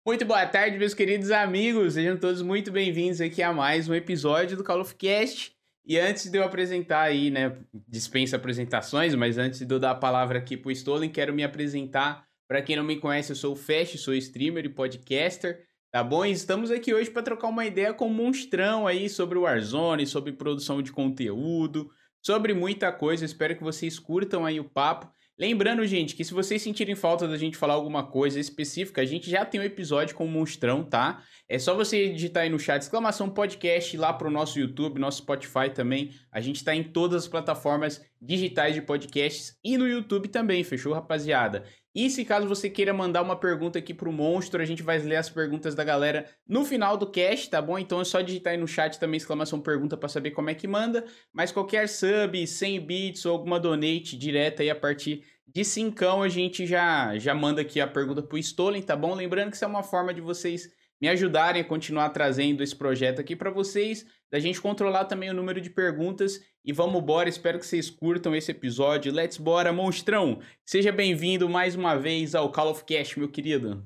Muito boa tarde, meus queridos amigos. Sejam todos muito bem-vindos aqui a mais um episódio do Call of Cast. E antes de eu apresentar aí, né, dispensa apresentações, mas antes de eu dar a palavra aqui pro Stolen, quero me apresentar. Para quem não me conhece, eu sou o Fast, sou streamer e podcaster, tá bom? E estamos aqui hoje para trocar uma ideia com o Monstrão aí sobre o Warzone, sobre produção de conteúdo, sobre muita coisa. Espero que vocês curtam aí o papo. Lembrando, gente, que se vocês sentirem falta da gente falar alguma coisa específica, a gente já tem um episódio com o Monstrão, tá? É só você digitar aí no chat, exclamação podcast, lá pro nosso YouTube, nosso Spotify também. A gente tá em todas as plataformas digitais de podcasts e no YouTube também, fechou, rapaziada? E se caso você queira mandar uma pergunta aqui pro Monstro, a gente vai ler as perguntas da galera no final do cast, tá bom? Então é só digitar aí no chat também, exclamação pergunta, pra saber como é que manda. Mas qualquer sub, 100 bits ou alguma donate direta aí a partir de 5 a gente já manda aqui a pergunta pro Stolen, tá bom? Lembrando que isso é uma forma de vocês me ajudarem a continuar trazendo esse projeto aqui para vocês, da gente controlar também o número de perguntas. E vamos embora, espero que vocês curtam esse episódio. Let's bora, Monstrão! Seja bem-vindo mais uma vez ao Call of Cast, meu querido.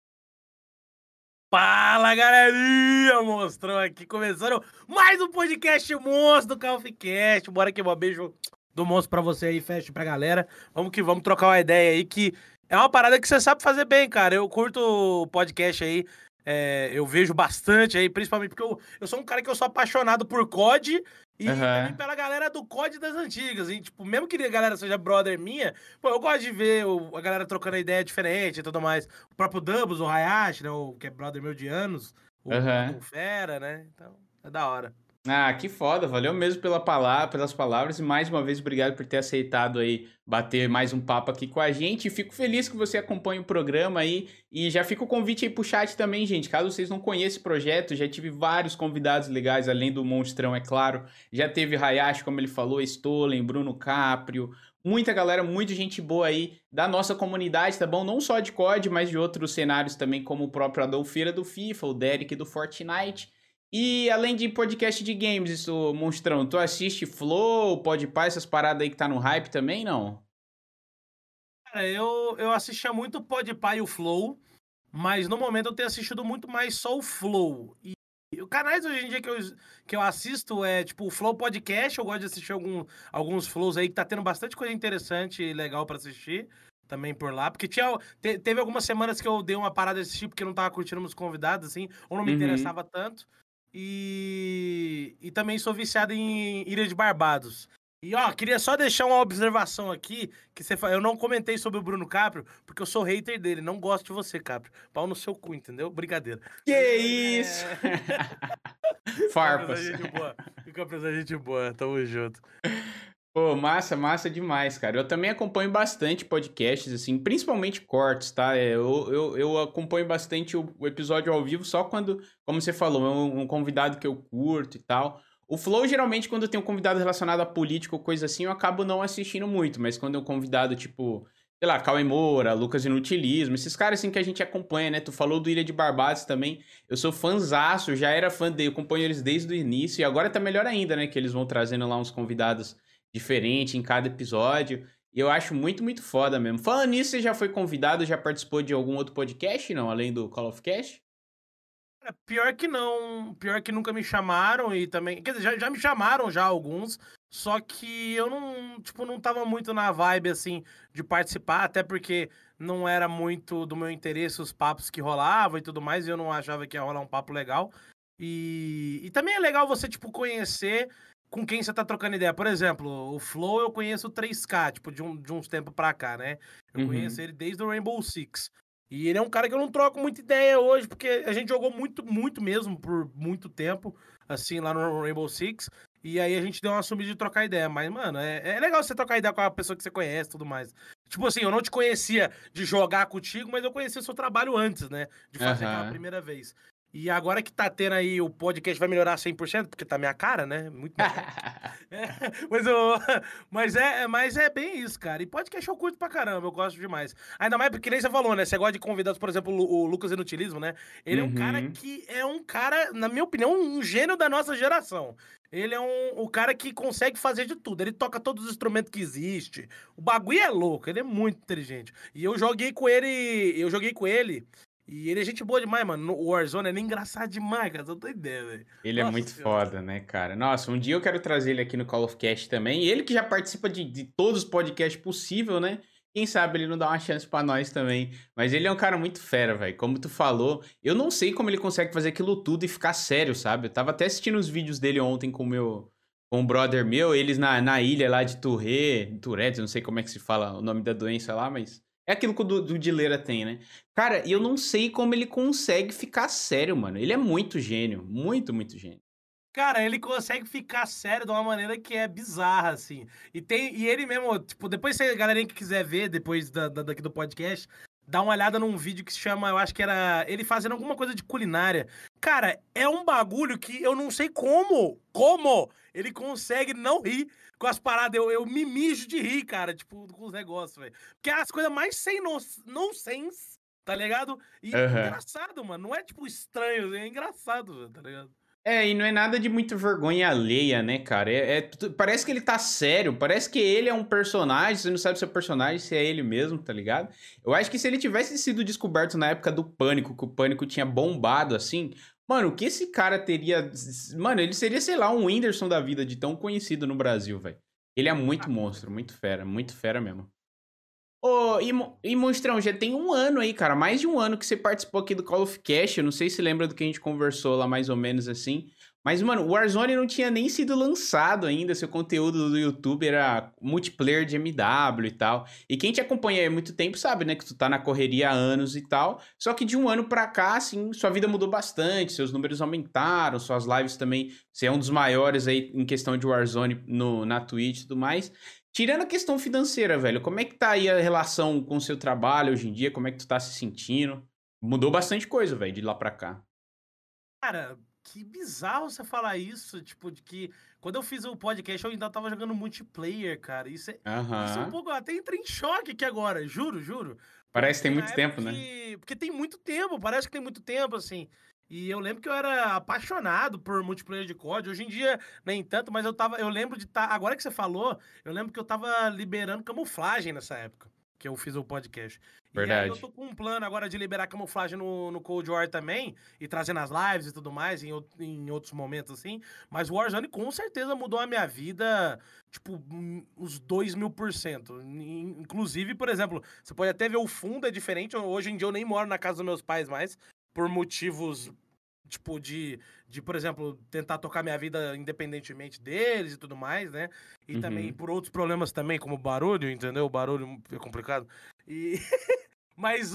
Fala, galerinha! Monstrão aqui, começando mais um podcast monstro do Call of Cast. Bora que um beijo do monstro pra você aí, Fast, pra galera. Vamos que vamos trocar uma ideia aí, que é uma parada que você sabe fazer bem, cara. Eu curto o podcast aí, eu vejo bastante aí, principalmente porque eu sou um cara que eu sou apaixonado por COD e também pela galera do COD das antigas. E, tipo, mesmo que a galera seja brother minha, pô, eu gosto de ver a galera trocando ideia diferente e tudo mais. O próprio Doubles, o Hayashi, né, que é brother meu de anos, o Matou Fera, né? Então, é da hora. Ah, que foda, valeu mesmo pelas palavras e mais uma vez obrigado por ter aceitado aí bater mais um papo aqui com a gente. Fico feliz que você acompanhe o programa aí e já fica o convite aí pro chat também, gente. Caso vocês não conheçam o projeto, já tive vários convidados legais, além do Monstrão, é claro. Já teve Hayashi, como ele falou, Stolen, Bruno Caprio, muita galera, muita gente boa aí da nossa comunidade, tá bom? Não só de COD, mas de outros cenários também, como o próprio Adolfeira do FIFA, o Derek do Fortnite. E além de podcast de games, isso, Monstrão, tu assiste Flow, Podpah, essas paradas aí que tá no hype também, não? Cara, eu assistia muito o Podpah e o Flow, mas no momento eu tenho assistido muito mais só o Flow. E os canais hoje em dia que eu assisto é tipo o Flow Podcast, eu gosto de assistir alguns Flows aí que tá tendo bastante coisa interessante e legal pra assistir também por lá. Porque teve algumas semanas que eu dei uma parada desse tipo porque eu não tava curtindo os convidados, assim, ou não me Uhum. interessava tanto. E também sou viciado em Ilha de Barbados. E ó, queria só deixar uma observação aqui, que eu não comentei sobre o Bruno Caprio, porque eu sou hater dele, não gosto de você, Caprio. Pau no seu cu, entendeu? Brincadeira. Que isso? Caprio é Farpas. gente boa. Caprio é gente boa, tamo junto. Pô, massa, massa demais, cara. Eu também acompanho bastante podcasts, assim, principalmente cortes, tá? Eu acompanho bastante o episódio ao vivo só quando, como você falou, é um convidado que eu curto e tal. O Flow, geralmente, quando tem um convidado relacionado a política ou coisa assim, eu acabo não assistindo muito, mas quando é um convidado, tipo, sei lá, Cauê Moura, Lucas Inutilismo, esses caras assim que a gente acompanha, né? Tu falou do Ilha de Barbados também, eu sou fãzaço, já era fã dele, eu acompanho eles desde o início, e agora tá melhor ainda, né? Que eles vão trazendo lá uns convidados diferente em cada episódio. E eu acho muito, muito foda mesmo. Falando nisso, você já foi convidado, já participou de algum outro podcast, não? Além do Call of Cast? Pior que não, pior que nunca me chamaram e também, quer dizer, já me chamaram já alguns, só que eu não, tipo, não tava muito na vibe, assim, de participar, até porque não era muito do meu interesse os papos que rolavam e tudo mais, e eu não achava que ia rolar um papo legal. E também é legal você, tipo, conhecer com quem você tá trocando ideia. Por exemplo, o Flow eu conheço o 3K, tipo, de uns tempos pra cá, né? Eu conheço Uhum. ele desde o Rainbow Six. E ele é um cara que eu não troco muita ideia hoje, porque a gente jogou muito, muito mesmo, por muito tempo, assim, lá no Rainbow Six. E aí a gente deu uma sumida de trocar ideia. Mas, mano, é legal você trocar ideia com a pessoa que você conhece e tudo mais. Tipo assim, eu não te conhecia de jogar contigo, mas eu conhecia o seu trabalho antes, né? De fazer aquela Aham. primeira vez. E agora que tá tendo aí o podcast vai melhorar 100% porque tá minha cara, né? Muito melhor. É, mas, mas é bem isso, cara. E podcast eu curto pra caramba, eu gosto demais. Ainda mais porque nem você falou, né? Você gosta de convidados, por exemplo, o Lucas Inutilismo, né? Ele Uhum. é um cara, na minha opinião, um gênio da nossa geração. Ele é o cara que consegue fazer de tudo. Ele toca todos os instrumentos que existe. O bagulho é louco, ele é muito inteligente. E eu joguei com ele E ele é gente boa demais, mano. O Warzone é engraçado demais, cara. Você não tem ideia, velho. Ele é Nossa muito senhora. foda, né, cara? Nossa, um dia eu quero trazer ele aqui no Call of Cast também. E ele que já participa de todos os podcasts possível, né? Quem sabe ele não dá uma chance pra nós também. Mas ele é um cara muito fera, velho. Como tu falou, eu não sei como ele consegue fazer aquilo tudo e ficar sério, sabe? Eu tava até assistindo os vídeos dele ontem com um brother meu, eles na ilha lá de Tourette, não sei como é que se fala o nome da doença lá, mas é aquilo que o do Dileira tem, né? Cara, e eu Sim. não sei como ele consegue ficar sério, mano. Ele é muito gênio, muito, muito gênio. Cara, ele consegue ficar sério de uma maneira que é bizarra, assim. E ele mesmo, tipo, depois se a galerinha que quiser ver, depois daqui do podcast, dá uma olhada num vídeo que se chama, eu acho que era ele fazendo alguma coisa de culinária. Cara, é um bagulho que eu não sei como ele consegue não rir com as paradas. Eu me mijo de rir, cara, tipo, com os negócios, velho. Porque é as coisas mais sem nonsense, tá ligado? E Aham. engraçado, mano. Não é, tipo, estranho, é engraçado, velho, tá ligado? É, e não é nada de muito vergonha alheia, né, cara? Parece que ele tá sério, parece que ele é um personagem, você não sabe se é o personagem, se é ele mesmo, tá ligado? Eu acho que se ele tivesse sido descoberto na época do Pânico, que o Pânico tinha bombado assim, mano, o que esse cara teria. Mano, ele seria, sei lá, um Whindersson da vida, de tão conhecido no Brasil, velho. Ele é Ah, muito com monstro, certeza. muito fera mesmo. Ô, e Monstrão, já tem um ano aí, cara, mais de um ano que você participou aqui do Call of Cast, eu não sei se lembra do que a gente conversou lá mais ou menos assim, mas, mano, o Warzone não tinha nem sido lançado ainda, seu conteúdo do YouTube era multiplayer de MW e tal, e quem te acompanha aí há muito tempo sabe, né, que tu tá na correria há anos e tal, só que de um ano pra cá, assim, sua vida mudou bastante, seus números aumentaram, suas lives também, você é um dos maiores aí em questão de Warzone na Twitch e tudo mais. Tirando a questão financeira, velho, como é que tá aí a relação com o seu trabalho hoje em dia? Como é que tu tá se sentindo? Mudou bastante coisa, velho, de lá pra cá. Cara, que bizarro você falar isso, tipo, de que quando eu fiz o podcast eu ainda tava jogando multiplayer, cara. Isso é um Aham. pouco, eu até entrei em choque aqui agora, juro. Parece que tem Porque na muito época tempo, né? que. Porque tem muito tempo, parece que tem muito tempo, assim. E eu lembro que eu era apaixonado por multiplayer de COD. Hoje em dia, nem tanto, mas eu lembro de estar. Agora que você falou, eu lembro que eu tava liberando camuflagem nessa época. Que eu fiz o podcast. E aí eu Verdade. tô com um plano agora de liberar camuflagem no Cold War também, e trazendo as lives e tudo mais, em outros momentos assim. Mas o Warzone com certeza mudou a minha vida, tipo, uns 2000%. Inclusive, por exemplo, você pode até ver o fundo é diferente. Hoje em dia eu nem moro na casa dos meus pais mais, por motivos, tipo, por exemplo, tentar tocar minha vida independentemente deles e tudo mais, né? E também Uhum. por outros problemas também, como barulho, entendeu? O barulho é complicado. E mas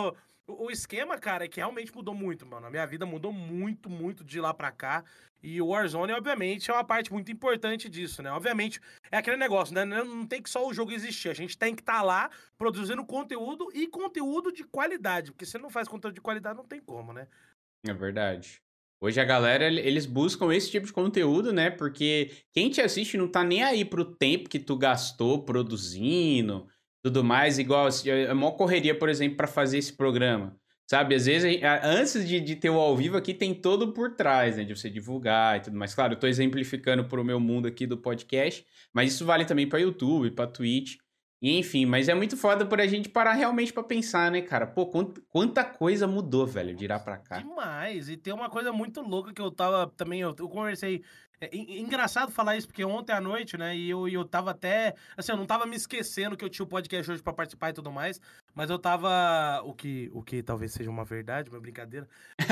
o esquema, cara, é que realmente mudou muito, mano. A minha vida mudou muito de lá pra cá. E o Warzone, obviamente, é uma parte muito importante disso, né? Obviamente, é aquele negócio, né? Não tem que só o jogo existir. A gente tem que estar lá produzindo conteúdo e conteúdo de qualidade. Porque se não faz conteúdo de qualidade, não tem como, né? É verdade. Hoje a galera, eles buscam esse tipo de conteúdo, né? Porque quem te assiste não tá nem aí pro tempo que tu gastou produzindo, tudo mais, igual assim, é mó correria, por exemplo, pra fazer esse programa. Sabe, às vezes, antes de ter o ao vivo aqui, tem todo por trás, né? De você divulgar e tudo mais. Claro, eu tô exemplificando pro meu mundo aqui do podcast, mas isso vale também pra YouTube, pra Twitch. E, enfim, mas é muito foda por a gente parar realmente pra pensar, né, cara? Pô, quanta coisa mudou, velho, de lá Nossa, pra cá. demais. E tem uma coisa muito louca que eu tava também, eu conversei. Engraçado falar isso, porque ontem à noite, né, e eu tava até. Assim, eu não tava me esquecendo que eu tinha o podcast hoje pra participar e tudo mais, mas eu tava. O que talvez seja uma verdade, uma brincadeira.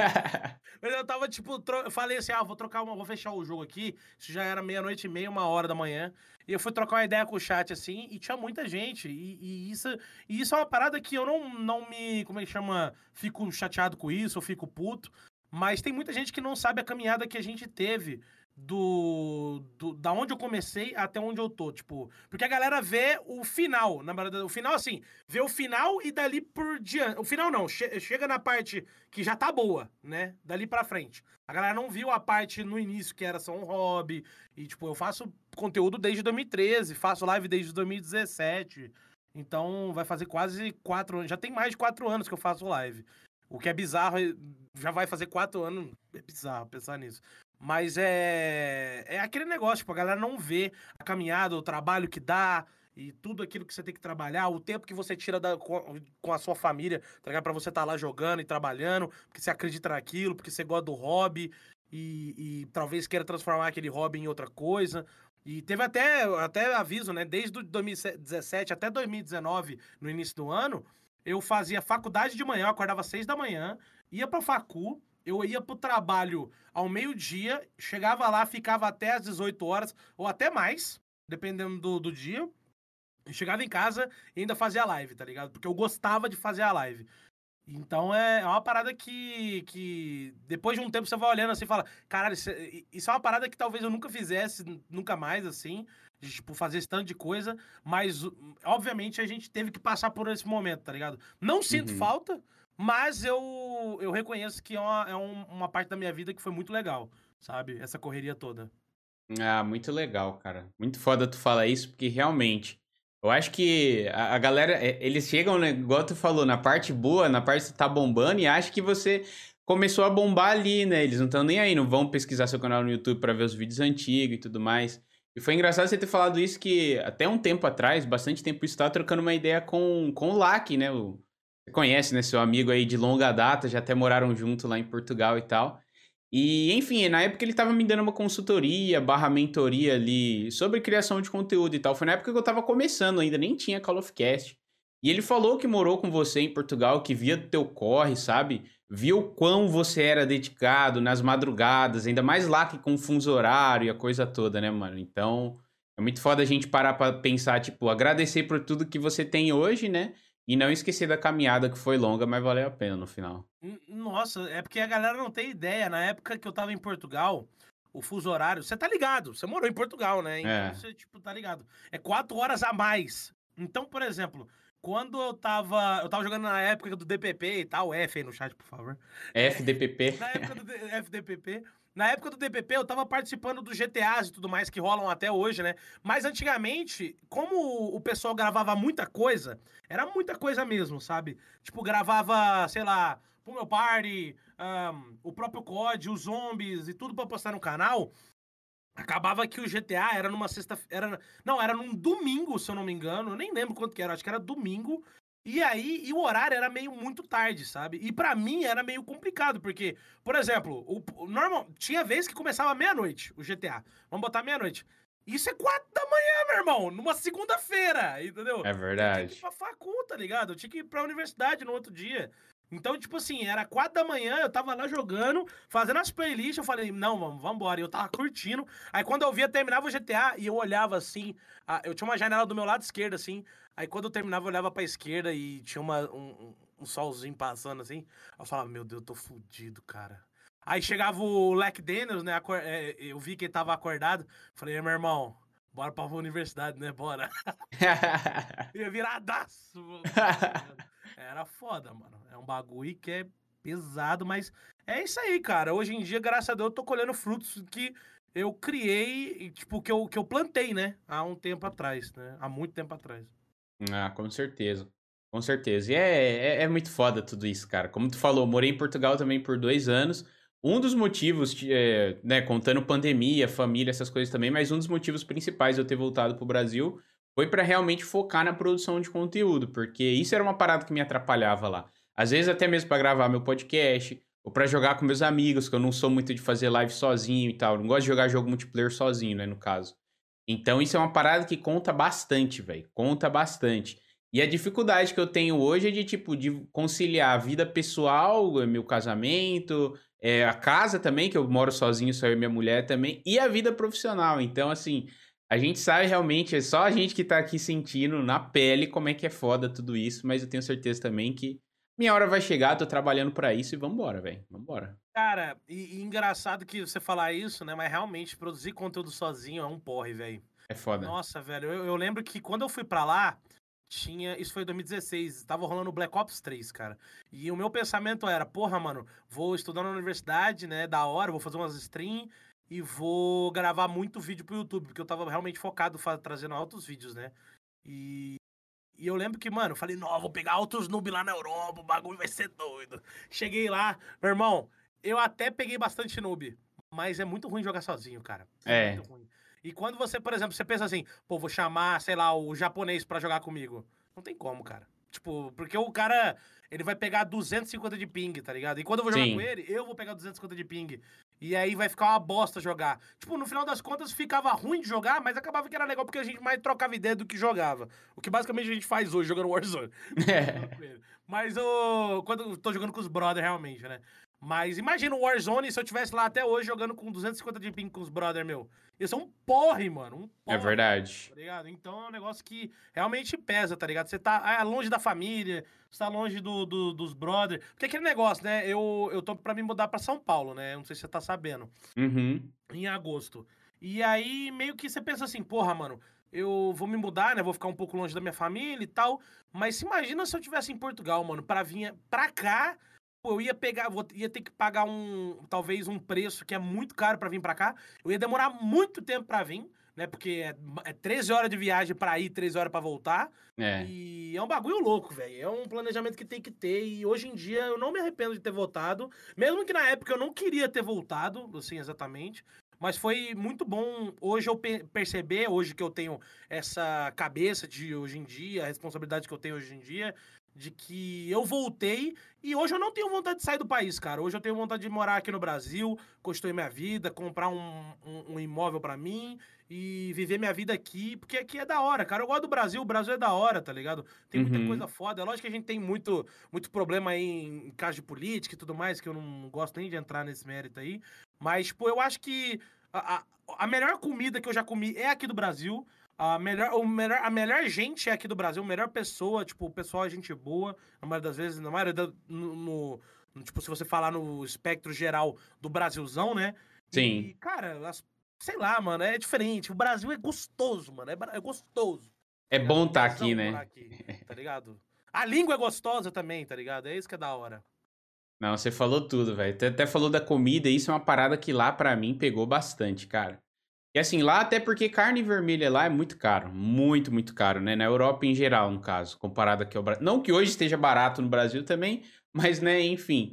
Mas eu tava, tipo, eu falei assim, vou fechar o jogo aqui. Isso já era meia-noite e meia, 1 hora da manhã. E eu fui trocar uma ideia com o chat, assim, e tinha muita gente. E isso é uma parada que eu não me, como é que chama, fico chateado com isso, eu fico puto. Mas tem muita gente que não sabe a caminhada que a gente teve da onde eu comecei até onde eu tô, tipo, porque a galera vê o final, na verdade, o final assim, vê o final e dali por diante, o final não, chega na parte que já tá boa, né, dali pra frente. A galera não viu a parte no início que era só um hobby, e tipo, eu faço conteúdo desde 2013, faço live desde 2017, então vai fazer quase 4 anos, já tem mais de 4 anos que eu faço live. O que é bizarro, já vai fazer 4 anos, é bizarro pensar nisso. Mas é aquele negócio, tipo, a galera não vê a caminhada, o trabalho que dá. e tudo aquilo que você tem que trabalhar, o tempo que você tira com a sua família, tá ligado? Pra você estar lá jogando e trabalhando, porque você acredita naquilo, porque você gosta do hobby e talvez queira transformar aquele hobby em outra coisa. E teve até aviso, né? Desde 2017 até 2019, no início do ano, eu fazia faculdade de manhã, eu acordava às 6 da manhã, ia pra facu, eu ia pro trabalho ao meio-dia, chegava lá, ficava até às 18 horas, ou até mais, dependendo do dia. E chegava em casa e ainda fazia live, tá ligado? Porque eu gostava de fazer a live. Então é uma parada que depois de um tempo você vai olhando assim e fala, caralho, isso é uma parada que talvez eu nunca fizesse, nunca mais, assim, de, tipo, fazer esse tanto de coisa, mas obviamente a gente teve que passar por esse momento, tá ligado? Não sinto Uhum. falta, mas eu reconheço que é uma parte da minha vida que foi muito legal, sabe? Essa correria toda. Ah, muito legal, cara. Muito foda tu falar isso, porque realmente, eu acho que a galera, eles chegam, né, igual tu falou, na parte boa, na parte que tá bombando, e acha que você começou a bombar ali, né? Eles não estão nem aí, não vão pesquisar seu canal no YouTube pra ver os vídeos antigos e tudo mais. E foi engraçado você ter falado isso, que até um tempo atrás, bastante tempo, isso tava trocando uma ideia com o Lack, né? Você conhece, né? Seu amigo aí de longa data, já até moraram junto lá em Portugal e tal. E, enfim, na época ele tava me dando uma consultoria, barra mentoria ali, sobre criação de conteúdo e tal. Foi na época que eu tava começando ainda, nem tinha Call of Cast. E ele falou que morou com você em Portugal, que via do teu corre, sabe? Viu o quão você era dedicado nas madrugadas, ainda mais lá que com fuso horário e a coisa toda, né, mano? Então, é muito foda a gente parar pra pensar, tipo, agradecer por tudo que você tem hoje, né? E não esquecer da caminhada que foi longa, mas valeu a pena no final. Nossa, é porque a galera não tem ideia. Na época que eu tava em Portugal, o fuso horário, você tá ligado, você morou em Portugal, né? Então É. você, tipo, tá ligado. É 4 horas a mais. Então, por exemplo, quando eu tava jogando na época do DPP e tal, F aí no chat, por favor. É, FDPP. na época do FDPP. Na época do DPP, eu tava participando dos GTAs e tudo mais que rolam até hoje, né? Mas antigamente, como o pessoal gravava muita coisa, era muita coisa mesmo, sabe? Tipo, gravava, sei lá, pro meu party, o próprio COD, os zombies e tudo pra postar no canal. Acabava que o GTA era numa sexta-feira. Não, era num domingo, se eu não me engano. Eu nem lembro quanto que era, acho que era domingo. E aí, o horário era meio muito tarde, sabe? E pra mim era meio complicado, porque, por exemplo, normal, tinha vez que começava meia-noite o GTA. Vamos botar meia-noite. Isso é 4 da manhã, meu irmão, numa segunda-feira, entendeu? É Que eu tinha que ir verdade. pra facul, tá ligado? Eu tinha que ir pra universidade no outro dia. Então, tipo assim, era 4 da manhã, eu tava lá jogando, fazendo as playlists, eu falei, não, vamos embora. E eu tava curtindo. Aí quando eu via, terminava o GTA e eu olhava assim, eu tinha uma janela do meu lado esquerdo, assim. Aí quando eu terminava, eu olhava pra esquerda e tinha um solzinho passando assim. Eu falava, meu Deus, eu tô fudido, cara. Aí chegava o Lack Daniels, né? Eu vi que ele tava acordado. Falei, meu irmão, bora pra universidade, né? Bora. Ia viradaço, tá ligado? Era foda, mano. É um bagulho que é pesado, mas é isso aí, cara. Hoje em dia, graças a Deus, eu tô colhendo frutos que eu criei, e, tipo, que eu plantei, né? Há um tempo atrás, né? Há muito tempo atrás. Ah, com certeza. Com certeza. E é muito foda tudo isso, cara. Como tu falou, morei em Portugal também por 2 anos. Um dos motivos, né, contando pandemia, família, essas coisas também, mas um dos motivos principais de eu ter voltado pro Brasil foi pra realmente focar na produção de conteúdo, porque isso era uma parada que me atrapalhava lá. Às vezes até mesmo pra gravar meu podcast, ou pra jogar com meus amigos, que eu não sou muito de fazer live sozinho e tal. Eu não gosto de jogar jogo multiplayer sozinho, né, no caso. Então isso é uma parada que conta bastante, velho. Conta bastante. E a dificuldade que eu tenho hoje é de, tipo, de conciliar a vida pessoal, meu casamento, a casa também, que eu moro sozinho, só eu e minha mulher também, e a vida profissional. Então, assim, a gente sabe realmente, é só a gente que tá aqui sentindo na pele como é que é foda tudo isso, mas eu tenho certeza também que minha hora vai chegar, tô trabalhando pra isso e vambora, velho. Vambora. Cara, e engraçado que você falar isso, né? Mas realmente, produzir conteúdo sozinho é um porre, velho. É foda. Nossa, velho, eu lembro que quando eu fui pra lá, isso foi em 2016, tava rolando o Black Ops 3, cara. E o meu pensamento era, porra, mano, vou estudar na universidade, né, da hora, vou fazer umas stream e vou gravar muito vídeo pro YouTube, porque eu tava realmente focado trazendo altos vídeos, né. E, e eu lembro que, mano, eu falei, não, vou pegar outros noob lá na Europa, o bagulho vai ser doido. Cheguei lá, meu irmão, eu até peguei bastante noob, mas é muito ruim jogar sozinho, cara. É muito É. ruim. E quando você, por exemplo, você pensa assim, pô, vou chamar, sei lá, o japonês pra jogar comigo. Não tem como, cara. Tipo, porque o cara, ele vai pegar 250 de ping, tá ligado? E quando eu vou jogar com Sim. ele, eu vou pegar 250 de ping. E aí vai ficar uma bosta jogar. Tipo, no final das contas ficava ruim de jogar, mas acabava que era legal porque a gente mais trocava ideia do que jogava. O que basicamente a gente faz hoje jogando Warzone. Jogando com ele. Mas quando eu tô jogando com os brothers realmente, né? Mas imagina o Warzone se eu tivesse lá até hoje jogando com 250 de ping com os brothers, meu. Ia ser um porre, mano. Um É porre. verdade. Tá ligado? Então é um negócio que realmente pesa, tá ligado? Você tá longe da família, você tá longe dos brothers. Porque aquele negócio, né? Eu tô pra me mudar pra São Paulo, né? Eu não sei se você tá sabendo. Uhum. Em agosto. E aí, meio que você pensa assim, porra, mano, eu vou me mudar, né? Vou ficar um pouco longe da minha família e tal. Mas se imagina se eu tivesse em Portugal, mano, pra vir pra cá. Pô, eu ia pegar, ia ter que pagar talvez um preço que é muito caro pra vir pra cá. Eu ia demorar muito tempo pra vir, né? Porque é 13 horas de viagem pra ir, 13 horas pra voltar. É. E é um bagulho louco, velho. É um planejamento que tem que ter. E hoje em dia eu não me arrependo de ter voltado. Mesmo que na época eu não queria ter voltado, assim, exatamente. Mas foi muito bom hoje eu perceber, hoje que eu tenho essa cabeça de hoje em dia, a responsabilidade que eu tenho hoje em dia, de que eu voltei e hoje eu não tenho vontade de sair do país, cara. Hoje eu tenho vontade de morar aqui no Brasil, construir minha vida, comprar um imóvel pra mim e viver minha vida aqui, porque aqui é da hora, cara. Eu gosto do Brasil, o Brasil é da hora, tá ligado? Tem muita coisa Uhum. foda. É lógico que a gente tem muito problema aí em caso de política e tudo mais, que eu não gosto nem de entrar nesse mérito aí. Mas, tipo, eu acho que a melhor comida que eu já comi é aqui do Brasil. A melhor gente é aqui do Brasil, a melhor pessoa, tipo, o pessoal é gente boa, na maioria das vezes, na maioria tipo, se você falar no espectro geral do Brasilzão, né? Sim. E, cara, sei lá, mano, é diferente. O Brasil é gostoso, mano, é gostoso, tá É ligado? É bom um estar aqui, tesão morar né? aqui, tá ligado? A língua é gostosa também, tá ligado? É isso que é da hora. Não, você falou tudo, velho. Você até falou da comida, e isso é uma parada que lá pra mim pegou bastante, cara. E assim, lá até porque carne vermelha lá é muito caro, muito, muito caro, né? Na Europa em geral, no caso, comparado aqui ao Brasil. Não que hoje esteja barato no Brasil também, mas né, enfim.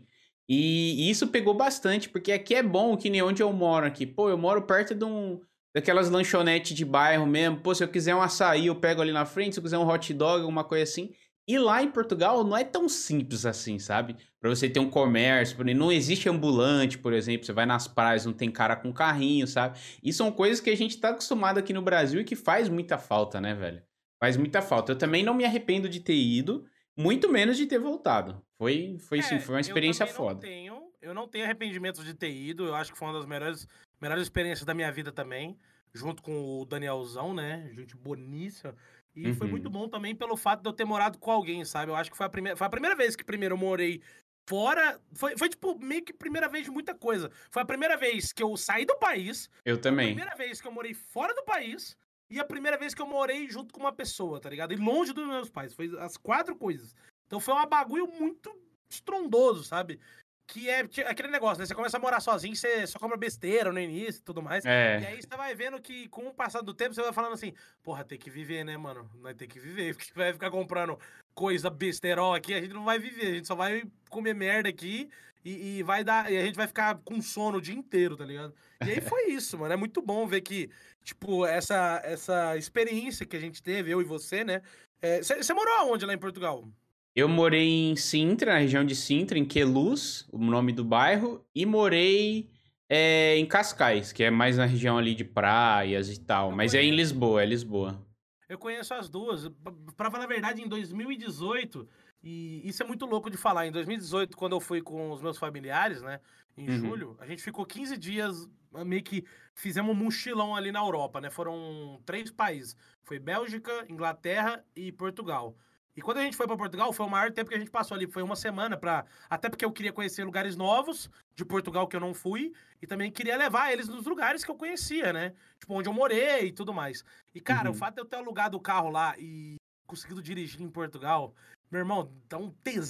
E isso pegou bastante, porque aqui é bom, que nem onde eu moro aqui. Pô, eu moro perto daquelas lanchonetes de bairro mesmo. Pô, se eu quiser um açaí, eu pego ali na frente, se eu quiser um hot dog, alguma coisa assim. E lá em Portugal não é tão simples assim, sabe? Pra você ter um comércio, não existe ambulante, por exemplo. Você vai nas praias, não tem cara com carrinho, sabe? E são coisas que a gente tá acostumado aqui no Brasil e que faz muita falta, né, velho? Faz muita falta. Eu também não me arrependo de ter ido, muito menos de ter voltado. Foi sim, É, foi uma experiência foda. eu não tenho arrependimentos de ter ido, eu acho que foi uma das melhores experiências da minha vida também, junto com o Danielzão, né, gente boníssima, e foi muito Uhum. bom também pelo fato de eu ter morado com alguém, sabe, eu acho que foi a primeira vez que primeiro eu morei fora, foi tipo, meio que primeira vez de muita coisa, foi a primeira vez que eu saí do país, Eu a também. primeira vez que eu morei fora do país, e a primeira vez que eu morei junto com uma pessoa, tá ligado, e longe dos meus pais, foi as quatro coisas. Então foi um bagulho muito estrondoso, sabe? Que é aquele negócio, né? Você começa a morar sozinho, você só compra besteira no início e tudo mais. E É. aí você vai vendo que, com o passar do tempo, você vai falando assim, porra, tem que viver, né, mano? Vai ter que viver, porque vai ficar comprando coisa besterol aqui, a gente não vai viver, a gente só vai comer merda aqui e vai dar. E a gente vai ficar com sono o dia inteiro, tá ligado? E aí foi isso, mano. É muito bom ver que, tipo, essa experiência que a gente teve, eu e você, né? Você morou aonde lá em Portugal? Eu morei em Sintra, na região de Sintra, em Queluz, o nome do bairro, e morei em Cascais, que é mais na região ali de praias e tal. Eu Mas é em conheço. Lisboa, é Lisboa. Eu conheço as duas. Pra falar a verdade, em 2018, e isso é muito louco de falar, em 2018, quando eu fui com os meus familiares, né, em Uhum, julho, a gente ficou 15 dias, meio que fizemos um mochilão ali na Europa, né? Foram 3 países. Foi Bélgica, Inglaterra e Portugal. E quando a gente foi pra Portugal, foi o maior tempo que a gente passou ali. Foi uma semana até porque eu queria conhecer lugares novos de Portugal que eu não fui. E também queria levar eles nos lugares que eu conhecia, né? Tipo, onde eu morei e tudo mais. E, cara, o uhum. fato de eu ter alugado o carro lá e conseguido dirigir em Portugal, meu irmão, dá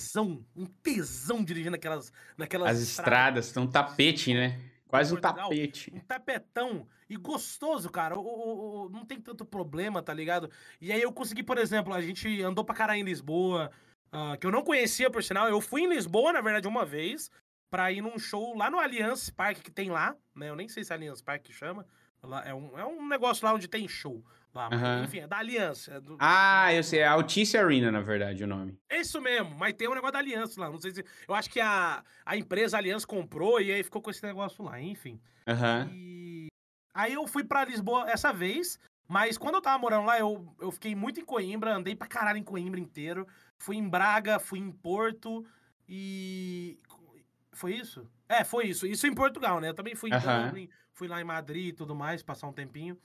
um tesão dirigindo naquelas As estradas estradas são um tapete, né? de Quase um Portugal, tapete. um tapetão e gostoso, cara. Não tem tanto problema, tá ligado? E aí eu consegui, por exemplo, a gente andou pra caralho em Lisboa, que eu não conhecia, por sinal. Eu fui em Lisboa, na verdade, uma vez, pra ir num show lá no Allianz Parque que tem lá, né? Eu nem sei se é Allianz Parque que chama. Lá, é um negócio lá onde tem show. Lá, mas, Aham. enfim, é da Aliança. Ah, eu sei, é Altice Arena, na verdade, o nome. É isso mesmo, mas tem um negócio da Aliança lá. Não sei se. Eu acho que a empresa Aliança comprou e aí ficou com esse negócio lá, enfim. Aham. E aí eu fui pra Lisboa essa vez, mas quando eu tava morando lá, eu fiquei muito em Coimbra, andei pra caralho em Coimbra inteiro. Fui em Braga, fui em Porto e. Foi isso? É, foi isso. Isso em Portugal, né? Eu também fui em Aham. Dublin, fui lá em Madrid e tudo mais, passar um tempinho.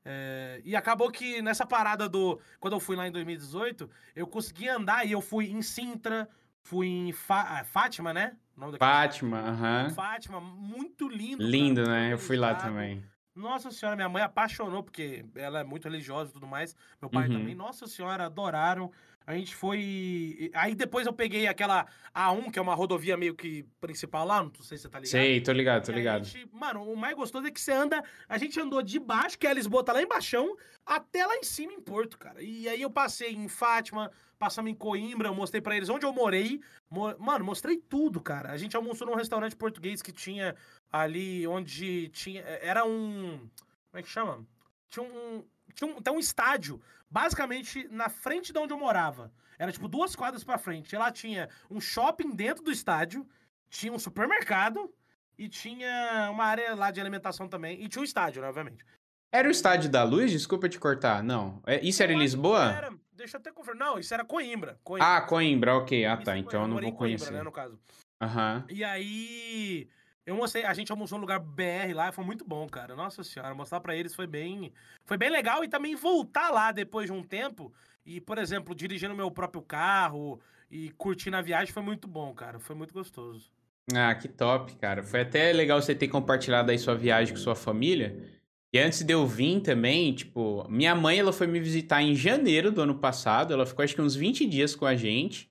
E acabou que nessa parada do. Quando eu fui lá em 2018, eu consegui andar e eu fui em Sintra, fui em Fátima, né? O nome daquela cidade Fátima, aham. Fátima, muito lindo, cara, Lindo, muito né? Eu fui lá organizado. também. Nossa senhora, minha mãe apaixonou, porque ela é muito religiosa e tudo mais. Meu pai também. Uhum. Nossa senhora, adoraram. A gente foi. Aí depois eu peguei aquela A1, que é uma rodovia meio que principal lá, não sei se você tá ligado. Sei, tô ligado, tô E aí a ligado. gente. Mano, o mais gostoso é que você anda. A gente andou de baixo, que a Lisboa tá lá embaixo, até lá em cima em Porto, cara. E aí eu passei em Fátima, passamos em Coimbra, eu mostrei pra eles onde eu morei. Mano, mostrei tudo, cara. A gente almoçou num restaurante português que tinha ali onde tinha. Era um. Como é que chama? Tinha um. Tem um estádio, basicamente na frente de onde eu morava. Era tipo 2 quadras pra frente. E lá tinha um shopping dentro do estádio, tinha um supermercado e tinha uma área lá de alimentação também. E tinha um estádio, né, obviamente. Era o Estádio da Luz? Desculpa te cortar. Não. Isso era em Eu acho que Lisboa? era. Deixa eu até confirmar. Não, isso era Coimbra. Ah, Coimbra. Coimbra, ok. Ah, Isso tá. é Então Coimbra. eu Eu não morei vou em Coimbra, né, conhecer. no caso. Aham. E aí, a gente almoçou num lugar BR lá, e foi muito bom, cara. Nossa senhora, mostrar pra eles foi bem legal e também voltar lá depois de um tempo e, por exemplo, dirigindo meu próprio carro e curtindo a viagem foi muito bom, cara. Foi muito gostoso. Ah, que top, cara. Foi até legal você ter compartilhado aí sua viagem com sua família. E antes de eu vir também, tipo, minha mãe, ela foi me visitar em janeiro do ano passado. Ela ficou acho que uns 20 dias com a gente.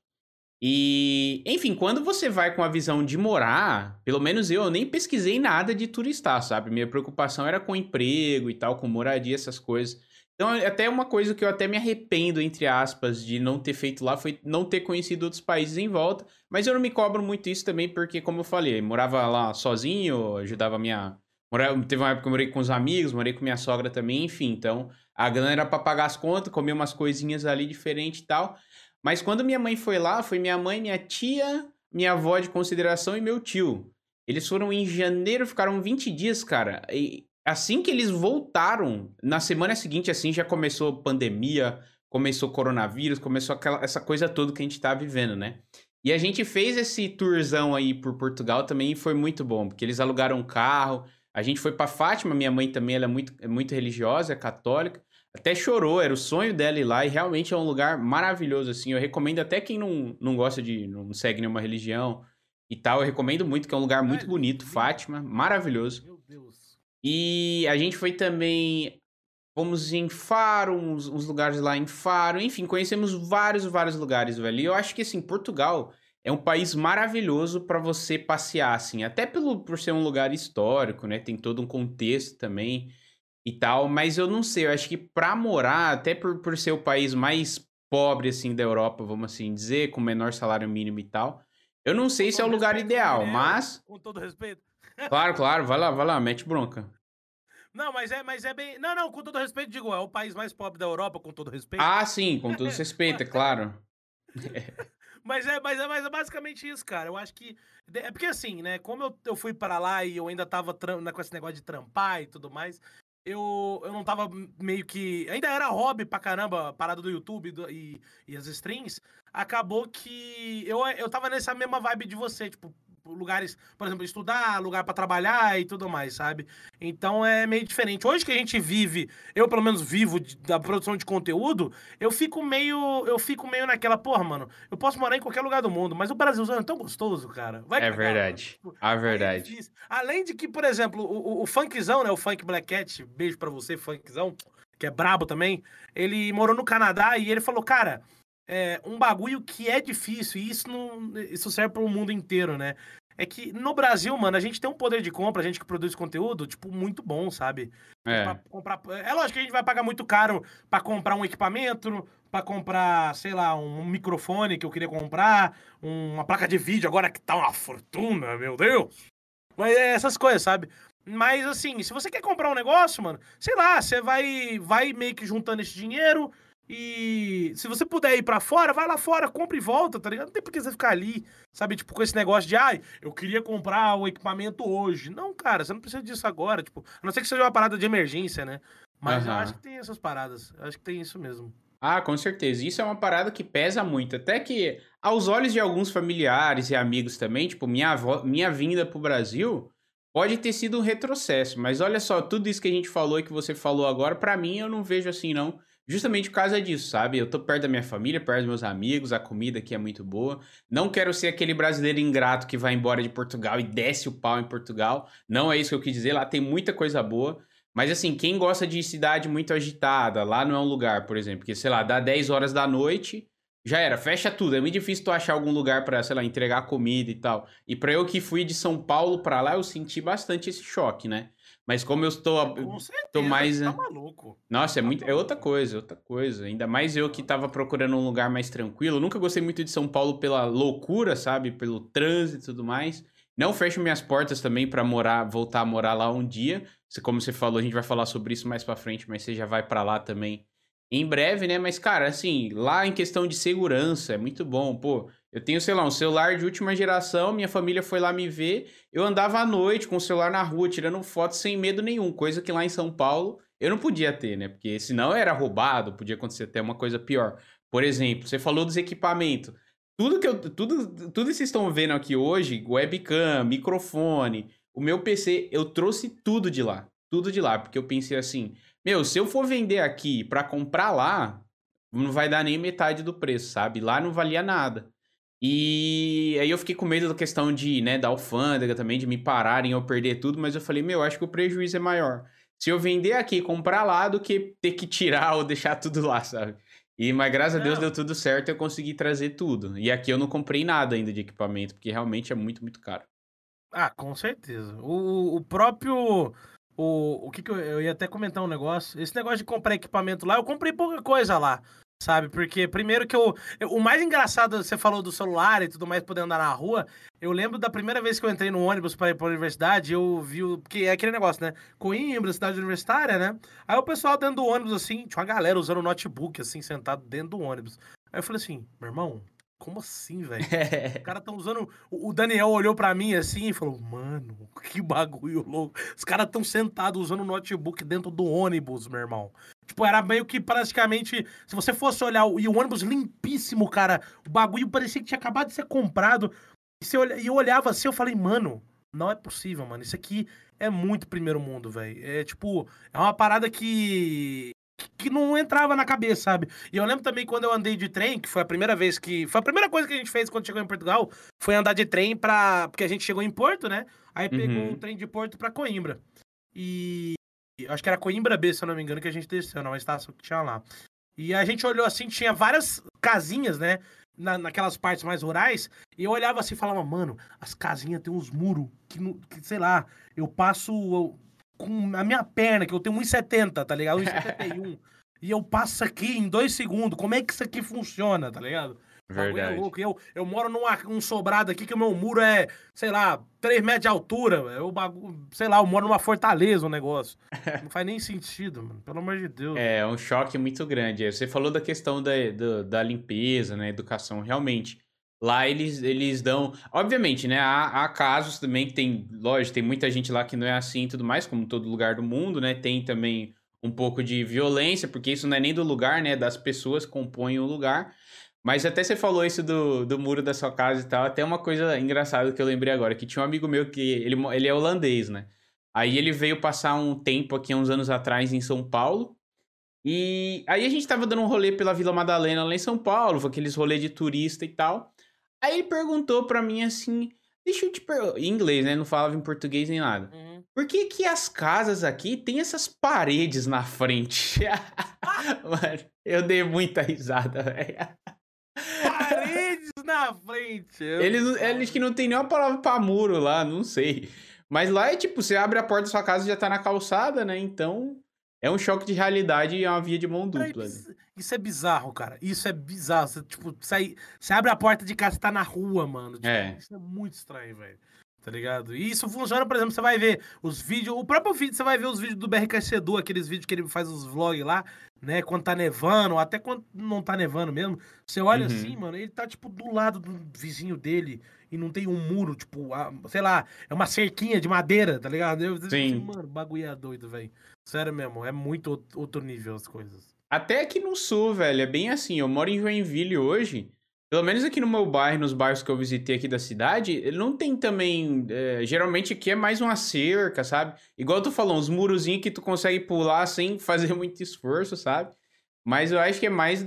E, enfim, quando você vai com a visão de morar, pelo menos eu nem pesquisei nada de turistar, sabe? Minha preocupação era com emprego e tal, com moradia, essas coisas. Então, até uma coisa que eu até me arrependo, entre aspas, de não ter feito lá foi não ter conhecido outros países em volta. Mas eu não me cobro muito isso também, porque, como eu falei, morava lá sozinho, ajudava a minha. Teve uma época que eu morei com os amigos, morei com minha sogra também, enfim. Então, a grana era pra pagar as contas, comer umas coisinhas ali diferente e tal. Mas quando minha mãe foi lá, foi minha mãe, minha tia, minha avó de consideração e meu tio. Eles foram em janeiro, ficaram 20 dias, cara. E assim que eles voltaram, na semana seguinte, assim, já começou pandemia, começou coronavírus, começou essa coisa toda que a gente tá vivendo, né? E a gente fez esse tourzão aí por Portugal também e foi muito bom, porque eles alugaram um carro. A gente foi pra Fátima, minha mãe também, ela é muito religiosa, é católica. Até chorou, era o sonho dela ir lá e realmente é um lugar maravilhoso, assim. Eu recomendo até quem não gosta de, não segue nenhuma religião e tal, eu recomendo muito, que é um lugar É muito lindo, bonito, lindo. Fátima, maravilhoso. Meu Deus. E a gente foi também, fomos em Faro, uns lugares lá em Faro, enfim, conhecemos vários lugares, velho. E eu acho que, assim, Portugal é um país maravilhoso para você passear, assim, até por ser um lugar histórico, né? Tem todo um contexto também e tal, mas eu não sei, eu acho que pra morar, até por ser o país mais pobre, assim, da Europa, vamos assim dizer, com menor salário mínimo e tal, eu não Com sei se é o todo lugar respeito, como ideal, diria eu, mas, com todo respeito. claro, claro, vai lá, mete bronca. Não, mas é bem. Não, não, com todo respeito, digo, é o país mais pobre da Europa, com todo respeito. Ah, sim, com todo respeito, é claro. Mas é basicamente isso, cara. Eu acho que. É porque assim, né? Como eu fui para lá e eu ainda tava com esse negócio de trampar e tudo mais, eu não tava meio que. Ainda era hobby pra caramba, a parada do YouTube e as streams. Acabou que eu tava nessa mesma vibe de você, tipo, lugares, por exemplo, estudar, lugar pra trabalhar e tudo mais, sabe? Então é meio diferente. Hoje que a gente vive, eu pelo menos vivo da produção de conteúdo, eu fico meio naquela, porra, mano, eu posso morar em qualquer lugar do mundo, mas o Brasilzão é tão gostoso, cara. Vai É cagar, mano. verdade, Tipo, a aí é verdade. difícil. Além de que, por exemplo, o funkzão, né, o Funk Black Cat, beijo pra você, funkzão, que é brabo também, ele morou no Canadá e ele falou, cara, um bagulho que é difícil, e isso serve pro mundo inteiro, né? É que no Brasil, mano, a gente tem um poder de compra, a gente que produz conteúdo, tipo, muito bom, sabe? Pra É, comprar. É lógico que a gente vai pagar muito caro pra comprar um equipamento, pra comprar, sei lá, um microfone que eu queria comprar, uma placa de vídeo agora que tá uma fortuna, meu Deus. Mas é essas coisas, sabe? Mas assim, se você quer comprar um negócio, mano, sei lá, você vai meio que juntando esse dinheiro e se você puder ir pra fora, vai lá fora, compra e volta, tá ligado? Não tem por que você ficar ali, sabe? Tipo, com esse negócio de, ai, eu queria comprar o equipamento hoje. Não, cara, você não precisa disso agora, tipo, a não ser que seja uma parada de emergência, né? Mas eu acho Aham. que tem essas paradas, eu acho que tem isso mesmo. Ah, com certeza. Isso é uma parada que pesa muito. Até que, aos olhos de alguns familiares e amigos também, tipo, minha vinda pro Brasil pode ter sido um retrocesso. Mas olha só, tudo isso que a gente falou e que você falou agora, pra mim eu não vejo assim, não. Justamente por causa disso, sabe? Eu tô perto da minha família, perto dos meus amigos, a comida aqui é muito boa. Não quero ser aquele brasileiro ingrato que vai embora de Portugal e desce o pau em Portugal. Não é isso que eu quis dizer. Lá tem muita coisa boa. Mas assim, quem gosta de cidade muito agitada, lá não é um lugar, por exemplo, que, sei lá, dá 10 horas da noite, já era, fecha tudo. É muito difícil tu achar algum lugar pra, sei lá, entregar comida e tal. E pra eu que fui de São Paulo pra lá, eu senti bastante esse choque, né? Mas como eu Com tô certeza, você mais. tá maluco. Nossa, Tá é outra maluco. coisa, outra coisa. Ainda mais eu que tava Nossa. procurando um lugar mais tranquilo. Eu nunca gostei muito de São Paulo pela loucura, sabe? Pelo trânsito e tudo mais. Não fecho minhas portas também pra morar, voltar a morar lá um dia. Como você falou, a gente vai falar sobre isso mais pra frente, mas você já vai pra lá também em breve, né? Mas, cara, assim, lá em questão de segurança, é muito bom. Pô, eu tenho, sei lá, um celular de última geração, minha família foi lá me ver. Eu andava à noite com o celular na rua, tirando fotos sem medo nenhum, coisa que lá em São Paulo eu não podia ter, né? Porque senão eu era roubado, podia acontecer até uma coisa pior. Por exemplo, você falou dos equipamentos. Tudo que vocês estão vendo aqui hoje, webcam, microfone, o meu PC, eu trouxe tudo de lá. Tudo de lá, porque eu pensei assim, meu, se eu for vender aqui pra comprar lá, não vai dar nem metade do preço, sabe? Lá não valia nada. E aí eu fiquei com medo da questão de, né, da alfândega também, de me pararem eu perder tudo, mas eu falei, meu, acho que o prejuízo é maior. Se eu vender aqui e comprar lá do que ter que tirar ou deixar tudo lá, sabe? Mas graças a Deus deu Não. tudo certo, eu consegui trazer tudo. E aqui eu não comprei nada ainda de equipamento, porque realmente é muito, muito caro. Ah, com certeza. O próprio. O que eu ia até comentar um negócio. Esse negócio de comprar equipamento lá, eu comprei pouca coisa lá, sabe? Porque, primeiro que o mais engraçado, você falou do celular e tudo mais, poder andar na rua. Eu lembro da primeira vez que eu entrei no ônibus para ir pra universidade, eu vi. Porque é aquele negócio, né? Coimbra, cidade universitária, né? Aí o pessoal dentro do ônibus, assim, tinha uma galera usando notebook, assim, sentado dentro do ônibus. Aí eu falei assim, meu irmão, como assim, velho? Os caras tão usando. O Daniel olhou pra mim assim e falou: Mano, que bagulho louco. Os caras tão sentados usando notebook dentro do ônibus, meu irmão. Tipo, era meio que praticamente. Se você fosse olhar. E o ônibus limpíssimo, cara. O bagulho parecia que tinha acabado de ser comprado. E eu olhava assim, eu falei: Mano, não é possível, mano. Isso aqui é muito primeiro mundo, velho. É tipo. É uma parada que não entrava na cabeça, sabe? E eu lembro também quando eu andei de trem, que foi a primeira vez que. Foi a primeira coisa que a gente fez quando chegou em Portugal, foi andar de trem pra. Porque a gente chegou em Porto, né? Aí pegou o Uhum. trem de Porto pra Coimbra. E. Acho que era Coimbra B, se eu não me engano, que a gente desceu, na estação que tinha lá. E a gente olhou assim, tinha várias casinhas, né? Naquelas partes mais rurais. E eu olhava assim e falava, mano, as casinhas tem uns muros que, sei lá, eu passo com a minha perna, que eu tenho 1,70, tá ligado? 1,71. E eu passo aqui em 2 segundos. Como é que isso aqui funciona, tá ligado? O bagulho é Verdade. louco. Eu moro num sobrado aqui que o meu muro é, sei lá, 3 metros de altura. Eu, sei lá, eu moro numa fortaleza o negócio. Não faz nem sentido, mano. Pelo amor de Deus. É um choque muito grande. Você falou da questão da limpeza, né, educação, realmente. Lá eles dão. Obviamente, né? Há casos também que tem. Lógico, tem muita gente lá que não é assim e tudo mais, como todo lugar do mundo, né? Tem também um pouco de violência, porque isso não é nem do lugar, né? Das pessoas que compõem o lugar. Mas até você falou isso do muro da sua casa e tal. Até uma coisa engraçada que eu lembrei agora, que tinha um amigo meu que ele é holandês, né? Aí ele veio passar um tempo aqui, uns anos atrás, em São Paulo. E aí a gente tava dando um rolê pela Vila Madalena lá em São Paulo, aqueles rolê de turista e tal. Aí ele perguntou pra mim assim, deixa eu te perguntar, em inglês, né? Não falava em português nem nada. Uhum. Por que que as casas aqui têm essas paredes na frente? Mano, eu dei muita risada, velho. Paredes na frente. Eles que não tem nenhuma palavra pra muro lá, não sei. Mas lá é tipo, você abre a porta da sua casa e já tá na calçada, né? Então é um choque de realidade e é uma via de mão Peraí, dupla ali. isso é bizarro, cara. Isso é bizarro. Você, tipo, você abre a porta de casa e tá na rua, mano. Tipo, É. isso é muito estranho, velho. tá ligado? E isso funciona, por exemplo, você vai ver os vídeos, o próprio vídeo, você vai ver os vídeos do BRK Sedu, aqueles vídeos que ele faz os vlogs lá, né, quando tá nevando, ou até quando não tá nevando mesmo, você olha assim, Uhum. mano, ele tá, tipo, do lado do vizinho dele, e não tem um muro, tipo, sei lá, é uma cerquinha de madeira, tá ligado? Eu fico assim, Sim. mano, o bagulho é doido, velho. Sério mesmo, é muito outro nível as coisas. Até aqui no sul, velho, é bem assim. Eu moro em Joinville hoje. Pelo menos aqui no meu bairro, nos bairros que eu visitei aqui da cidade, ele não tem também. Geralmente aqui é mais uma cerca, sabe? Igual tu falou, uns murozinhos que tu consegue pular sem fazer muito esforço, sabe? Mas eu acho que é mais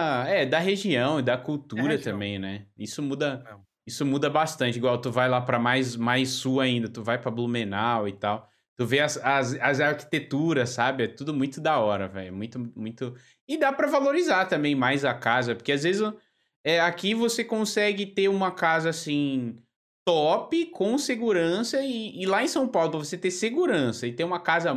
da região e da É cultura região. também, né? É. Isso muda bastante. Igual tu vai lá pra mais sul ainda, tu vai pra Blumenau e tal. Tu vê as arquiteturas, sabe? É tudo muito da hora, velho. Muito, muito. E dá pra valorizar também mais a casa, porque às vezes aqui você consegue ter uma casa assim top, com segurança, e lá em São Paulo, pra você ter segurança e ter uma casa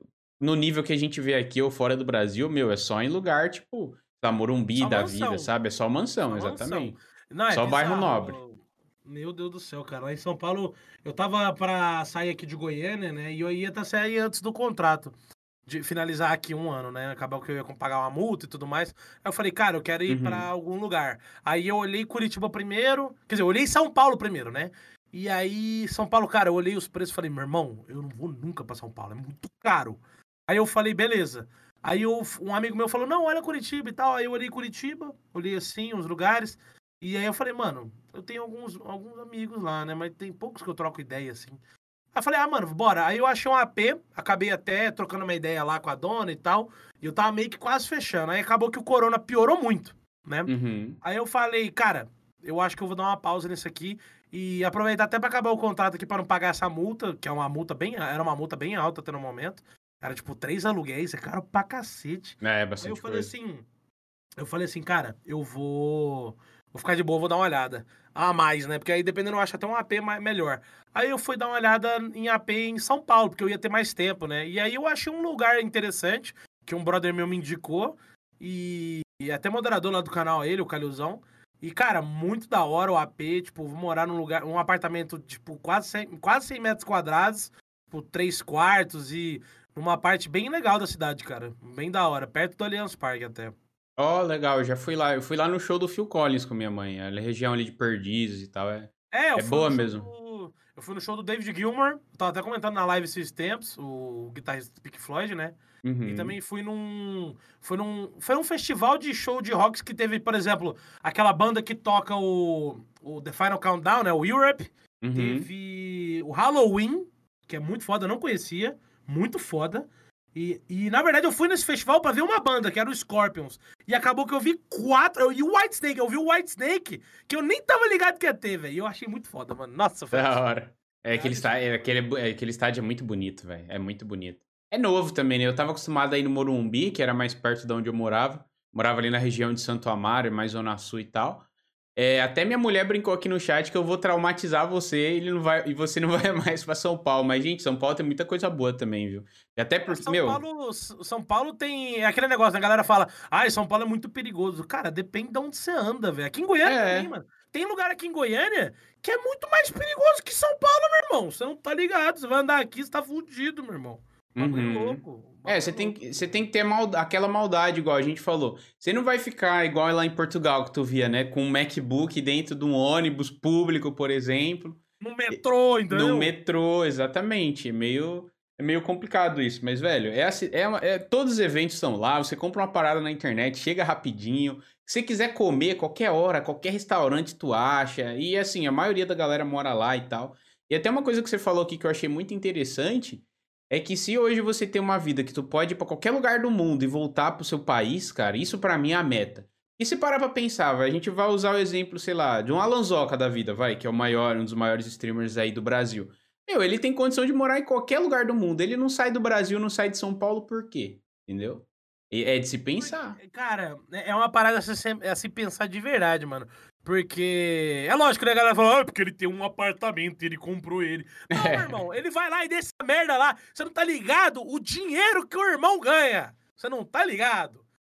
no nível que a gente vê aqui ou fora do Brasil, meu, é só em lugar tipo, sei lá, Morumbi Só da vida, mansão. sabe? É só mansão, Só mansão. exatamente. Não, é Só bairro nobre. bizarro. Meu Deus do céu, cara. Lá em São Paulo, eu tava pra sair aqui de Goiânia, né? E eu ia até sair antes do contrato, de finalizar aqui um ano, né? Acabou que eu ia pagar uma multa e tudo mais. Aí eu falei, cara, eu quero ir pra Uhum. algum lugar. Aí eu olhei Curitiba primeiro. Quer dizer, eu olhei São Paulo primeiro, né? E aí, São Paulo, cara, eu olhei os preços e falei, meu irmão, eu não vou nunca pra São Paulo, é muito caro. Aí eu falei, beleza. Aí um amigo meu falou, não, olha Curitiba e tal. Aí eu olhei Curitiba, olhei assim, uns lugares. E aí eu falei, mano, eu tenho alguns amigos lá, né? Mas tem poucos que eu troco ideia, assim. Aí eu falei, ah, mano, bora. Aí eu achei um AP, acabei até trocando uma ideia lá com a dona e tal. E eu tava meio que quase fechando. Aí acabou que o corona piorou muito, né? Uhum. Aí eu falei, cara, eu acho que eu vou dar uma pausa nisso aqui e aproveitar até pra acabar o contrato aqui pra não pagar essa multa, que é uma multa bem, era uma multa bem alta até no momento. Era tipo 3 aluguéis, é caro pra cacete. É, Aí bastante coisa. eu falei assim, cara, vou ficar de boa, vou dar uma olhada. A mais, né? Porque aí dependendo eu acho até um AP melhor. Aí eu fui dar uma olhada em AP em São Paulo, porque eu ia ter mais tempo, né? E aí eu achei um lugar interessante, que um brother meu me indicou, e até moderador lá do canal, ele, o Calilzão. E, cara, muito da hora o AP, tipo, vou morar num lugar, um apartamento, tipo, quase 100 metros quadrados, por 3 quartos e numa parte bem legal da cidade, cara. Bem da hora, perto do Allianz Parque até. Ó, legal, eu já fui lá. Eu fui lá no show do Phil Collins com minha mãe. A região ali de Perdizes e tal. É, É boa mesmo. Eu fui no show do David Gilmour, eu tava até comentando na live esses tempos, o guitarrista do Pink Floyd, né? E Uhum. também foi um festival de show de rocks que teve, por exemplo, aquela banda que toca o The Final Countdown, né? O Europe. Uhum. Teve o Halloween, que é muito foda, eu não conhecia, muito foda. Na verdade, eu fui nesse festival pra ver uma banda, que era o Scorpions. E acabou que eu vi 4. E o Whitesnake, eu vi o Whitesnake, que eu nem tava ligado que ia ter, velho. E eu achei muito foda, mano. Nossa, foi Da absurdo. hora. É, É absurdo. aquele estádio é muito bonito, velho. É muito bonito. É novo também, né? Eu tava acostumado a ir no Morumbi, que era mais perto de onde eu morava. Morava ali na região de Santo Amaro, mais Zona Sul e tal. Até minha mulher brincou aqui no chat que eu vou traumatizar você e você não vai mais pra São Paulo. Mas, gente, São Paulo tem muita coisa boa também, viu? E até É, porque, meu, São Paulo tem aquele negócio, né? A galera fala, ai, São Paulo é muito perigoso. Cara, depende de onde você anda, velho. Aqui em Goiânia também, é. mano. Tem lugar aqui em Goiânia que é muito mais perigoso que São Paulo, meu irmão. Você não tá ligado. Você vai andar aqui, você tá fudido, meu irmão. O bagulho é Uhum. louco. O bagulho é louco. Você tem que ter aquela maldade, igual a gente falou. Você não vai ficar igual lá em Portugal que tu via, né? Com um MacBook dentro de um ônibus público, por exemplo. No metrô, No entendeu? metrô, exatamente. É meio complicado isso. Mas, velho, todos os eventos estão lá. Você compra uma parada na internet, chega rapidinho. Se você quiser comer, qualquer hora, qualquer restaurante tu acha. E, assim, a maioria da galera mora lá e tal. E até uma coisa que você falou aqui que eu achei muito interessante é que se hoje você tem uma vida que tu pode ir pra qualquer lugar do mundo e voltar pro seu país, cara, isso pra mim é a meta. E se parar pra pensar, vai, a gente vai usar o exemplo, sei lá, de um Alan Zoca da vida, vai, que é um dos maiores streamers aí do Brasil. Meu, ele tem condição de morar em qualquer lugar do mundo. Ele não sai do Brasil, não sai de São Paulo, por quê? Entendeu? É de se pensar. Cara, é uma parada a se pensar de verdade, mano. Porque. É lógico, né? A galera fala, ah, porque ele tem um apartamento, ele comprou ele. Não, meu irmão, ele vai lá e deixa essa merda lá. Você não tá ligado? O dinheiro que o irmão ganha. Você não tá ligado?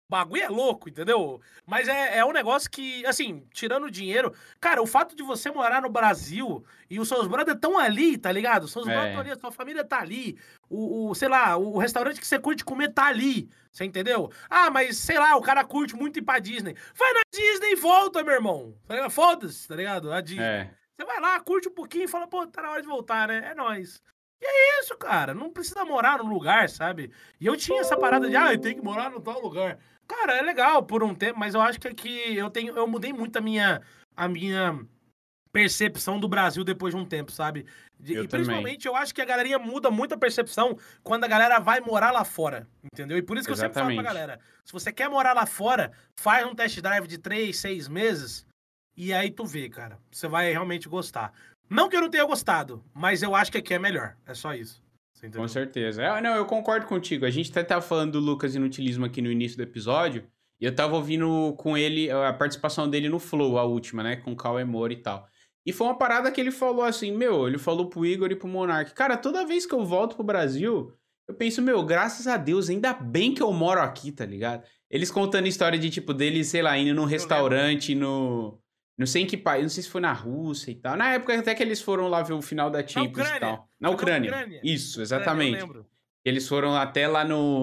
bagulho é louco, entendeu? Mas é um negócio que, assim, tirando o dinheiro... Cara, o fato de você morar no Brasil e os seus brothers estão ali, tá ligado? Os seus brothers estão ali, a sua família tá ali. Sei lá, o restaurante que você curte comer tá ali. Você entendeu? Ah, mas, sei lá, o cara curte muito ir pra Disney. Vai na Disney e volta, meu irmão. Foda-se, tá ligado? A Disney. É, Você vai lá, curte um pouquinho e fala, pô, tá na hora de voltar, né? É nóis. Isso, cara, não precisa morar num lugar, sabe? E eu tinha essa parada de, tem que morar num tal lugar. Cara, é legal por um tempo, mas eu acho que aqui eu mudei muito a minha percepção do Brasil depois de um tempo, sabe? eu E também. principalmente eu acho que a galerinha muda muito a percepção quando a galera vai morar lá fora, entendeu? E por isso que eu sempre falo pra Exatamente. galera, se você quer morar lá fora, faz um test drive de 3, 6 meses e aí tu vê, cara. Você vai realmente gostar. Não que eu não tenha gostado, mas eu acho que aqui é melhor. É só isso. Você Com entendeu? certeza. Não, eu concordo contigo. A gente até tava falando do Lucas Inutilismo aqui no início do episódio, e eu tava ouvindo com ele a participação dele no Flow, a última, né? Com o Cauê Moura e tal. E foi uma parada que ele falou assim, ele falou pro Igor e pro Monark. Cara, toda vez que eu volto pro Brasil, eu penso, graças a Deus, ainda bem que eu moro aqui, tá ligado? Eles contando história de, tipo, dele, sei lá, indo num Eu lembro. restaurante no... Não sei em que país, não sei se foi na Rússia e tal. Na época até que eles foram lá ver o final da Na Champions e Ucrânia. tal. Na Foi na Ucrânia. Ucrânia. Isso, Ucrânia, eu exatamente. lembro. Eles foram até lá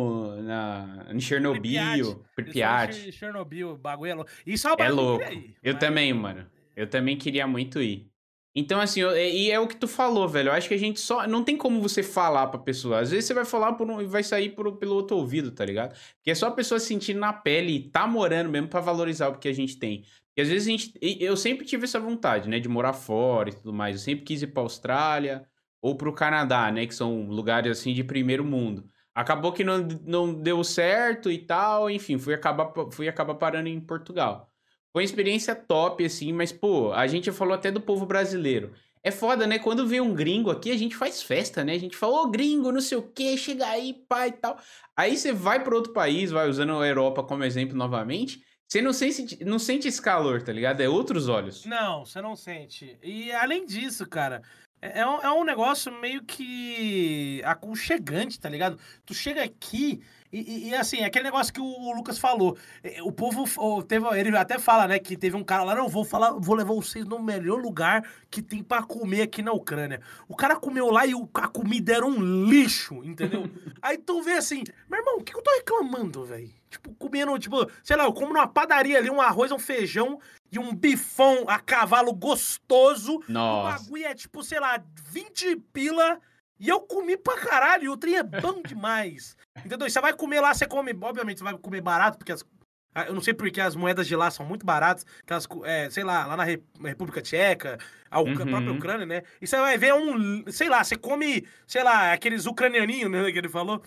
em Pripyat. Chernobyl, Eles foram Pripyat. em Chernobyl, bagulho é louco. Isso é uma É parada que eu queria louco. ir, Eu mas também, não. mano. Eu também queria muito ir. Então, assim, e é o que tu falou, velho. Eu acho que a gente só. Não tem como você falar pra pessoa. Às vezes você vai falar e vai sair pelo outro ouvido, tá ligado? Porque é só a pessoa sentindo na pele e tá morando mesmo pra valorizar o que a gente tem. Porque às vezes a gente. Eu sempre tive essa vontade, né? De morar fora e tudo mais. Eu sempre quis ir pra Austrália ou pro Canadá, né? Que são lugares assim de primeiro mundo. Acabou que não deu certo e tal. Enfim, fui acabar parando em Portugal. Foi uma experiência top, assim, mas, pô, a gente falou até do povo brasileiro. É foda, né? Quando vem um gringo aqui, a gente faz festa, né? A gente fala, ô gringo, não sei o quê, chega aí, pai e tal. Aí você vai para outro país, vai usando a Europa como exemplo novamente, você não sente esse calor, tá ligado? É outros olhos. Não, você não sente. E além disso, cara, é um negócio meio que aconchegante, tá ligado? Tu chega aqui assim, é aquele negócio que o Lucas falou. O povo ele até fala, né, que teve um cara lá, não, vou levar vocês no melhor lugar que tem pra comer aqui na Ucrânia. O cara comeu lá e a comida era um lixo, entendeu? Aí tu vê assim, meu irmão, o que eu tô reclamando, velho? Tipo, comendo, tipo, sei lá, eu como numa padaria ali um arroz, um feijão e um bifão a cavalo gostoso. O Nossa, bagulho é tipo, sei lá, 20 pila. E eu comi pra caralho. E o trem é bom demais. Entendeu? E você vai comer lá, você come. Obviamente, você vai comer barato, porque eu não sei porque as moedas de lá são muito baratas. Sei lá na República Tcheca, a própria uhum, Ucrânia, né? E você vai ver sei lá, você come, sei lá, aqueles ucranianinhos, né, que ele falou.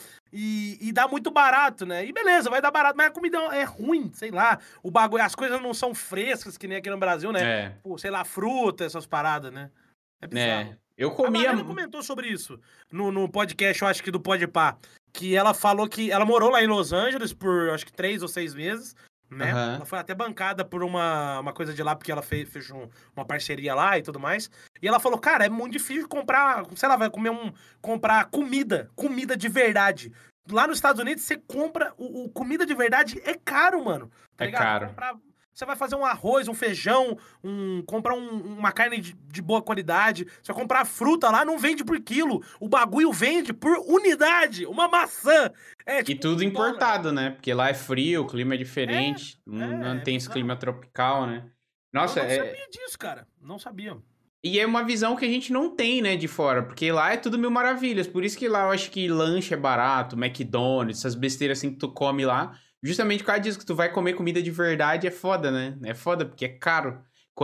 E dá muito barato, né? E beleza, vai dar barato, mas a comida é ruim, sei lá. O bagulho, as coisas não são frescas, que nem aqui no Brasil, né? é, Pô, sei lá, fruta, essas paradas, né? É bizarro. eu A comia, Mariana comentou sobre isso no podcast, eu acho que do Podpah, que ela falou que ela morou lá em Los Angeles por, acho que 3 ou 6 meses, né? Ela aham, foi até bancada por uma coisa de lá, porque ela fechou uma parceria lá e tudo mais. E ela falou, cara, é muito difícil comprar, sei lá, comprar comida de verdade. Lá nos Estados Unidos, você compra, comida de verdade é caro, mano. Tá é ligado? caro. Você vai fazer um arroz, um feijão, comprar uma carne de boa qualidade. Você vai comprar fruta lá, não vende por quilo. O bagulho vende por unidade. Uma maçã. É E tipo tudo $1. importado, né? Porque lá é frio, o clima é É, diferente, não é tem esse clima bizarro. tropical, né? Eu Nossa, não sabia disso, cara. Não sabia. e é uma visão que a gente não tem, né, de fora, porque lá é tudo mil maravilhas. Por isso que lá eu acho que lanche é barato, McDonald's, essas besteiras assim que tu come lá. Justamente por causa disso, que tu vai comer comida de verdade é foda, né? É foda porque é caro.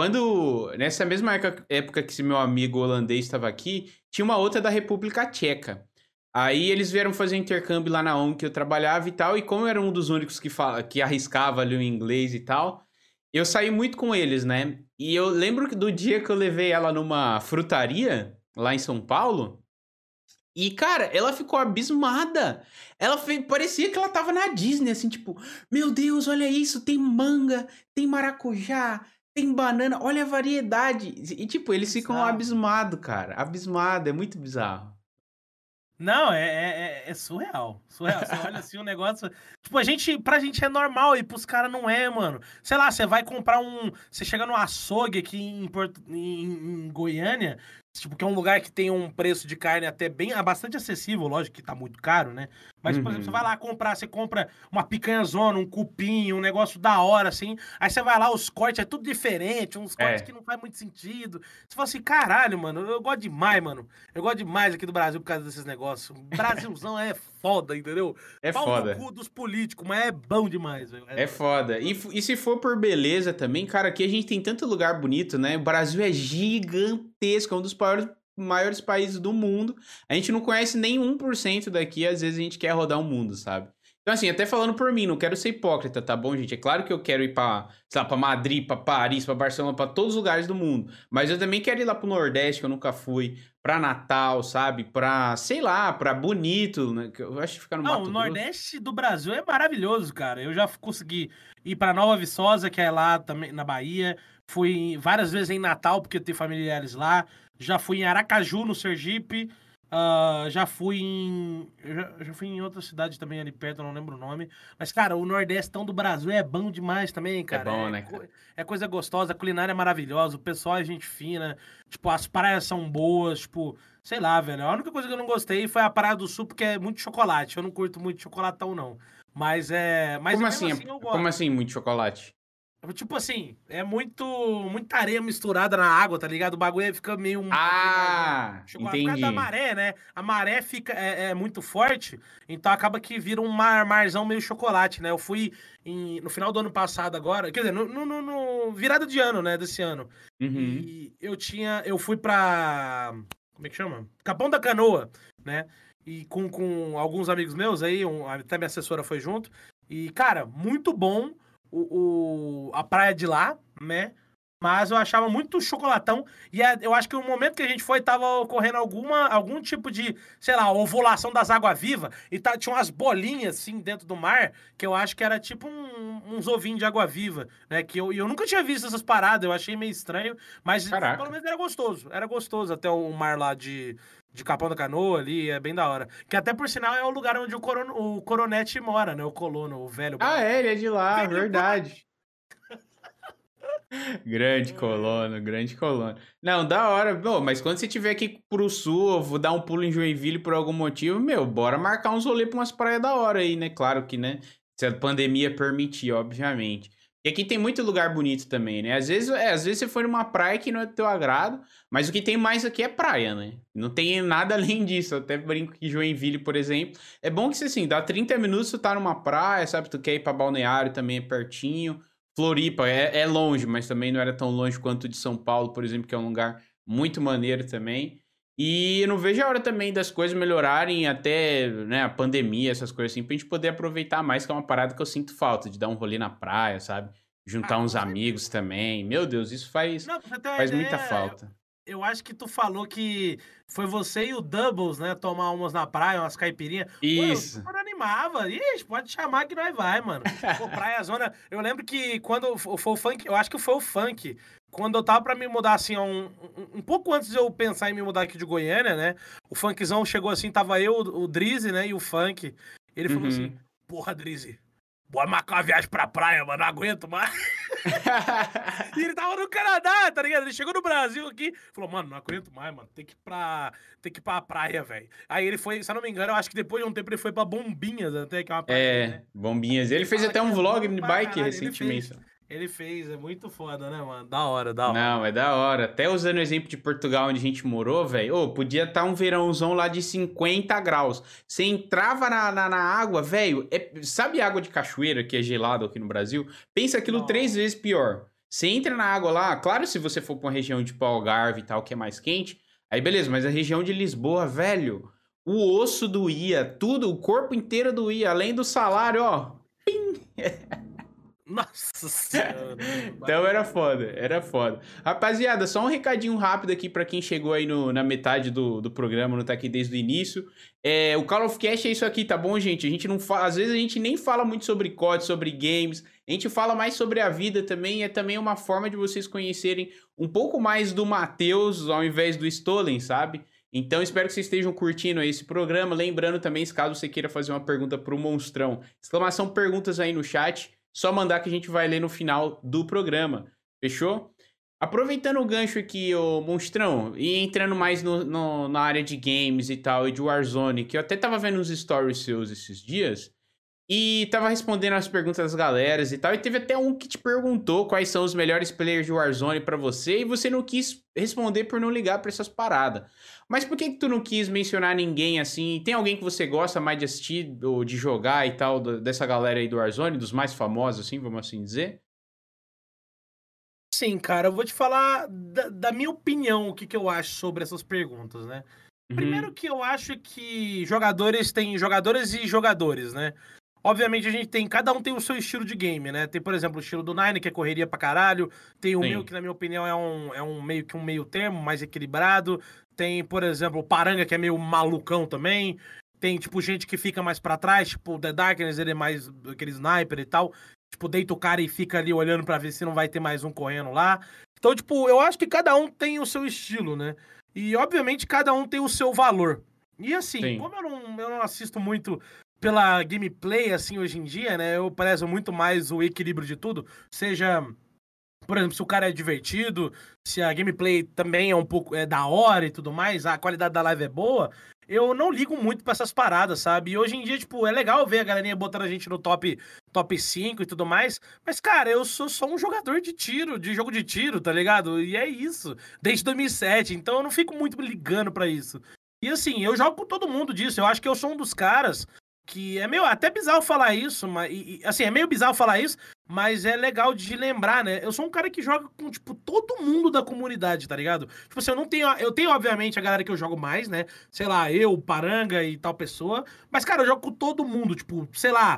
Nessa mesma época que esse meu amigo holandês estava aqui, tinha uma outra da República Tcheca. Aí eles vieram fazer um intercâmbio lá na ONG que eu trabalhava e tal, e como eu era um dos únicos que arriscava ali o inglês e tal, eu saí muito com eles, né? E eu lembro do dia que eu levei ela numa frutaria lá em São Paulo. E, cara, ela ficou abismada. Parecia que ela tava na Disney, assim, tipo, meu Deus, olha isso, tem manga, tem maracujá, tem banana, olha a variedade. E, tipo, eles ficam Bizarro. abismados, cara. Abismado, é muito bizarro. Não, é surreal. Surreal. Você olha assim o negócio. Tipo, pra gente é normal e pros caras não é, mano. Sei lá, você vai comprar um. Você chega no açougue aqui em Goiânia, tipo, que é um lugar que tem um preço de carne até bastante acessível, lógico que tá muito caro, né? Mas, por exemplo, você vai lá comprar, você compra uma picanhazona, um cupim, um negócio da hora, assim. Aí você vai lá, os cortes é tudo diferente, uns cortes que É, não faz muito sentido. Você fala assim, caralho, mano, eu gosto demais, mano. Eu gosto demais aqui do Brasil por causa desses negócios. O Brasilzão é foda, entendeu? é Pau no foda. cu dos políticos, mas é bom demais, velho. É foda. E se for por beleza também, cara, aqui a gente tem tanto lugar bonito, né? O Brasil é gigantesco, é um dos maiores países do mundo. A gente não conhece nem 1% daqui, às vezes a gente quer rodar o mundo, sabe? Então, assim, até falando por mim, não quero ser hipócrita, tá bom, gente? É claro que eu quero ir pra, sei lá, pra Madrid, pra Paris, pra Barcelona, pra todos os lugares do mundo. Mas eu também quero ir lá pro Nordeste, que eu nunca fui, pra Natal, sabe? Pra, sei lá, pra Bonito, né? Que eu acho que fica no Não, o Mato Grosso. Nordeste do Brasil é maravilhoso, cara. Eu já consegui ir pra Nova Viçosa, que é lá também na Bahia. Fui várias vezes em Natal, porque eu tenho familiares lá. Já fui em Aracaju, no Sergipe. Já fui em. Eu já fui em outra cidade também ali perto, eu não lembro o nome. Mas, cara, o Nordestão do Brasil é bom demais também, É cara. bom, né, cara? É coisa gostosa, a culinária é maravilhosa, o pessoal é gente fina. Tipo, as praias são boas, tipo. Sei lá, velho. A única coisa que eu não gostei foi a Praia do Sul, porque é muito chocolate. Eu não curto muito chocolatão, não. Mas é. Mas Como mesmo assim? assim eu Como gosto. assim, muito chocolate? Tipo assim, é muita areia misturada na água, tá ligado? O bagulho aí fica meio aquele marzão Ah, chocolate. Por causa da entendi. maré, né? A maré fica é muito forte, então acaba que vira um marzão meio chocolate, né? Eu fui no final do ano passado agora, quer dizer, no virada de ano, né, desse ano. Uhum. E eu fui pra, como é que chama? Capão da Canoa, né? E com alguns amigos meus aí, até minha assessora foi junto. E, cara, muito bom a praia de lá, né? Mas eu achava muito chocolatão. E eu acho que o momento que a gente foi, tava ocorrendo algum tipo de, sei lá, ovulação das águas-vivas. E tinha umas bolinhas, assim, dentro do mar, que eu acho que era tipo uns ovinhos de água-viva, né? Eu nunca tinha visto essas paradas, eu achei meio estranho. Mas pelo Caraca. menos era gostoso. Era gostoso até o mar lá de Capão da Canoa ali, é bem da hora. Que até, por sinal, é o lugar onde o Coronete mora, né? O colono, o velho Ah, é, ele é de lá, Velho verdade. Coronete! Grande colono, grande colono. Não, da hora. Bom, mas quando você tiver aqui pro sul, eu vou dar um pulo em Joinville por algum motivo, meu, bora marcar uns rolê pra umas praias da hora aí, né? Claro que, né? Se a pandemia permitir, obviamente. E aqui tem muito lugar bonito também, né? Às vezes você foi numa praia que não é do teu agrado, mas o que tem mais aqui é praia, né? Não tem nada além disso. Eu até brinco que Joinville, por exemplo, é bom que você, assim, dá 30 minutos, tu tá numa praia, sabe? Tu quer ir pra Balneário também é pertinho. Floripa é longe, mas também não era tão longe quanto de São Paulo, por exemplo, que é um lugar muito maneiro também. E eu não vejo a hora também das coisas melhorarem até, né, a pandemia, essas coisas assim, pra gente poder aproveitar mais, que é uma parada que eu sinto falta, de dar um rolê na praia, sabe? Juntar Ah, uns com amigos certeza. também. Meu Deus, isso faz, Não, pra você ter uma faz muita ideia, falta. eu acho que tu falou que foi você e o Doubles, né, tomar umas na praia, umas caipirinhas. Pô, eu Isso. super animava. Ixi, pode chamar que nós vai, mano. Pô, Praia Zona. Eu lembro que quando foi o funk, eu acho que foi o funk. Quando eu tava pra me mudar, assim, um pouco antes de eu pensar em me mudar aqui de Goiânia, né? O funkzão chegou assim, tava eu, o Drizzy, né, e o funk. Ele falou assim: Uhum. porra, Drizzy, bora marcar uma viagem pra praia, mano, não aguento mais. E ele tava no Canadá, tá ligado? Ele chegou no Brasil aqui, falou, mano, não aguento mais, mano. Tem que ir pra praia, velho. Aí ele foi, se eu não me engano, eu acho que depois de um tempo ele foi pra Bombinhas, até, que é uma praia aí, É, né? bombinhas. Ele Ele fez fala até que um é vlog bom de pra bike caralho. Ele recentemente. fez. Ele fez, é muito foda, né, mano? Da hora, da hora. Não, é da hora. Até usando o exemplo de Portugal, onde a gente morou, velho. Ô, podia estar um verãozão lá de 50 graus. Você entrava na água, velho. Sabe água de cachoeira que é gelada aqui no Brasil? Pensa aquilo 3 vezes Não. pior. Você entra na água lá, claro, se você for pra uma região de Algarve e tal, que é mais quente, aí beleza, mas a região de Lisboa, velho, o osso doía, tudo, o corpo inteiro doía, além do salário, ó. Nossa senhora, mano. O Então bagulho era é. foda, era foda. Rapaziada, só um recadinho rápido aqui pra quem chegou aí na metade do programa, não tá aqui desde o início. O Call of Cast é isso aqui, tá bom, gente? A gente não às vezes a gente nem fala muito sobre COD, sobre games. A gente fala mais sobre a vida também. É também uma forma de vocês conhecerem um pouco mais do Matheus ao invés do Stolen, sabe? Então, espero que vocês estejam curtindo esse programa. Lembrando também, caso você queira fazer uma pergunta pro Monstrão, exclamação perguntas aí no chat, só mandar que a gente vai ler no final do programa. Fechou? Aproveitando o gancho aqui, ô Monstrão, e entrando mais na área de games e tal, e de Warzone, que eu até tava vendo uns stories seus esses dias, e tava respondendo as perguntas das galeras e tal, e teve até um que te perguntou quais são os melhores players de Warzone pra você, e você não quis responder por não ligar pra essas paradas. Mas por que tu não quis mencionar ninguém assim? Tem alguém que você gosta mais de assistir ou de jogar e tal, dessa galera aí do Warzone, dos mais famosos assim, vamos assim dizer? Sim, cara, eu vou te falar da minha opinião, o que, que eu acho sobre essas perguntas, né? Primeiro Uhum, que eu acho que jogadores têm jogadores e jogadores, né? Obviamente a gente tem, cada um tem o seu estilo de game, né? Tem, por exemplo, o estilo do Nine, que é correria pra caralho. Tem o meu, sim. que na minha opinião é um meio que um meio termo, mais equilibrado. Tem, por exemplo, o Paranga, que é meio malucão também. Tem, tipo, gente que fica mais pra trás, tipo, o The Darkness, ele é mais aquele sniper e tal. Tipo, deita o cara e fica ali olhando pra ver se não vai ter mais um correndo lá. Então, tipo, eu acho que cada um tem o seu estilo, né? E, obviamente, cada um tem o seu valor. E, assim, Sim. como eu não assisto muito pela gameplay, assim, hoje em dia, né? Eu prezo muito mais o equilíbrio de tudo. Seja, por exemplo, se o cara é divertido, se a gameplay também é um pouco da hora e tudo mais, a qualidade da live é boa, eu não ligo muito pra essas paradas, sabe? E hoje em dia, tipo, é legal ver a galerinha botando a gente no top 5 e tudo mais, mas, cara, eu sou só um jogador de tiro, de jogo de tiro, tá ligado? E é isso, desde 2007, então eu não fico muito ligando pra isso. E assim, eu jogo com todo mundo disso, eu acho que eu sou um dos caras que é meio até bizarro falar isso, mas assim, é meio bizarro falar isso, mas é legal de lembrar, né? Eu sou um cara que joga com, tipo, todo mundo da comunidade, tá ligado? Tipo assim, eu tenho, obviamente, a galera que eu jogo mais, né? Sei lá, eu, Paranga e tal pessoa. Mas, cara, eu jogo com todo mundo, tipo, sei lá.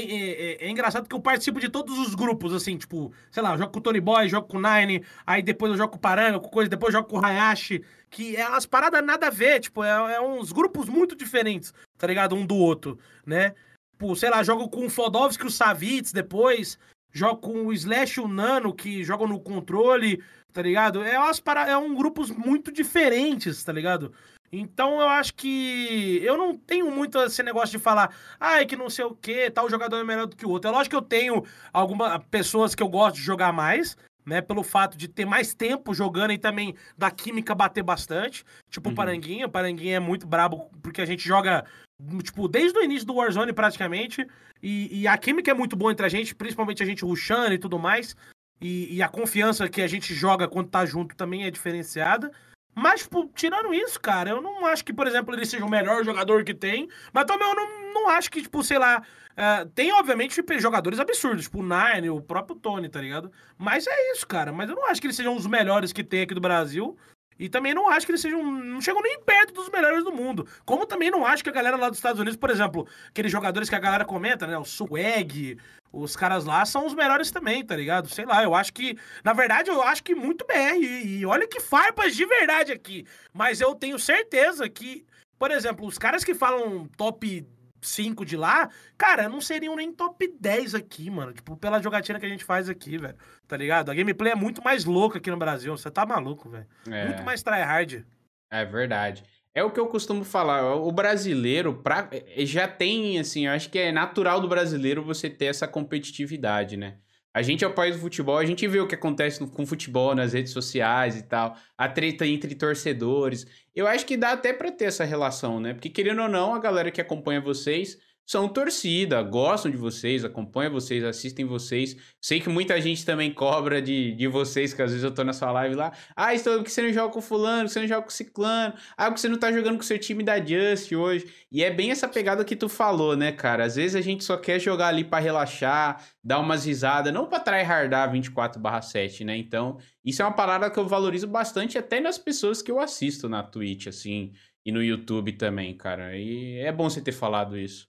É engraçado que eu participo de todos os grupos, assim, tipo, sei lá, eu jogo com o Tony Boy, jogo com o Nine, aí depois eu jogo com o Paranga, com coisa, depois eu jogo com o Hayashi, que é umas paradas nada a ver, tipo, é uns grupos muito diferentes, tá ligado? Um do outro, né? Tipo, sei lá, jogo com o Fodovski e o Savitz depois, jogo com o Slash e o Nano, que jogam no controle, tá ligado? É um grupos muito diferentes, tá ligado? Então eu acho que eu não tenho muito esse negócio de falar, é que não sei o que, tal jogador é melhor do que o outro. É lógico que eu tenho algumas pessoas que eu gosto de jogar mais, né? Pelo fato de ter mais tempo jogando e também da química bater bastante. Tipo Uhum. O Paranguinha é muito brabo porque a gente joga, tipo, desde o início do Warzone praticamente. E a química é muito boa entre a gente, principalmente a gente rushando e tudo mais. E a confiança que a gente joga quando tá junto também é diferenciada. Mas, tipo, tirando isso, cara, eu não acho que, por exemplo, ele seja o melhor jogador que tem. Mas também eu não acho que, tipo, sei lá. Tem, obviamente, jogadores absurdos, tipo o Nine, o próprio Tony, tá ligado? Mas é isso, cara. Mas eu não acho que eles sejam os melhores que tem aqui do Brasil. E também não acho que eles sejam. Não chegam nem perto dos melhores do mundo. Como também não acho que a galera lá dos Estados Unidos, por exemplo, aqueles jogadores que a galera comenta, né? O Swag, os caras lá são os melhores também, tá ligado? Sei lá, eu acho que. Na verdade, eu acho que muito BR. E olha que farpas de verdade aqui. Mas eu tenho certeza que, por exemplo, os caras que falam top 5 de lá, cara, não seriam nem top 10 aqui, mano. Tipo, pela jogatina que a gente faz aqui, velho. Tá ligado? A gameplay é muito mais louca aqui no Brasil. Você tá maluco, velho. Muito É. mais tryhard. É verdade. É o que eu costumo falar. O brasileiro já tem, assim, eu acho que é natural do brasileiro você ter essa competitividade, né? A gente é o país do futebol, a gente vê o que acontece com o futebol nas redes sociais e tal, a treta entre torcedores. Eu acho que dá até pra ter essa relação, né? Porque querendo ou não, a galera que acompanha vocês são torcida, gostam de vocês, acompanham vocês, assistem vocês. Sei que muita gente também cobra de vocês, que às vezes eu tô na sua live lá. Ah, estou porque você não joga com fulano, você não joga com ciclano. Ah, porque você não tá jogando com o seu time da Just hoje. E é bem essa pegada que tu falou, né, cara? Às vezes a gente só quer jogar ali pra relaxar, dar umas risadas, não pra tryhardar 24/7, né? Então, isso é uma parada que eu valorizo bastante até nas pessoas que eu assisto na Twitch, assim, e no YouTube também, cara. E é bom você ter falado isso.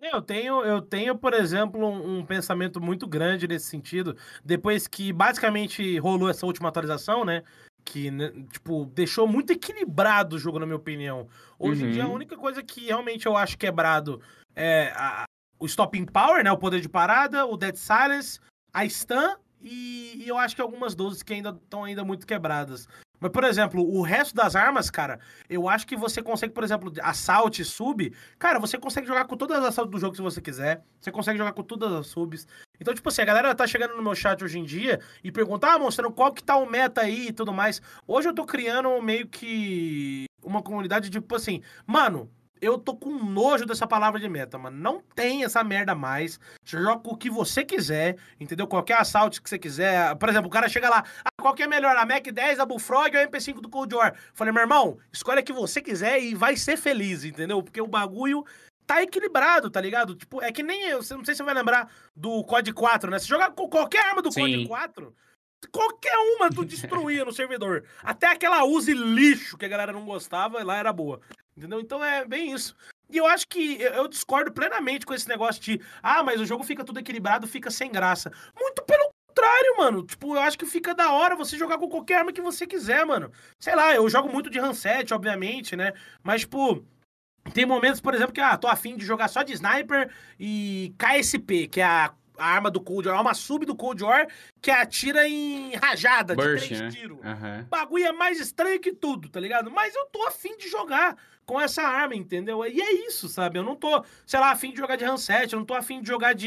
Eu tenho, por exemplo, um pensamento muito grande nesse sentido, depois que basicamente rolou essa última atualização, né? Que, né, tipo, deixou muito equilibrado o jogo, na minha opinião. Hoje em dia, a Uhum. única coisa que realmente eu acho quebrado é o Stopping Power, né? O poder de parada, o Dead Silence, a Stun e eu acho que algumas doses que ainda estão ainda muito quebradas. Mas, por exemplo, o resto das armas, cara, eu acho que você consegue, por exemplo, assalto e sub, cara, você consegue jogar com todas as assaltos do jogo se você quiser. Você consegue jogar com todas as subs. Então, tipo assim, a galera tá chegando no meu chat hoje em dia e pergunta, mostrando qual que tá o meta aí e tudo mais. Hoje eu tô criando meio que uma comunidade, tipo assim, mano, eu tô com nojo dessa palavra de meta, mano. Não tem essa merda mais. Você joga com o que você quiser, entendeu? Qualquer assalto que você quiser. Por exemplo, o cara chega lá, qual que é melhor, a Mac 10, a Bullfrog ou a MP5 do Cold War? Falei, meu irmão, escolhe a que você quiser e vai ser feliz, entendeu? Porque o bagulho tá equilibrado, tá ligado? Tipo, é que nem eu, não sei se você vai lembrar do COD 4, né? Se jogar com qualquer arma do COD Sim. 4, qualquer uma tu destruía no servidor. Até aquela Uzi lixo que a galera não gostava, lá era boa. Entendeu? Então é bem isso. E eu acho que eu discordo plenamente com esse negócio de mas o jogo fica tudo equilibrado, fica sem graça. Muito pelo contrário, mano. Tipo, eu acho que fica da hora você jogar com qualquer arma que você quiser, mano. Sei lá, eu jogo muito de handset, obviamente, né? Mas, tipo, tem momentos, por exemplo, que tô afim de jogar só de sniper e KSP, que é a arma do Cold War, uma sub do Cold War que atira em rajada Burst, de 3 né? tiros. Aham. Bagulho é mais estranho que tudo, tá ligado? Mas eu tô afim de jogar com essa arma, entendeu? E é isso, sabe? Eu não tô, sei lá, afim de jogar de handset, eu não tô afim de jogar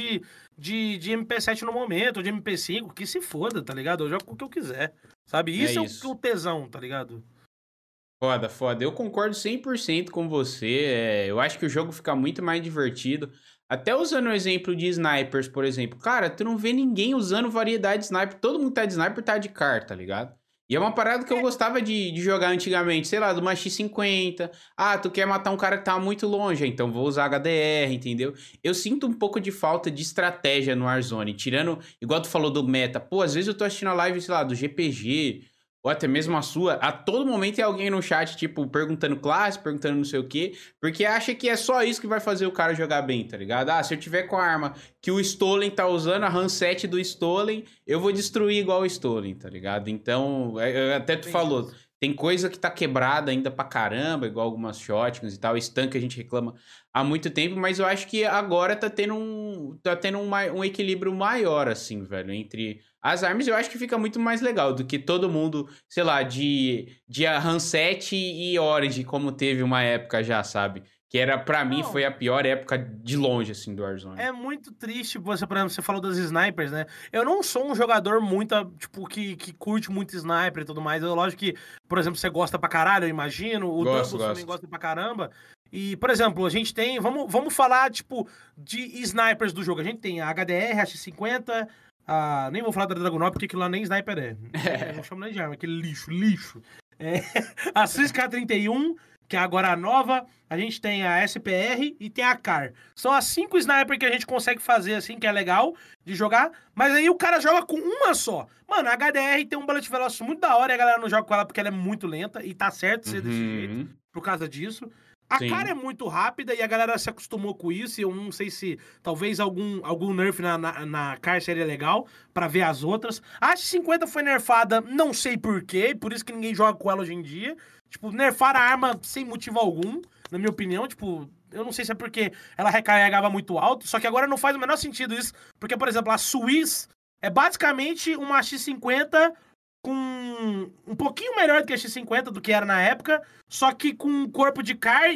de MP7 no momento, ou de MP5, que se foda, tá ligado? Eu jogo com o que eu quiser, sabe? É Isso é isso. o tesão, tá ligado? Foda, foda. Eu concordo 100% com você. Eu acho que o jogo fica muito mais divertido. Até usando o exemplo de snipers, por exemplo. Cara, tu não vê ninguém usando variedade de sniper. Todo mundo tá de sniper, tá de car, tá ligado? E é uma parada que eu gostava de jogar antigamente. Sei lá, do uma X50. Tu quer matar um cara que tá muito longe. Então vou usar HDR, entendeu? Eu sinto um pouco de falta de estratégia no Warzone. Tirando, igual tu falou do meta. Pô, às vezes eu tô assistindo a live, sei lá, do GPG ou até mesmo a sua, a todo momento tem alguém no chat, tipo, perguntando classe, perguntando não sei o quê, porque acha que é só isso que vai fazer o cara jogar bem, tá ligado? Se eu tiver com a arma que o Stolen tá usando, a handset do Stolen, eu vou destruir igual o Stolen, tá ligado? Então, até tu Bem falou, isso. tem coisa que tá quebrada ainda pra caramba, igual algumas shotguns e tal, esse tanque a gente reclama há muito tempo, mas eu acho que agora tá tendo um equilíbrio maior, assim, velho, entre as armas. Eu acho que fica muito mais legal do que todo mundo, sei lá, de handset e Origin, como teve uma época já, sabe? Que era, pra mim, foi Não, a pior época de longe, assim, do Warzone. é muito triste você, por exemplo, você falou das snipers, né? Eu não sou um jogador muito, tipo, que curte muito sniper e tudo mais. Eu, lógico que, por exemplo, você gosta pra caralho, eu imagino. O Gosto, Doubles também gosto. gosta pra caramba. E, por exemplo, a gente tem. Vamos falar, tipo, de snipers do jogo. A gente tem a HDR, a X50. Nem vou falar da Dragunov, porque aquilo lá nem sniper é. Eu não chamo nem de arma, aquele lixo. É, a Sys K31, que é agora a nova. A gente tem a SPR e tem a CAR. São as 5 snipers que a gente consegue fazer, assim, que é legal de jogar. Mas aí o cara joga com uma só. Mano, a HDR tem um bullet velocity muito da hora e a galera não joga com ela porque ela é muito lenta. E tá certo ser desse jeito, Uhum, por causa disso. A cara é sim. muito rápida e a galera se acostumou com isso. E eu não sei se talvez algum nerf na CAR seria legal pra ver as outras. A X50 foi nerfada, não sei porquê, por isso que ninguém joga com ela hoje em dia. Tipo, nerfaram a arma sem motivo algum, na minha opinião. Tipo, eu não sei se é porque ela recarregava muito alto, só que agora não faz o menor sentido isso. Porque, por exemplo, a Swiss é basicamente uma X50 com um pouquinho melhor do que a X50, do que era na época, só que com um corpo de CAR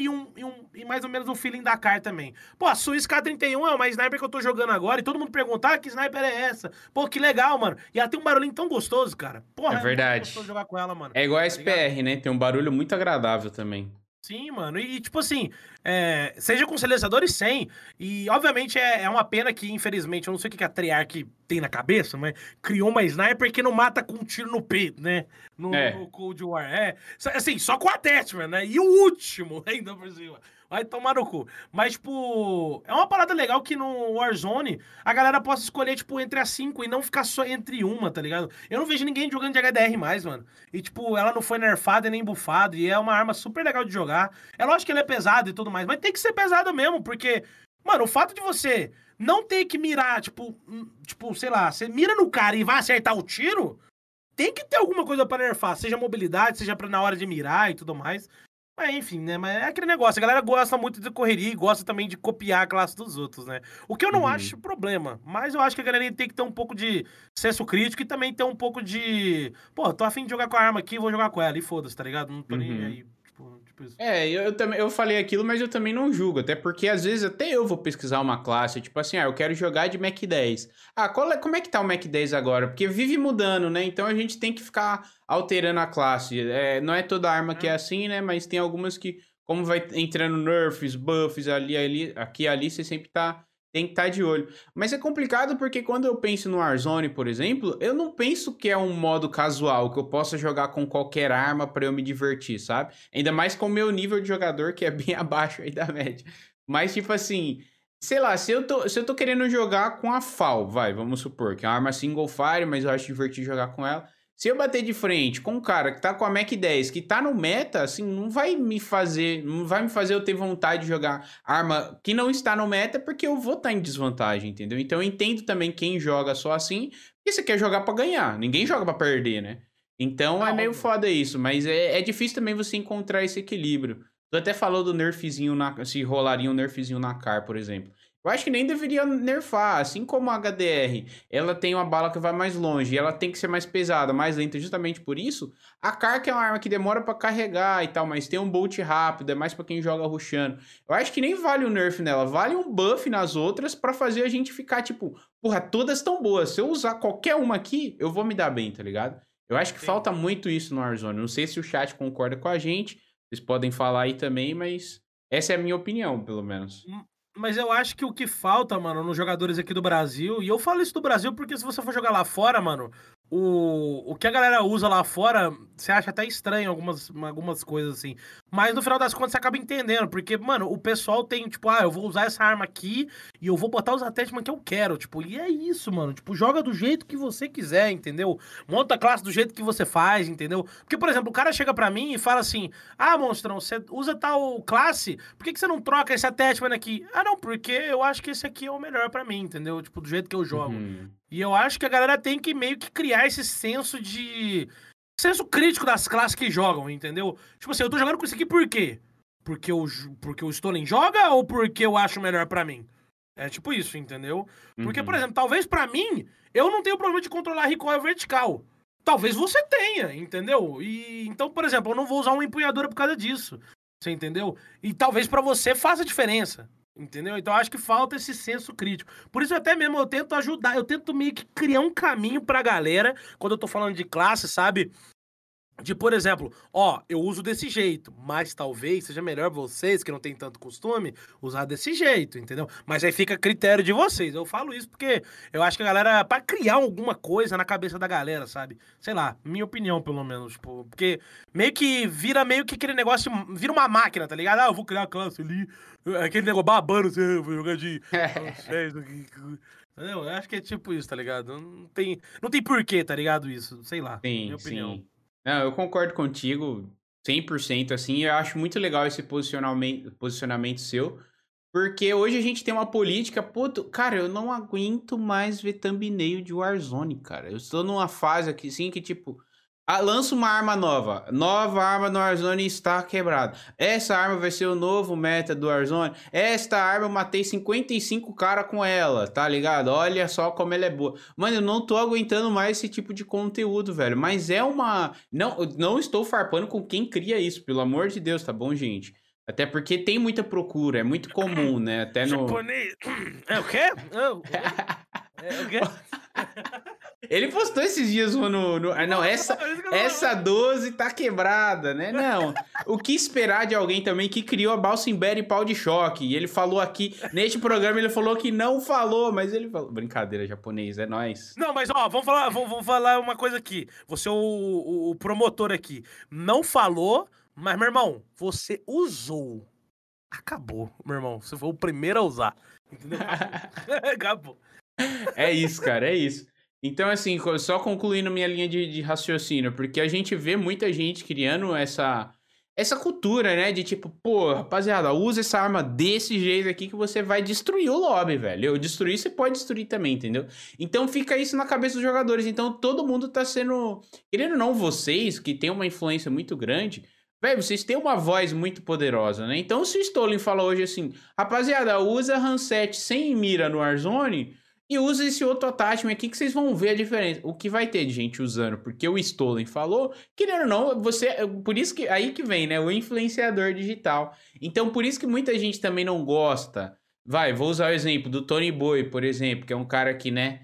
e mais ou menos um feeling da CAR também. Pô, a Swiss K31 é uma sniper que eu tô jogando agora e todo mundo pergunta, que sniper é essa? Pô, que legal, mano. E ela tem um barulhinho tão gostoso, cara. É Porra, é muito gostoso verdade. jogar com ela, mano. É igual a Tá ligado? SPR, né? Tem um barulho muito agradável também. Sim, mano. E tipo assim, seja com silenciador e sem. E obviamente é uma pena que, infelizmente, eu não sei o que a Treyarch tem na cabeça, mas criou uma sniper que não mata com um tiro no peito, né? No É, Cold War. Assim, só com a attachment, né? E o último, ainda por cima. Vai tomar no cu. Mas, tipo, é uma parada legal que no Warzone a galera possa escolher, tipo, entre as 5 e não ficar só entre uma, tá ligado? Eu não vejo ninguém jogando de HDR mais, mano. E, tipo, ela não foi nerfada e nem bufada. E é uma arma super legal de jogar. É lógico que ela é pesada e tudo mais, mas tem que ser pesada mesmo, porque, mano, o fato de você não ter que mirar, tipo, sei lá, você mira no cara e vai acertar o tiro, tem que ter alguma coisa pra nerfar, seja mobilidade, seja pra na hora de mirar e tudo mais. Mas enfim, né? Mas é aquele negócio, a galera gosta muito de correria e gosta também de copiar a classe dos outros, né? O que eu não acho Uhum. problema, mas eu acho que a galera tem que ter um pouco de senso crítico e também ter um pouco de. Pô, tô afim de jogar com a arma aqui, vou jogar com ela. E foda-se, tá ligado? Não tô nem Uhum. aí. Tipo isso. É, eu também eu falei aquilo, mas eu também não julgo, até porque às vezes até eu vou pesquisar uma classe, tipo assim, eu quero jogar de Mac 10. Como é que tá o Mac 10 agora? Porque vive mudando, né? Então a gente tem que ficar alterando a classe. É, não é toda arma que é assim, né? Mas tem algumas que, como vai entrando nerfs, buffs ali, aqui e ali, você sempre tem que estar de olho. Mas é complicado porque quando eu penso no Warzone, por exemplo, eu não penso que é um modo casual, que eu possa jogar com qualquer arma pra eu me divertir, sabe? Ainda mais com o meu nível de jogador, que é bem abaixo aí da média. Mas, tipo assim, sei lá, se eu tô querendo jogar com a FAL, vamos supor, que é uma arma single fire, mas eu acho divertido jogar com ela. Se eu bater de frente com um cara que tá com a Mac 10, que tá no meta, assim, não vai me fazer eu ter vontade de jogar arma que não está no meta, porque eu vou estar em desvantagem, entendeu? Então eu entendo também quem joga só assim, porque você quer jogar pra ganhar, ninguém joga pra perder, né? Então é Ah, meio óbvio. foda isso, mas é difícil também você encontrar esse equilíbrio. Tu até falou do nerfzinho se rolaria um nerfzinho na CAR, por exemplo. Eu acho que nem deveria nerfar, assim como a HDR, ela tem uma bala que vai mais longe, e ela tem que ser mais pesada, mais lenta, justamente por isso. A CAR que é uma arma que demora pra carregar e tal, mas tem um bolt rápido, é mais pra quem joga rushando. Eu acho que nem vale o nerf nela, vale um buff nas outras pra fazer a gente ficar tipo, porra, todas tão boas. Se eu usar qualquer uma aqui, eu vou me dar bem, tá ligado? Eu acho que Sim. falta muito isso no Warzone. Não sei se o chat concorda com a gente. Vocês podem falar aí também, mas essa é a minha opinião, pelo menos. Mas eu acho que o que falta, mano, nos jogadores aqui do Brasil, e eu falo isso do Brasil porque se você for jogar lá fora, mano, o que a galera usa lá fora, você acha até estranho algumas coisas assim. Mas no final das contas você acaba entendendo, porque, mano, o pessoal tem, tipo, eu vou usar essa arma aqui e eu vou botar os attachments que eu quero, tipo, e é isso, mano. Tipo, joga do jeito que você quiser, entendeu? Monta a classe do jeito que você faz, entendeu? Porque, por exemplo, o cara chega pra mim e fala assim: ah, monstrão, você usa tal classe, por que você não troca esse attachment aqui? Ah, não, porque eu acho que esse aqui é o melhor pra mim, entendeu? Tipo, do jeito que eu jogo. Uhum. E eu acho que a galera tem que meio que criar esse senso de. Senso crítico das classes que jogam, entendeu? Tipo assim, eu tô jogando com isso aqui por quê? Porque o Stolen joga ou porque eu acho melhor pra mim? É tipo isso, entendeu? Porque, por Uhum. exemplo, talvez pra mim, eu não tenho problema de controlar recoil vertical. Talvez você tenha, entendeu? E então, por exemplo, eu não vou usar uma empunhadura por causa disso. Você entendeu? E talvez pra você faça diferença. Entendeu? Então eu acho que falta esse senso crítico. Por isso até mesmo eu tento ajudar, eu tento meio que criar um caminho pra galera quando eu tô falando de classe, sabe? De, por exemplo, eu uso desse jeito, mas talvez seja melhor vocês, que não tem tanto costume, usar desse jeito, entendeu? Mas aí fica a critério de vocês. Eu falo isso porque eu acho que a galera, pra criar alguma coisa na cabeça da galera, sabe? Sei lá, minha opinião, pelo menos, tipo, porque vira meio que aquele negócio, vira uma máquina, tá ligado? Ah, eu vou criar a classe ali, aquele negócio babando, assim, eu vou jogar de. Entendeu? Eu acho que é tipo isso, tá ligado? Não tem porquê, tá ligado? Isso, sei lá, minha Sim, opinião. sim. Não, eu concordo contigo 100% assim. Eu acho muito legal esse posicionamento seu. Porque hoje a gente tem uma política, puto, cara, eu não aguento mais ver thumbnail de Warzone, cara. Eu estou numa fase aqui, assim, que tipo, lança uma arma nova. Nova arma no Warzone está quebrada. Essa arma vai ser o novo meta do Warzone. Esta arma eu matei 55 cara com ela, tá ligado? Olha só como ela é boa. Mano, eu não tô aguentando mais esse tipo de conteúdo, velho. Mas é uma. Não, eu não estou farpando com quem cria isso, pelo amor de Deus, tá bom, gente? Até porque tem muita procura, é muito comum, né? Até no. Japonês. É o quê? Oi? É o quê? Ele postou esses dias não, essa, Postou, isso que eu tô essa falando. 12 tá quebrada, né? Não. O que esperar de alguém também que criou a Balsimber e pau de choque? E ele falou aqui, neste programa, ele falou que não falou, mas ele falou. Brincadeira, japonês, é nóis. Não, mas vamos falar uma coisa aqui. Você é o promotor aqui. Não falou, mas, meu irmão, você usou. Acabou, meu irmão. Você foi o primeiro a usar. Entendeu? Acabou. Acabou. É isso, cara, é isso. Então, assim, só concluindo minha linha de raciocínio, porque a gente vê muita gente criando essa cultura, né? De tipo, pô, rapaziada, usa essa arma desse jeito aqui que você vai destruir o lobby, velho. Eu destruir, você pode destruir também, entendeu? Então fica isso na cabeça dos jogadores. Então todo mundo tá sendo. Querendo ou não, vocês, que tem uma influência muito grande. velho, vocês têm uma voz muito poderosa, né? Então, se o Stolen fala hoje assim, rapaziada, usa Hanset sem mira no Warzone e usa esse outro attachment aqui que vocês vão ver a diferença. O que vai ter de gente usando, porque o Stolen falou, querendo ou não, você, por isso que aí que vem, né, o influenciador digital. Então, por isso que muita gente também não gosta. Vai, vou usar o exemplo do Tony Boy, por exemplo, que é um cara que, né,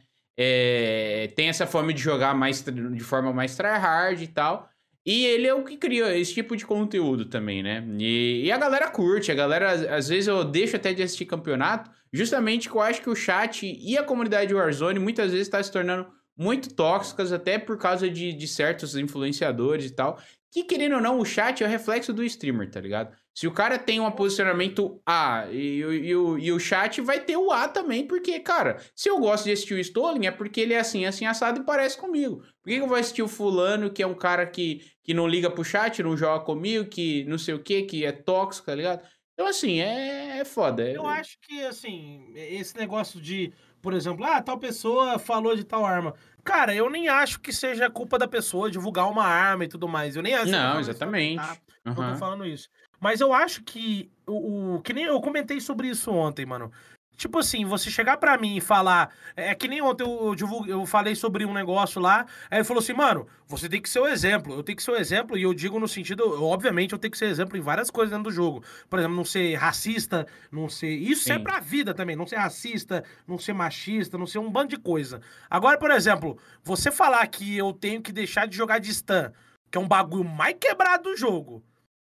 tem essa forma de jogar mais de forma mais tryhard e tal. E ele é o que cria esse tipo de conteúdo também, né? E a galera curte, a galera, às vezes eu deixo até de assistir campeonato, justamente que eu acho que o chat e a comunidade Warzone muitas vezes está se tornando muito tóxicas, até por causa de certos influenciadores e tal. Que querendo ou não, o chat é o reflexo do streamer, tá ligado? Se o cara tem um posicionamento A e o chat vai ter o A também, porque, cara, se eu gosto de assistir o Stolen é porque ele é assim, assim, assado e parece comigo. Por que eu vou assistir o fulano, que é um cara que não liga pro chat, não joga comigo, que não sei o que é tóxico, tá ligado? Então, assim, é foda. Eu acho que, assim, esse negócio de, por exemplo, tal pessoa falou de tal arma. Cara, eu nem acho que seja culpa da pessoa divulgar uma arma e tudo mais. Eu nem acho que eu tô Não, falando isso também, tá? exatamente. Eu tô Aham. falando isso. Mas eu acho que que nem eu comentei sobre isso ontem, mano. Tipo assim, você chegar pra mim e falar. É que nem ontem eu falei sobre um negócio lá. Aí ele falou assim, mano, você tem que ser o exemplo. Eu tenho que ser o exemplo, e eu digo no sentido, obviamente, eu tenho que ser exemplo em várias coisas dentro do jogo. Por exemplo, não ser racista, não ser. Isso serve Sim. pra vida também. Não ser racista, não ser machista, não ser um bando de coisa. Agora, por exemplo, você falar que eu tenho que deixar de jogar de stun, que é um bagulho mais quebrado do jogo,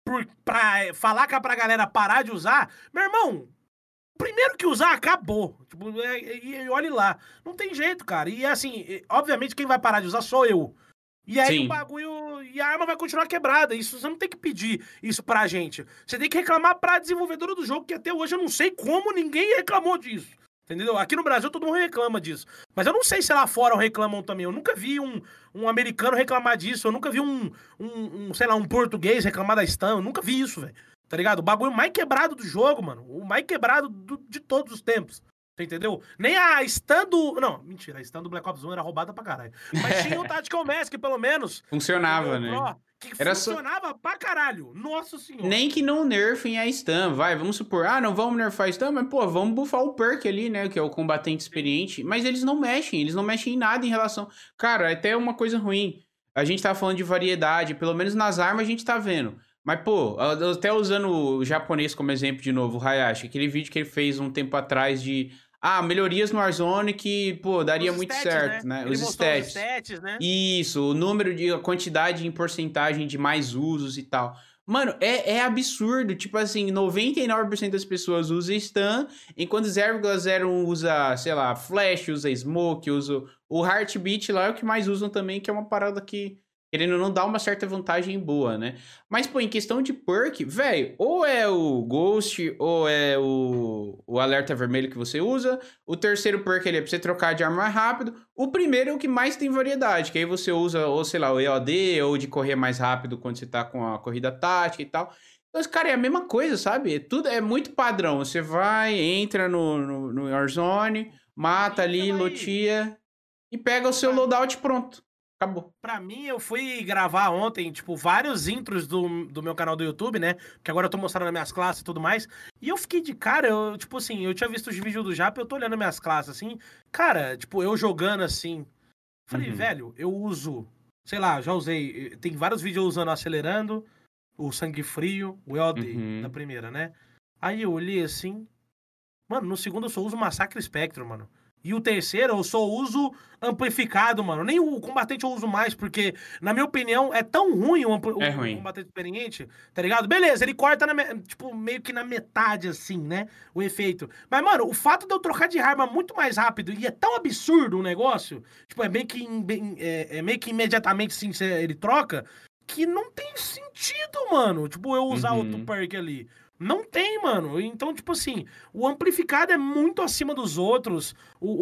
pra falar que é pra galera parar de usar, meu irmão. Primeiro que usar, acabou. Tipo, e olhe lá. Não tem jeito, cara. E assim, obviamente quem vai parar de usar sou eu. E aí o Sim. bagulho. E a arma vai continuar quebrada. Isso você não tem que pedir isso pra gente. Você tem que reclamar pra desenvolvedora do jogo, que até hoje eu não sei como ninguém reclamou disso. Entendeu? Aqui no Brasil todo mundo reclama disso. Mas eu não sei se lá fora reclamam também. Eu nunca vi um americano reclamar disso. Eu nunca vi sei lá, um português reclamar da stun. Eu nunca vi isso, velho. Tá ligado? O bagulho mais quebrado do jogo, mano. O mais quebrado de todos os tempos. Você entendeu? Nem a stun do... Não, mentira. A stun do Black Ops 1 era roubada pra caralho. Mas tinha o Tactical Mask, pelo menos. Funcionava, O né? Pro, que Era só. funcionava pra caralho. Nossa senhora. Nem que não nerfem a stun, vai, vamos supor, não vamos nerfar a stun, mas pô, vamos buffar o perk ali, né, que é o combatente experiente, mas eles não mexem em nada em relação... Cara, é até uma coisa ruim, a gente tá falando de variedade, pelo menos nas armas a gente tá vendo, mas pô, até usando o japonês como exemplo de novo, o Hayashi, aquele vídeo que ele fez um tempo atrás de... melhorias no Warzone que, pô, daria Os muito stats, certo, né? né, Ele os mostrou os stats. stats, né? Isso, o número de a quantidade em porcentagem de mais usos e tal. Mano, é absurdo. Tipo assim, 99% das pessoas usa stun, enquanto 0,01 usa, sei lá, flash, usa smoke, usa o heartbeat lá, é o que mais usam também, que é uma parada que, querendo ou não, dá uma certa vantagem boa, né? Mas, pô, em questão de perk, velho, ou é o Ghost, ou é o alerta vermelho que você usa. O terceiro perk ele é pra você trocar de arma mais rápido. O primeiro é o que mais tem variedade, que aí você usa, ou sei lá, o EOD, ou de correr mais rápido quando você tá com a corrida tática e tal. Então, cara, é a mesma coisa, sabe? Tudo é muito padrão. Você vai, entra no Warzone, Pra mata mim, você ali, vai. lotia e pega o seu Pra, loadout pronto. Acabou. pra mim, eu fui gravar ontem, tipo, vários intros do meu canal do YouTube, né? Que agora eu tô mostrando as minhas classes e tudo mais. E eu fiquei de cara, tipo assim, eu tinha visto os vídeos do Jap, eu tô olhando minhas classes assim. Cara, tipo, eu jogando assim. Falei, Uhum. velho, eu uso. Sei lá, já usei. Tem vários vídeos usando acelerando, o sangue frio, o EOD, da Uhum. primeira, né? Aí eu olhei assim. Mano, no segundo eu só uso Massacre Spectrum, mano. E o terceiro eu só uso amplificado, mano. Nem o combatente eu uso mais, porque, na minha opinião, é tão ruim É o ruim. combatente experiente, tá ligado? Beleza, ele corta, tipo, meio que na metade, assim, né? O efeito. Mas, mano, o fato de eu trocar de arma muito mais rápido e é tão absurdo o negócio, tipo, é meio que imediatamente, assim, ele troca, que não tem sentido, mano. Tipo, eu usar outro Uhum. perk ali. Não tem, mano. Então, tipo assim, o amplificado é muito acima dos outros.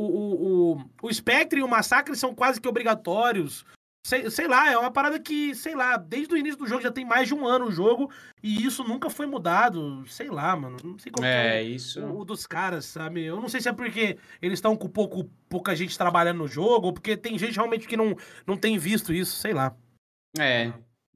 O Spectre e o Massacre são quase que obrigatórios. Sei lá, é uma parada que, sei lá, desde o início do jogo já tem mais de um ano o jogo e isso nunca foi mudado. Sei lá, mano. Não sei qual que é É, isso. o dos caras, sabe? Eu não sei se é porque eles estão com pouca gente trabalhando no jogo ou porque tem gente realmente que não tem visto isso, sei lá. Sei É. lá.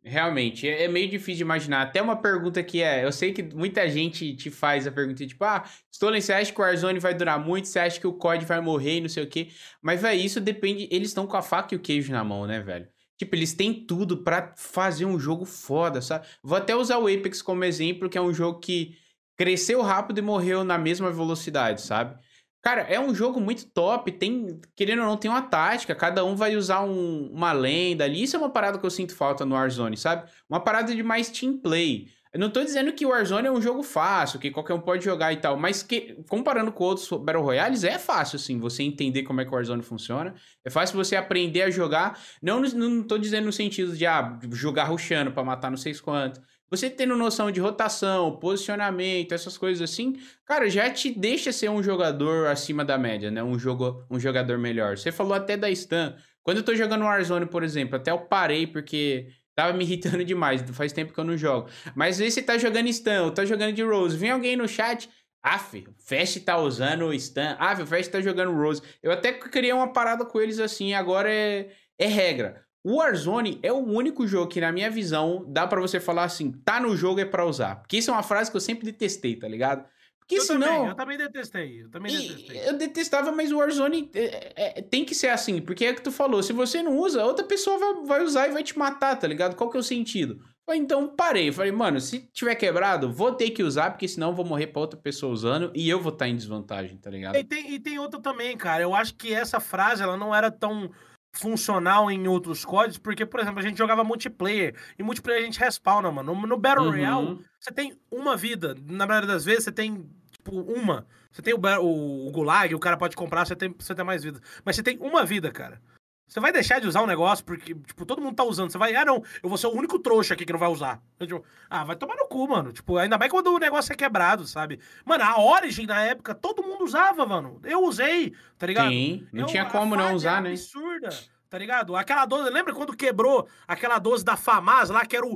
Realmente, é meio difícil de imaginar. Até uma pergunta que eu sei que muita gente te faz a pergunta, tipo, Stolen, você acha que o Warzone vai durar muito? Você acha que o COD vai morrer e não sei o quê? Mas, velho, isso depende, eles estão com a faca e o queijo na mão, né, velho? Tipo, eles têm tudo pra fazer um jogo foda, sabe? Vou até usar o Apex como exemplo, que é um jogo que cresceu rápido e morreu na mesma velocidade, sabe? Cara, é um jogo muito top, tem, querendo ou não, tem uma tática, cada um vai usar uma lenda ali. Isso é uma parada que eu sinto falta no Warzone, sabe? Uma parada de mais team play. Eu não tô dizendo que o Warzone é um jogo fácil, que qualquer um pode jogar e tal, mas que, comparando com outros Battle Royales, é fácil, assim, você entender como é que o Warzone funciona. É fácil você aprender a jogar. Não tô dizendo no sentido de, jogar rushando pra matar não sei quanto. Você tendo noção de rotação, posicionamento, essas coisas assim, cara, já te deixa ser um jogador acima da média, né? Um jogador melhor. Você falou até da stun. Quando eu tô jogando Warzone, por exemplo, até eu parei porque tava me irritando demais. Faz tempo que eu não jogo. Mas aí você tá jogando stun, ou tá jogando de Rose. Vem alguém no chat. O Fast tá usando stun. O Fast tá jogando Rose. Eu até criei uma parada com eles assim, agora é regra. O Warzone é o único jogo que, na minha visão, dá pra você falar assim, tá no jogo é pra usar. Porque isso é uma frase que eu sempre detestei, tá ligado? Porque senão... Eu também detestei, Eu detestava, mas o Warzone tem que ser assim, porque é o que tu falou, se você não usa, outra pessoa vai usar e vai te matar, tá ligado? Qual que é o sentido? Então parei, falei, mano, se tiver quebrado, vou ter que usar, porque senão eu vou morrer pra outra pessoa usando e eu vou estar em desvantagem, tá ligado? E tem outra também, cara, eu acho que essa frase, ela não era tão funcional em outros códigos, porque, por exemplo, a gente jogava multiplayer, e multiplayer a gente respawna, mano. No Battle Royale, você tem uma vida. Na maioria das vezes, você tem, tipo, uma. Você tem o Gulag, o cara pode comprar, você tem mais vida. Mas você tem uma vida, cara. Você vai deixar de usar um negócio porque, tipo, todo mundo tá usando. Você vai, não, eu vou ser o único trouxa aqui que não vai usar. Eu, tipo, vai tomar no cu, mano. Tipo, ainda mais quando o negócio é quebrado, sabe? Mano, a Origin, na época, todo mundo usava, mano. Eu usei, tá ligado? Sim, não tinha como não usar, né? Absurda, tá ligado? Aquela 12, lembra quando quebrou aquela 12 da FAMAS lá, que era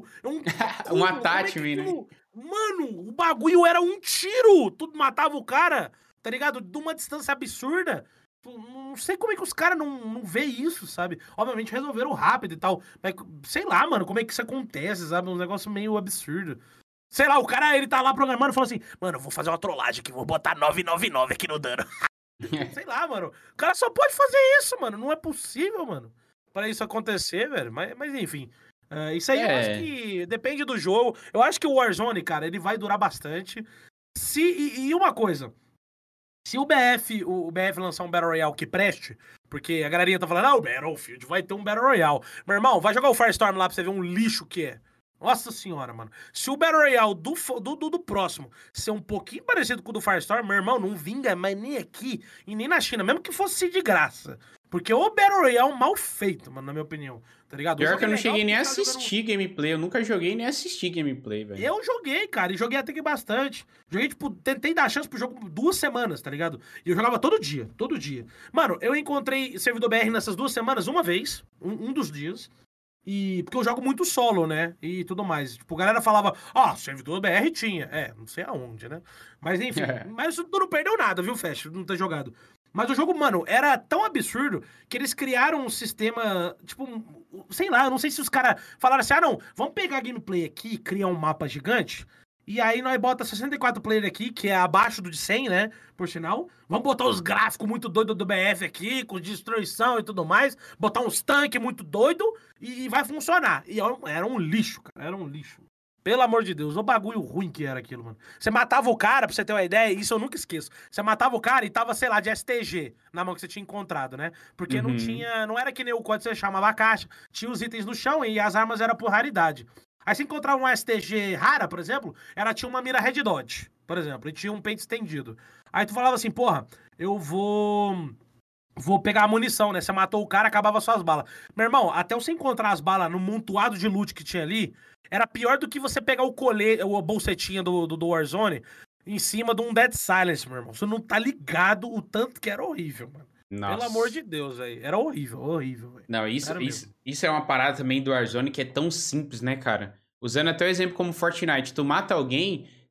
um attachment, né? Mano, o bagulho era um tiro. Tudo matava o cara, tá ligado? De uma distância absurda. Não sei como é que os caras não vê isso, sabe? Obviamente resolveram rápido e tal. Mas sei lá, mano, como é que isso acontece, sabe? Um negócio meio absurdo. Sei lá, o cara, ele tá lá programando e fala assim, mano, eu vou fazer uma trollagem aqui, vou botar 999 aqui no dano. Sei lá, mano. O cara só pode fazer isso, mano. Não é possível, mano, pra isso acontecer, velho. Mas enfim. Isso aí eu acho que depende do jogo. Eu acho que o Warzone, cara, ele vai durar bastante. E uma coisa. Se o BF lançar um Battle Royale que preste, porque a galerinha tá falando, o Battlefield vai ter um Battle Royale. Meu irmão, vai jogar o Firestorm lá pra você ver um lixo que é. Nossa senhora, mano. Se o Battle Royale do próximo ser um pouquinho parecido com o do Firestorm, meu irmão, não vinga mais nem aqui e nem na China, mesmo que fosse de graça. Porque o Battle Royale é um mal feito, mano, na minha opinião. Tá ligado? Pior que eu não cheguei nem a assistir gameplay. Eu nunca joguei nem assisti gameplay, velho. Eu joguei, cara, e joguei até que bastante. Joguei, tipo, tentei dar chance pro jogo 2 semanas, tá ligado? E eu jogava todo dia, todo dia. Mano, eu encontrei servidor BR nessas 2 semanas uma vez, um dos dias. E porque eu jogo muito solo, né? E tudo mais. Tipo, a galera falava, servidor BR tinha. Não sei aonde, né? Mas enfim, mas tu não perdeu nada, viu, Fast? Não ter jogado. Mas o jogo, mano, era tão absurdo que eles criaram um sistema, tipo, sei lá, eu não sei se os caras falaram assim, não, vamos pegar a gameplay aqui e criar um mapa gigante, e aí nós bota 64 player aqui, que é abaixo do de 100, né, por sinal, vamos botar os gráficos muito doidos do BF aqui, com destruição e tudo mais, botar uns tanques muito doidos, e vai funcionar. E era um lixo, cara, era um lixo. Pelo amor de Deus, o bagulho ruim que era aquilo, mano. Você matava o cara, pra você ter uma ideia, isso eu nunca esqueço. Você matava o cara e tava, sei lá, de STG na mão que você tinha encontrado, né? Porque não era que nem o código você chamava a caixa, tinha os itens no chão e as armas eram por raridade. Aí você encontrava uma STG rara, por exemplo, ela tinha uma mira Red Dot, por exemplo, e tinha um pente estendido. Aí tu falava assim, porra, eu vou pegar a munição, né? Você matou o cara, acabava suas balas. Meu irmão, até você encontrar as balas no montoado de loot que tinha ali, era pior do que você pegar o colete, a bolsetinha do Warzone em cima de um Dead Silence, meu irmão. Você não tá ligado o tanto que era horrível, mano. Nossa. Pelo amor de Deus, velho. Era horrível, horrível, velho. Não, isso é uma parada também do Warzone que é tão simples, né, cara? Usando até o exemplo como Fortnite, tu mata alguém,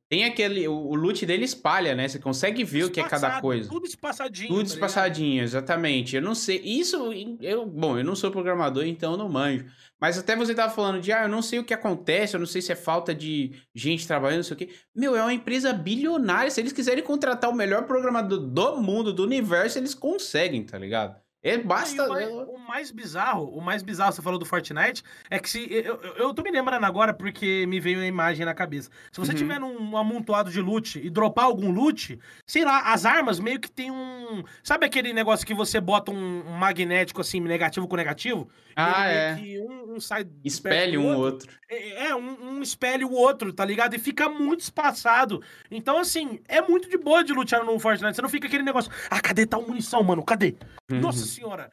Tem aquele... O loot dele espalha, né? Você consegue ver o que é cada coisa. Tudo espaçadinho, Tudo tá espaçadinho, exatamente. Eu não sei. Isso, bom, eu não sou programador, então eu não manjo. Mas até você tava falando de, eu não sei o que acontece, eu não sei se é falta de gente trabalhando, não sei o quê. Meu, é uma empresa bilionária. Se eles quiserem contratar o melhor programador do mundo, do universo, eles conseguem, tá ligado? Não, e Basta. o mais bizarro, você falou do Fortnite, é que se. Eu tô me lembrando agora porque me veio a imagem na cabeça. Se você tiver Uhum. num amontoado de loot e dropar algum loot, sei lá, as armas meio que tem um. Sabe aquele negócio que você bota um magnético assim, negativo com negativo? E ele Ah, meio é. que um sai de perto Espelhe do um outro? outro. Um espelha o outro, tá ligado? E fica muito espaçado. Então, assim, é muito de boa de lutear no Fortnite. Você não fica aquele negócio, cadê tal munição, mano? Cadê? Nossa Uhum. senhora.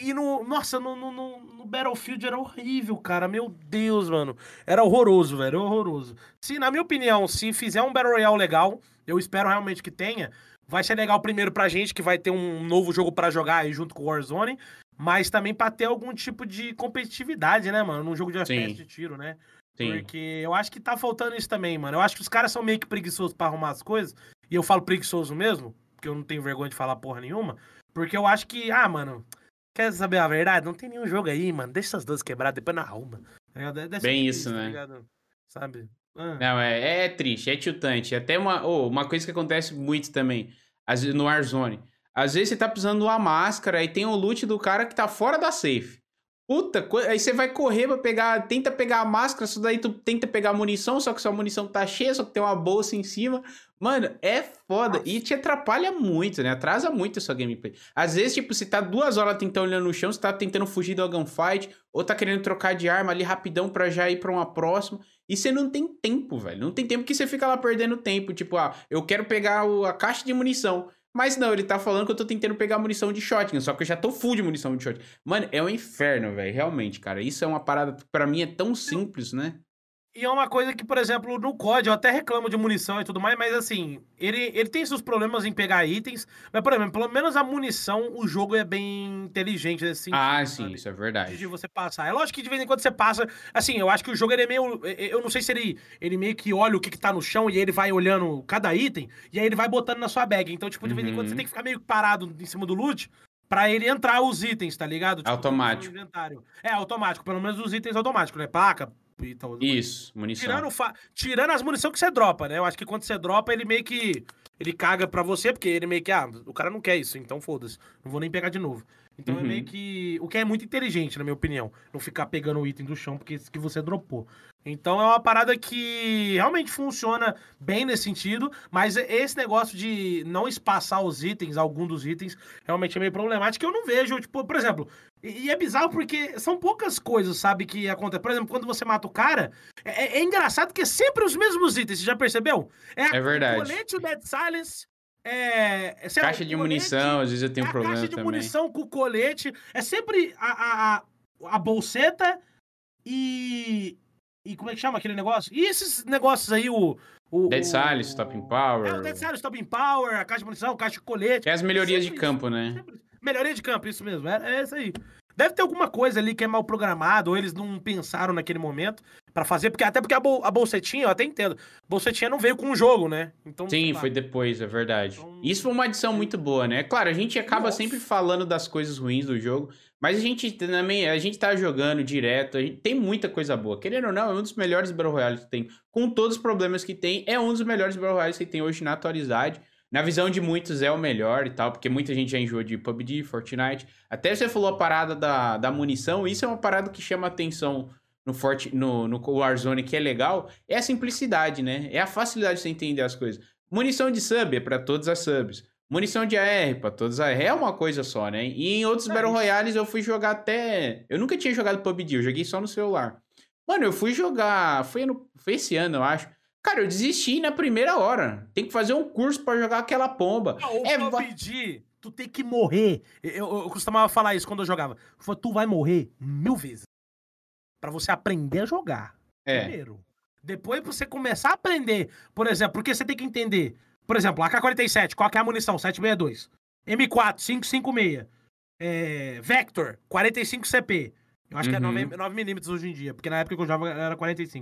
No Battlefield era horrível, cara. Meu Deus, mano. Era horroroso, velho. Horroroso. Se, na minha opinião, se fizer um Battle Royale legal, eu espero realmente que tenha. Vai ser legal primeiro pra gente, que vai ter um novo jogo pra jogar aí junto com o Warzone. Mas também pra ter algum tipo de competitividade, né, mano? Num jogo de FPS Sim, de tiro, né? sim. Porque eu acho que tá faltando isso também, mano. Eu acho que os caras são meio que preguiçosos pra arrumar as coisas. E eu falo preguiçoso mesmo, porque eu não tenho vergonha de falar porra nenhuma. Porque eu acho que, mano, quer saber a verdade? Não tem nenhum jogo aí, mano. Deixa essas duas quebradas, depois na arruma. Tá ligado? Deve ser Bem isso, difícil, tá né? ligado? Sabe? Ah, Não, é triste, é tiltante. Até uma coisa que acontece muito também, às vezes no Warzone. Às vezes você tá precisando de uma máscara e tem o loot do cara que tá fora da safe. Puta, aí você vai correr pra pegar, tenta pegar a máscara, só daí tu tenta pegar a munição, só que sua munição tá cheia, só que tem uma bolsa em cima. Mano, é foda. E nossa. te atrapalha muito, né? Atrasa muito a sua gameplay. Às vezes, tipo, você tá 2 horas tentando olhando no chão, você tá tentando fugir do gunfight, ou tá querendo trocar de arma ali rapidão pra já ir pra uma próxima. E você não tem tempo, velho. Não tem tempo que você fica lá perdendo tempo. Tipo, eu quero pegar a caixa de munição. Mas não, ele tá falando que eu tô tentando pegar munição de shotgun, só que eu já tô full de munição de shotgun. Mano, é um inferno, velho. Realmente, cara. Isso é uma parada que pra mim é tão simples, né? E é uma coisa que, por exemplo, no COD, eu até reclamo de munição e tudo mais, mas assim, ele tem seus problemas em pegar itens, mas, por exemplo, pelo menos a munição, o jogo é bem inteligente nesse Ah, sentido, sim, sabe? isso é De verdade. você passar. É lógico que de vez em quando você passa. Assim, eu acho que o jogo ele é meio. Eu não sei se ele meio que olha o que tá no chão e aí ele vai olhando cada item e aí ele vai botando na sua bag. Então, tipo, de vez em quando você tem Uhum. que ficar meio parado em cima do loot pra ele entrar os itens, tá ligado? Tipo, tudo no seu Automático. inventário. É automático, pelo menos os itens automáticos, né? Placa e tal. Isso, munição. Tirando as munições que você dropa, né? Eu acho que quando você dropa, ele meio que. Ele caga pra você, porque ele meio que. O cara não quer isso, então foda-se. Não vou nem pegar de novo. Então é meio Uhum. que. O que é muito inteligente, na minha opinião. Não ficar pegando o item do chão porque que você dropou. Então é uma parada que realmente funciona bem nesse sentido, mas esse negócio de não espaçar os itens, algum dos itens, realmente é meio problemático. Eu não vejo, tipo, por exemplo, e é bizarro porque são poucas coisas, sabe, que acontecem. Por exemplo, quando você mata o cara, é engraçado que é sempre os mesmos itens, você já percebeu? É O verdade. colete, o Dead Silence, sei lá, o Caixa de munição, colete, às vezes eu é tenho a problema caixa de também. munição com o colete, é sempre a bolseta e. E como é que chama aquele negócio? E esses negócios aí, Dead Silence, Stopping o Dead Power. Silence, Stopping Power, a caixa de munição, a caixa de colete. É as É melhorias de sempre isso. campo, né? Sempre isso. Melhoria de campo, isso mesmo. É isso aí. Deve ter alguma coisa ali que é mal programado, ou eles não pensaram naquele momento pra fazer, porque até porque a bolsetinha, eu até entendo. Bolsetinha não veio com o jogo, né? Então, sei Sim, foi lá. depois, é verdade. Isso Então, foi uma adição muito boa, né? Claro, a gente acaba sempre nossa. falando das coisas ruins do jogo, mas a gente também, a gente tá jogando direto, a gente tem muita coisa boa. Querendo ou não, é um dos melhores Battle Royales que tem. Com todos os problemas que tem, é um dos melhores Battle Royales que tem hoje na atualidade. Na visão de muitos é o melhor e tal, porque muita gente já enjoou de PUBG, Fortnite. Até você falou a parada da munição, isso é uma parada que chama atenção no Warzone, que é legal, é a simplicidade, né? É a facilidade de você entender as coisas. Munição de sub é pra todas as subs. Munição de AR pra todas as AR. É uma coisa só, né? E em outros É Battle isso. Royales eu fui jogar até... Eu nunca tinha jogado PUBG, eu joguei só no celular. Mano, eu fui jogar... Foi esse ano, eu acho. Cara, eu desisti na primeira hora. Tem que fazer um curso pra jogar aquela pomba. O PUBG, tu tem que morrer. Eu costumava falar isso quando eu jogava. Tu vai morrer 1000 vezes. Pra você aprender a jogar. É. Primeiro. Depois você começar a aprender. Por exemplo, porque você tem que entender. Por exemplo, AK-47, qual que é a munição? 762. M4, 556. Vector, 45 CP. Eu acho que é Uhum. 9mm hoje em dia, porque na época que eu jogava era 45.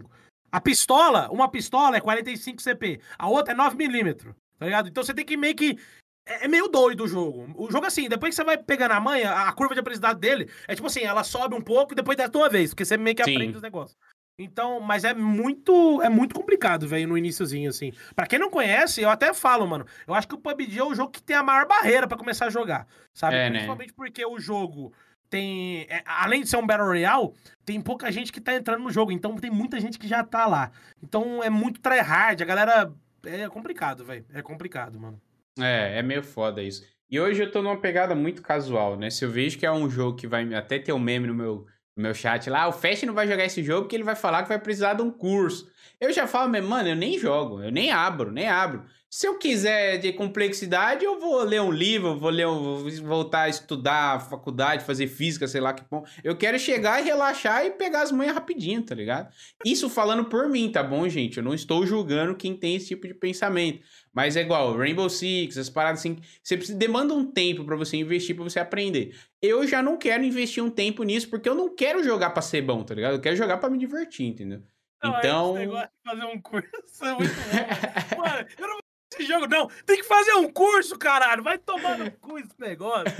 Uma pistola é 45 CP, a outra é 9mm, tá ligado? Então você tem que meio que... É meio doido o jogo. O jogo, assim, depois que você vai pegando a manha, a curva de aprendizado dele é tipo assim, ela sobe um pouco e depois desce uma vez, porque você meio que aprende os Sim. negócios. Então, mas é muito complicado, velho, no iniciozinho, assim. Pra quem não conhece, eu até falo, mano, eu acho que o PUBG é o jogo que tem a maior barreira pra começar a jogar, sabe? É, né? Principalmente porque o jogo tem... além de ser um Battle Royale, tem pouca gente que tá entrando no jogo, então tem muita gente que já tá lá. Então é muito tryhard, a galera... É complicado, velho. É complicado, mano. É meio foda isso. E hoje eu tô numa pegada muito casual, né? Se eu vejo que é um jogo que vai até ter um meme no meu chat lá, o Fast não vai jogar esse jogo porque ele vai falar que vai precisar de um curso. Eu já falo, mas, mano, eu nem jogo, eu nem abro, nem abro. Se eu quiser de complexidade, eu vou ler um livro, vou voltar a estudar faculdade, fazer física, sei lá que bom. Eu quero chegar e relaxar e pegar as manhas rapidinho, tá ligado? Isso falando por mim, tá bom, gente? Eu não estou julgando quem tem esse tipo de pensamento. Mas é igual, Rainbow Six, as paradas assim, demanda um tempo pra você investir, pra você aprender. Eu já não quero investir um tempo nisso, porque eu não quero jogar pra ser bom, tá ligado? Eu quero jogar pra me divertir, entendeu? Não, esse Então, negócio de fazer um curso é muito bom, velho. Mano, eu não vou esse jogo, não. Tem que fazer um curso, caralho. Vai tomar no cu esse negócio.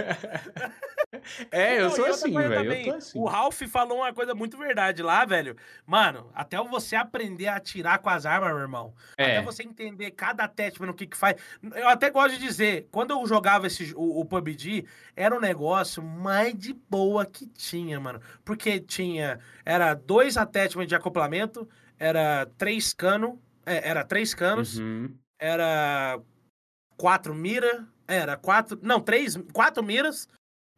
eu Não, sou e outra assim, coisa velho, eu tô também, o assim. Ralph falou uma coisa muito verdade lá, velho. Mano, até você aprender a atirar com as armas, meu irmão. Até É, você entender cada attachment, o que que faz. Eu até gosto de dizer, quando eu jogava o PUBG, era um negócio mais de boa que tinha, mano. Porque era 2 attachments de acoplamento, era 3 cano, era 3 canos, uhum, era 4 mira, era 4, não, 4 miras,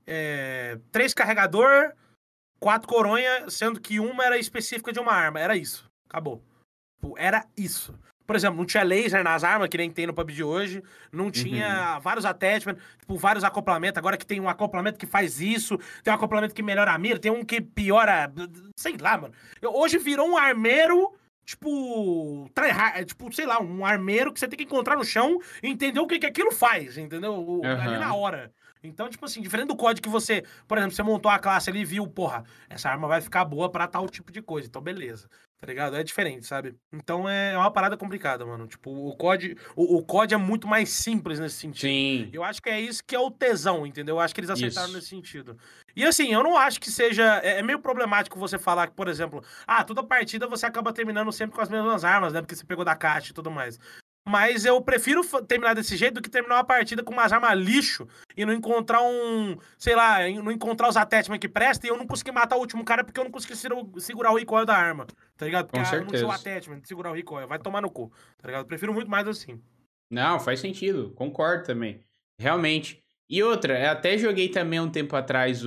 3 carregador, 4 coronha, sendo que uma era específica de uma arma. Era isso. Acabou. Tipo, era isso. Por exemplo, não tinha laser nas armas, que nem tem no PUBG hoje. Não uhum. tinha vários attachments, tipo, vários acoplamentos. Agora que tem um acoplamento que faz isso, tem um acoplamento que melhora a mira, tem um que piora. Sei lá, mano. Hoje virou um armeiro, tipo. Tipo, sei lá, um armeiro que você tem que encontrar no chão e entender o que, que aquilo faz, entendeu? Ali na Aham. hora. Então, tipo assim, diferente do código que você, por exemplo, você montou a classe ali e viu, porra, essa arma vai ficar boa pra tal tipo de coisa. Então, beleza. Tá ligado? É diferente, sabe? Então é uma parada complicada, mano. Tipo, o COD é muito mais simples nesse sentido. Sim, Eu acho que é isso que é o tesão, entendeu? Eu acho que eles acertaram isso. nesse sentido. E assim, eu não acho que seja. É meio problemático você falar que, por exemplo, toda partida você acaba terminando sempre com as mesmas armas, né? Porque você pegou da caixa e tudo mais. Mas eu prefiro terminar desse jeito do que terminar uma partida com umas armas lixo e não encontrar sei lá, não encontrar os attachments que prestam e eu não conseguir matar o último cara porque eu não consegui segurar o recoil da arma, tá ligado? Porque Com eu não tinha o certeza. attachment de segurar o recoil. Vai tomar no cu, tá ligado? Eu prefiro muito mais assim. Não, faz sentido. Concordo também. Realmente. E outra, eu até joguei também um tempo atrás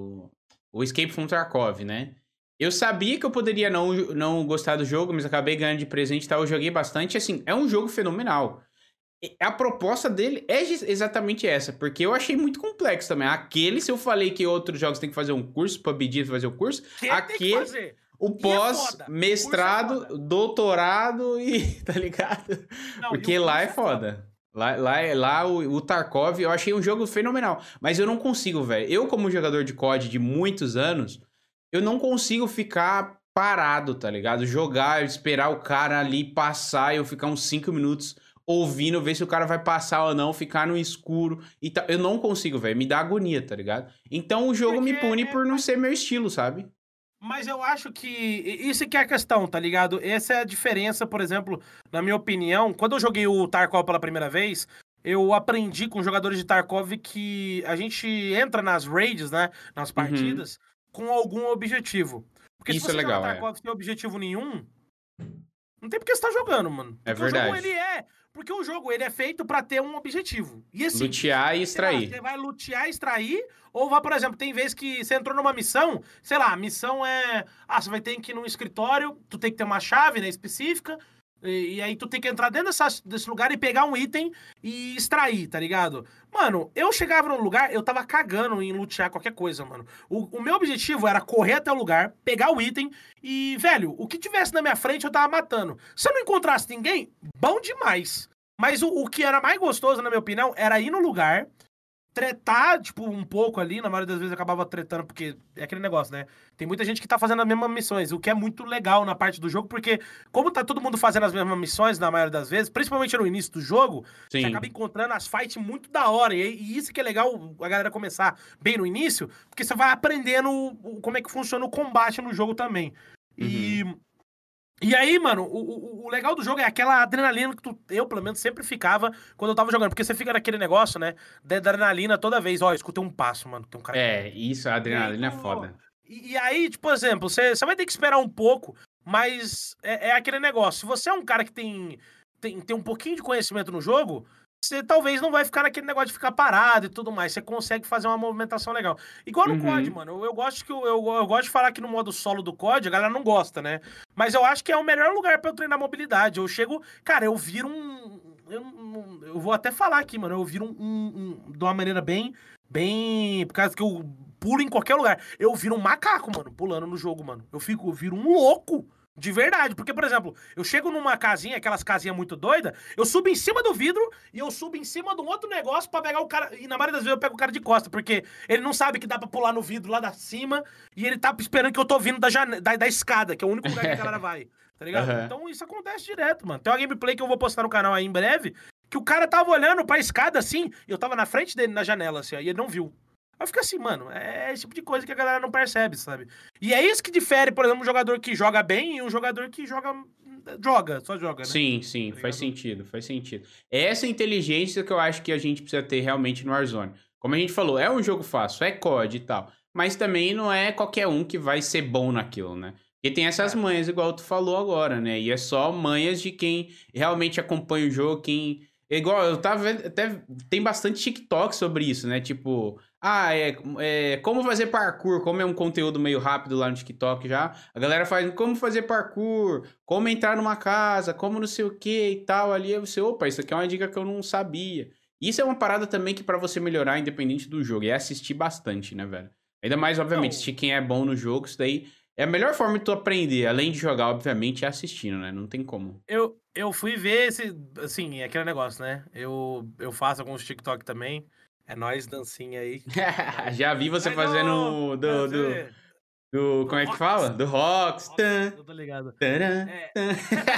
o Escape from Tarkov, né? Eu sabia que eu poderia não gostar do jogo, mas acabei ganhando de presente e tal. Eu joguei bastante. Assim, é um jogo fenomenal. A proposta dele é exatamente essa, porque eu achei muito complexo também. Aquele, se eu falei que outros jogos tem que fazer um curso para pedir fazer o curso, Que ele tem que aquele, fazer. o E é pós, foda. O curso é mestrado, foda. doutorado e tá ligado? Não, e o Porque lá é curso é foda. foda. Lá o Tarkov, eu achei um jogo fenomenal. Mas eu não consigo, velho. Eu, como jogador de COD de muitos anos, eu não consigo ficar parado, tá ligado? Jogar, esperar o cara ali passar e eu ficar uns 5 minutos ouvindo, ver se o cara vai passar ou não, ficar no escuro e tal. Eu não consigo, velho. Me dá agonia, tá ligado? Então o jogo me Porque pune por não ser meu estilo, sabe? Mas eu acho que isso que é a questão, tá ligado? Essa é a diferença, por exemplo, na minha opinião. Quando eu joguei o Tarkov pela primeira vez, eu aprendi com jogadores de Tarkov que a gente entra nas raids, né? Nas Uhum. partidas, com algum objetivo. Porque se Isso é você joga legal, é. Tarkov sem objetivo nenhum, não tem porque você tá jogando, mano. É Porque o jogo, ele verdade. é. Porque o jogo, ele é feito pra ter um objetivo. E é simples. Lutear e Sei lá, você extrair. vai lutear, extrair, ou vai, por exemplo, tem vezes que você entrou numa missão, sei lá, a missão é. Você vai ter que ir num escritório, tu tem que ter uma chave, né, específica. E aí tu tem que entrar dentro desse lugar e pegar um item e extrair, tá ligado? Mano, eu chegava num lugar, eu tava cagando em lutear qualquer coisa, mano. O meu objetivo era correr até o lugar, pegar o item e, velho, o que tivesse na minha frente eu tava matando. Se eu não encontrasse ninguém, bom demais. Mas o que era mais gostoso, na minha opinião, era ir no lugar, tretar, tipo, um pouco ali, na maioria das vezes eu acabava tretando, porque é aquele negócio, né? Tem muita gente que tá fazendo as mesmas missões, o que é muito legal na parte do jogo, porque como tá todo mundo fazendo as mesmas missões, na maioria das vezes, principalmente no início do jogo, você acaba Sim. encontrando as fights muito da hora, e isso que é legal a galera começar bem no início, porque você vai aprendendo como é que funciona o combate no jogo também. E... Uhum. E aí, mano, o legal do jogo é aquela adrenalina que eu, pelo menos, sempre ficava quando eu tava jogando. Porque você fica naquele negócio, né? Da adrenalina toda vez. Ó, escutei um passo, mano. Tem um cara aqui É, perto. isso, a E aí, adrenalina é tu... foda. E aí, tipo, por exemplo, você vai ter que esperar um pouco, mas é aquele negócio. Se você é um cara que tem um pouquinho de conhecimento no jogo, você talvez não vai ficar naquele negócio de ficar parado e tudo mais. Você consegue fazer uma movimentação legal. Igual no COD, Uhum. mano. Eu gosto que eu gosto de falar que no modo solo do COD, a galera não gosta, né? Mas eu acho que é o melhor lugar pra eu treinar mobilidade. Eu chego, cara, eu viro um. Eu vou até falar aqui, mano. Eu viro de uma maneira bem. Por causa que eu pulo em qualquer lugar. Eu viro um macaco, mano, pulando no jogo, mano. Eu viro um louco. De verdade, porque, por exemplo, eu chego numa casinha, aquelas casinhas muito doidas, eu subo em cima do vidro e eu subo em cima de um outro negócio pra pegar o cara. E na maioria das vezes eu pego o cara de costa, porque ele não sabe que dá pra pular no vidro lá da cima e ele tá esperando que eu tô vindo da escada, que é o único lugar que a galera vai, tá ligado? Aham. Então isso acontece direto, mano. Tem uma gameplay que eu vou postar no canal aí em breve, que o cara tava olhando pra escada assim, e eu tava na frente dele na janela, assim, ó, e ele não viu. Aí fica assim, mano, é esse tipo de coisa que a galera não percebe, sabe? E é isso que difere, por exemplo, um jogador que joga bem e um jogador que só joga, né? Sim, sim, Tá faz ligado? sentido, faz sentido. É essa inteligência que eu acho que a gente precisa ter realmente no Warzone. Como a gente falou, é um jogo fácil, é COD e tal, mas também não é qualquer um que vai ser bom naquilo, né? Porque tem essas É. manhas, igual tu falou agora, né? E é só manhas de quem realmente acompanha o jogo, quem... É igual, eu tava vendo, até tem bastante TikTok sobre isso, né? Tipo, como fazer parkour, como é um conteúdo meio rápido lá no TikTok já. A galera faz como fazer parkour, como entrar numa casa, como não sei o que e tal. Ali você, opa, isso aqui é uma dica que eu não sabia. Isso é uma parada também que pra você melhorar, independente do jogo, é assistir bastante, né, velho? Ainda mais, obviamente, Não, assistir quem é bom no jogo, isso daí é a melhor forma de tu aprender, além de jogar, obviamente, é assistindo, né? Não tem como. eu fui ver esse, assim, aquele negócio, né? Eu faço alguns TikTok também. É nóis, dancinha aí. É nóis. Já vi você Mas ô, fazendo você, do como é que fala? Rocks. Do Rocks. Rocks, Tan, eu tô ligado. taran, É, tan.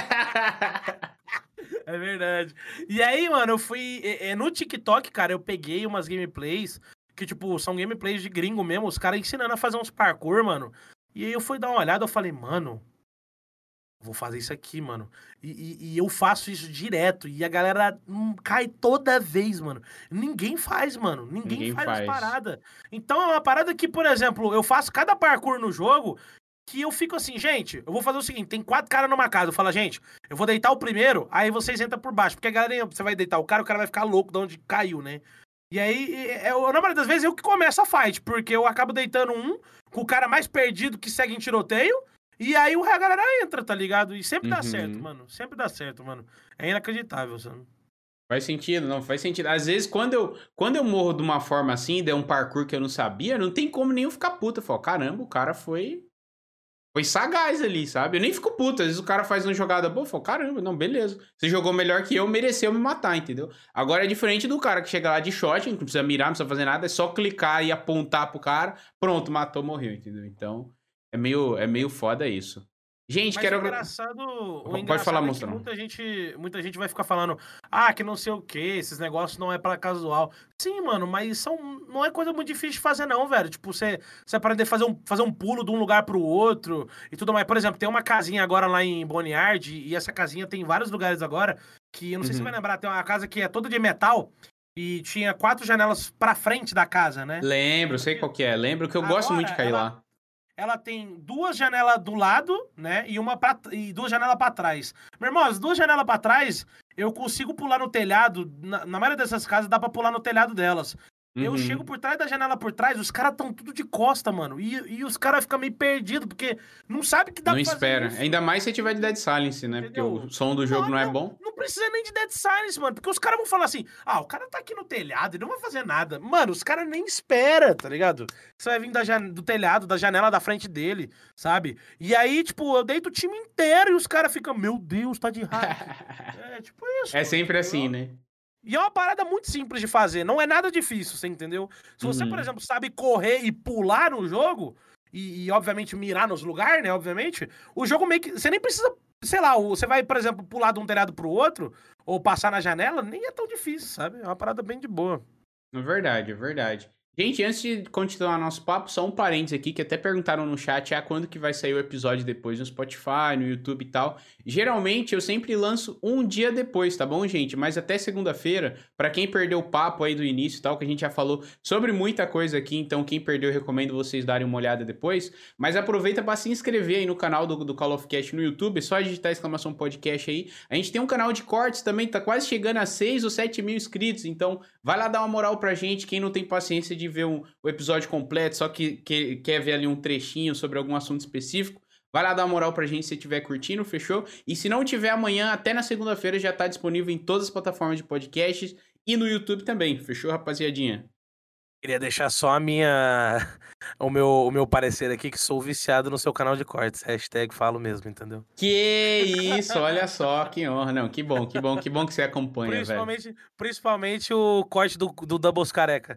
é verdade. E aí, mano, eu fui. No TikTok, cara, eu peguei umas gameplays que, tipo, são gameplays de gringo mesmo, os caras ensinando a fazer uns parkour, mano. E aí eu fui dar uma olhada, eu falei, mano, vou fazer isso aqui, mano. E eu faço isso direto. E a galera cai toda vez, mano. Ninguém faz, mano. Ninguém Ninguém faz as faz. paradas. Então é uma parada que, por exemplo, eu faço cada parkour no jogo que eu fico assim, gente, eu vou fazer o seguinte: tem 4 caras numa casa. Eu falo, gente, eu vou deitar o primeiro, aí vocês entram por baixo. Porque a galera, você vai deitar o cara vai ficar louco de onde caiu, né? E aí, na maioria das vezes, eu que começo a fight, porque eu acabo deitando um com o cara mais perdido que segue em tiroteio. E aí a galera entra, tá ligado? E sempre dá certo, Uhum. mano. Sempre dá certo, mano. É inacreditável, sabe? Faz sentido, não faz sentido. Às vezes, quando eu morro de uma forma assim, der um parkour que eu não sabia, não tem como nem eu ficar puto. Eu falo, caramba, o cara foi sagaz ali, sabe? Eu nem fico puto. Às vezes o cara faz uma jogada boa, eu falo, caramba, não, beleza. Você jogou melhor que eu, mereceu me matar, entendeu? Agora é diferente do cara que chega lá de shot, não precisa mirar, não precisa fazer nada, é só clicar e apontar pro cara, pronto, matou, morreu, entendeu? Então, é meio foda isso. Gente, Mas quero. o Pode falar, engraçado é que monstrão. muita gente vai ficar falando, ah, que não sei o que, esses negócios não é pra casual. Sim, mano, mas não é coisa muito difícil de fazer, não, velho. Tipo, você aprender a fazer um pulo de um lugar pro outro e tudo mais. Por exemplo, tem uma casinha agora lá em Boneyard, e essa casinha tem vários lugares agora, que eu não sei se você vai Uhum. lembrar, tem uma casa que é toda de metal e tinha 4 janelas pra frente da casa, né? Lembro, Lembra sei disso? qual que é. Lembro que eu gosto muito Agora, de cair lá. ela tem 2 janelas do lado, né? E 2 janelas pra trás. Meu irmão, as 2 janelas pra trás, eu consigo pular no telhado. Na maioria dessas casas dá pra pular no telhado delas. Eu chego Uhum. por trás da janela por trás, os caras tão tudo de costa, mano. E os caras ficam meio perdidos, porque não sabe que dá Não pra fazer espera. isso. Ainda mais se tiver de Dead Silence, né? Porque o Entendeu? som do jogo Não, não é não, bom. não precisa nem de Dead Silence, mano. Porque os caras vão falar assim: ah, o cara tá aqui no telhado, ele não vai fazer nada. Mano, os caras nem esperam, tá ligado? Você vai vir do telhado, da janela da frente dele, sabe? E aí, tipo, eu deito o time inteiro e os caras ficam, meu Deus, tá de hack. É tipo isso, É mano, sempre assim, entendeu? né? E é uma parada muito simples de fazer, não é nada difícil, você entendeu? Se você, por Uhum. exemplo, sabe correr e pular no jogo, e obviamente mirar nos lugares, né, obviamente, o jogo meio que... Você nem precisa, sei lá, você vai, por exemplo, pular de um telhado pro outro, ou passar na janela, nem é tão difícil, sabe? É uma parada bem de boa. É verdade, é verdade. Gente, antes de continuar nosso papo, só um parênteses aqui, que até perguntaram no chat, quando que vai sair o episódio depois no Spotify, no YouTube e tal. Geralmente, eu sempre lanço um dia depois, tá bom, gente? Mas até segunda-feira, pra quem perdeu o papo aí do início e tal, que a gente já falou sobre muita coisa aqui, então quem perdeu, eu recomendo vocês darem uma olhada depois. Mas aproveita pra se inscrever aí no canal do Call of Cast no YouTube, é só digitar exclamação podcast aí. A gente tem um canal de cortes também, tá quase chegando a 6 ou 7 mil inscritos, então vai lá dar uma moral pra gente, quem não tem paciência de ver o episódio completo, só que quer ver ali um trechinho sobre algum assunto específico, vai lá dar uma moral pra gente se estiver curtindo, fechou? E se não tiver amanhã, até na segunda-feira já tá disponível em todas as plataformas de podcasts e no YouTube também, fechou, rapaziadinha? Queria deixar só a minha... o meu parecer aqui, que sou viciado no seu canal de cortes. Hashtag falo mesmo, entendeu? Que isso, olha só, que honra. Não, que bom, que bom, que bom que você acompanha, velho. Principalmente o corte do Doubles Careca.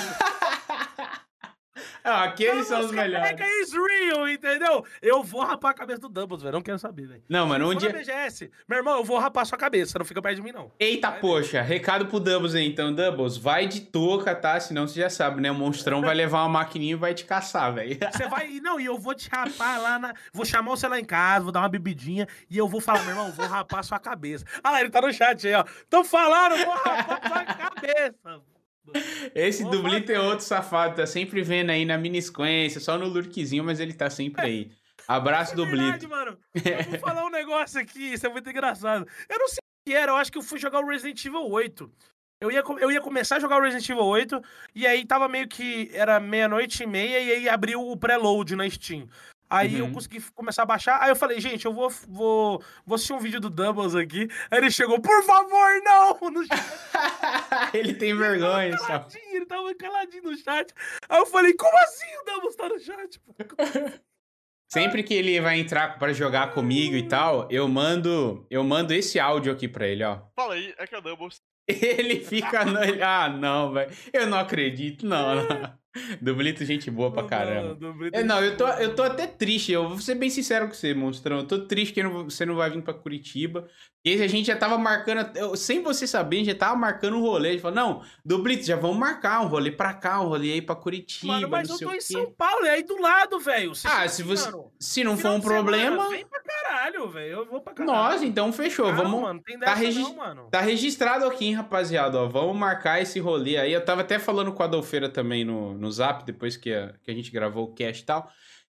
Ah, aqueles são Doubles os Careca melhores. is real, entendeu? Eu vou rapar a cabeça do Doubles, velho. Não quero saber, velho. Não, Se mano, um for na dia... BGS, meu irmão, eu vou rapar sua cabeça. Não fica perto de mim, não. Eita, Vai ver. poxa, recado pro Doubles aí, então, Doubles, vai de touca, tá? Senão você já sabe, né? O monstrão vai levar uma maquininha e vai te caçar, velho. Você vai. Não, e eu vou te rapar lá na. Vou chamar você lá em casa, vou dar uma bebidinha e eu vou falar, meu irmão, vou rapar sua cabeça. Ah lá, ele tá no chat aí, ó. Tão falando, vou rapar sua cabeça. Esse Vou Dublito é fazer. outro safado, tá sempre vendo aí na mini sequência, só no lurkzinho, mas ele tá sempre aí. Abraço, É verdade, Dublito. mano. Eu vou falar um negócio aqui, isso é muito engraçado. Eu não sei o que era, eu acho que eu fui jogar o Resident Evil 8. Eu ia começar a jogar o Resident Evil 8, e aí tava meio que. Era meia-noite e meia, e aí abriu o preload na Steam. Aí eu Uhum. consegui começar a baixar. Aí eu falei, gente, eu vou assistir um vídeo do Doubles aqui. Aí ele chegou, por favor, não! No chat. Ele tem Ele tava vergonha, só. caladinho, ele tava caladinho no chat. Aí eu falei, como assim o Doubles tá no chat? Pô? Sempre que ele vai entrar pra jogar comigo e tal, eu mando esse áudio aqui pra ele, ó. Fala aí, é que é o Doubles. Ele fica no... Ah, não, velho. Eu não acredito, não, não. Dublito, gente boa pra Não dá, caramba. Doubles É, não, é boa, eu tô até triste. Eu vou ser bem sincero com você, monstrão. Eu tô triste que você não vai vir pra Curitiba. E a gente já tava marcando, sem você saber, a gente já tava marcando um rolê. A gente falou, não, Dublito, já vamos marcar um rolê pra cá, um rolê aí pra Curitiba, Mano, mas não eu sei tô o em São quê. Paulo, é aí do lado, velho. Ah, se você, Mano, se não for final um de semana, problema, vem pra caralho, velho. Eu vou pra caralho. nossa, então fechou. Não, Vamos. mano, não tem Tá, dessa não, mano. tá registrado aqui, hein, rapaziada. Ó, vamos marcar esse rolê aí. Eu tava até falando com a Adolfeira também no Zap, depois que a gente gravou o cast e tal.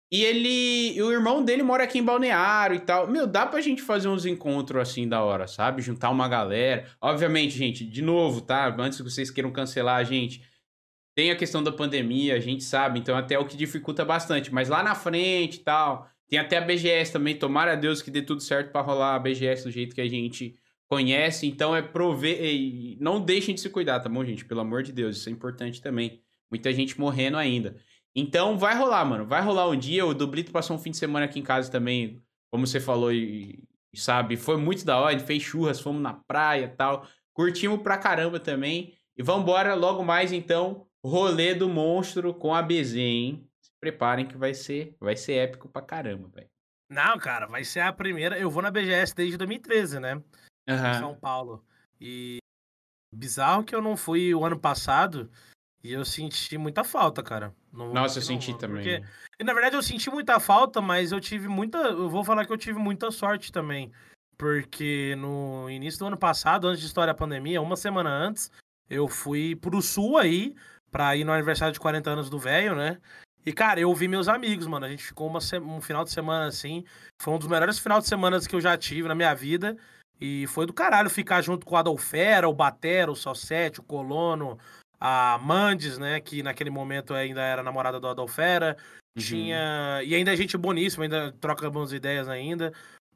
E o irmão dele mora aqui em Balneário e tal. Meu, dá pra gente fazer uns encontros assim da hora, sabe? Juntar uma galera. Obviamente, gente, de novo, tá? Antes que vocês queiram cancelar a gente, tem a questão da pandemia, a gente sabe, então até é o que dificulta bastante. Mas lá na frente e tal, tem até a BGS também. Tomara a Deus que dê tudo certo pra rolar a BGS do jeito que a gente conhece. Então é prover. E não deixem de se cuidar, tá bom, gente? Pelo amor de Deus, isso é importante também. Muita gente morrendo ainda. Então vai rolar, mano. Vai rolar um dia. O Dublito passou um fim de semana aqui em casa também, como você falou, e sabe, foi muito da hora. A gente fez churras, fomos na praia e tal. Curtimos pra caramba também. E vambora logo mais, então, rolê do monstro com a BZ, hein? Se preparem que vai ser épico pra caramba, velho. Não, cara, vai ser a primeira. Eu vou na BGS desde 2013, né? Em São Paulo. E bizarro que eu não fui o ano passado e eu senti muita falta, cara. Nossa, eu senti também. Porque, na verdade, eu senti muita falta, mas eu tive muita. Eu vou falar que eu tive muita sorte também. Porque no início do ano passado, antes de estourar a pandemia, uma semana antes, eu fui pro sul aí, pra ir no aniversário de 40 anos do velho, né? E, cara, eu vi meus amigos, mano. A gente ficou um final de semana assim. Foi um dos melhores finais de semana que eu já tive na minha vida. E foi do caralho ficar junto com a Adolfera, o Batera, o Sossete, o Colono, a Mandes, né? Que naquele momento ainda era namorada do Adolfera. Tinha. E ainda é gente boníssima, ainda troca boas ideias ainda.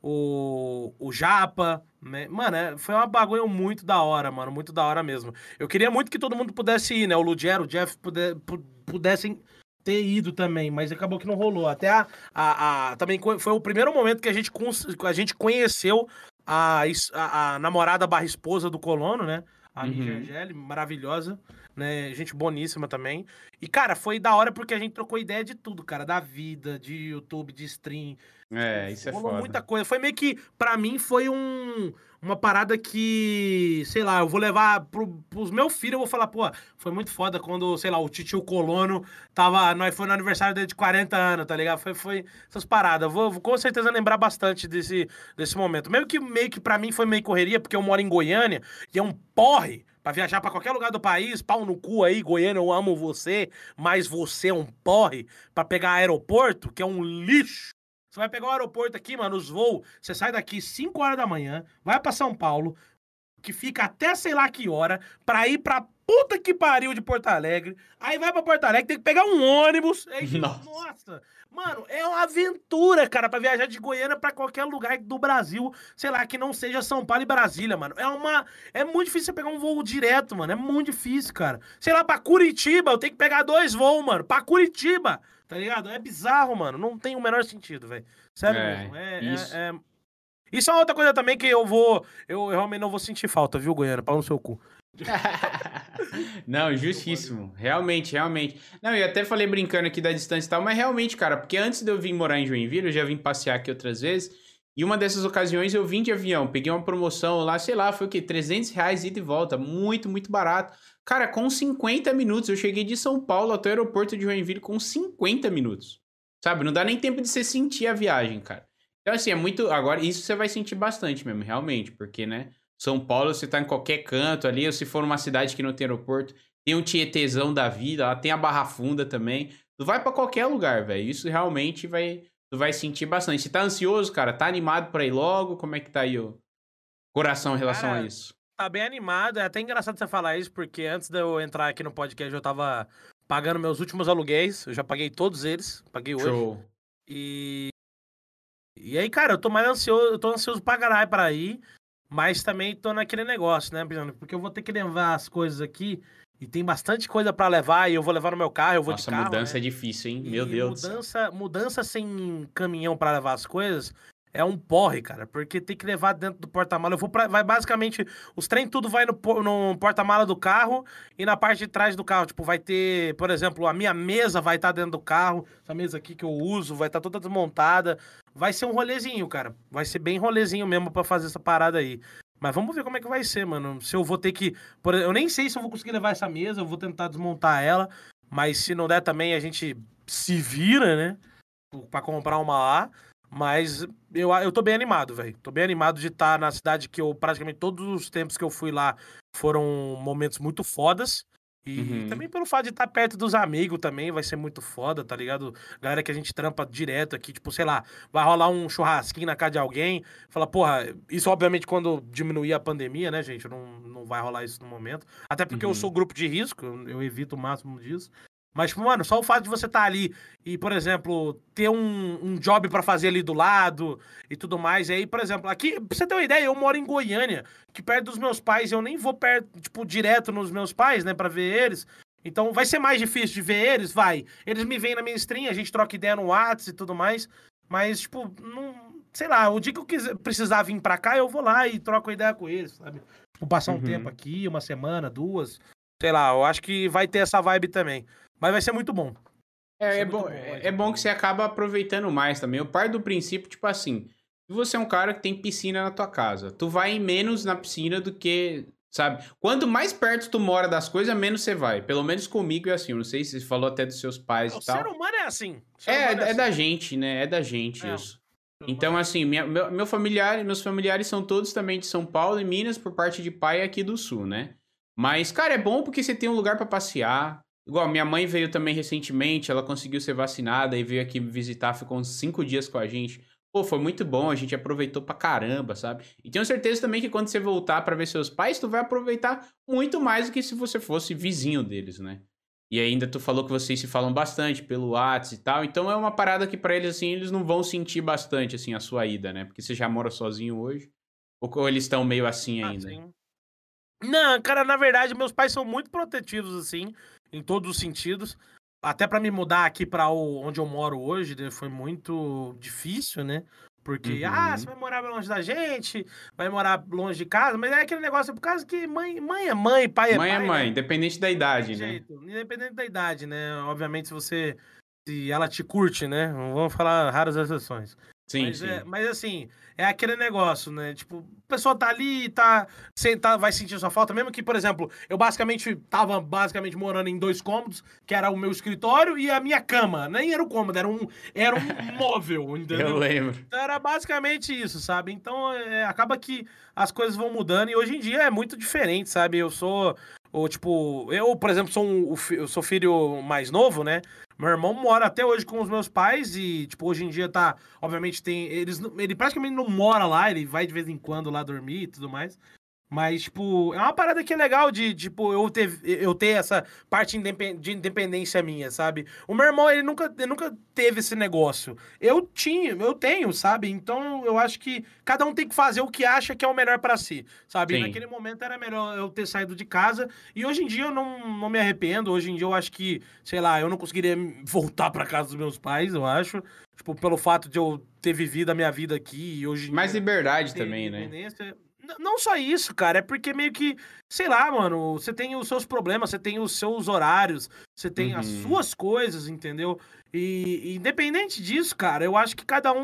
O Japa, né? Mano, foi uma bagulho muito da hora, mano. Muito da hora mesmo. Eu queria muito que todo mundo pudesse ir, né? O Ludiero, o Jeff pudessem ter ido também, mas acabou que não rolou. Até também foi o primeiro momento que a gente conheceu a namorada barra esposa do Colono, né? a Ninja Angeli, maravilhosa, né? Gente boníssima também. E, cara, foi da hora porque a gente trocou ideia de tudo, cara. Da vida, de YouTube, de stream. Tipo, Isso é rolou muita foda. coisa. Foi meio que, pra mim, foi uma parada que, sei lá, eu vou levar pros meus filhos, eu vou falar, pô, foi muito foda quando, sei lá, o titio Colono nós foi no aniversário dele de 40 anos, tá ligado? Foi essas paradas. Vou com certeza lembrar bastante desse momento. Meio que pra mim foi meio correria, porque eu moro em Goiânia e é um porre pra viajar pra qualquer lugar do país, pau no cu aí, Goiânia, eu amo você, mas você é um porre pra pegar aeroporto, que é um lixo. Você vai pegar o aeroporto aqui, mano, os voos, você sai daqui 5 horas da manhã, vai pra São Paulo, que fica até sei lá que hora, pra ir pra puta que pariu de Porto Alegre. Aí vai pra Porto Alegre, tem que pegar um ônibus. Aí, Nossa. nossa, mano, é uma aventura, cara, pra viajar de Goiânia pra qualquer lugar do Brasil, sei lá, que não seja São Paulo e Brasília, mano. É muito difícil você pegar um voo direto, mano. É muito difícil, cara. Sei lá, pra Curitiba, eu tenho que pegar 2 voos, mano. Pra Curitiba, tá ligado? É bizarro, mano. Não tem o menor sentido, velho. Sério mesmo. Isso. Isso é uma outra coisa também que eu realmente não vou sentir falta, viu, Goiânia? Pau no seu cu. Não, justíssimo. Realmente, realmente. Não, eu até falei brincando aqui da distância e tal, mas realmente, cara, porque antes de eu vir morar em Joinville, eu já vim passear aqui outras vezes, e uma dessas ocasiões eu vim de avião, peguei uma promoção lá, sei lá, foi o quê? R$ 300 ida e volta, muito, muito barato. Cara, com 50 minutos, eu cheguei de São Paulo até o aeroporto de Joinville com 50 minutos. Sabe, não dá nem tempo de você sentir a viagem, cara. Então, assim, é muito. Agora, isso você vai sentir bastante mesmo, realmente, porque, né? São Paulo, você tá em qualquer canto ali, ou se for numa cidade que não tem aeroporto, tem um Tietezão da vida, lá tem a Barra Funda também. Tu vai pra qualquer lugar, velho. Isso realmente tu vai sentir bastante. Você tá ansioso, cara? Tá animado pra ir logo? Como é que tá aí o coração em relação a Cara, isso? tá bem animado. É até engraçado você falar isso, porque antes de eu entrar aqui no podcast, eu tava pagando meus últimos aluguéis. Eu já paguei todos eles, paguei hoje. Show. E, e aí, cara, eu tô ansioso pra caralho pra ir, mas também tô naquele negócio, né, Bruno? Porque eu vou ter que levar as coisas aqui, e tem bastante coisa pra levar, e eu vou levar no meu carro, eu vou de Nossa, carro, mudança né? é difícil, hein? Meu E Deus do céu. mudança sem caminhão pra levar as coisas é um porre, cara, porque tem que levar dentro do porta-mala. Vai basicamente, os trem tudo vai no porta-mala do carro e na parte de trás do carro. Tipo, vai ter, por exemplo, a minha mesa vai estar dentro do carro, essa mesa aqui que eu uso vai estar toda desmontada. Vai ser um rolezinho, cara. Vai ser bem rolezinho mesmo pra fazer essa parada aí. Mas vamos ver como é que vai ser, mano. Se eu vou ter que. Eu nem sei se eu vou conseguir levar essa mesa, eu vou tentar desmontar ela. Mas se não der também, a gente se vira, né? Pra comprar uma lá. Mas eu tô bem animado, velho. Tô bem animado de estar na cidade que eu praticamente todos os tempos que eu fui lá foram momentos muito fodas. E também Uhum. pelo fato de estar perto dos amigos também vai ser muito foda, tá ligado? Galera que a gente trampa direto aqui, tipo, sei lá, vai rolar um churrasquinho na casa de alguém. Fala, porra, isso obviamente quando diminuir a pandemia, né, gente? Não vai rolar isso no momento. Até porque eu sou Uhum. grupo de risco, eu evito o máximo disso. Mas, tipo, mano, só o fato de você estar ali e, por exemplo, ter um job pra fazer ali do lado e tudo mais. E aí, por exemplo, aqui, pra você ter uma ideia, eu moro em Goiânia, que perto dos meus pais, eu nem vou perto, tipo, direto nos meus pais, né, pra ver eles. Então, vai ser mais difícil de ver eles? Vai. Eles me veem na minha stream, a gente troca ideia no WhatsApp e tudo mais. Mas, tipo, não. Sei lá, o dia que eu precisar vir pra cá, eu vou lá e troco ideia com eles, sabe? Tipo, passar um tempo Uhum. aqui, uma semana, 2. Sei lá, eu acho que vai ter essa vibe também. Mas vai ser muito bom. Vai É, ser é muito bom, bom, vai é ser muito bom que bom. você acaba aproveitando mais também. Eu paro do princípio, tipo assim, se você é um cara que tem piscina na tua casa, tu vai menos na piscina do que, sabe? Quanto mais perto tu mora das coisas, menos você vai. Pelo menos comigo é assim. Eu não sei se você falou até dos seus pais O e ser tal. humano é assim. O ser É, humano é é assim. da gente, né? É da gente É, o isso. ser humano Então, é assim. assim, meus familiares são todos também de São Paulo e Minas, por parte de pai aqui do Sul, né? Mas, cara, é bom porque você tem um lugar pra passear. Igual, minha mãe veio também recentemente, ela conseguiu ser vacinada e veio aqui me visitar, ficou uns 5 dias com a gente. Pô, foi muito bom, a gente aproveitou pra caramba, sabe? E tenho certeza também que quando você voltar pra ver seus pais, tu vai aproveitar muito mais do que se você fosse vizinho deles, né? E ainda tu falou que vocês se falam bastante pelo WhatsApp e tal, então é uma parada que pra eles, assim, eles não vão sentir bastante, assim, a sua ida, né? Porque você já mora sozinho hoje, ou eles estão meio assim Ah, ainda? sim. Não, cara, na verdade, meus pais são muito protetivos, assim, em todos os sentidos. Até pra me mudar aqui pra onde eu moro hoje, né, foi muito difícil, né? Porque, você Uhum. vai morar longe da gente, vai morar longe de casa, mas é aquele negócio, por causa que mãe é mãe, pai é Mãe é pai, mãe, né? independente da Não tem idade, né? jeito, independente da idade, né? Obviamente, se ela te curte, né? Não vamos falar raras exceções. Sim, sim. Mas assim, é aquele negócio, né? Tipo, a pessoa tá ali, vai sentir sua falta, mesmo que, por exemplo, eu tava morando em 2 cômodos, que era o meu escritório e a minha cama. Nem era o cômodo, era um móvel, Eu entendeu? lembro. Então era basicamente isso, sabe? Então acaba que as coisas vão mudando e hoje em dia é muito diferente, sabe? Eu, por exemplo, eu sou filho mais novo, né? Meu irmão mora até hoje com os meus pais e, tipo, hoje em dia obviamente ele praticamente não mora lá, ele vai de vez em quando lá dormir e tudo mais. Mas, tipo, é uma parada que é legal de, tipo, eu ter essa parte de independência minha, sabe? O meu irmão, ele nunca teve esse negócio. Eu tenho, sabe? Então, eu acho que cada um tem que fazer o que acha que é o melhor pra si, sabe? E naquele Sim. momento era melhor eu ter saído de casa. E hoje em dia eu não me arrependo. Hoje em dia eu acho que, sei lá, eu não conseguiria voltar pra casa dos meus pais, eu acho. Tipo, pelo fato de eu ter vivido a minha vida aqui e hoje em Mais dia liberdade ter também, né? independência. Não só isso, cara, é porque meio que, sei lá, mano, você tem os seus problemas, você tem os seus horários, você tem as Uhum. suas coisas, entendeu? E independente disso, cara, eu acho que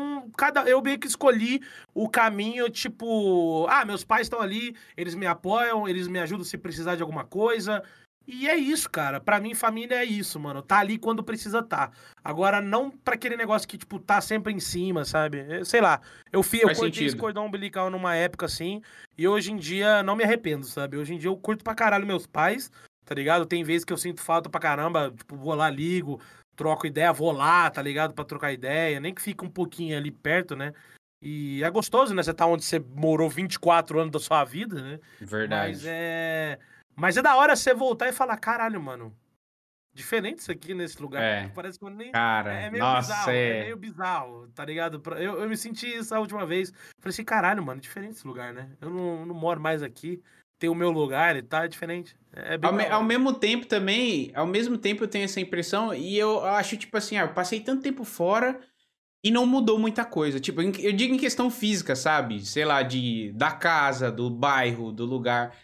eu meio que escolhi o caminho, tipo, meus pais estão ali, eles me apoiam, eles me ajudam se precisar de alguma coisa. E é isso, cara. Pra mim, família é isso, mano. Tá ali quando precisa tá. Agora, não pra aquele negócio que, tipo, tá sempre em cima, sabe? Sei lá. Eu Faz cortei esse sentido. cordão umbilical numa época assim, e hoje em dia não me arrependo, sabe? Hoje em dia eu curto pra caralho meus pais, tá ligado? Tem vezes que eu sinto falta pra caramba, tipo, vou lá, ligo, troco ideia, vou lá, tá ligado? Pra trocar ideia, nem que fique um pouquinho ali perto, né? E é gostoso, né? Você tá onde você morou 24 anos da sua vida, né? Mas Verdade. é. Mas é da hora você voltar e falar, caralho, mano, diferente isso aqui nesse lugar. É. Parece que eu nem. Cara, É meio nossa, bizarro, é é. meio bizarro, tá ligado? Eu me senti isso a última vez. Falei assim, caralho, mano, diferente esse lugar, né? Eu não moro mais aqui, tem o meu lugar e tá, é diferente. É bem da Ao hora. mesmo tempo também, ao mesmo tempo eu tenho essa impressão e eu acho, tipo assim, eu passei tanto tempo fora e não mudou muita coisa. Tipo, eu digo em questão física, sabe? Sei lá, da casa, do bairro, do lugar.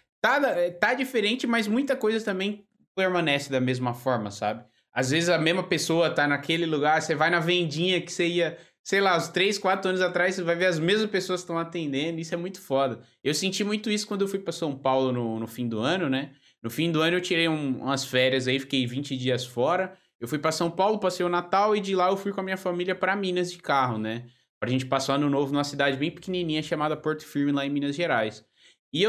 Tá diferente, mas muita coisa também permanece da mesma forma, sabe? Às vezes a mesma pessoa tá naquele lugar, você vai na vendinha que você ia, sei lá, uns 3, 4 anos atrás, você vai ver as mesmas pessoas que estão atendendo, isso é muito foda. Eu senti muito isso quando eu fui pra São Paulo no fim do ano, né? No fim do ano eu tirei umas férias aí, fiquei 20 dias fora. Eu fui para São Paulo, passei o Natal e de lá eu fui com a minha família para Minas de carro, né? Pra gente passar ano novo numa cidade bem pequenininha chamada Porto Firme, lá em Minas Gerais. E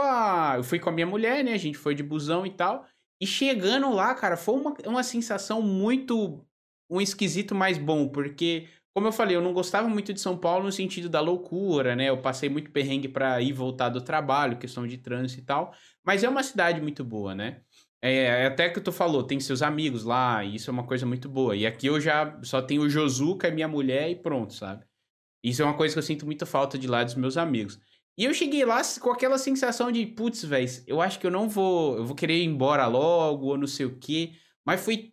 eu fui com a minha mulher, né? A gente foi de busão e tal. E chegando lá, cara, foi uma sensação muito. Um esquisito mais bom, porque, como eu falei, eu não gostava muito de São Paulo no sentido da loucura, né? Eu passei muito perrengue pra ir e voltar do trabalho, questão de trânsito e tal. Mas é uma cidade muito boa, né? Até que tu falou, tem seus amigos lá, e isso é uma coisa muito boa. E aqui eu já só tenho o Josuca, minha mulher e pronto, sabe? Isso é uma coisa que eu sinto muita falta de lá dos meus amigos. E eu cheguei lá com aquela sensação de, putz, velho, eu acho que eu vou querer ir embora logo, ou não sei o quê. Mas foi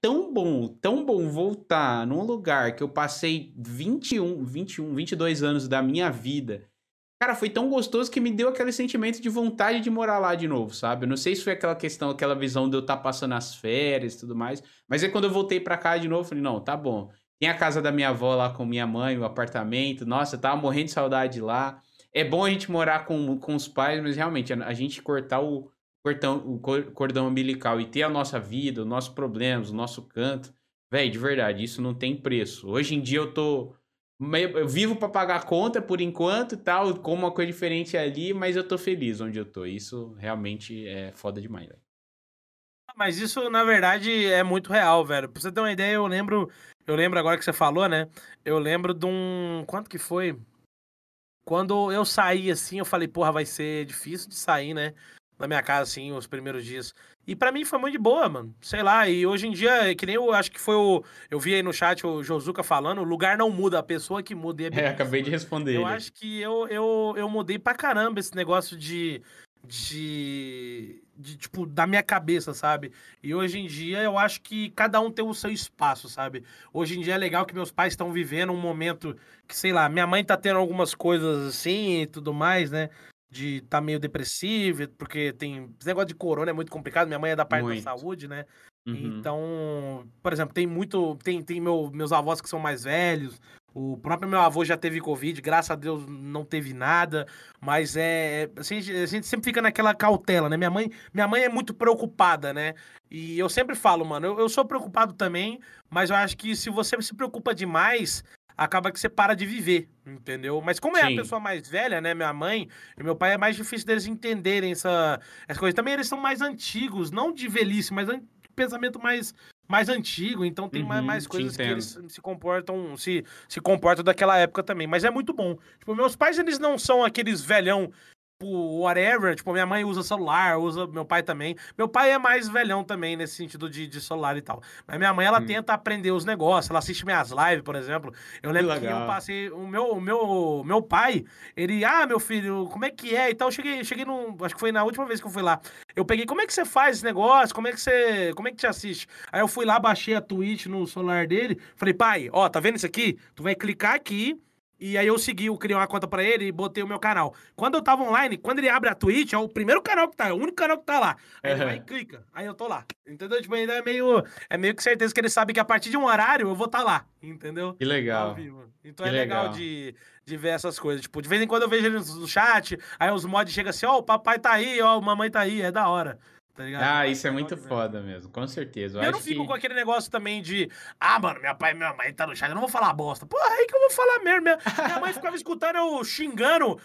tão bom voltar num lugar que eu passei 22 anos da minha vida. Cara, foi tão gostoso que me deu aquele sentimento de vontade de morar lá de novo, sabe? Eu não sei se foi aquela questão, aquela visão de eu estar passando as férias e tudo mais, mas aí quando eu voltei pra cá de novo, eu falei, não, tá bom. Tem a casa da minha avó lá com minha mãe, o apartamento. Nossa, eu tava morrendo de saudade lá. É bom a gente morar com os pais, mas realmente, a gente cortar cordão umbilical e ter a nossa vida, os nossos problemas, o nosso canto, velho, de verdade, isso não tem preço. Hoje em dia eu vivo pra pagar a conta por enquanto e tal, como uma coisa diferente ali, mas eu tô feliz onde eu tô. Isso realmente é foda demais, velho. Mas isso, na verdade, é muito real, velho. Pra você ter uma ideia, eu lembro agora que você falou, né? Eu lembro de um. Quanto que foi? Quando eu saí assim, eu falei, porra, vai ser difícil de sair, né? Da minha casa, assim, os primeiros dias. E pra mim foi muito de boa, mano. Sei lá, e hoje em dia, que nem eu acho que foi o. Eu vi aí no chat o Josuka falando, o lugar não muda, a pessoa que muda, e é bem isso, Acabei de mano. responder Eu ele. acho que eu mudei pra caramba esse negócio de tipo, da minha cabeça, sabe? E hoje em dia eu acho que cada um tem o seu espaço, sabe? Hoje em dia é legal que meus pais estão vivendo um momento que, sei lá, minha mãe tá tendo algumas coisas assim e tudo mais, né? De tá meio depressiva, porque tem. Esse negócio de corona é muito complicado, minha mãe é da parte da Muito. saúde, né? Uhum. Então, por exemplo, tem muito. Tem meus avós que são mais velhos. O próprio meu avô já teve Covid, graças a Deus não teve nada. Mas assim, a gente sempre fica naquela cautela, né? Minha mãe é muito preocupada, né? E eu sempre falo, mano, eu sou preocupado também, mas eu acho que se você se preocupa demais, acaba que você para de viver, entendeu? Mas como é a Sim. pessoa mais velha, né? Minha mãe e meu pai, é mais difícil deles entenderem essa coisa. Também eles são mais antigos, não de velhice, mas de pensamento mais antigo, então tem mais Uhum, te coisas que entendo. eles se comportam daquela época também. Mas é muito bom. Tipo, meus pais, eles não são aqueles velhão, tipo, whatever. Tipo, minha mãe usa celular, meu pai também. Meu pai é mais velhão também, nesse sentido de celular e tal. Mas minha mãe, ela Hum. tenta aprender os negócios, ela assiste minhas lives, por exemplo. Eu Que lembro que eu legal. passei, o meu pai, ele, meu filho, como é que é? E tal, eu cheguei acho que foi na última vez que eu fui lá. Eu peguei, como é que você faz esse negócio? Como é que te assiste? Aí eu fui lá, baixei a Twitch no celular dele, falei, pai, ó, tá vendo isso aqui? Tu vai clicar aqui, e aí eu criei uma conta pra ele e botei o meu canal. Quando eu tava online, quando ele abre a Twitch, é o primeiro canal que tá, é o único canal que tá lá. Aí ele vai e Aham. clica, aí eu tô lá. Entendeu? Tipo, ainda é meio que certeza que ele sabe que a partir de um horário eu vou estar lá, entendeu? Que Ao legal. vivo. Então Que é legal legal. de ver essas coisas. Tipo, de vez em quando eu vejo ele no chat, aí os mods chegam assim, ó, o papai tá aí, ó, a mamãe tá aí, é da hora. Tá ligado? Eu Ah, acho isso é legal muito demais. foda mesmo, com certeza. Eu E eu não acho fico com que. aquele negócio também de, mano, meu pai e minha mãe tá no chat, eu não vou falar bosta. Porra, aí que eu vou falar mesmo. Minha mãe ficava escutando eu xingando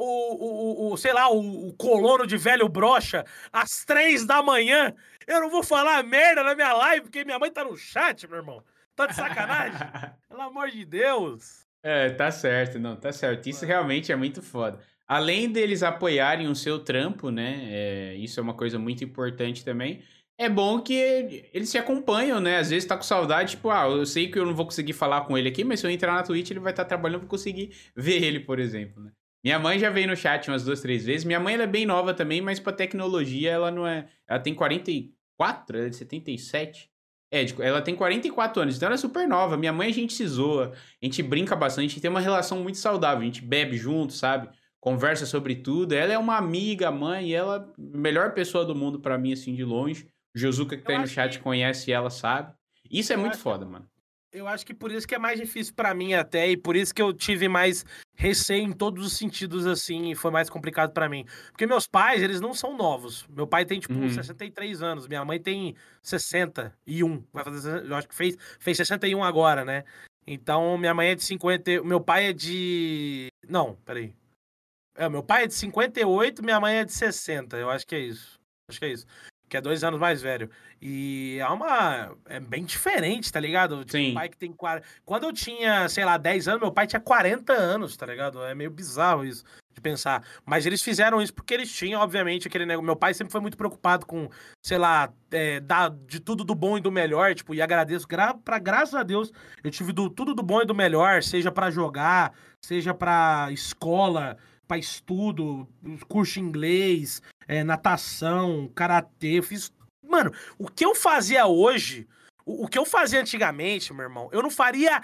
sei lá, o colono de velho brocha às 3 da manhã. Eu não vou falar merda na minha live porque minha mãe tá no chat, meu irmão. Tá de sacanagem? Pelo amor de Deus. É, tá certo, não, tá certo. Isso realmente é muito foda. Além deles apoiarem o seu trampo, né? Isso é uma coisa muito importante também. É bom que eles se acompanham, né? Às vezes tá com saudade, tipo, eu sei que eu não vou conseguir falar com ele aqui, mas se eu entrar na Twitch, ele vai estar trabalhando, eu vou conseguir ver ele, por exemplo, né? Minha mãe já veio no chat umas 2, 3 vezes. Minha mãe ela é bem nova também, mas pra tecnologia ela não é. Ela tem 44, ela é de 77. Ela tem 44 anos, então ela é super nova. Minha mãe a gente se zoa, a gente brinca bastante, a gente tem uma relação muito saudável, a gente bebe junto, sabe? Conversa sobre tudo. Ela é uma amiga, mãe, e ela é a melhor pessoa do mundo pra mim, assim, de longe. O Josuka que tá Eu aí no acho chat que conhece ela, sabe? Isso é eu muito acho que foda, mano. Eu acho que por isso que é mais difícil pra mim até, e por isso que eu tive mais receio em todos os sentidos, assim, e foi mais complicado pra mim. Porque meus pais, eles não são novos. Meu pai tem, tipo, Uhum. 63 anos, minha mãe tem 61. Eu acho que fez 61 agora, né? Então, minha mãe é de 50, meu pai é de... Não, peraí. Meu pai é de 58, minha mãe é de 60. Eu acho que é isso. Acho que é isso. Que é 2 anos mais velho. E é bem diferente, tá ligado? Tipo, um pai Sim. que tem 40. Quando eu tinha, sei lá, 10 anos, meu pai tinha 40 anos, tá ligado? É meio bizarro isso de pensar. Mas eles fizeram isso porque eles tinham, obviamente, aquele negócio. Meu pai sempre foi muito preocupado com, sei lá, dar de tudo do bom e do melhor. Tipo, e agradeço, graças a Deus, eu tive tudo do bom e do melhor, seja pra jogar, seja pra escola, pra estudo, curso de inglês, natação, karatê. Eu fiz. Mano, o que eu fazia hoje, o que eu fazia antigamente, meu irmão, eu não faria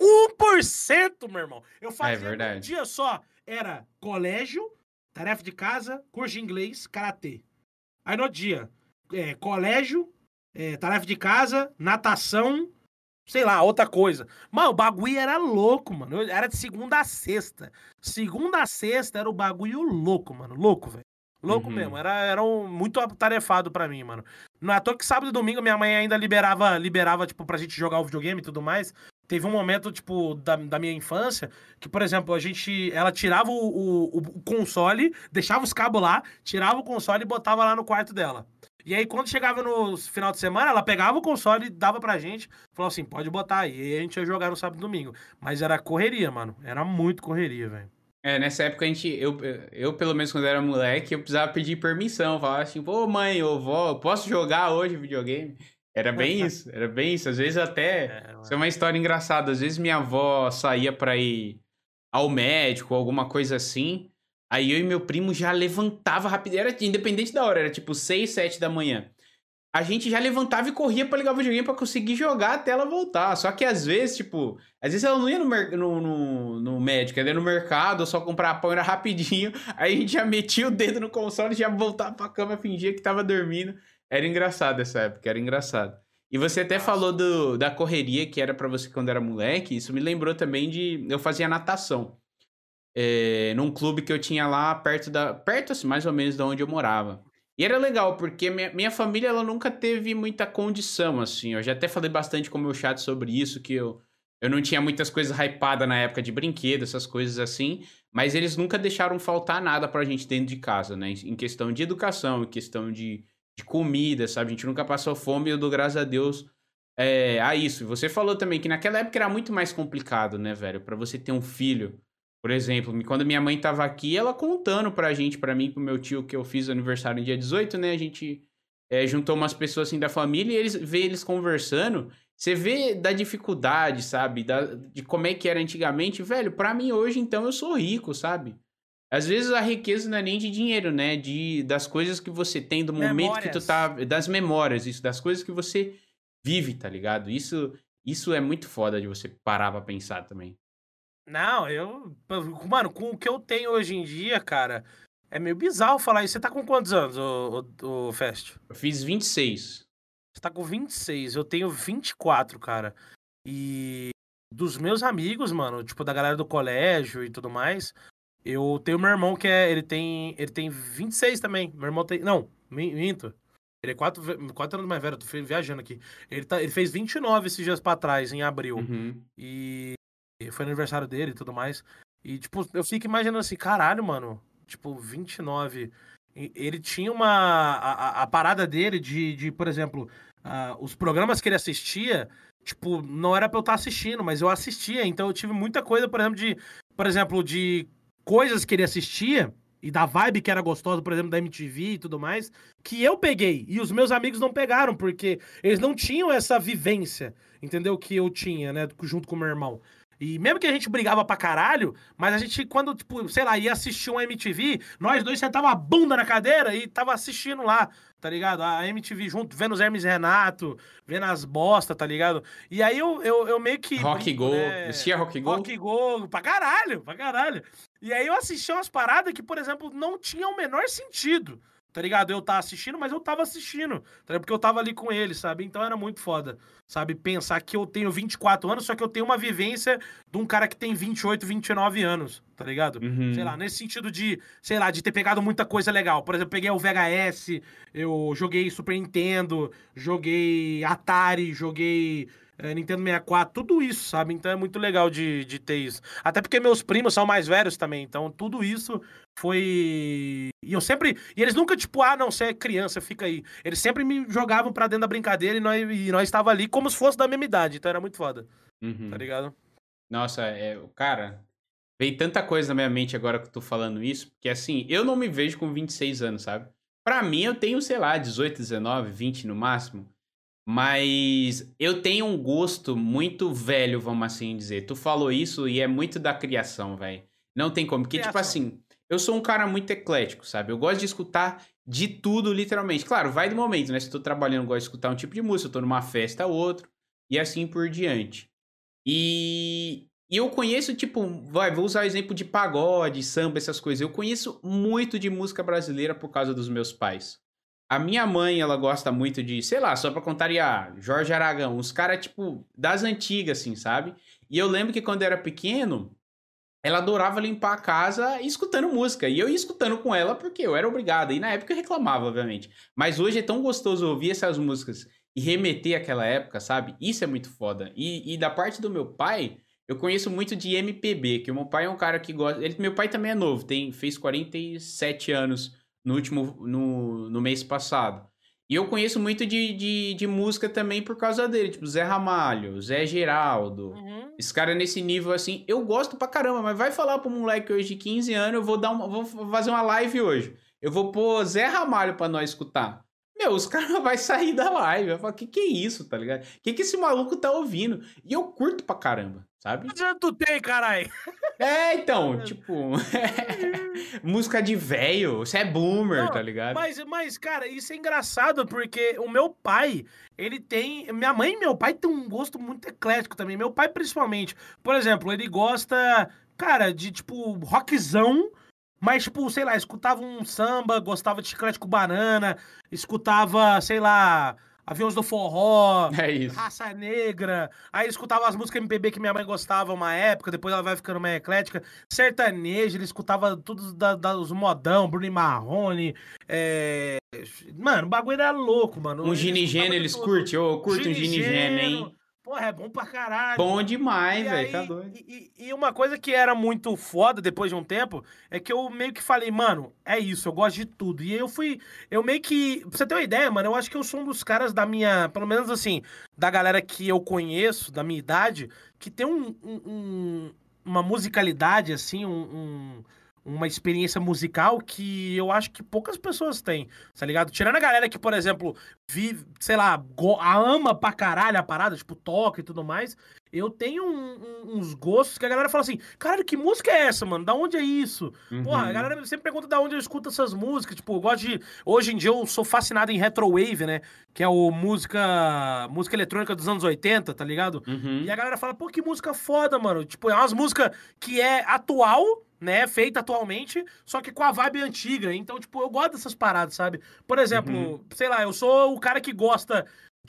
1%, meu irmão. Eu É fazia num verdade. dia só. Era colégio, tarefa de casa, curso de inglês, karatê. Aí no dia, colégio, tarefa de casa, natação, sei lá, outra coisa. Mano, o bagulho era louco, mano. Era de segunda a sexta. Segunda a sexta era o bagulho louco, mano. Louco, velho. Louco mesmo. Uhum. Era muito atarefado pra mim, mano. Não é à toa que sábado e domingo minha mãe ainda liberava, tipo, pra gente jogar o videogame e tudo mais. Teve um momento, tipo, da minha infância, que, por exemplo, ela tirava o console, deixava os cabos lá, tirava o console e botava lá no quarto dela. E aí, quando chegava no final de semana, ela pegava o console, dava pra gente, falou assim, pode botar aí. E aí a gente ia jogar no sábado e domingo. Mas era correria, mano. Era muito correria, velho. Nessa época eu, pelo menos quando era moleque, eu precisava pedir permissão, falar assim, pô mãe, ô vó, eu posso jogar hoje videogame? Era bem isso, era bem isso. Às vezes até, É, isso é mano. uma história engraçada, às vezes minha avó saía pra ir ao médico, alguma coisa assim, Aí eu e meu primo já levantava rápido. Era independente da hora, era tipo 6, 7 da manhã. A gente já levantava e corria pra ligar o videogame pra conseguir jogar até ela voltar. Só que às vezes, tipo, às vezes ela não ia no médico, ela ia no mercado, só comprar pão, era rapidinho. Aí a gente já metia o dedo no console, já voltava pra cama, fingia que tava dormindo. Era engraçado essa época, era engraçado. E você até falou Nossa. da correria que era pra você quando era moleque. Isso me lembrou também de. Eu fazia natação. Num clube que eu tinha lá perto assim, mais ou menos de onde eu morava. E era legal, porque minha família ela nunca teve muita condição, assim. Eu já até falei bastante com o meu chat sobre isso, que eu não tinha muitas coisas hypadas na época de brinquedo, essas coisas assim, mas eles nunca deixaram faltar nada pra gente dentro de casa, né? Em questão de educação, em questão de comida, sabe? A gente nunca passou fome e eu dou graças a Deus a isso. E você falou também que naquela época era muito mais complicado, né, velho? Pra você ter um filho. Por exemplo, quando minha mãe tava aqui, ela contando pra gente, pra mim e pro meu tio, que eu fiz aniversário no dia 18, né? A gente juntou umas pessoas assim da família e vê eles conversando. Você vê da dificuldade, sabe? De como é que era antigamente. Velho, pra mim hoje, então, eu sou rico, sabe? Às vezes a riqueza não é nem de dinheiro, né? Das coisas que você tem, do momento que tu tá. Memórias. Das memórias, isso, das coisas que você vive, tá ligado? Isso é muito foda de você parar pra pensar também. Não, mano, com o que eu tenho hoje em dia, cara, é meio bizarro falar isso. Você tá com quantos anos, o Fest? Eu fiz 26. Você tá com 26, eu tenho 24, cara. E dos meus amigos, mano, tipo, da galera do colégio e tudo mais, eu tenho meu irmão que ele tem 26 também. Meu irmão tem, não, minto. Ele é 4 anos mais velho, eu tô viajando aqui. Ele fez 29 esses dias pra trás, em abril. Uhum. E foi aniversário dele e tudo mais. E, tipo, eu fico imaginando assim, caralho, mano. Tipo, 29. Ele tinha a parada dele por exemplo, os programas que ele assistia, tipo, não era pra eu estar assistindo, mas eu assistia. Então eu tive muita coisa, por exemplo, de coisas que ele assistia e da vibe que era gostosa, por exemplo, da MTV e tudo mais, que eu peguei. E os meus amigos não pegaram, porque eles não tinham essa vivência, entendeu? Que eu tinha, né? Junto com o meu irmão. E mesmo que a gente brigava pra caralho, mas a gente, quando, tipo, sei lá, ia assistir um MTV, nós dois sentava a bunda na cadeira e tava assistindo lá, tá ligado? A MTV junto, vendo os Hermes e Renato, vendo as bosta, tá ligado? E aí eu meio que Rock brinco, Go. né? Assistia Rock Go? Rock Go, pra caralho, pra caralho. E aí eu assisti umas paradas que, por exemplo, não tinham o menor sentido. Tá ligado? Eu tava assistindo, mas eu tava assistindo. Tá ligado? Porque eu tava ali com ele, sabe? Então era muito foda. Sabe? Pensar que eu tenho 24 anos, só que eu tenho uma vivência de um cara que tem 28, 29 anos. Tá ligado? Sei lá, Uhum. nesse sentido de, sei lá, de ter pegado muita coisa legal. Por exemplo, peguei o VHS, eu joguei Super Nintendo, joguei Atari, joguei Nintendo 64, tudo isso, sabe? Então é muito legal de ter isso. Até porque meus primos são mais velhos também, então tudo isso foi. E eu sempre. E eles nunca, tipo, ah, não, você é criança, fica aí. Eles sempre me jogavam pra dentro da brincadeira e nós estava ali como se fosse da mesma idade, então era muito foda, tá Uhum. ligado? Nossa, cara, veio tanta coisa na minha mente agora que eu tô falando isso, porque assim, eu não me vejo com 26 anos, sabe? Pra mim, eu tenho, sei lá, 18, 19, 20 no máximo. Mas eu tenho um gosto muito velho, vamos assim dizer. Tu falou isso e é muito da criação, velho. Não tem como. Porque, tipo Criação. assim, eu sou um cara muito eclético, sabe? Eu gosto de escutar de tudo, literalmente. Claro, vai do momento, né? Se eu tô trabalhando, eu gosto de escutar um tipo de música. Se eu tô numa festa, outro. E assim por diante. E eu conheço, tipo, vou usar o exemplo de pagode, samba, essas coisas. Eu conheço muito de música brasileira por causa dos meus pais. A minha mãe, ela gosta muito de, sei lá, só pra contrariar, Jorge Aragão, os caras, tipo, das antigas, assim, sabe? E eu lembro que quando eu era pequeno, ela adorava limpar a casa escutando música. E eu ia escutando com ela porque eu era obrigado. E na época eu reclamava, obviamente. Mas hoje é tão gostoso ouvir essas músicas e remeter àquela época, sabe? Isso é muito foda. E da parte do meu pai, eu conheço muito de MPB, que o meu pai é um cara que gosta. Meu pai também é novo, fez 47 anos no mês passado. E eu conheço muito de música também por causa dele, tipo Zé Ramalho, Zé Geraldo. Uhum. Esse cara nesse nível assim, eu gosto pra caramba, mas vai falar pro moleque hoje de 15 anos, vou fazer uma live hoje. Eu vou pôr Zé Ramalho pra nós escutar. Meu, os caras vão sair da live. Vai falar, que é isso, tá ligado? Que esse maluco tá ouvindo? E eu curto pra caramba, sabe? Quantos anos tu tem, caralho? Então, tipo... música de velho, você é boomer, tá Não, ligado? mas, cara, isso é engraçado, porque o meu pai, ele tem... Minha mãe e meu pai têm um gosto muito eclético também. Meu pai, principalmente. Por exemplo, ele gosta, cara, de, tipo, rockzão, mas, tipo, sei lá, escutava um samba, gostava de Chiclete com Banana, escutava, sei lá, Aviões do Forró, É isso. Raça Negra, aí escutava as músicas MPB que minha mãe gostava uma época, depois ela vai ficando meio eclética, sertanejo, ele escutava todos os modão, Bruno e Marrone, mano, o bagulho era louco, mano, Um ele escutava ginigênio de eles tudo. curtem? Ô, eu curto um ginigênio, Ginigênio, hein? porra, é bom pra caralho, Bom mano. demais, E velho, tá aí, doido. e uma coisa que era muito foda depois de um tempo, é que eu meio que falei, mano, é isso, eu gosto de tudo. E aí eu meio que, pra você ter uma ideia, mano, eu acho que eu sou um dos caras da minha, pelo menos assim, da galera que eu conheço, da minha idade, que tem uma musicalidade, assim, uma experiência musical que eu acho que poucas pessoas têm, tá ligado? Tirando a galera que, por exemplo, vive, sei lá, ama pra caralho a parada, tipo, toca e tudo mais, eu tenho uns gostos que a galera fala assim, caralho, que música é essa, mano? Da onde é isso? Porra, a Uhum. galera sempre pergunta da onde eu escuto essas músicas, tipo, eu gosto de... Hoje em dia eu sou fascinado em retrowave, né? Que é o música eletrônica dos anos 80, tá ligado? E a Uhum. galera fala, pô, que música foda, mano. Tipo, é umas músicas que é atual, né, feita atualmente, só que com a vibe antiga. Então, tipo, eu gosto dessas paradas, sabe? Por Uhum. exemplo, sei lá, eu sou o cara que gosta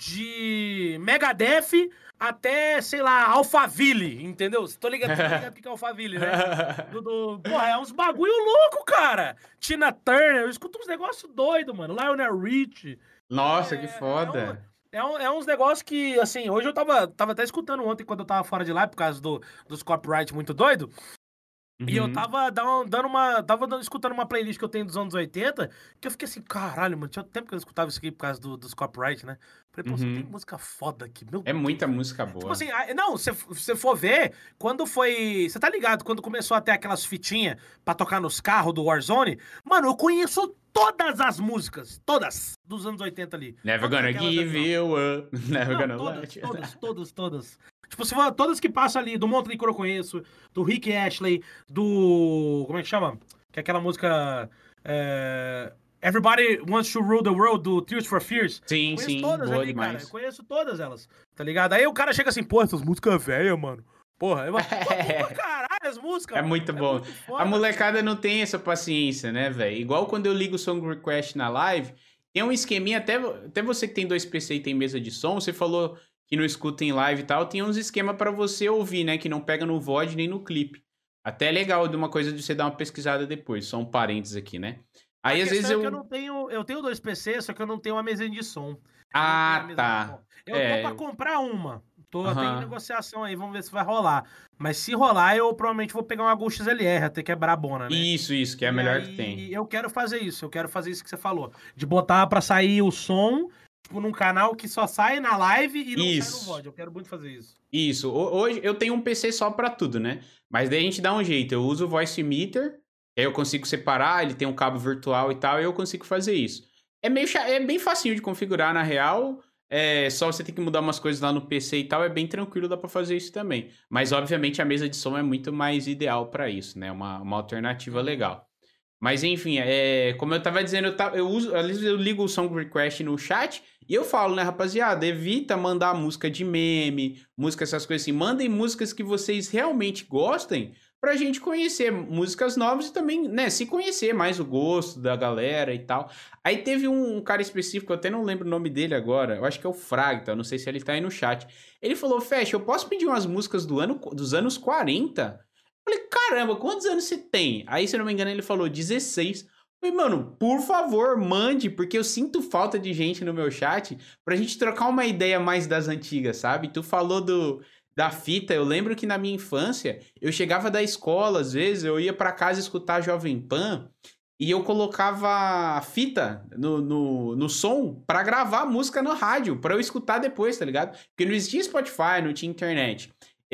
de Megadeth até, sei lá, Alphaville, entendeu? Você tá ligado o que é Alphaville, né? Porra, é uns bagulho louco, cara! Tina Turner, eu escuto uns negócios doidos, mano. Lionel Richie. Nossa, que É, foda. é uns negócios que, assim, hoje eu tava até escutando ontem quando eu tava fora de lá, por causa dos copyright muito doido. E eu Uhum. tava escutando uma playlist que eu tenho dos anos 80, que eu fiquei assim, caralho, mano, tinha tempo que eu não escutava isso aqui por causa dos copyright, né? Falei, pô, só tem Uhum. música foda aqui, meu É muita Deus, velho. música Tipo boa. assim, não, se você for ver, quando foi. Você tá ligado? Quando começou a ter aquelas fitinhas pra tocar nos carros do Warzone, mano, eu conheço todas as músicas, todas, dos anos 80 ali. Never Todas gonna aquelas give ali, ó. you up. Never Não, gonna let todas, you. todas, todas, todas. Tipo, se for todas que passam ali, do Motley Crue eu conheço, do Rick Astley, do... Como é que chama? Que é aquela música... Everybody Wants to Rule the World, do Tears for Fears. Sim, Conheço sim, todas boa ali, cara. Eu demais. conheço todas elas, tá ligado? Aí o cara chega assim, pô, essas músicas velhas, mano. Porra, pô, é bom pra caralho as músicas, É mano. muito É bom. muito A foda, tá molecada ligado? não tem essa paciência, né, velho? Igual quando eu ligo o Song Request na live, tem um esqueminha, até você que tem dois PC e tem mesa de som, você falou que não escuta em live e tal, tem uns esquema pra você ouvir, né, que não pega no VOD nem no clipe. Até é legal de uma coisa de você dar uma pesquisada depois, só um parênteses aqui, né? A Aí às vezes questão é que eu eu... não tenho. Eu tenho dois PCs, só que eu não tenho uma mesinha de som. Eu não tenho a Ah, mesa de som. tá. Eu tô pra É, comprar uma. Tô em aham. negociação aí, vamos ver se vai rolar. Mas se rolar, eu provavelmente vou pegar uma Gol XLR, até quebrar a bona, né? Isso, que é a E melhor que tem. aí eu quero fazer isso. Eu quero fazer isso que você falou. De botar pra sair o som, tipo, num canal que só sai na live e não sai no Isso. VOD. Eu quero muito fazer isso. Isso. Hoje eu tenho um PC só pra tudo, né? Mas daí a gente dá um jeito. Eu uso o Voice Meter, aí eu consigo separar, ele tem um cabo virtual e tal, e eu consigo fazer isso. É bem facinho de configurar na real. É só você tem que mudar umas coisas lá no PC e tal, é bem tranquilo, dá pra fazer isso também. Mas obviamente a mesa de som é muito mais ideal pra isso, né? Uma alternativa Uhum. legal. Mas enfim, como eu tava dizendo, eu uso, às vezes eu ligo o Song Request no chat e eu falo, né, rapaziada, evita mandar música de meme, música, essas coisas assim. Mandem músicas que vocês realmente gostem pra gente conhecer músicas novas e também, né, se conhecer mais o gosto da galera e tal. Aí teve um cara específico, eu até não lembro o nome dele agora, eu acho que é o Fragta, não sei se ele tá aí no chat. Ele falou, Fecha, eu posso pedir umas músicas dos anos 40? Falei, caramba, quantos anos você tem? Aí, se eu não me engano, ele falou 16. Falei, mano, por favor, mande, porque eu sinto falta de gente no meu chat pra gente trocar uma ideia mais das antigas, sabe? Tu falou da fita, eu lembro que na minha infância, eu chegava da escola, às vezes, eu ia pra casa escutar Jovem Pan e eu colocava a fita no som pra gravar a música no rádio, pra eu escutar depois, tá ligado? Porque não existia Spotify, não tinha internet.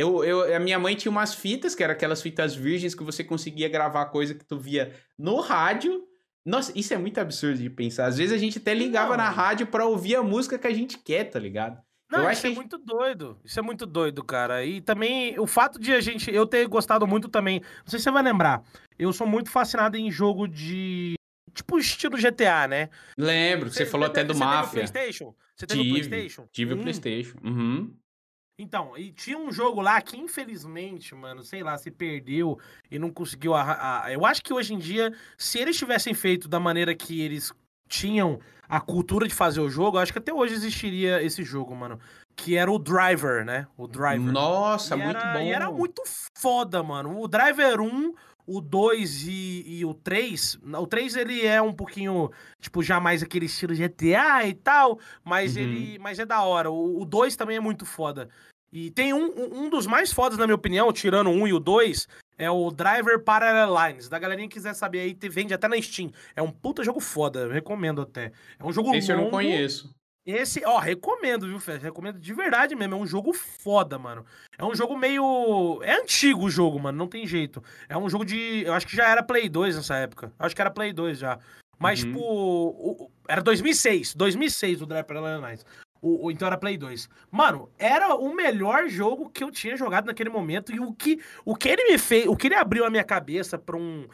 A minha mãe tinha umas fitas, que eram aquelas fitas virgens que você conseguia gravar coisa que tu via no rádio. Nossa, isso é muito absurdo de pensar. Às vezes a gente até ligava na Não. rádio pra ouvir a música que a gente quer, tá ligado? Eu Não, acho isso é que. muito doido. Isso é muito doido, cara. E também o fato de eu ter gostado muito também. Não sei se você vai lembrar. Eu sou muito fascinado em jogo de. Tipo, estilo GTA, né? Lembro, você falou até do Você teve o Máfia. PlayStation? Você teve o Tive. PlayStation? Tive o PlayStation. Uhum. Então, e tinha um jogo lá que, infelizmente, mano, sei lá, se perdeu e não conseguiu. Eu acho que hoje em dia, se eles tivessem feito da maneira que eles tinham a cultura de fazer o jogo, eu acho que até hoje existiria esse jogo, mano. Que era o Driver, né? O Driver. Nossa, E muito era bom. muito foda, mano. O Driver 1, o 2 e o 3. O 3 ele é um pouquinho, tipo, já mais aquele estilo GTA e tal. Mas Uhum. mas é da hora. O 2 também é muito foda. E tem um dos mais fodas, na minha opinião, tirando o 1 e o 2, é o Driver Parallel Lines. Da galerinha que quiser saber aí, vende até na Steam. É um puta jogo foda, eu recomendo até. É um jogo Esse eu não longo. conheço. Esse, ó, recomendo, viu, Fê? Recomendo de verdade mesmo. É um jogo foda, mano. É um jogo meio. É antigo o jogo, mano. Não tem jeito. É um jogo de. Eu acho que já era Play 2 nessa época. Acho que era Play 2 já. Mas, tipo. Uhum. Era 2006. 2006 o Drive Parallel Lines. Então era Play 2. Mano, era o melhor jogo que eu tinha jogado naquele momento. E o que ele me fez. O que ele abriu a minha cabeça pra um.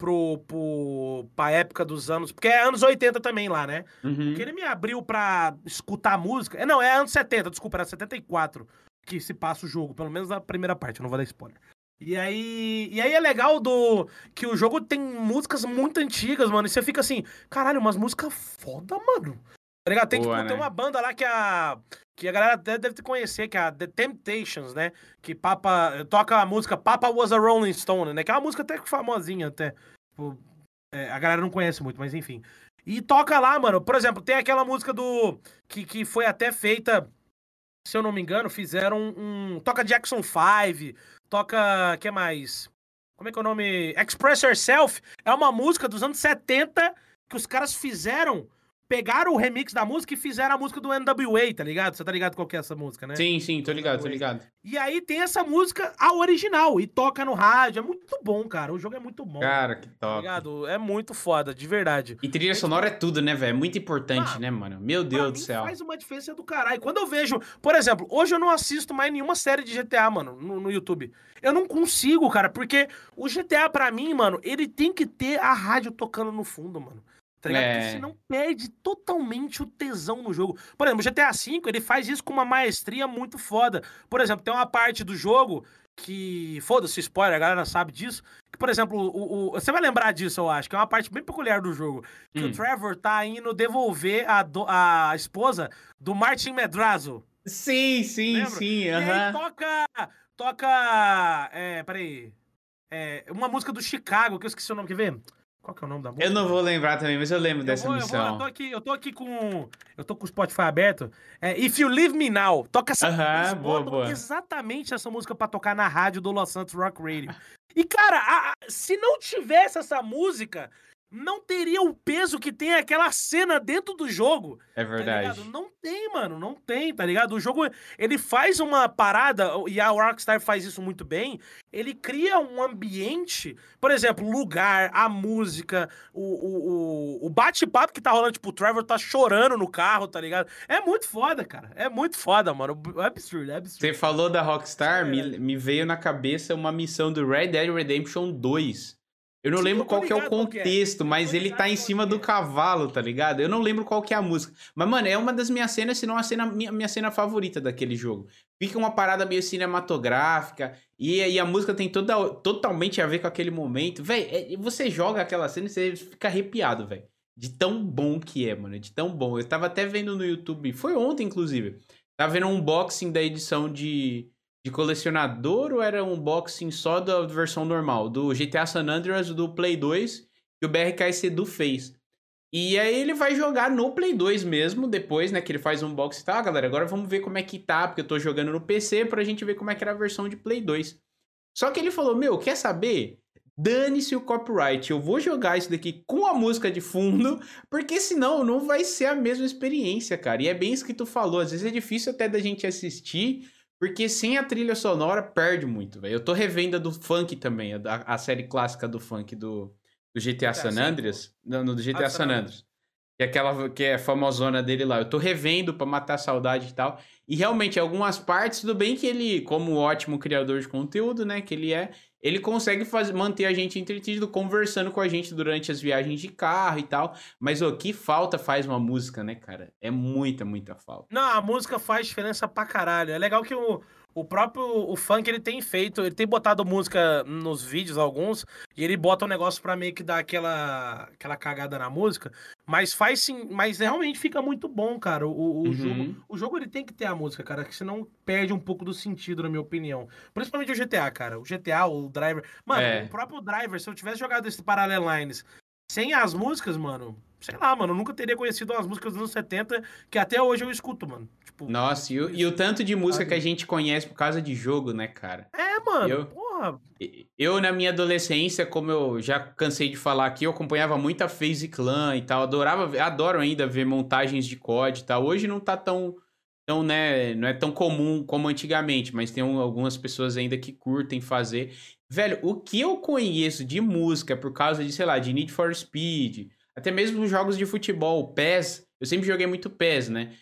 Pra época dos anos. Porque é anos 80 também lá, né? O que Uhum. ele me abriu pra escutar música. Não, é anos 70, desculpa, era 74 que se passa o jogo, pelo menos na primeira parte, eu não vou dar spoiler. E aí é legal que o jogo tem músicas muito antigas, mano. E você fica assim, caralho, umas músicas foda, mano. Tá ligado? Tem, Boa, tipo, tem uma né? banda lá que a galera até deve conhecer, que é a The Temptations, né? Que toca a música Papa Was a Rolling Stone, né? Que é uma música até famosinha, até. Tipo, a galera não conhece muito, mas enfim. E toca lá, mano. Por exemplo, tem aquela música que foi até feita, se eu não me engano, fizeram toca Jackson 5, toca. Que mais? Como é que é o nome? Express Yourself. É uma música dos anos 70 que os caras fizeram. Pegaram o remix da música e fizeram a música do NWA, tá ligado? Você tá ligado qual que é essa música, né? Sim, sim, tô Do ligado, tô NWA. ligado. E aí tem essa música, a original, e toca no rádio. É muito bom, cara. O jogo é muito bom. Cara, que Tá top. ligado? É muito foda, de verdade. E trilha É sonora é tipo, tudo, né, velho? É muito importante, mano, né, mano? Meu pra Deus do mim céu. faz uma diferença do caralho. Quando eu vejo, por exemplo, hoje eu não assisto mais nenhuma série de GTA, mano, no YouTube. Eu não consigo, cara, porque o GTA pra mim, mano, ele tem que ter a rádio tocando no fundo, mano. Tá ligado? Porque É. senão perde totalmente o tesão no jogo. Por exemplo, o GTA V, ele faz isso com uma maestria muito foda. Por exemplo, tem uma parte do jogo que, foda-se, spoiler, a galera sabe disso. Que, por exemplo, você vai lembrar disso, eu acho, que é uma parte bem peculiar do jogo. Que o Hum. Trevor tá indo devolver a esposa do Martin Madrazo. Sim, sim, Lembra? sim, E aí aham. toca. Peraí. Uma música do Chicago, que eu esqueci o nome, quer ver? Qual que é o nome da Eu não música? vou lembrar também, mas eu lembro dessa missão. Eu tô com o Spotify aberto. If You Leave Me Now, toca eles Aham, boa, botam boa. exatamente essa música pra tocar na rádio do Los Santos Rock Radio. E, cara, se não tivesse essa música, não teria o peso que tem aquela cena dentro do jogo. É Tá ligado? verdade. Não tem, mano, não tem, tá ligado? O jogo, ele faz uma parada, e a Rockstar faz isso muito bem, ele cria um ambiente, por exemplo, o lugar, a música, o bate-papo que tá rolando, tipo, o Trevor tá chorando no carro, tá ligado? É muito foda, cara. É muito foda, mano. É absurdo, é Você absurdo. falou da Isso é Rockstar, verdade. me veio na cabeça uma missão do Red Dead Redemption 2. Eu não Sim, lembro eu tô qual que é o ligado qual que é. contexto, Eu tô mas ele tá ligado em qual cima que do é. cavalo, tá ligado? Eu não lembro qual que é a música. Mas, mano, é uma das minhas cenas, se não a cena, minha cena favorita daquele jogo. Fica uma parada meio cinematográfica, e aí a música tem totalmente a ver com aquele momento. Véi, você joga aquela cena e você fica arrepiado, velho. De tão bom que é, mano. De tão bom. Eu tava até vendo no YouTube, foi ontem, inclusive. Tava vendo um unboxing da edição de colecionador ou era um unboxing só da versão normal? Do GTA San Andreas, do Play 2, que o BRKC Edu fez. E aí ele vai jogar no Play 2 mesmo, depois, né, que ele faz um unboxing e tá, galera, agora vamos ver como é que tá, porque eu tô jogando no PC pra gente ver como é que era a versão de Play 2. Só que ele falou, meu, quer saber? Dane-se o copyright, eu vou jogar isso daqui com a música de fundo, porque senão não vai ser a mesma experiência, cara. E é bem isso que tu falou, às vezes é difícil até da gente assistir, porque sem a trilha sonora perde muito, velho. Eu tô revendo a do funk também, a série clássica do funk do GTA GTA San V? Andreas. Não, do GTA do San San Andreas. Que é aquela que é famosona dele lá. Eu tô revendo pra matar a saudade e tal. E realmente, algumas partes, tudo bem que ele, como ótimo criador de conteúdo, né, que ele consegue manter a gente entretido, conversando com a gente durante as viagens de carro e tal. Mas, ô, que falta faz uma música, né, cara? É muita, muita falta. Não, a música faz diferença pra caralho. É legal que o próprio o funk ele tem feito, ele tem botado música nos vídeos, alguns, e ele bota um negócio pra meio que dar aquela cagada na música, mas faz sim, mas realmente fica muito bom, cara. Uhum. O jogo ele tem que ter a música, cara, que senão perde um pouco do sentido, na minha opinião. Principalmente o GTA, cara. O GTA, o Driver. Mano, o É. próprio Driver, se eu tivesse jogado esse Parallel Lines sem as músicas, mano, sei lá, mano, eu nunca teria conhecido umas músicas dos anos 70 que até hoje eu escuto, mano. Tipo, Nossa, e o tanto de música que a sabe? gente conhece por causa de jogo, né, cara? É, mano, Eu, porra. eu, na minha adolescência, como eu já cansei de falar aqui, eu acompanhava muito a FaZe Clan e tal. Adoro ainda ver montagens de COD e tal. Hoje não tá tão, né, não é tão comum como antigamente, mas tem algumas pessoas ainda que curtem fazer. Velho, o que eu conheço de música por causa de, sei lá, de Need for Speed, até mesmo jogos de futebol, PES, eu sempre joguei muito PES, né?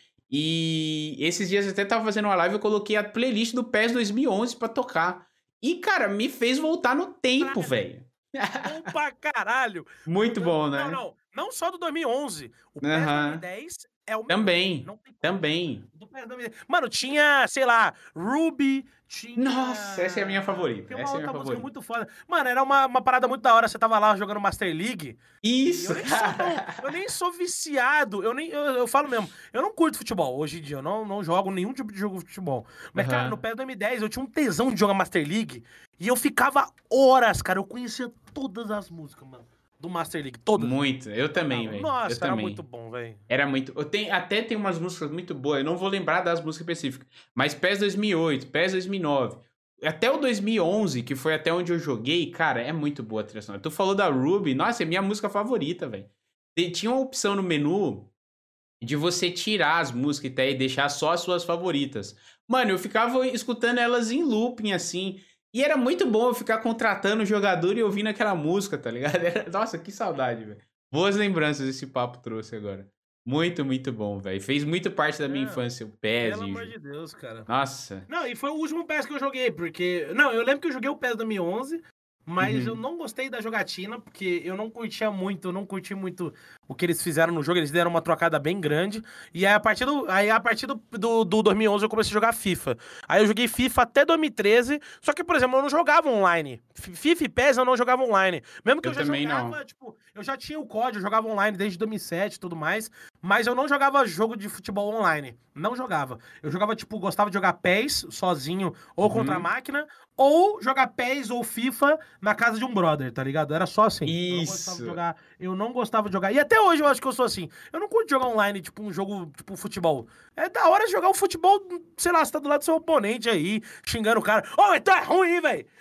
E esses dias eu até tava fazendo uma live, eu coloquei a playlist do PES 2011 pra tocar. E, cara, me fez voltar no tempo, Caralho, velho. bom pra caralho. Muito bom, Não, né? não. Não só do 2011. O PES Aham. 2010 é o melhor, velho. Também. Não tem como, cara. Também. Do PES 2010. Mano, tinha, sei lá, Ruby, Nossa, essa é a minha tinha. favorita. Tinha uma Essa é a minha outra música favorita. muito foda. Mano, era uma parada muito da hora. Você tava lá jogando Master League. E Isso! eu nem sou tão. Eu nem sou viciado. Eu falo mesmo. Eu não curto futebol hoje em dia. Eu não jogo nenhum tipo de jogo de futebol. Mas, cara, no Aham. PES 2010 eu tinha um tesão de jogar Master League. E eu ficava horas, cara. Eu conhecia todas as músicas, mano. Do Master League. Todas, velho. Muito. Eu também, velho. Eu Nossa, era muito também. bom, velho. Era muito. Até tem umas músicas muito boas. Eu não vou lembrar das músicas específicas. Mas PES 2008, PES 2009. Até o 2011, que foi até onde eu joguei, cara, é muito boa a trilha sonora. Tu falou da Ruby. Nossa, é minha música favorita, velho. Tinha uma opção no menu de você tirar as músicas e deixar só as suas favoritas. Mano, eu ficava escutando elas em looping, assim. E era muito bom eu ficar contratando o jogador e ouvindo aquela música, tá ligado? Nossa, que saudade, velho. Boas lembranças esse papo trouxe agora. Muito, muito bom, velho. Fez muito parte da minha Não, infância, o PES pelo amor de Deus, cara. Nossa. Não, e foi o último PES que eu joguei, porque... Não, eu lembro que eu joguei o PES 2011, mas eu Uhum. não gostei da jogatina, porque eu não curti muito o que eles fizeram no jogo, eles deram uma trocada bem grande, e aí a partir do 2011 eu comecei a jogar FIFA. Aí eu joguei FIFA até 2013, só que, por exemplo, eu não jogava online. FIFA e PES eu não jogava online. Mesmo que eu Eu já também não. jogava, tipo, eu já tinha o COD, eu jogava online desde 2007 e tudo mais, mas eu não jogava jogo de futebol online. Não jogava. Eu jogava, tipo, gostava de jogar PES sozinho ou contra a Uhum. máquina, ou jogar PES ou FIFA na casa de um brother, tá ligado? Era só assim. Isso. Eu não gostava de jogar. E até hoje eu acho que eu sou assim. Eu não curto jogar online, tipo, um jogo, tipo, futebol. É da hora jogar o futebol, sei lá, você tá do lado do seu oponente aí, xingando o cara. Ô, mas tu é ruim, hein, velho?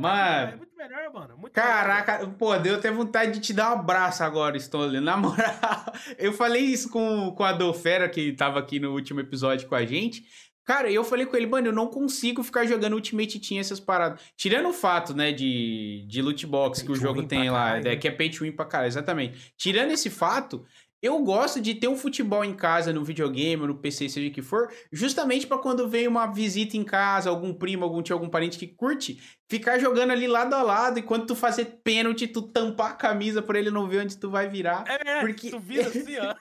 É Mano, muito melhor, mano. Muito melhor, velho. caraca, pô, deu até vontade de te dar um abraço agora, Stone. Na moral, eu falei isso com a Dolfera, que tava aqui no último episódio com a gente. Cara, eu falei com ele, mano, eu não consigo ficar jogando Ultimate Team essas paradas. Tirando o fato, né, de loot box Pay que o to jogo win pra tem lá, caralho, né? que é pay to win pra caralho, exatamente. Tirando esse fato, eu gosto de ter um futebol em casa, no videogame, ou no PC, seja o que for, justamente pra quando vem uma visita em casa, algum primo, algum tio, algum parente que curte, ficar jogando ali lado a lado, e quando tu fazer pênalti, tu tampar a camisa pra ele não ver onde tu vai virar. Tu Porque. vira assim, ó.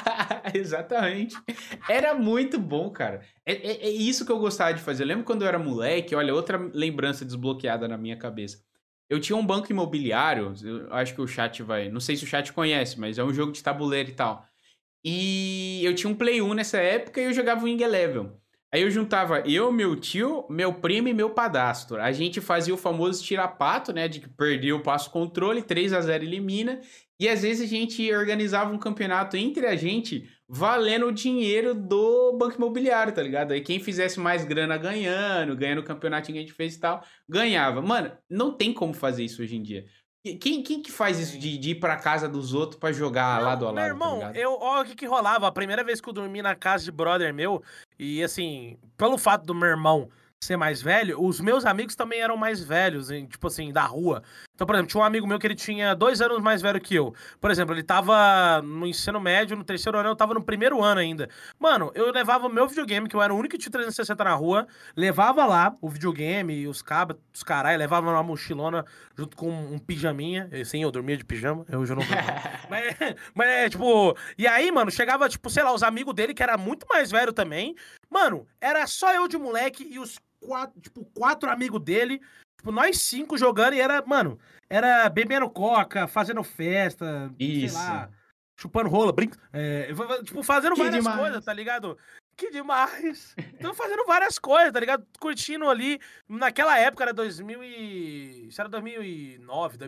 Exatamente. Era muito bom, cara. É isso que eu gostava de fazer. Eu lembro quando eu era moleque, olha, outra lembrança desbloqueada na minha cabeça. Eu tinha um banco imobiliário, eu acho que o chat vai. Não sei se o chat conhece, mas é um jogo de tabuleiro e tal. E eu tinha um Play 1 nessa época e eu jogava Wing Eleven. Aí eu juntava eu, meu tio, meu primo e meu padastro. A gente fazia o famoso tira-pato, né? De que perdeu, eu passo o controle, 3-0 elimina. E às vezes a gente organizava um campeonato entre a gente, valendo o dinheiro do banco imobiliário, tá ligado? Aí quem fizesse mais grana ganhando o campeonatinho que a gente fez e tal, ganhava. Mano, não tem como fazer isso hoje em dia. Quem que faz isso Sim. de ir pra casa dos outros pra jogar lado Não, a meu lado, tá irmão, ligado? ó, o que que rolava. A primeira vez que eu dormi na casa de brother meu, e assim, pelo fato do meu irmão ser mais velho, os meus amigos também eram mais velhos, tipo assim, da rua. Então, por exemplo, tinha um amigo meu que ele tinha 2 anos mais velho que eu. Por exemplo, ele tava no ensino médio, no terceiro ano, eu tava no primeiro ano ainda. Mano, eu levava o meu videogame, que eu era o único que tinha 360 na rua, levava lá o videogame e os cabos, os caralho, levava uma mochilona junto com um pijaminha. Sim, eu dormia de pijama, hoje eu não durmo. Mas é, tipo... E aí, mano, chegava, tipo, sei lá, os amigos dele, que era muito mais velho também. Mano, era só eu de moleque e os quatro amigos dele. Tipo, nós 5 jogando e era, mano, era bebendo coca, fazendo festa, sei Isso. lá, chupando rola, tipo, fazendo Que várias demais. coisas, tá ligado? Que demais! Então, fazendo várias coisas, tá ligado? Curtindo ali, naquela época era 2000 e... Isso era 2009,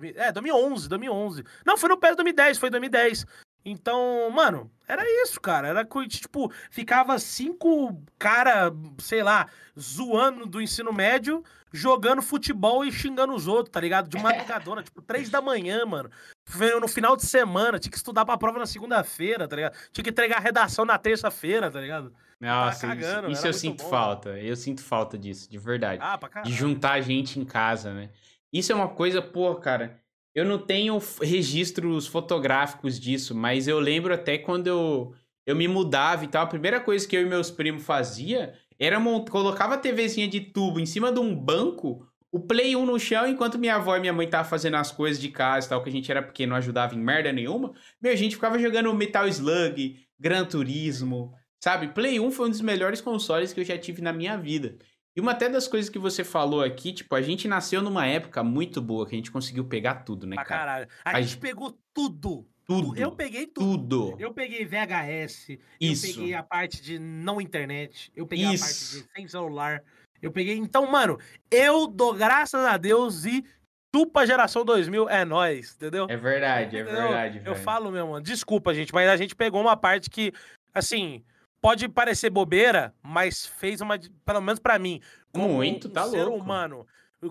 2011. Não, foi no PES 2010, foi 2010. Então, mano, era isso, cara. Era curtir, tipo, ficava 5 cara, sei lá, zoando do ensino médio, jogando futebol e xingando os outros, tá ligado? De madrugadona, tipo, 3 da manhã, mano. No final de semana, tinha que estudar pra prova na segunda-feira, tá ligado? Tinha que entregar a redação na terça-feira, tá ligado? Nossa, cagando, isso era eu muito sinto bom, falta. Eu sinto falta disso, de verdade. Ah, pra De caralho. juntar gente em casa, né? Isso é uma coisa, pô, cara. Eu não tenho registros fotográficos disso, mas eu lembro até quando eu me mudava e tal. A primeira coisa que eu e meus primos fazia era colocava a TVzinha de tubo em cima de um banco, o Play 1 no chão, enquanto minha avó e minha mãe tava fazendo as coisas de casa e tal, que a gente era pequeno, não ajudava em merda nenhuma. Meu, a gente ficava jogando Metal Slug, Gran Turismo. Sabe, Play 1 foi um dos melhores consoles que eu já tive na minha vida. E uma até das coisas que você falou aqui, tipo, a gente nasceu numa época muito boa, que a gente conseguiu pegar tudo, né, Pra cara? caralho. A gente pegou tudo. Eu Tudo, peguei tudo. tudo. Eu peguei VHS, eu Isso, peguei a parte de não internet, eu peguei a parte de isso. sem celular, eu peguei... Então, mano, eu dou graças a Deus e chupa geração 2000 é nóis, entendeu? É verdade, é Entendeu? verdade, Eu velho. falo, meu mano, desculpa, gente, mas a gente pegou uma parte que, assim, pode parecer bobeira, mas fez uma, pelo menos pra mim, como Muito, um tá ser louco. humano,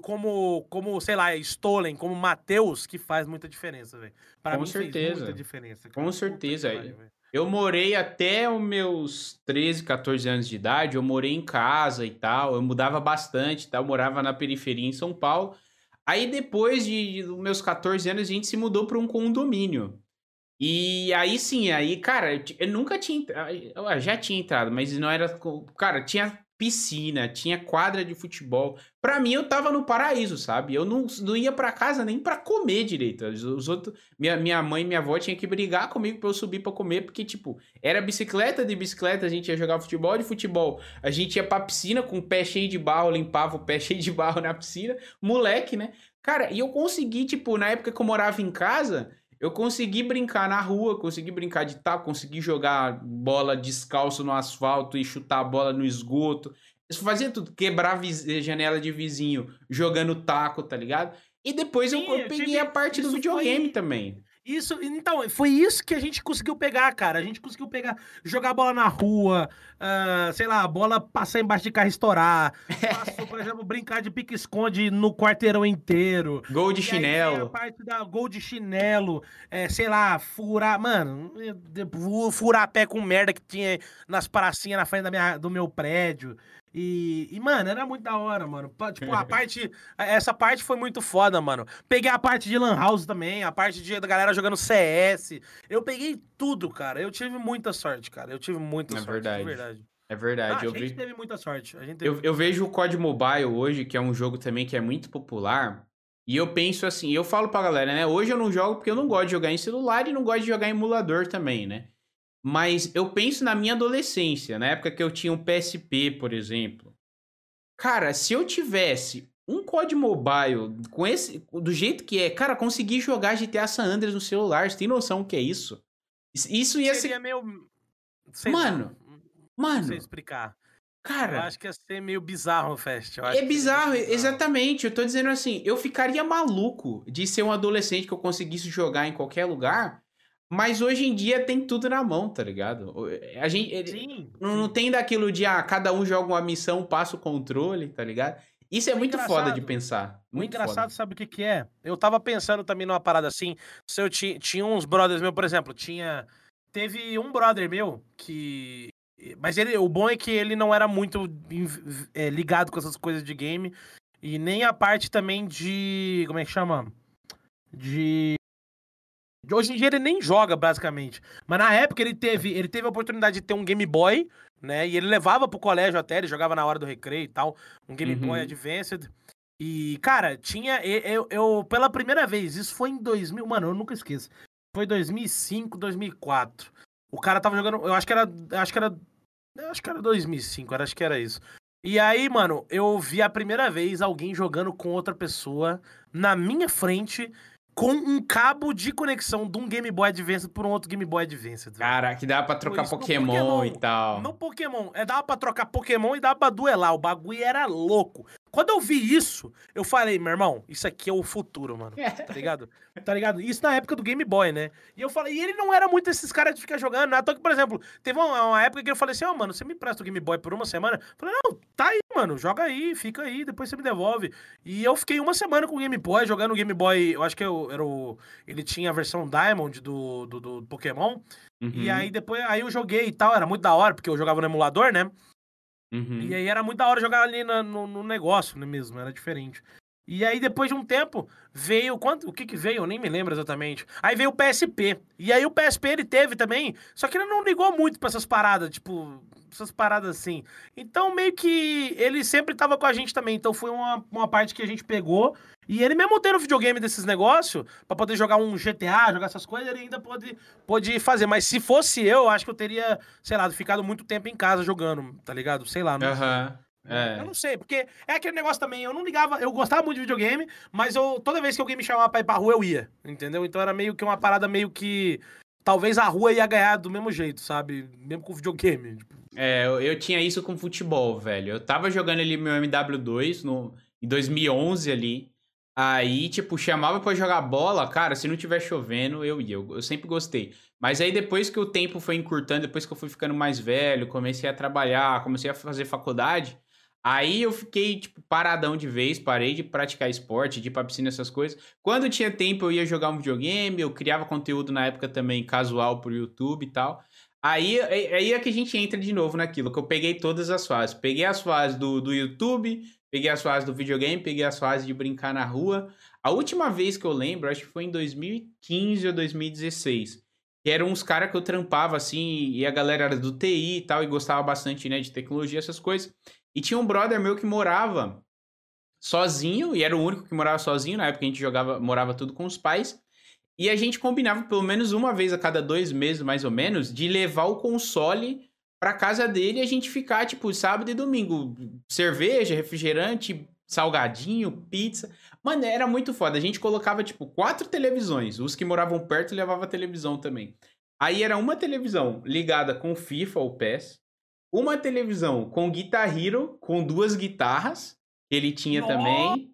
como, sei lá, Stolen, como Matheus, que faz muita diferença, velho. Pra Com mim fez muita certeza. diferença, Com cara. Puta que certeza. pariu, velho. Eu morei até os meus 13, 14 anos de idade, eu morei em casa e tal, eu mudava bastante, e tal, eu morava na periferia em São Paulo. Aí depois dos meus 14 anos a gente se mudou para um condomínio. E aí sim, aí, cara, eu nunca tinha. Eu já tinha entrado, mas não era. Cara, tinha piscina, tinha quadra de futebol. Pra mim, eu tava no paraíso, sabe? Eu não ia pra casa nem pra comer direito. Os outros. Minha mãe e minha avó tinham que brigar comigo pra eu subir pra comer, porque, tipo, era bicicleta de bicicleta, a gente ia jogar futebol de futebol. A gente ia pra piscina com o pé cheio de barro, limpava o pé cheio de barro na piscina. Moleque, né? Cara, e eu consegui, tipo, na época que eu morava em casa. Eu consegui brincar na rua, consegui brincar de taco, consegui jogar bola descalço no asfalto e chutar a bola no esgoto. Isso fazia tudo, quebrar janela de vizinho jogando taco, tá ligado? E depois eu, Sim, eu eu peguei a tive. parte do Isso videogame foi. também. Isso, então, foi isso que a gente conseguiu pegar, cara. A gente conseguiu pegar, jogar bola na rua, sei lá, a bola passar embaixo de carro e estourar. Passou, por exemplo, brincar de pique-esconde no quarteirão inteiro. Gol de E aí vem a chinelo. parte da gol de chinelo, sei lá, furar, mano, furar pé com merda que tinha nas pracinhas na frente do meu prédio. Mano, era muito da hora, mano. Tipo, essa parte foi muito foda, mano. Peguei a parte de Lan House também, a parte da galera jogando CS. Eu peguei tudo, cara. Eu tive muita sorte, cara. Eu tive muita É sorte, de verdade. verdade. É Não, verdade. a gente teve muita sorte. A gente teve Eu muita vejo sorte. o COD Mobile hoje, que é um jogo também que é muito popular. E eu penso assim, eu falo pra galera, né? Hoje eu não jogo porque eu não gosto de jogar em celular e não gosto de jogar em emulador também, né? Mas eu penso na minha adolescência, na época que eu tinha um PSP, por exemplo. Cara, se eu tivesse um COD Mobile com esse, do jeito que é, cara, conseguir jogar GTA San Andreas no celular, você tem noção o que é isso? Isso ia Seria ser. meio. Sei lá. Mano, Não sei mano, explicar. Eu cara, acho que ia ser meio bizarro o Fest. Eu é acho que seria muito bizarro, bizarro. exatamente. Eu tô dizendo assim, eu ficaria maluco de ser um adolescente que eu conseguisse jogar em qualquer lugar, mas hoje em dia tem tudo na mão, tá ligado? A gente Sim, não sim. tem daquilo de cada um joga uma missão, passa o controle, tá ligado? Isso é O muito foda de engraçado. pensar, O muito foda. engraçado, sabe o que que é? Eu tava pensando também numa parada assim, se eu tinha uns brothers meus, por exemplo, teve um brother meu que, mas o bom é que ele não era muito ligado com essas coisas de game e nem a parte também de, como é que chama? Hoje em dia ele nem joga, basicamente. Mas na época ele teve a oportunidade de ter um Game Boy, né? E ele levava pro colégio até, ele jogava na hora do recreio e tal. Um Game Boy Advanced. E, cara, tinha. Pela primeira vez, isso foi em 2000. Mano, eu nunca esqueço. Foi 2005, 2004. O cara tava jogando. Eu acho que era. Acho que era 2005, acho que era isso. E aí, mano, eu vi a primeira vez alguém jogando com outra pessoa na minha frente com um cabo de conexão de um Game Boy Advance por um outro Game Boy Advance. Cara, que dá pra trocar Pokémon e tal. No Pokémon. Dava pra trocar Pokémon e dava pra duelar. O bagulho era louco. Quando eu vi isso, eu falei, meu irmão, isso aqui é o futuro, mano. Tá ligado? Tá ligado? Isso na época do Game Boy, né? E eu falei, e ele não era muito esses caras de ficar jogando nada. Então, que, por exemplo, teve uma época que eu falei assim, ó, mano, você me empresta o Game Boy por uma semana? Eu falei, não, tá aí, mano, joga aí, fica aí, depois você me devolve. E eu fiquei uma semana com o Game Boy, jogando o Game Boy, eu acho que ele tinha a versão Diamond do Pokémon. E aí depois, aí eu joguei e tal, era muito da hora, porque eu jogava no emulador, né? E aí era muito da hora jogar ali no negócio, né, mesmo, era diferente. E aí depois de um tempo, veio, o que veio? Eu nem me lembro exatamente. Aí veio o PSP. E aí o PSP ele teve também, só que ele não ligou muito pra essas paradas, tipo, essas paradas assim. Então meio que ele sempre tava com a gente também, então foi uma parte que a gente pegou. E ele mesmo tendo videogame desses negócios, pra poder jogar um GTA, jogar essas coisas, ele ainda pôde fazer. Mas se fosse eu acho que eu teria, sei lá, ficado muito tempo em casa jogando, tá ligado? Sei lá, não sei. Eu não sei, porque é aquele negócio também, eu não ligava, eu gostava muito de videogame, mas toda vez que alguém me chamava pra ir pra rua, eu ia, entendeu? Então era meio que uma parada meio que, talvez a rua ia ganhar do mesmo jeito, sabe? Mesmo com videogame. Tipo. Eu tinha isso com futebol, velho. Eu tava jogando ali meu MW2 em 2011 ali. Aí, tipo, chamava pra jogar bola, cara, se não tiver chovendo, eu ia. Eu sempre gostei. Mas aí, depois que o tempo foi encurtando, depois que eu fui ficando mais velho, comecei a trabalhar, comecei a fazer faculdade, aí eu fiquei, tipo, paradão de vez, parei de praticar esporte, de ir pra piscina, essas coisas. Quando tinha tempo, eu ia jogar um videogame, eu criava conteúdo na época também casual pro YouTube e tal. Aí é que a gente entra de novo naquilo, que eu peguei todas as fases. Peguei as fases do YouTube, peguei as fases do videogame, peguei as fases de brincar na rua. A última vez que eu lembro, acho que foi em 2015 ou 2016. Que eram uns caras que eu trampava, assim, e a galera era do TI e tal, e gostava bastante, né, de tecnologia, essas coisas. E tinha um brother meu que morava sozinho, e era o único que morava sozinho, na época a gente morava tudo com os pais. E a gente combinava pelo menos uma vez a cada 2 meses, mais ou menos, de levar o console pra casa dele e a gente ficar, tipo, sábado e domingo. Cerveja, refrigerante, salgadinho, pizza. Mano, era muito foda. A gente colocava, tipo, 4 televisões. Os que moravam perto levavam televisão também. Aí era uma televisão ligada com FIFA ou PES. Uma televisão com Guitar Hero, com 2 guitarras, que ele tinha também.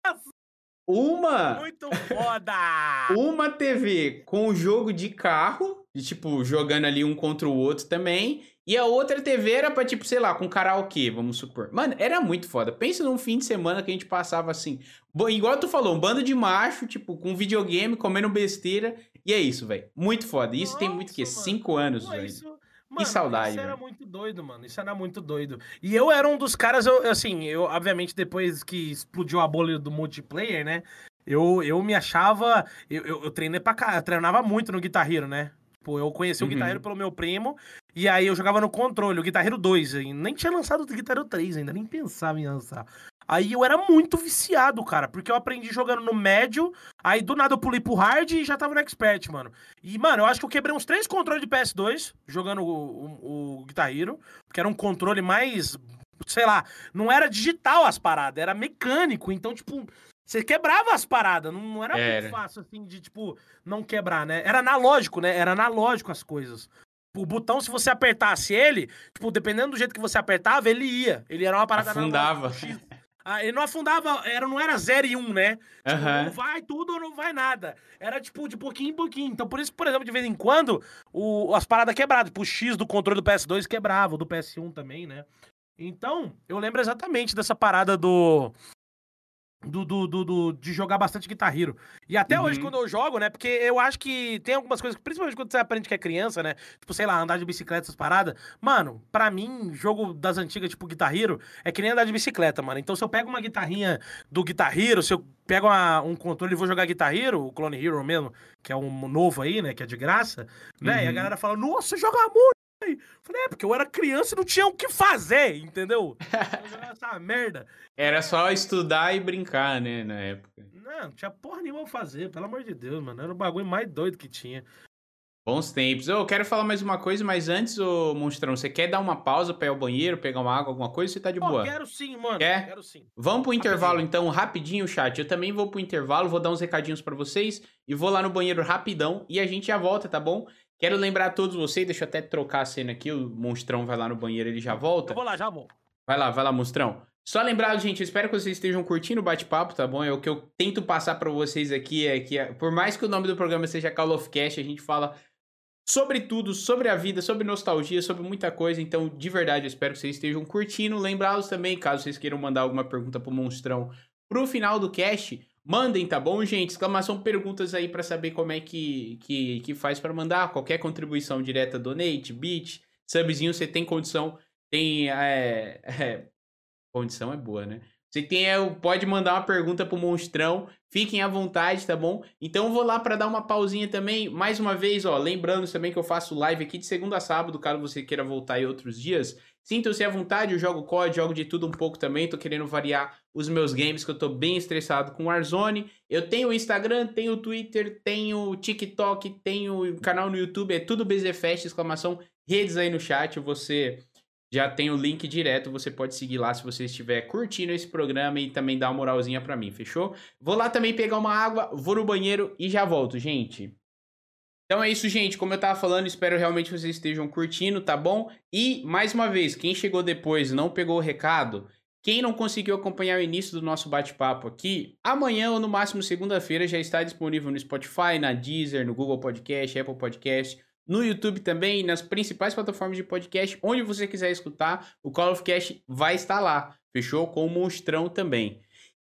Muito foda! Uma TV com jogo de carro, e, tipo, jogando ali um contra o outro também. E a outra TV era pra, tipo, sei lá, com karaokê, vamos supor. Mano, era muito foda. Pensa num fim de semana que a gente passava assim. Igual tu falou, um bando de macho, tipo, com videogame, comendo besteira. E é isso, velho. Muito foda. Isso Nossa, tem muito o quê? mano. 5 anos, velho. Que saudade, isso era velho. muito doido, mano. Isso era muito doido. E eu era um dos caras, obviamente, depois que explodiu a bolha do multiplayer, né? Eu me achava. Eu treinei pra cá, eu treinava muito no Guitar Hero, né? Tipo, eu conheci o Guitar Hero pelo meu primo, e aí eu jogava no controle, o Guitar Hero 2. Nem tinha lançado o Guitar Hero 3 ainda, nem pensava em lançar. Aí eu era muito viciado, cara, porque eu aprendi jogando no médio, aí do nada eu pulei pro hard e já tava no expert, mano. E, mano, eu acho que eu quebrei uns 3 controles de PS2 jogando o Guitar Hero, porque era um controle mais, sei lá, não era digital as paradas, era mecânico, então, tipo, você quebrava as paradas, não era muito fácil, assim, de, tipo, não quebrar, né? Era analógico, né? Era analógico as coisas. O botão, se você apertasse ele, tipo, dependendo do jeito que você apertava, ele ia. Ele era uma parada Afundava. Ele não afundava, não era 0 e 1, né? Tipo, Aham. não vai tudo ou não vai nada. Era, tipo, de pouquinho em pouquinho. Então, por isso, por exemplo, de vez em quando, as paradas quebradas. Tipo, o X do controle do PS2 quebrava, o do PS1 também, né? Então, eu lembro exatamente dessa parada de jogar bastante Guitar Hero. E até hoje, quando eu jogo, né? Porque eu acho que tem algumas coisas, principalmente quando você aprende que é criança, né? Tipo, sei lá, andar de bicicleta, essas paradas. Mano, pra mim, jogo das antigas, tipo Guitar Hero, é que nem andar de bicicleta, mano. Então, se eu pego uma guitarrinha do Guitar Hero, se eu pego um controle e vou jogar Guitar Hero, o Clone Hero mesmo, que é um novo aí, né? Que é de graça, né? E a galera fala, nossa, você joga muito! Falei, porque eu era criança e não tinha o que fazer, entendeu? Eu jogava essa merda. Era só estudar e brincar, né, na época. Não tinha porra nenhuma pra fazer, pelo amor de Deus, mano. Era o bagulho mais doido que tinha. Bons tempos. Eu quero falar mais uma coisa, mas antes, ô Monstrão, você quer dar uma pausa pra ir ao banheiro, pegar uma água, alguma coisa, ou você tá de Pô, boa? quero sim, mano. Quer? Quero sim. Vamos pro intervalo, Rapidinho. então, rapidinho, chat. Eu também vou pro intervalo, vou dar uns recadinhos pra vocês e vou lá no banheiro rapidão e a gente já volta, tá bom? Quero lembrar a todos vocês, deixa eu até trocar a cena aqui, o Monstrão vai lá no banheiro, ele já volta. Eu vou lá, já vou. Vai lá, Monstrão. Só lembrar, gente, eu espero que vocês estejam curtindo o bate-papo, tá bom? É o que eu tento passar pra vocês aqui, por mais que o nome do programa seja Call of Cast, a gente fala sobre tudo, sobre a vida, sobre nostalgia, sobre muita coisa. Então, de verdade, eu espero que vocês estejam curtindo. Lembrá-los também, caso vocês queiram mandar alguma pergunta pro Monstrão pro final do cast, mandem, tá bom, gente? Exclamação perguntas aí pra saber como é que faz pra mandar. Qualquer contribuição direta, donate, bit, subzinho, você tem condição, tem... condição é boa, né? Você pode mandar uma pergunta pro Monstrão, fiquem à vontade, tá bom? Então eu vou lá para dar uma pausinha também, mais uma vez, ó, lembrando também que eu faço live aqui de segunda a sábado, caso você queira voltar em outros dias. Sintam-se à vontade, eu jogo COD, jogo de tudo um pouco também, tô querendo variar os meus games, que eu tô bem estressado com Warzone. Eu tenho o Instagram, tenho o Twitter, tenho o TikTok, tenho o canal no YouTube, é tudo BZFest, exclamação, redes aí no chat, você... Já tem o link direto, você pode seguir lá se você estiver curtindo esse programa e também dar uma moralzinha pra mim, fechou? Vou lá também pegar uma água, vou no banheiro e já volto, gente. Então é isso, gente. Como eu tava falando, espero realmente que vocês estejam curtindo, tá bom? E, mais uma vez, quem chegou depois e não pegou o recado, quem não conseguiu acompanhar o início do nosso bate-papo aqui, amanhã ou no máximo segunda-feira já está disponível no Spotify, na Deezer, no Google Podcast, Apple Podcast, no YouTube também, nas principais plataformas de podcast, onde você quiser escutar, o Call of Cast vai estar lá, fechou? Com o Monstrão também.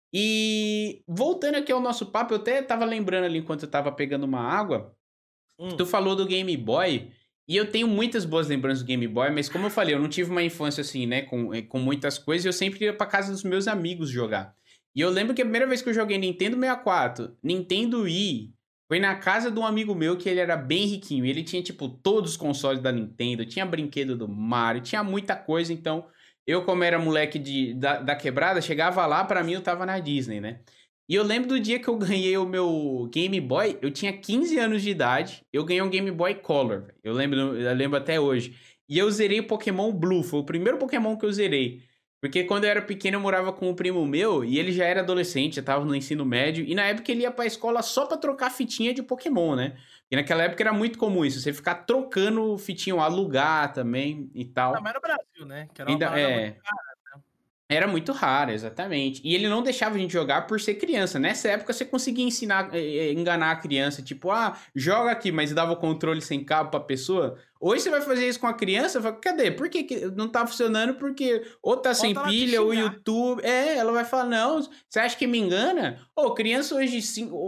E voltando aqui ao nosso papo, eu até tava lembrando ali enquanto eu tava pegando uma água, que tu falou do Game Boy, e eu tenho muitas boas lembranças do Game Boy, mas como eu falei, eu não tive uma infância assim, né, com muitas coisas, e eu sempre ia pra casa dos meus amigos jogar. E eu lembro que a primeira vez que eu joguei Nintendo 64, Nintendo Wii, foi na casa de um amigo meu que ele era bem riquinho. Ele tinha, tipo, todos os consoles da Nintendo, tinha brinquedo do Mario, tinha muita coisa. Então, eu, como era moleque da quebrada, chegava lá, pra mim eu tava na Disney, né? E eu lembro do dia que eu ganhei o meu Game Boy, eu tinha 15 anos de idade, eu ganhei um Game Boy Color, eu lembro até hoje. E eu zerei o Pokémon Blue, foi o primeiro Pokémon que eu zerei. Porque quando eu era pequeno eu morava com um primo meu e ele já era adolescente, já tava no ensino médio, e na época ele ia pra escola só pra trocar fitinha de Pokémon, né? E naquela época era muito comum isso, você ficar trocando fitinha, alugar também e tal. Mas no Brasil, né? Que era uma Ainda, parada muito cara. era muito raro, exatamente. E ele não deixava a gente jogar por ser criança. Nessa época você conseguia enganar a criança, tipo, joga aqui, mas dava o controle sem cabo pra pessoa. Hoje você vai fazer isso com a criança, fala, cadê? Por que não tá funcionando? Porque ou tá sem pilha, ou o YouTube... ela vai falar, não, você acha que me engana? Criança hoje de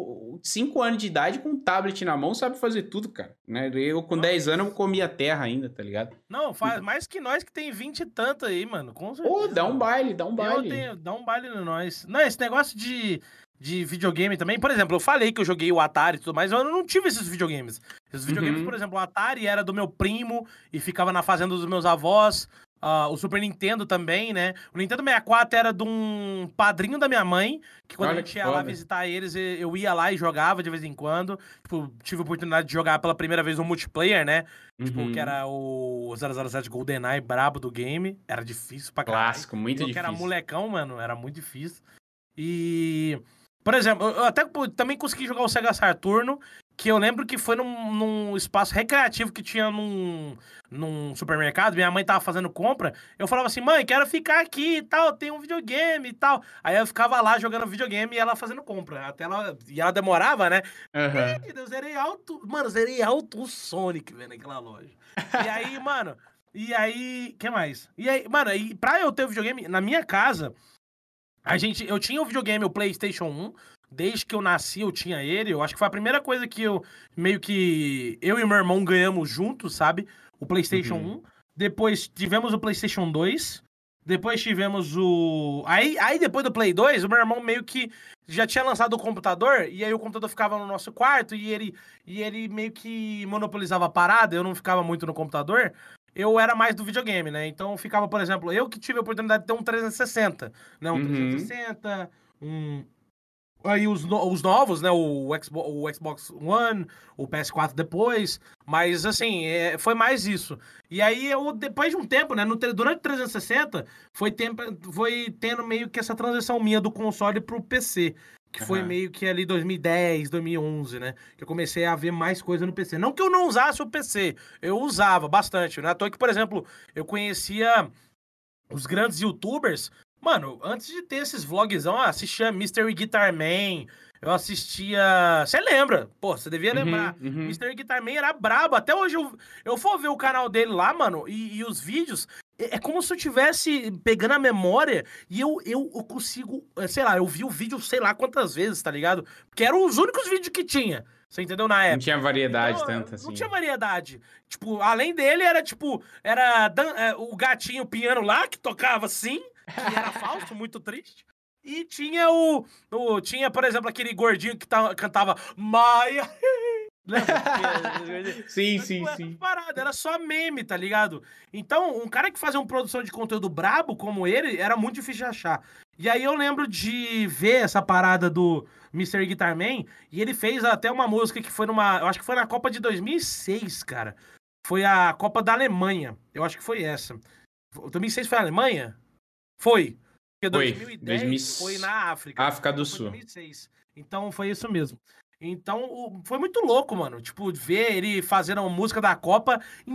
5 anos de idade com um tablet na mão sabe fazer tudo, cara. Né? Eu com 10 anos eu comia terra ainda, tá ligado? Não, faz mais que nós que tem 20 e tanto aí, mano, com certeza. Dá um baile, dá um baile. Dá um baile no nós. Não, esse negócio de videogame também, por exemplo, eu falei que eu joguei o Atari e tudo mais, mas eu não tive esses videogames. Esses videogames, por exemplo, o Atari era do meu primo e ficava na fazenda dos meus avós. O Super Nintendo também, né? O Nintendo 64 era de um padrinho da minha mãe, que quando a gente ia lá visitar eles, eu ia lá e jogava de vez em quando. Tipo, tive a oportunidade de jogar pela primeira vez no multiplayer, né? Tipo, que era o 007 GoldenEye brabo do game. Era difícil pra caralho. Clássico, muito difícil. Eu que era molecão, mano, era muito difícil. E... Por exemplo, eu até também consegui jogar o Sega Saturno, que eu lembro que foi num espaço recreativo que tinha num supermercado, minha mãe tava fazendo compra, eu falava assim, mãe, quero ficar aqui e tal, tem um videogame e tal. Aí eu ficava lá jogando videogame e ela fazendo compra, e ela demorava, né? Eu zerei alto o Sonic, velho, naquela loja. E aí, mano, que mais? E aí, mano, pra eu ter o videogame, na minha casa... Eu tinha o videogame, o PlayStation 1, desde que eu nasci eu tinha ele. Eu acho que foi a primeira coisa que eu e meu irmão ganhamos juntos, sabe? O PlayStation Uhum. 1. Depois tivemos o PlayStation 2. Depois tivemos o. Aí depois do Play 2, o meu irmão meio que já tinha lançado o computador, e aí o computador ficava no nosso quarto, e ele meio que monopolizava a parada, eu não ficava muito no computador. Eu era mais do videogame, né? Então ficava, por exemplo, eu que tive a oportunidade de ter um 360, né? Um Uhum. 360, um. Aí os novos, né? O Xbox One, o PS4 depois. Mas, assim, foi mais isso. E aí, depois de um tempo, né? Durante o 360, foi tendo meio que essa transição minha do console pro PC. Que foi Aham. meio que ali 2010, 2011, né? Que eu comecei a ver mais coisa no PC. Não que eu não usasse o PC, eu usava bastante, né? À toa que, por exemplo, eu conhecia os grandes YouTubers, mano, antes de ter esses vlogzão, eu assistia Mystery Guitar Man, eu assistia. Você lembra? Pô, você devia Uhum. lembrar. Uhum. Mystery Guitar Man era brabo. Até hoje eu for ver o canal dele lá, mano, e os vídeos. É como se eu tivesse pegando a memória e eu consigo, sei lá, eu vi o vídeo sei lá quantas vezes, tá ligado? Porque eram os únicos vídeos que tinha, você entendeu? Na Não tinha época. variedade Então, tanta não assim, tinha né? variedade. Tipo, além dele, era tipo, o gatinho piano lá, que tocava assim, que era falso, muito triste. E tinha tinha, por exemplo, aquele gordinho que cantava Maia. Lembra? Sim, Então, sim, tipo, essas sim. paradas, era só meme, tá ligado? Então, um cara que fazia uma produção de conteúdo brabo como ele, era muito difícil de achar. E aí eu lembro de ver essa parada do Mr. Guitar Man, e ele fez até uma música que foi eu acho que foi na Copa de 2006, cara. Foi a Copa da Alemanha. Eu acho que foi essa. 2006 foi a Alemanha? Foi. Porque Foi. 2010 foi na África. África do Então foi Sul. 2006. Então foi isso mesmo. Então foi muito louco, mano. Tipo, ver ele fazendo a música da Copa em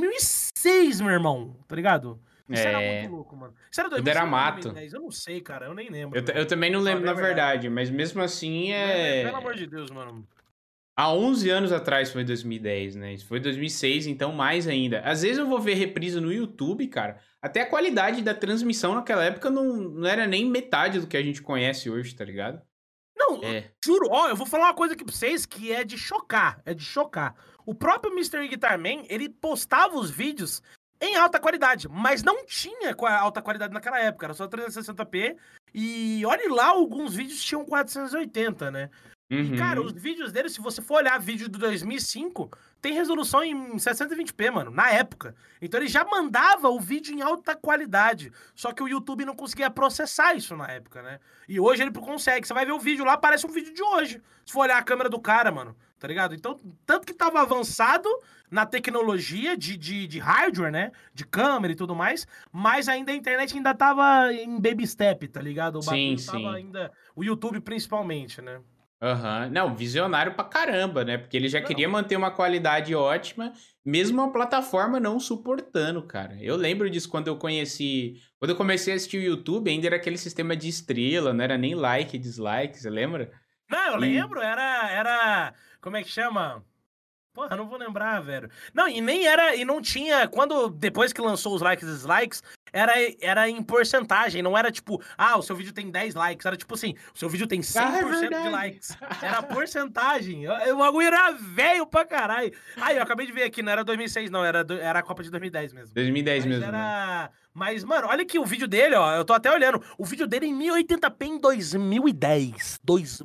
2006, meu irmão. Tá ligado? Isso era muito É. louco, mano. Isso era Tudo era 2006 ou mato. 2010? Eu não sei, cara. Eu nem lembro, Eu velho. também não Pra falar lembro, bem na a verdade. verdade, mas mesmo assim Mas, pelo amor é. de Deus, mano. Há 11 anos atrás foi 2010, né? Isso foi 2006, então mais ainda. Às vezes eu vou ver reprise no YouTube, cara. Até a qualidade da transmissão naquela época não era nem metade do que a gente conhece hoje, tá ligado? Não, É. juro, ó, eu vou falar uma coisa aqui pra vocês que é de chocar, é de chocar. O próprio Mr. Guitar Man, ele postava os vídeos em alta qualidade, mas não tinha alta qualidade naquela época, era só 360p, e olhe lá, alguns vídeos tinham 480, né? E, cara, os Uhum. vídeos dele, se você for olhar vídeo do 2005, tem resolução em 720p, mano, na época. Então ele já mandava o vídeo em alta qualidade. Só que o YouTube não conseguia processar isso na época, né? E hoje ele consegue. Você vai ver o vídeo lá, parece um vídeo de hoje. Se for olhar a câmera do cara, mano, tá ligado? Então, tanto que tava avançado na tecnologia de hardware, né? De câmera e tudo mais, mas ainda a internet ainda tava em baby step, tá ligado? O Sim, bagulho tava sim. ainda. O YouTube principalmente, né? Aham. Não, visionário pra caramba, né? Porque ele já queria Não, manter uma qualidade ótima, mesmo a plataforma não suportando, cara. Eu lembro disso quando eu conheci. Quando eu comecei a assistir o YouTube, ainda era aquele sistema de estrela, não era nem like e dislike, você lembra? não, eu E. lembro, era. Como é que chama? Porra, eu não vou lembrar, velho. Não, e nem era. E não tinha. Depois que lançou os likes e dislikes, era em porcentagem. Não era tipo, o seu vídeo tem 10 likes. Era tipo assim, o seu vídeo tem cem Ah, é por cento de verdade! likes. Era porcentagem. O bagulho era velho pra caralho. Aí, eu acabei de ver aqui, não era 2006, não. Era a Copa de 2010 mesmo. 2010 Mas mesmo, né? era. Mas, mano, olha aqui o vídeo dele, ó. Eu tô até olhando. O vídeo dele é em 1080p em 2010.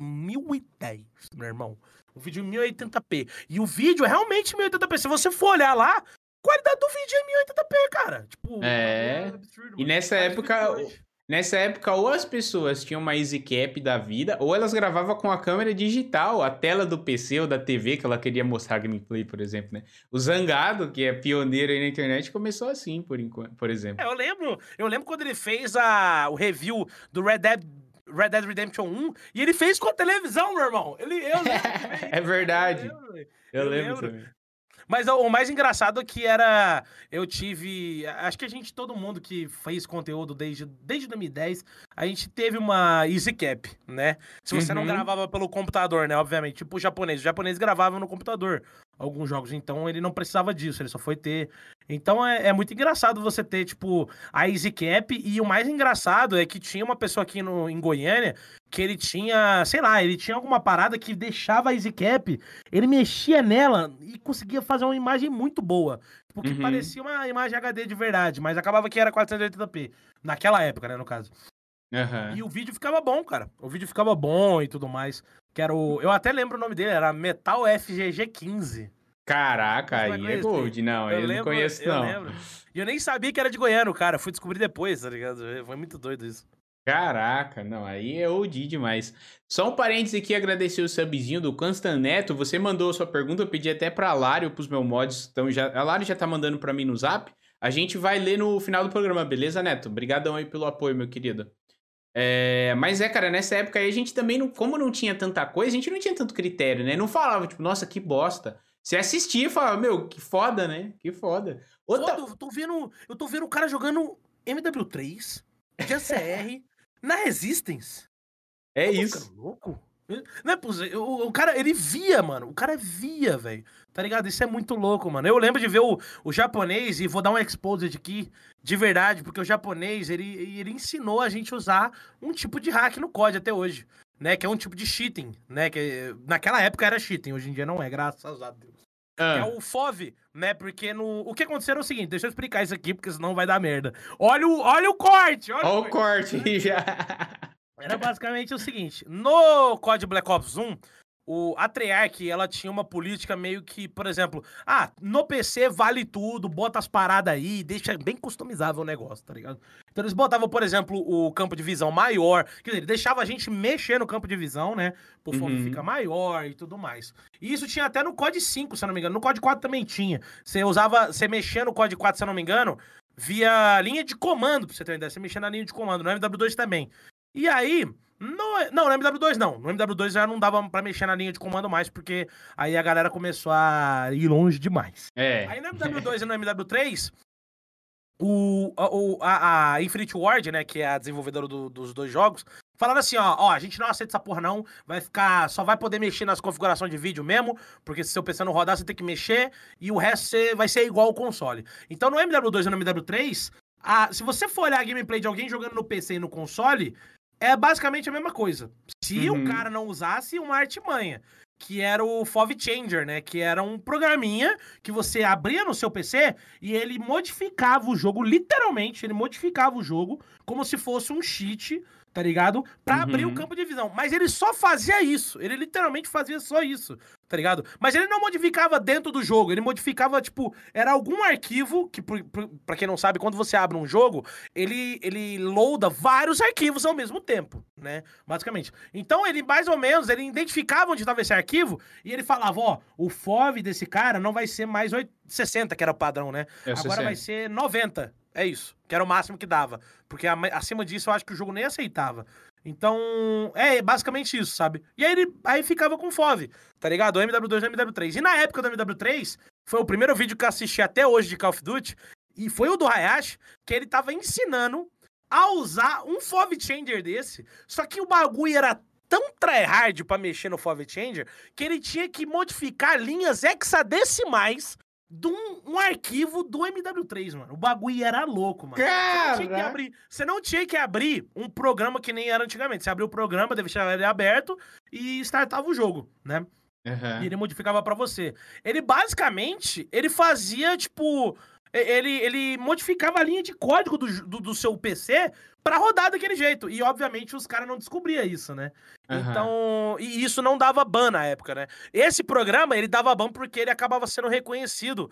2010, meu irmão. O vídeo em 1080p. E o vídeo é realmente 1080p. Se você for olhar lá, a qualidade do vídeo é em 1080p, cara. Tipo, o bagulho é É. absurdo, E mano. Parece vídeo de hoje. nessa época, ou as pessoas tinham uma EasyCap da vida, ou elas gravavam com a câmera digital, a tela do PC ou da TV que ela queria mostrar gameplay, por exemplo, né? O Zangado, que é pioneiro aí na internet, começou assim, por enquanto, por exemplo. Eu lembro quando ele fez o review do Red Dead Redemption 1 e ele fez com a televisão, meu irmão. Eu lembro de ver É isso, cara. Eu verdade. lembro, velho. Eu Eu lembro lembro. também. Mas o mais engraçado é que era. Eu tive. Acho que todo mundo que fez conteúdo desde 2010, a gente teve uma Easy Cap, né? Se você não Uhum. gravava pelo computador, né? Obviamente. Tipo o japonês. O japonês gravava no computador alguns jogos, então ele não precisava disso, ele só foi ter Então é muito engraçado você ter, tipo, a EasyCap, e o mais engraçado é que tinha uma pessoa aqui em Goiânia que ele tinha, sei lá, ele tinha alguma parada que deixava a EasyCap, ele mexia nela e conseguia fazer uma imagem muito boa. Porque Uhum. parecia uma imagem HD de verdade, mas acabava que era 480p. Naquela época, né, no caso. E Aham. o vídeo ficava bom, cara. O vídeo ficava bom e tudo mais. Que era o. Eu até lembro o nome dele, era Metal FGG 15. Caraca, Você vai aí é conhecer. gold. Não, Eu eu não lembro, conheço, eu não. lembro. E eu nem sabia que era de Goiânia, cara. Fui descobrir depois, tá ligado? Foi muito doido isso. Caraca, não, aí é OG demais. Só um parênteses aqui, agradecer o subzinho do Constant Neto. Você mandou a sua pergunta, eu pedi até pra Lário, pros meus mods. Então a Lário já tá mandando pra mim no zap. A gente vai ler no final do programa, beleza, Neto? Obrigadão aí pelo apoio, meu querido. Mas cara, nessa época aí a gente também, não, como não tinha tanta coisa, a gente não tinha tanto critério, né? Não falava, tipo, nossa, que bosta. Você assistia e falava, meu, que foda, né? Que foda. Foda, Outra. eu tô vendo o cara jogando MW3, GCR, na Resistance. É Eu tô ficando isso. louco? Não é possível. O cara, ele via, mano. O cara via, velho. Tá ligado? Isso é muito louco, mano. Eu lembro de ver o japonês, e vou dar um exposed aqui, de verdade, porque o japonês, ele ensinou a gente a usar um tipo de hack no COD até hoje, né? Que é um tipo de cheating, né? Que naquela época era cheating, hoje em dia não é, graças a Deus. Que é Ah, o FOV, né? Porque o que aconteceu era o seguinte, deixa eu explicar isso aqui, porque senão vai dar merda. Olha o corte, olha o ó o corte. corte aí já. Era basicamente o seguinte, no COD Black Ops 1, a Treyarch, ela tinha uma política meio que, por exemplo, no PC vale tudo, bota as paradas aí, deixa bem customizável o negócio, tá ligado? Então eles botavam, por exemplo, o campo de visão maior, quer dizer, deixava a gente mexer no campo de visão, né, pro FOV ficar Uhum. maior e tudo mais. E isso tinha até no COD 5, se eu não me engano, no COD 4 também tinha. Você mexia no COD 4, se eu não me engano, via linha de comando, pra você ter uma ideia, você mexia na linha de comando, no MW2 também. E aí, no MW2 não. No MW2 já não dava pra mexer na linha de comando mais, porque aí a galera começou a ir longe demais. É. Aí no MW2 e no MW3, a Infinity Ward, né, que é a desenvolvedora dos dois jogos, falaram assim, ó, a gente não aceita essa porra não, só vai poder mexer nas configurações de vídeo mesmo, porque se seu PC não rodar, você tem que mexer, e o resto vai ser igual ao console. Então no MW2 e no MW3, se você for olhar a gameplay de alguém jogando no PC e no console, é basicamente a mesma coisa. Se o cara Uhum. não usasse uma artimanha, que era o FOV Changer, né? Que era um programinha que você abria no seu PC e ele modificava o jogo, literalmente, ele modificava o jogo como se fosse um cheat, tá ligado? Pra abrir o Uhum. campo de visão. Mas ele só fazia isso. Ele literalmente fazia só isso, tá ligado? Mas ele não modificava dentro do jogo. Ele modificava, tipo, era algum arquivo que, pra quem não sabe, quando você abre um jogo, ele loada vários arquivos ao mesmo tempo, né? Basicamente. Então ele, mais ou menos, ele identificava onde estava esse arquivo e ele falava, ó, o FOV desse cara não vai ser mais 60, que era o padrão, né? É o Agora vai 60. ser 90. É isso, que era o máximo que dava. Porque acima disso eu acho que o jogo nem aceitava. Então, é basicamente isso, sabe? E aí ficava com FOV, tá ligado? O MW2 e o MW3. E na época do MW3, foi o primeiro vídeo que eu assisti até hoje de Call of Duty, e foi o do Hayashi, que ele tava ensinando a usar um FOV Changer desse, só que o bagulho era tão tryhard pra mexer no FOV Changer, que ele tinha que modificar linhas hexadecimais de um arquivo do MW3, mano. O bagulho era louco, mano. Caraca! Você não tinha que abrir um programa que nem era antigamente. Você abria o programa, deixava ele aberto e startava o jogo, né? E ele Aham. modificava pra você. Ele basicamente, ele fazia, tipo... Ele modificava a linha de código do seu PC pra rodar daquele jeito. E, obviamente, os caras não descobriam isso, né? Aham. Então... E isso não dava ban na época, né? Esse programa, ele dava ban porque ele acabava sendo reconhecido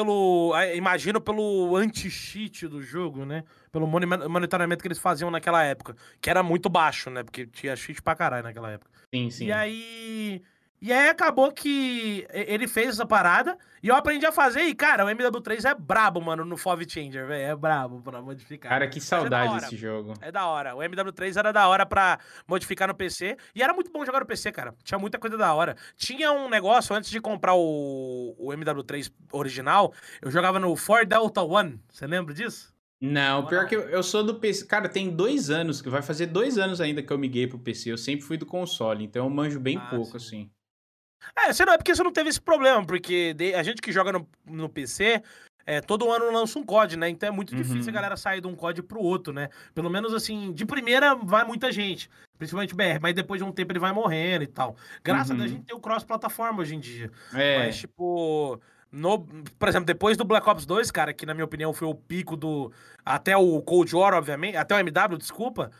imagino, pelo anti-cheat do jogo, né? Pelo monitoramento que eles faziam naquela época. Que era muito baixo, né? Porque tinha cheat pra caralho naquela época. Sim, E sim. aí. E aí acabou que ele fez essa parada e eu aprendi a fazer. E, cara, o MW3 é brabo, mano, no FOV Changer, velho. É brabo pra modificar. Cara, que Mas é da saudade hora. desse jogo. É da hora. O MW3 era da hora pra modificar no PC. E era muito bom jogar no PC, cara. Tinha muita coisa da hora. Tinha um negócio, antes de comprar o MW3 original, eu jogava no 4Delta 1. Você lembra disso? Não, Ou pior não? que eu sou do PC. Cara, tem 2 anos, que vai fazer 2 anos ainda que eu migrei pro PC. Eu sempre fui do console, então eu manjo bem Ah, pouco, sim. assim. Você não, é porque você não teve esse problema, porque a gente que joga no PC, todo ano lança um COD, né? Então é muito difícil a Uhum. galera sair de um COD pro outro, né? Pelo menos, assim, de primeira vai muita gente, principalmente BR, mas depois de um tempo ele vai morrendo e tal. Graças a Deus a gente Uhum. tem o cross-plataforma hoje em dia. Mas, É. tipo, por exemplo, depois do Black Ops 2, cara, que na minha opinião foi o pico do... Até o Cold War, obviamente, até o MW, desculpa,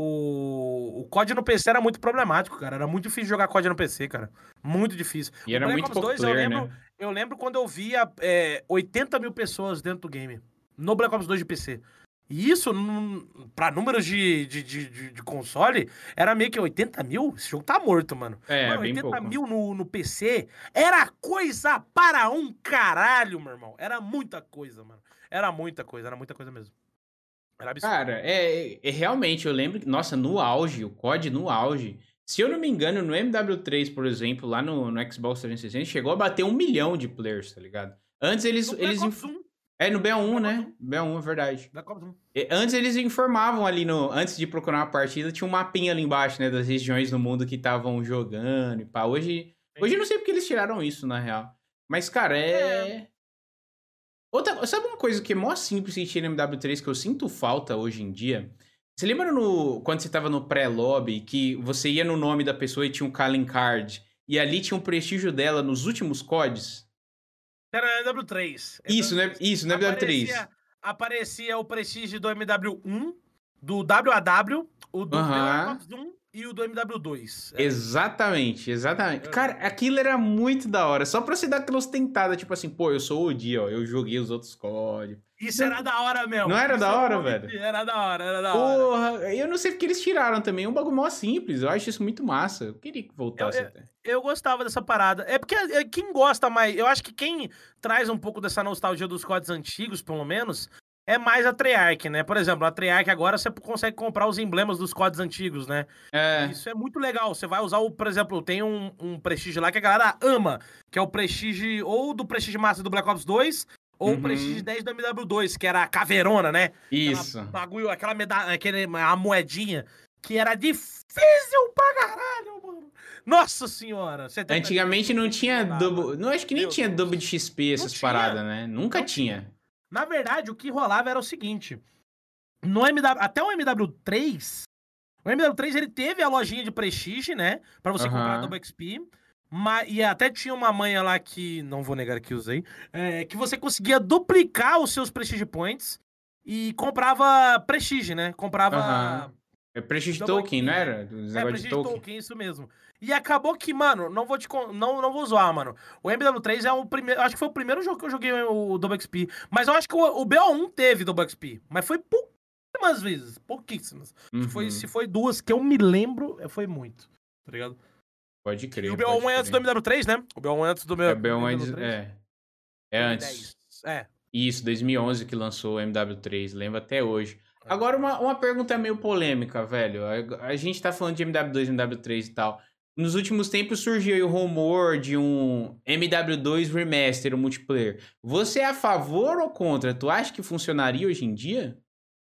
o COD no PC era muito problemático, cara. Era muito difícil jogar COD no PC, cara. Muito difícil. E O era Black muito Ops pouco 2, player, né? eu lembro quando eu via 80 mil pessoas dentro do game. No Black Ops 2 de PC. E isso, pra números de console, era meio que 80 mil? Esse jogo tá morto, mano. É, Mano, bem 80 pouco. mil no PC era coisa para um caralho, meu irmão. Era muita coisa, mano. Era muita coisa mesmo. Era absurdo. Cara, realmente, eu lembro que, nossa, no auge, o COD no auge. Se eu não me engano, no MW3, por exemplo, lá no Xbox 360, chegou a bater 1 milhão de players, tá ligado? Antes No Black Ops 1. É, no No BA1, Black Ops né? 1. BA1, é verdade. Black Ops 1. Antes eles informavam ali no. Antes de procurar uma partida, tinha um mapinha ali embaixo, né? Das regiões do mundo que estavam jogando e pá. Hoje eu não sei porque eles tiraram isso, na real. Mas, cara, É. sabe uma coisa que é mó simples que tinha no MW3 que eu sinto falta hoje em dia? Você lembra quando você tava no pré-lobby que você ia no nome da pessoa e tinha um calling card e ali tinha um prestígio dela nos últimos CODs? Era MW3. Isso, né? Isso, no MW3. Aparecia o prestígio do MW1, do WAW, o do Black Aham. Ops 1 e o do MW2. Era isso. Exatamente, exatamente. Eu Cara, lembro. aquilo era muito da hora. Só pra você dar aquela ostentada, tipo assim, pô, eu sou o dia, ó. Eu joguei os outros códigos. Isso era da hora Não mesmo. era Isso da eu não hora, vou velho? mentir. Era da hora, era da hora. Porra, eu não sei porque eles tiraram também. É um bagulho mó simples. Eu acho isso muito massa. Eu queria que Eu, voltasse eu, até. eu gostava dessa parada. É porque quem gosta mais. Eu acho que quem traz um pouco dessa nostalgia dos códigos antigos, pelo menos, é mais a Treyarch, né? Por exemplo, a Treyarch agora você consegue comprar os emblemas dos códigos antigos, né? E É. isso é muito legal. Você vai usar por exemplo, tem um Prestige lá que a galera ama, que é o Prestige ou do Prestige Master do Black Ops 2, ou o Prestige Uhum. 10 do MW2, que era a caveirona, né? Aquela Isso. bagulho, aquela medalha, a moedinha, que era difícil pra caralho, mano. Nossa senhora, 70 Antigamente não difícil, tinha não dava. double. Não, acho que nem Meu tinha double Deus. de XP, Não essas paradas, tinha, né? Nunca não tinha. tinha. Na verdade, o que rolava era o seguinte, no MW, até o MW3, ele teve a lojinha de Prestige, né? Pra você comprar Aham. Double XP. E até tinha uma manha lá que, não vou negar que usei, que você conseguia duplicar os seus Prestige Points e comprava Prestige, né? Comprava Aham. É Prestige Double Token, não XP, né? era? Dos negócios de Prestige token. Token, isso mesmo. E acabou que, mano, não vou zoar, mano. O MW3 é o primeiro, acho que foi o primeiro jogo que eu joguei o Double XP. Mas eu acho que o BO1 teve Double XP, mas foi pouquíssimas vezes, pouquíssimas. Acho que se Uhum. foi duas que eu me lembro, foi muito, tá ligado? Pode E o crer, pode BO1 é antes do crer. MW3, né? O BO1 é antes do É meu B1 MW3. é 2010. antes. É. Isso, 2011 que lançou o MW3, lembro até hoje. É. Agora, uma pergunta meio polêmica, velho. A gente tá falando de MW2, MW3 e tal. Nos últimos tempos surgiu aí o rumor de um MW2 Remaster, o multiplayer. Você é a favor ou contra? Tu acha que funcionaria hoje em dia?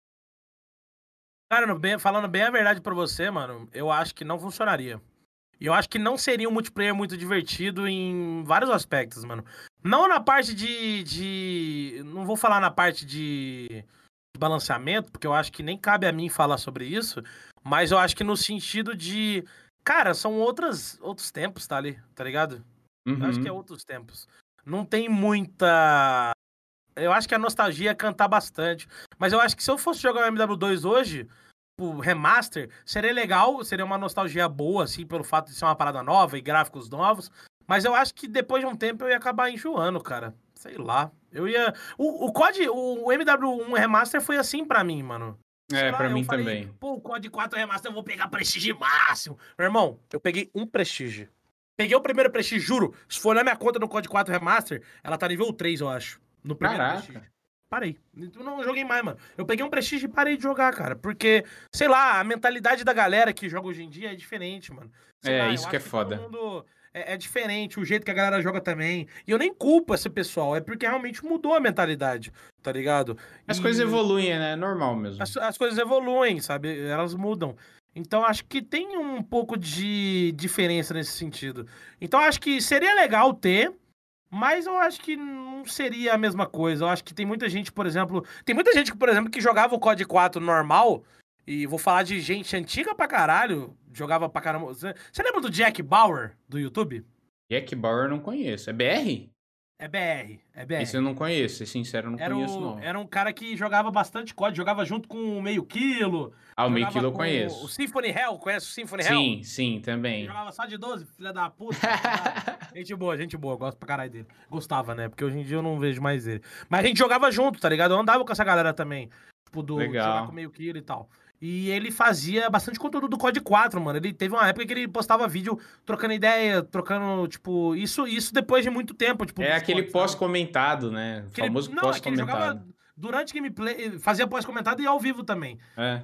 Cara, falando bem a verdade pra você, mano, eu acho que não funcionaria. E eu acho que não seria um multiplayer muito divertido em vários aspectos, mano. Não na parte não vou falar na parte de balanceamento, porque eu acho que nem cabe a mim falar sobre isso. Mas eu acho que no sentido de... Cara, são outros tempos, tá ligado? Eu acho que é Uhum. outros tempos. Não tem muita... Eu acho que a nostalgia ia cantar bastante. Mas eu acho que se eu fosse jogar o MW2 hoje, o remaster, seria legal, seria uma nostalgia boa, assim, pelo fato de ser uma parada nova e gráficos novos. Mas eu acho que depois de um tempo eu ia acabar enjoando, cara. Sei lá. Eu ia. O COD, o MW1 Remaster foi assim pra mim, mano. Sei É, pra lá, eu mim falei, também. pô, o COD 4 Remaster eu vou pegar Prestige máximo. Meu irmão, eu peguei um Prestige. Peguei o primeiro Prestige, juro. Se for olhar minha conta no COD 4 Remaster, ela tá nível 3, eu acho. No primeiro Prestige. Caraca. Parei. Não joguei mais, mano. Eu peguei um Prestige e parei de jogar, cara. Porque, sei lá, a mentalidade da galera que joga hoje em dia é diferente, mano. Sei É, lá, eu isso que é acho que todo foda. mundo é diferente, o jeito que a galera joga também. E eu nem culpo esse pessoal, é porque realmente mudou a mentalidade, tá ligado? As coisas E evoluem, né? É normal mesmo. as coisas evoluem, sabe? Elas mudam. Então acho que tem um pouco de diferença nesse sentido. Então acho que seria legal ter. Mas eu acho que não seria a mesma coisa. Eu acho que tem muita gente, por exemplo... Tem muita gente, por exemplo, que jogava o COD 4 normal. E vou falar de gente antiga pra caralho. Jogava pra caramba. Você lembra do Jack Bauer, do YouTube? Jack Bauer eu não conheço. É BR? É BR, é BR. Esse eu não conheço, ser sincero, eu não conheço, não. Era um cara que jogava bastante COD, jogava junto com o Meio Quilo. Ah, o Meio jogava Quilo eu com conheço. O Symphony Hell, conhece o Symphony Hell? Sim, Ele também. jogava só de 12, filha da puta. Gente boa, gosto pra caralho dele. Gostava, né? Porque hoje em dia eu não vejo mais ele. Mas a gente jogava junto, tá ligado? Eu andava com essa galera também. Tipo, de jogar Legal. com meio quilo e tal. E ele fazia bastante conteúdo do COD 4, mano. Ele teve uma época que ele postava vídeo trocando ideia, trocando, tipo... Isso depois de muito tempo, tipo... É dos aquele CODs, sabe? pós-comentado, né? O Que ele, famoso não, é que ele jogava pós-comentado. durante gameplay, fazia pós-comentado e ao vivo também. É.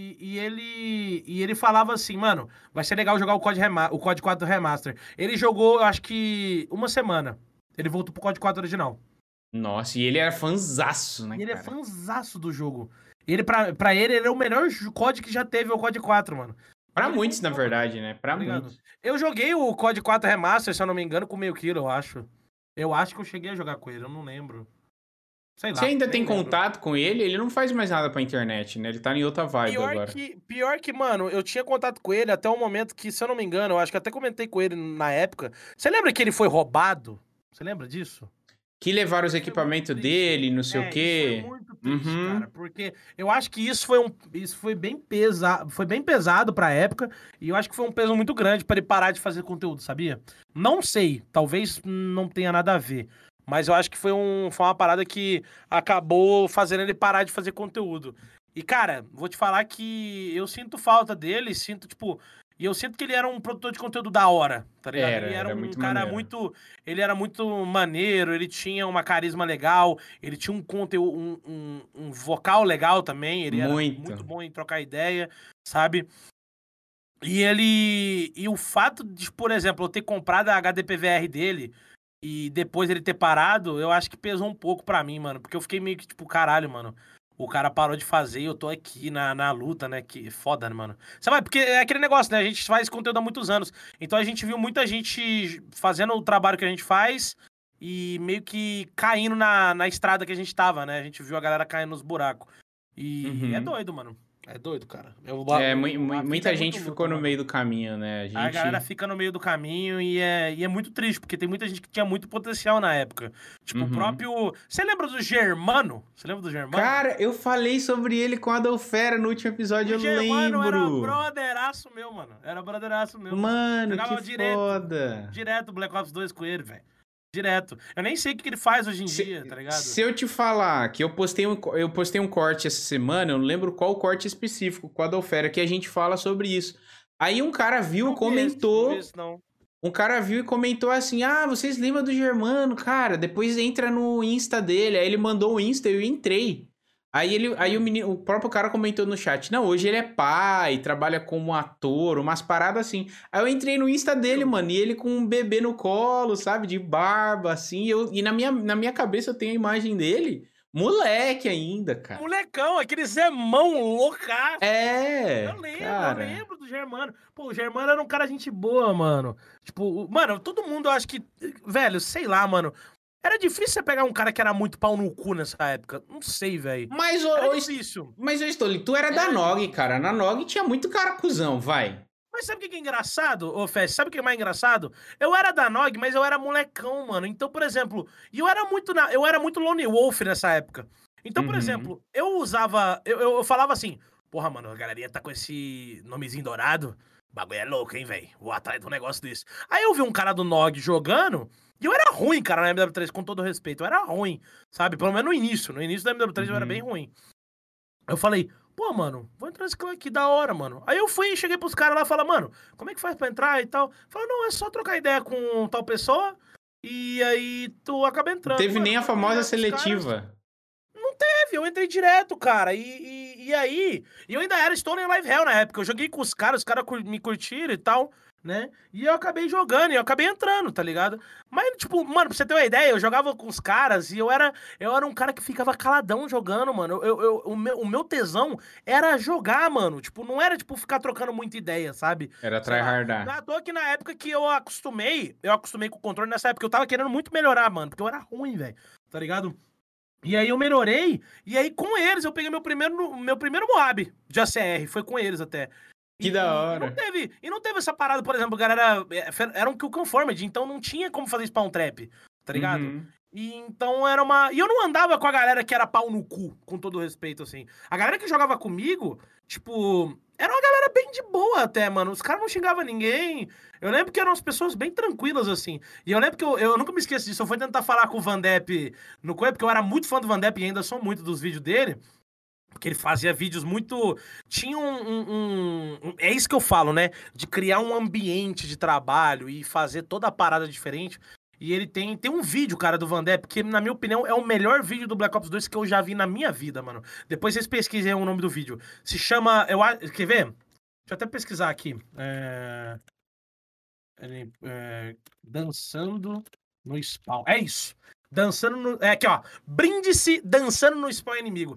E ele falava assim, mano, vai ser legal jogar o COD 4 Remaster. Ele jogou, eu acho que uma semana. Ele voltou pro COD 4 original. Nossa, e ele era fanzaço, né, E ele é cara? fanzaço do jogo. Ele, pra ele é o melhor COD que já teve, o COD 4, mano. Pra Ele muitos, na voltou, mano, verdade, né? Pra tá ligado? muitos. Eu joguei o COD 4 Remaster, se eu não me engano, com meio quilo, eu acho. Eu acho que eu cheguei a jogar com ele, eu não lembro. Sei lá. Você ainda nem tem lembro. contato com ele? Ele não faz mais nada pra internet, né? Ele tá em outra vibe agora. Pior que, mano, eu tinha contato com ele até o momento que, se eu não me engano, eu acho que até comentei com ele na época. Você lembra que ele foi roubado? Você lembra disso? Que levaram os Isso foi muito equipamentos triste. dele, não sei o Isso quê. foi muito triste, Uhum. cara, porque eu acho que isso foi bem pesado pra época, e eu acho que foi um peso muito grande pra ele parar de fazer conteúdo, sabia? Não sei, talvez não tenha nada a ver, mas eu acho que foi uma parada que acabou fazendo ele parar de fazer conteúdo. E, cara, vou te falar que eu sinto falta dele, e eu sinto que ele era um produtor de conteúdo da hora, tá ligado? Ele era Era um muito cara maneiro. ele era muito maneiro, ele tinha uma carisma legal, ele tinha um conteúdo, um vocal legal também, ele era Muito. muito bom em trocar ideia, sabe? E o fato de, por exemplo, eu ter comprado a HDPVR dele e depois ele ter parado, eu acho que pesou um pouco pra mim, mano, porque eu fiquei meio que tipo, caralho, mano. O cara parou de fazer e eu tô aqui na luta, né? Que foda, né, mano? Você vai, porque é aquele negócio, né? A gente faz conteúdo há muitos anos. Então a gente viu muita gente fazendo o trabalho que a gente faz e meio que caindo na estrada que a gente tava, né? A gente viu a galera caindo nos buracos. E é Uhum. doido, mano. É doido, cara. É, A vida muita é muito gente ficou louca, no mano. meio do caminho, né? A galera fica no meio do caminho e é muito triste, porque tem muita gente que tinha muito potencial na época. Tipo, o Uhum. próprio. Você lembra do Germano? Você lembra do Germano? Cara, eu falei sobre ele com a Adolfera no último episódio, O eu Germano era lembro. brotheraço meu, mano. Era brotheraço meu, mano. Mano, que Jogava foda. direto Black Ops 2 com ele, velho. Direto. Eu nem sei o que ele faz hoje em dia, tá ligado? Se eu te falar que eu postei um corte essa semana, eu não lembro qual corte específico, com a Adolfera, que a gente fala sobre isso. Aí um cara viu, Não vi comentou. esse, não. Um cara viu e comentou assim: Ah, vocês lembram do Germano? Cara, depois entra no Insta dele. Aí ele mandou o Insta e eu entrei. Aí o próprio cara comentou no chat: Não, hoje ele é pai, trabalha como ator, umas paradas assim. Aí eu entrei no Insta dele, mano, e ele com um bebê no colo, sabe? De barba, assim. E na minha cabeça eu tenho a imagem dele, moleque ainda, cara. Molecão, aquele Zemão loucaço. É, Eu cara. lembro do Germano. Pô, o Germano era um cara gente boa, mano. Tipo, mano, todo mundo, eu acho que. Velho, sei lá, mano. Era difícil você pegar um cara que era muito pau no cu nessa época. Não sei, velho. Mas, Era ô, difícil. mas, ô Stoli, tu era da Era Nog, difícil. cara. Na Nog tinha muito cara cuzão, vai. Mas sabe o que é engraçado, ô Fest? Sabe o que é mais engraçado? Eu era da Nog, mas eu era molecão, mano. Então, por exemplo, eu era muito Lone Wolf nessa época. Então, por Uhum. exemplo, eu usava. Eu falava assim, porra, mano, a galerinha tá com esse nomezinho dourado. O bagulho é louco, hein, velho? Vou atrás de um negócio desse. Aí eu vi um cara do Nog jogando. E eu era ruim, cara, na MW3, com todo respeito. Eu era ruim, sabe? Pelo menos no início. No início da MW3 eu era bem ruim. Eu falei, pô, mano, vou entrar nesse clã aqui, da hora, mano. Aí eu fui e cheguei pros caras lá e falei, mano, como é que faz pra entrar e tal? Falei, não, é só trocar ideia com tal pessoa e aí tu acaba Não entrando. teve Mano, nem a troquei famosa ideia com os caras. seletiva. Eu entrei direto, cara. E aí, eu ainda era Stone Live Hell na época. Eu joguei com os caras me curtiram e tal. né? E eu acabei jogando, e eu acabei entrando, tá ligado? Mas, tipo, mano, pra você ter uma ideia, eu jogava com os caras e eu era um cara que ficava caladão jogando, mano. O meu tesão era jogar, mano. Tipo, não era, tipo, ficar trocando muita ideia, sabe? Era Sei lá. Não é tryhardar. à toa que na época que eu acostumei com o controle nessa época, eu tava querendo muito melhorar, mano, porque eu era ruim, velho, tá ligado? E aí eu melhorei, e aí com eles eu peguei meu primeiro Moab de ACR, foi com eles até. Que da E não hora. teve, e não teve essa parada, por exemplo, galera, era um kill conformed, então não tinha como fazer spawn trap, tá ligado? Uhum. E então era uma. E eu não andava com a galera que era pau no cu, com todo respeito, assim. A galera que jogava comigo, tipo, era uma galera bem de boa até, mano. Os caras não xingavam ninguém. Eu lembro que eram as pessoas bem tranquilas, assim. E eu lembro que eu nunca me esqueço disso. Eu fui tentar falar com o Vandep no Coe, porque eu era muito fã do Vandep e ainda sou muito dos vídeos dele. Porque ele fazia vídeos muito. Tinha é isso que eu falo, né? De criar um ambiente de trabalho e fazer toda a parada diferente. E ele tem um vídeo, cara, do Van Depp, que, na minha opinião, é o melhor vídeo do Black Ops 2 que eu já vi na minha vida, mano. Depois vocês pesquisem o nome do vídeo. Se chama. Quer ver? Deixa eu até pesquisar aqui. Dançando no spawn. É isso. Dançando no. Aqui, ó. Brinde-se dançando no spawn inimigo.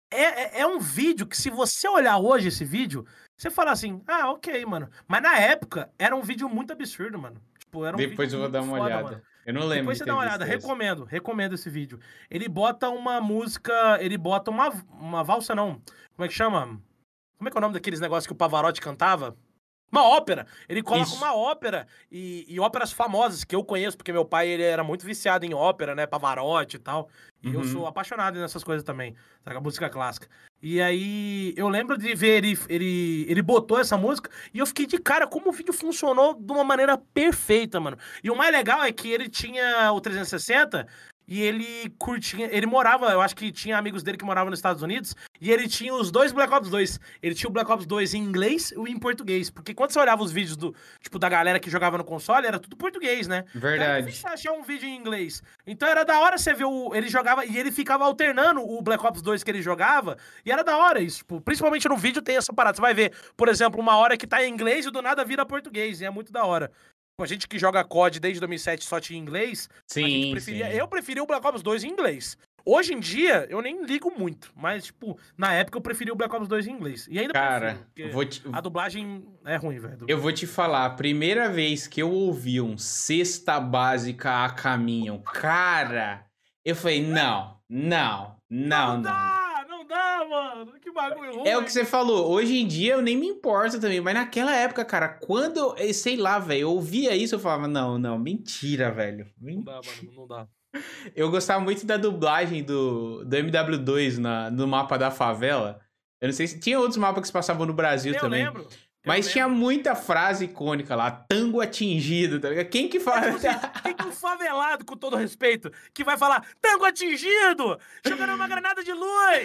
É um vídeo que, se você olhar hoje esse vídeo, você fala assim, ah, ok, mano. Mas na época, era um vídeo muito absurdo, mano. Tipo, era um vídeo Depois eu vou dar muito uma foda, mano. olhada. Eu não lembro Depois de você ter dá uma visto olhada, esse. recomendo esse vídeo. Ele bota uma música, ele bota uma valsa, não. Como é que chama? Como é que é o nome daqueles negócios que o Pavarotti cantava? Uma ópera. Ele coloca Isso. uma ópera e óperas famosas que eu conheço, porque meu pai ele era muito viciado em ópera, né? Pavarotti e tal. E eu sou Uhum. apaixonado nessas coisas também, sabe? A música clássica. E aí eu lembro de ver ele botou essa música e eu fiquei de cara como o vídeo funcionou de uma maneira perfeita, mano. E o mais legal é que ele tinha o 360 e ele curtia, ele morava, eu acho que tinha amigos dele que moravam nos Estados Unidos, e ele tinha os dois Black Ops 2. Ele tinha o Black Ops 2 em inglês e em português. Porque quando você olhava os vídeos tipo, da galera que jogava no console, era tudo português, né? Então era difícil Verdade. achar um vídeo em inglês. Então era da hora você ver ele jogava, e ele ficava alternando o Black Ops 2 que ele jogava, e era da hora isso. Tipo, principalmente no vídeo tem essa parada. Você vai ver, por exemplo, uma hora que tá em inglês e do nada vira português, e é muito da hora. A gente que joga COD desde 2007 só tinha inglês, Sim, sim. eu preferia o Black Ops 2 em inglês. Hoje em dia, eu nem ligo muito, mas, tipo, na época eu preferia o Black Ops 2 em inglês. E ainda prefiro, Cara, porque a dublagem é ruim, velho. eu vou te falar, a primeira vez que eu ouvi um Cesta Básica a caminho, cara, eu falei, não, não, não, Não não. dá, não dá, mano. Que bagulho É o ruim. que você falou, hoje em dia eu nem me importo também, mas naquela época, cara, quando, sei lá, velho, eu ouvia isso, eu falava, não, não, mentira, velho. Não dá, mano, não dá. Eu gostava muito da dublagem do MW2 no mapa da favela. Eu não sei se tinha outros mapas que se passavam no Brasil Eu também. lembro, eu Mas tinha lembro. muita frase icônica lá, tango atingido, tá ligado? Quem que fala? Tipo assim, quem que é um favelado, com todo respeito, que vai falar, tango atingido, jogando uma granada de luz.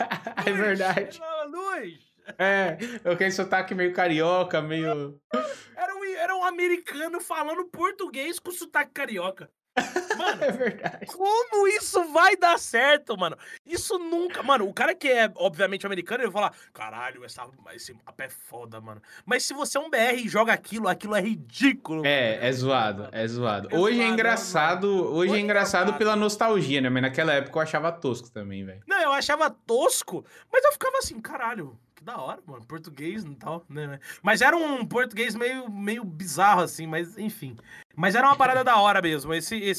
É verdade. Luz. É, aquele sotaque meio carioca, meio. Era um americano falando português com sotaque carioca. Mano, É verdade. como isso vai dar certo, mano? Isso nunca. Mano, o cara que é, obviamente, americano, ele vai falar: caralho, esse mapa é foda, mano. Mas se você é um BR e joga aquilo é ridículo, mano. É zoado, é zoado. É Hoje é zoado, é zoado. engraçado, hoje é engraçado engraçado. pela nostalgia, né? Mas naquela época eu achava tosco também, velho. Não, eu achava tosco, mas eu ficava assim, caralho, que da hora, mano. Português e tal, né? Mas era um português meio bizarro, assim, mas enfim. Mas era uma parada da hora mesmo.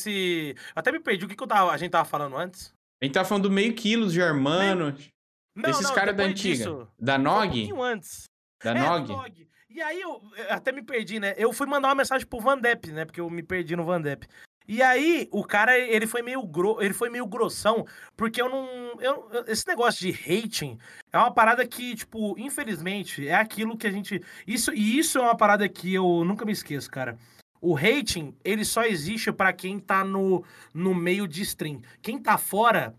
Até me perdi o que a gente tava falando antes. A gente tá falando do meio quilo, Germano, esses Não, caras da depois antiga. disso. Da Foi um Nog? pouquinho antes. Da Do Nog? Nog. E aí eu até me perdi, né? Eu fui mandar uma mensagem pro Vandep, né? Porque eu me perdi no Vandep. E aí, o cara, ele foi meio grossão, porque esse negócio de hating é uma parada que, tipo, infelizmente, é aquilo que a gente... Isso é uma parada que eu nunca me esqueço, cara. O hating, ele só existe pra quem tá no meio de stream. Quem tá fora,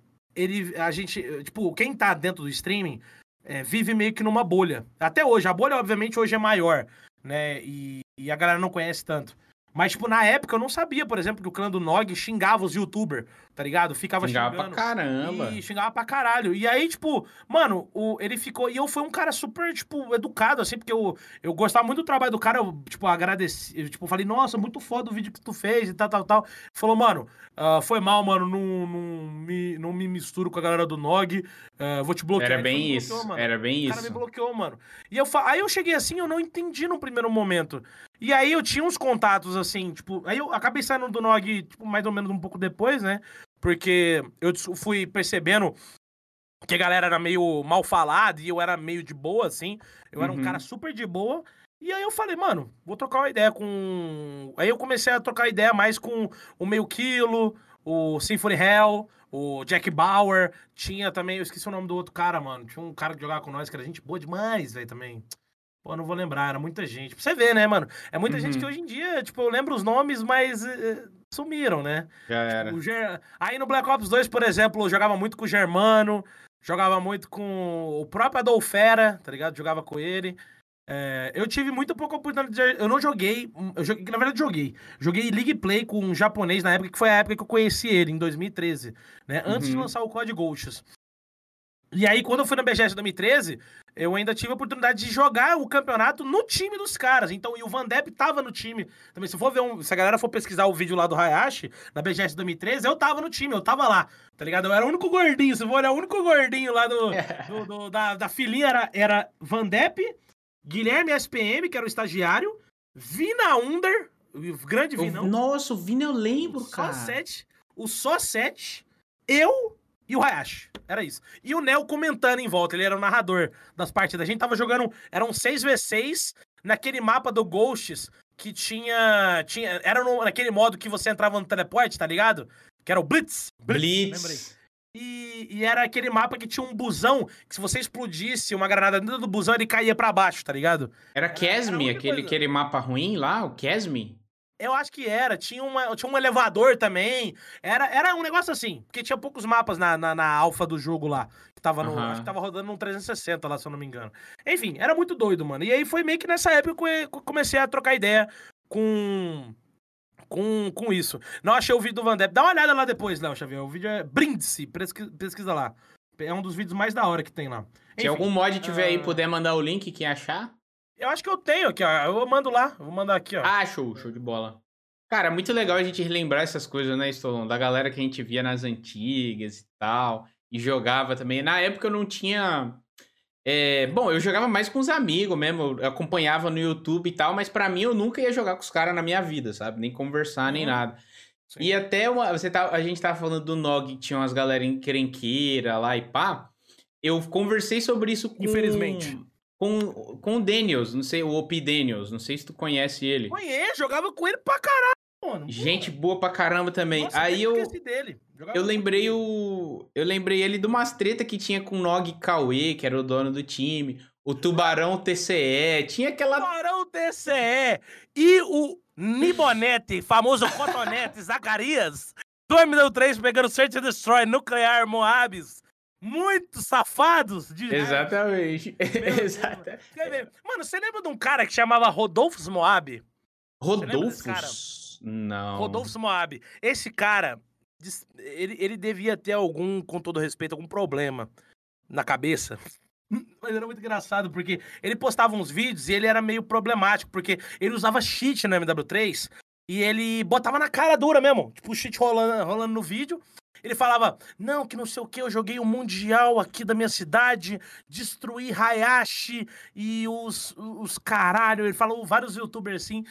quem tá dentro do streaming, vive meio que numa bolha. Até hoje, a bolha, obviamente, hoje é maior, né? E a galera não conhece tanto. Mas, tipo, na época eu não sabia, por exemplo, que o clã do Nog xingava os youtubers tá ligado? Ficava Xingava xingando. pra caramba. E xingava pra caralho. E aí, tipo, mano, ele ficou... E eu fui um cara super, tipo, educado, assim, porque eu gostava muito do trabalho do cara, eu, tipo, agradeci. Eu, tipo, falei, nossa, muito foda o vídeo que tu fez e tal, tal, tal. Falou, mano, foi mal, mano, não me misturo com a galera do Nog, vou te bloquear. Era Ele foi, bem me isso, bloqueou, mano. era bem O cara me isso. bloqueou, mano. E aí eu cheguei assim, eu não entendi no primeiro momento. E aí eu tinha uns contatos, assim, tipo... Aí eu acabei saindo do Nog, tipo, mais ou menos um pouco depois, né? Porque eu fui percebendo que a galera era meio mal falada e eu era meio de boa, assim. Eu era um cara super de boa. E aí eu falei, mano, vou trocar uma ideia com... Aí eu comecei a trocar ideia mais com o Meio Quilo, o Symphony Hell, o Jack Bauer. Tinha também, eu esqueci o nome do outro cara, mano. Tinha um cara que jogava com nós que era gente boa demais, velho, também. Pô, não vou lembrar, era muita gente. Pra você ver, né, mano? É muita gente que hoje em dia, tipo, eu lembro os nomes, mas sumiram, né? Já Tipo, era. aí no Black Ops 2, por exemplo, eu jogava muito com o Germano, jogava muito com o próprio Adolfera, tá ligado? Jogava com ele. Eu tive muito pouca oportunidade eu não joguei, na verdade joguei. Joguei League Play com um japonês na época, que foi a época que eu conheci ele, em 2013, né? Antes de lançar o Code Ghosts. E aí, quando eu fui na BGS 2013, eu ainda tive a oportunidade de jogar o campeonato no time dos caras. Então, e o Van Depp tava no time. Também, se a galera for pesquisar o vídeo lá do Hayashi, na BGS 2013, eu tava no time, eu tava lá, tá ligado? Eu era o único gordinho, se for olhar, o único gordinho lá da filinha era Van Depp, Guilherme SPM, que era o estagiário, Vina Under, o grande Vinão. Nossa, o Vina eu lembro, cara. O Só 7, eu e o Hayashi. Era isso. E o Nel comentando em volta, ele era o narrador das partidas. A gente tava jogando, eram 6v6 naquele mapa do Ghosts que tinha era naquele modo que você entrava no teleporte, tá ligado? Que era o Blitz. Lembrei. E era aquele mapa que tinha um busão, que se você explodisse uma granada dentro do busão, ele caía pra baixo, tá ligado? Era Chasm, aquele mapa ruim lá, o Chasm? Eu acho que era. Tinha um elevador também. Era um negócio assim. Porque tinha poucos mapas na alfa do jogo lá. Que tava acho que tava rodando num 360 lá, se eu não me engano. Enfim, era muito doido, mano. E aí foi meio que nessa época que eu comecei a trocar ideia com isso. Não achei o vídeo do Van Depp. Dá uma olhada lá depois, Léo Xavier. O vídeo é Brindisi. Pesquisa lá. É um dos vídeos mais da hora que tem lá. Enfim, se algum mod tiver aí, puder mandar o link, quem achar? Eu acho que eu tenho aqui, ó. Eu mando lá. Vou mandar aqui, ó. Ah, show de bola. Cara, muito legal a gente relembrar essas coisas, né, Stolon? Da galera que a gente via nas antigas e tal. E jogava também. Na época eu não tinha... Bom, eu jogava mais com os amigos mesmo. Eu acompanhava no YouTube e tal. Mas pra mim, eu nunca ia jogar com os caras na minha vida, sabe? Nem conversar, nem nada. Sim. E até a gente tava falando do Nog, que tinha umas galera encrenqueira lá e pá. Eu conversei sobre isso com... Infelizmente. Com o Daniels, não sei, o OP Daniels, não sei se tu conhece ele. Conheço, jogava com ele pra caralho, mano. Gente boa pra caramba também. Nossa, aí eu dele. eu lembrei ele de umas treta que tinha com o Nog Cauê, que era o dono do time, o Tubarão TCE, tinha aquela... Tubarão TCE e o Nibonete, famoso Cotonete Zacarias, do MW3 pegando Search and Destroy, Nuclear Moabs. Muito safados de Exatamente. Exatamente. Mano, você lembra de um cara que chamava Rodolfos Moab? Rodolfos? Não. Rodolfos Moab. Esse cara, ele devia ter com todo respeito, algum problema na cabeça. Mas era muito engraçado, porque ele postava uns vídeos e ele era meio problemático, porque ele usava cheat no MW3 e ele botava na cara dura mesmo. Tipo, o cheat rolando no vídeo. Ele falava, não, que não sei o que, eu joguei o Mundial aqui da minha cidade, destruí Hayashi e os caralho. Ele falou vários youtubers assim.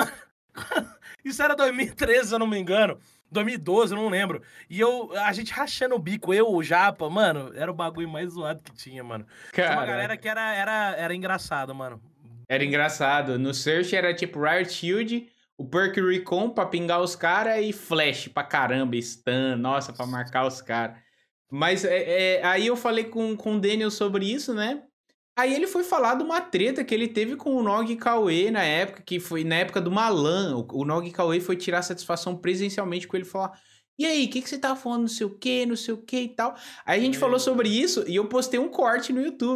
Isso era 2013, se eu não me engano. 2012, eu não lembro. E a gente rachando o bico, o Japa, mano, era o bagulho mais zoado que tinha, mano. Tinha uma galera que era engraçada, mano. Era engraçado. No Search era tipo Riot Shield... O Perk Recon pra pingar os caras e Flash pra caramba, stun, nossa, pra marcar os caras. Mas aí eu falei com o Daniel sobre isso, né? Aí ele foi falar de uma treta que ele teve com o Nog Cauê na época, que foi na época do Malan. O Nog Cauê foi tirar satisfação presencialmente com ele e falar: e aí, o que você tava falando, não sei o que e tal. Aí a gente falou sobre isso e eu postei um corte no YouTube.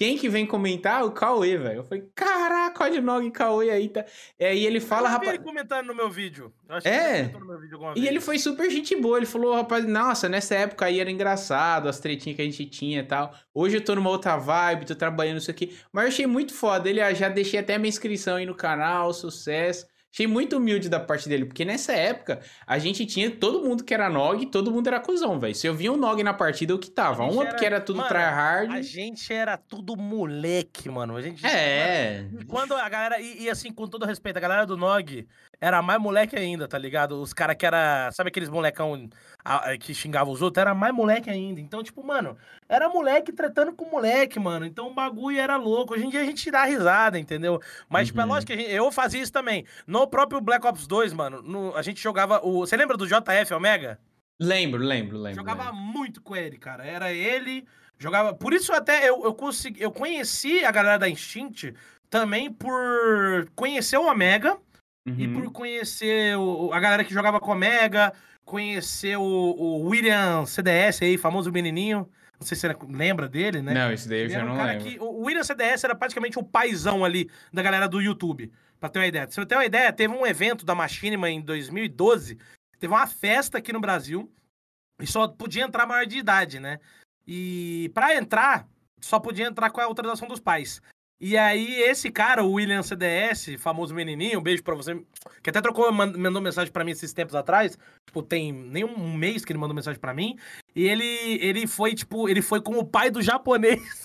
Quem que vem comentar? O Cauê, velho. Eu falei, caraca, olha o Nog Cauê aí. Tá. E ele fala, Eu vi rapaz. ele comentando no meu vídeo. Eu acho que ele É. comentou no meu vídeo alguma E vez. ele foi super gente boa. Ele falou, rapaz, nossa, nessa época aí era engraçado, as tretinhas que a gente tinha e tal. Hoje eu tô numa outra vibe, tô trabalhando isso aqui. Mas eu achei muito foda. Ele já deixei até minha inscrição aí no canal, sucesso. Achei muito humilde da parte dele, porque nessa época a gente tinha todo mundo que era Nog, todo mundo era cuzão, velho. Se eu via um Nog na partida, eu quitava. Uma porque era tudo Mano, tryhard. a gente era tudo moleque, mano. A gente. É. Mano, quando a galera. E assim, com todo respeito, a galera do Nog era mais moleque ainda, tá ligado? Os caras que era. Sabe aqueles molecão que xingavam os outros? Era mais moleque ainda. Então, tipo, mano, era moleque tretando com moleque, mano. Então o bagulho era louco. Hoje em dia a gente dá risada, entendeu? Mas, tipo, é lógico que eu fazia isso também. No próprio Black Ops 2, mano, a gente jogava o. Você lembra do JF Omega? Lembro. Jogava muito com ele, cara. Era ele. Jogava. Por isso até eu consegui. Eu conheci a galera da Instinct também por conhecer o Omega e por conhecer a galera que jogava com o Omega, conhecer o William CDS aí, famoso menininho. Não sei se você lembra dele, né? Não, esse daí eu Ele já era não lembro. o William CDS era praticamente o paizão ali da galera do YouTube. Pra ter uma ideia. Se você ter uma ideia, teve um evento da Machinima em 2012. Teve uma festa aqui no Brasil. E só podia entrar maior de idade, né? E pra entrar, só podia entrar com a autorização dos pais. E aí, esse cara, o William CDS, famoso menininho, um beijo pra você, que até mandou mensagem pra mim esses tempos atrás, tipo, tem nem um mês que ele mandou mensagem pra mim, e ele foi, tipo, ele foi com o pai do japonês.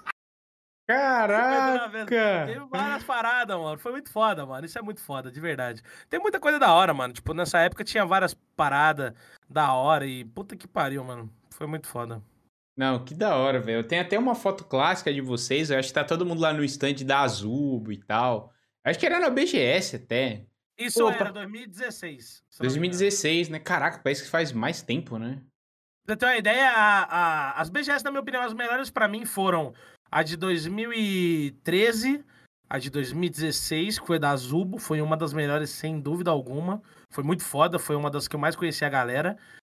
Caraca! Teve várias paradas, mano. Foi muito foda, mano. Isso é muito foda, de verdade. Tem muita coisa da hora, mano. Tipo, nessa época tinha várias paradas da hora e puta que pariu, mano. Foi muito foda. Não, que da hora, velho. Tem até uma foto clássica de vocês. Eu acho que tá todo mundo lá no stand da Azubo e tal. Acho que era na BGS até. Isso Opa. era 2016. 2016, né? Caraca, parece que faz mais tempo, né? Pra ter uma ideia, as BGS, na minha opinião, as melhores pra mim foram a de 2013, a de 2016, que foi da Azubo. Foi uma das melhores, sem dúvida alguma. Foi muito foda, foi uma das que eu mais conheci a galera.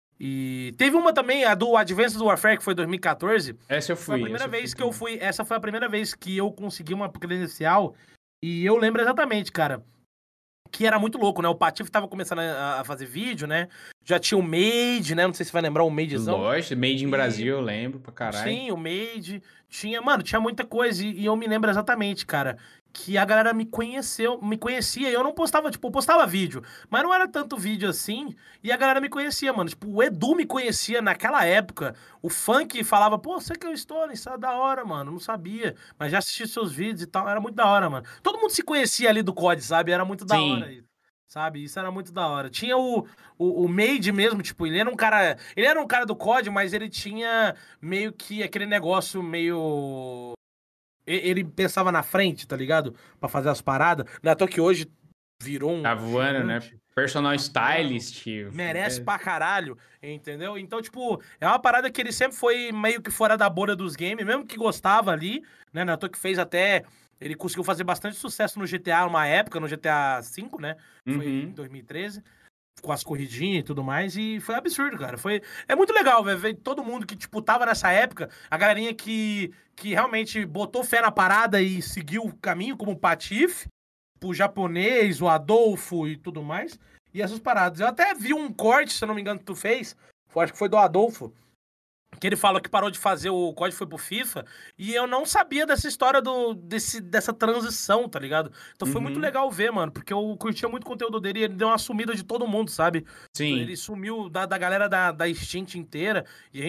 E teve uma também, a do Advanced Warfare, que foi 2014. Essa eu Foi a fui. primeira vez que eu fui. Essa foi a primeira vez que eu consegui uma credencial. E eu lembro exatamente, cara, que era muito louco, né? O Patife tava começando a fazer vídeo, né? Já tinha o Made, né? Não sei se vai lembrar o Madezão. Lógico, Made in Brasil, eu lembro pra caralho. Sim, o Made. Mano, tinha muita coisa. E eu me lembro exatamente, cara, que a galera me conhecia. E eu não postava, tipo, eu postava vídeo. Mas não era tanto vídeo assim. E a galera me conhecia, mano. Tipo, o Edu me conhecia naquela época. O Funk falava, pô, você que é o Stone, isso é da hora, mano. Não sabia. Mas já assisti seus vídeos e tal. Era muito da hora, mano. Todo mundo se conhecia ali do COD, sabe? Era muito da hora isso. Sabe? Isso era muito da hora. Tinha o Made mesmo, tipo, ele era um cara. Ele era um cara do COD, mas ele tinha meio que aquele negócio meio. Ele pensava na frente, tá ligado? Pra fazer as paradas. Não é à toa que hoje virou um. Tá voando, né? Personal stylist. Merece pra caralho, entendeu? Então, tipo, é uma parada que ele sempre foi meio que fora da bolha dos games, mesmo que gostava ali, né? Não é à toa que fez até. Ele conseguiu fazer bastante sucesso no GTA uma época, no GTA V, né? Foi em 2013. Com as corridinhas e tudo mais. E foi absurdo, cara. É muito legal, velho. Ver todo mundo que, tipo, tava nessa época. A galerinha que realmente botou fé na parada e seguiu o caminho, como o Patife, o japonês, o Adolfo e tudo mais. E essas paradas. Eu até vi um corte, se eu não me engano, que tu fez. Acho que foi do Adolfo. Que ele fala que parou de fazer o COD, foi pro FIFA, e eu não sabia dessa história dessa transição, tá ligado? Então foi muito legal ver, mano, porque eu curtia muito o conteúdo dele e ele deu uma sumida de todo mundo, sabe? Sim. Ele sumiu da galera da Extinct inteira,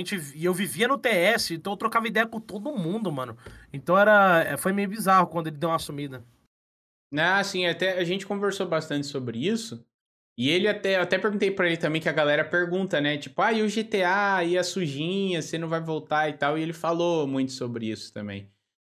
e eu vivia no TS, então eu trocava ideia com todo mundo, mano. Então foi meio bizarro quando ele deu uma sumida. Ah, sim, até a gente conversou bastante sobre isso. E eu até perguntei pra ele também que a galera pergunta, né? Tipo, e o GTA, e a sujinha, você não vai voltar e tal. E ele falou muito sobre isso também.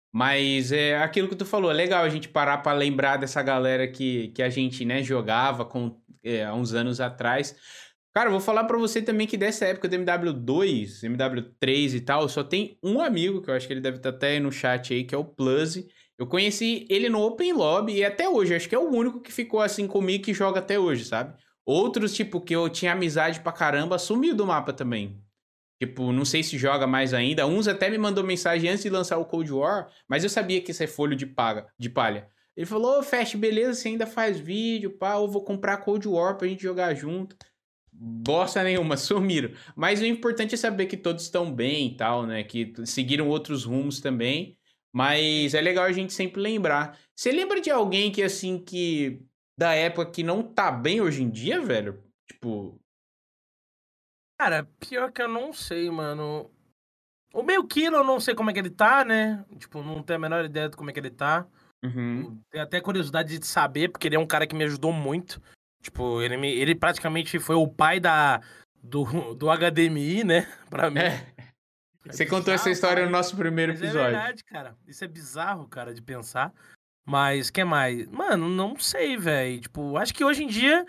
Mas é aquilo que tu falou, é legal a gente parar pra lembrar dessa galera que a gente, né, jogava há uns anos atrás. Cara, eu vou falar pra você também que dessa época do MW2, MW3 e tal, só tem um amigo, que eu acho que ele deve estar até aí no chat aí, que é o Plus. Eu conheci ele no Open Lobby e até hoje, acho que é o único que ficou assim comigo que joga até hoje, sabe? Outros, tipo, que eu tinha amizade pra caramba, sumiu do mapa também. Tipo, não sei se joga mais ainda. Uns até me mandou mensagem antes de lançar o Cold War, mas eu sabia que isso é folho de palha. Ele falou, ô, Fast, beleza, você ainda faz vídeo, pá, eu vou comprar Cold War pra gente jogar junto. Bosta nenhuma, sumiram. Mas o importante é saber que todos estão bem e tal, né? Que seguiram outros rumos também. Mas é legal a gente sempre lembrar. Você lembra de alguém que, assim, que... Da época que não tá bem hoje em dia, velho? Tipo... Cara, pior que eu não sei, mano. O meio quilo eu não sei como é que ele tá, né? Tipo, não tenho a menor ideia de como é que ele tá. Uhum. Tenho até curiosidade de saber, porque ele é um cara que me ajudou muito. Tipo, ele praticamente foi o pai do HDMI, né? Pra mim. É. É Você contou essa bizarro história falar no isso. nosso primeiro Mas é episódio. verdade, cara. Isso é bizarro, cara, de pensar. Mas, que mais? Mano, não sei, velho. Tipo, acho que hoje em dia.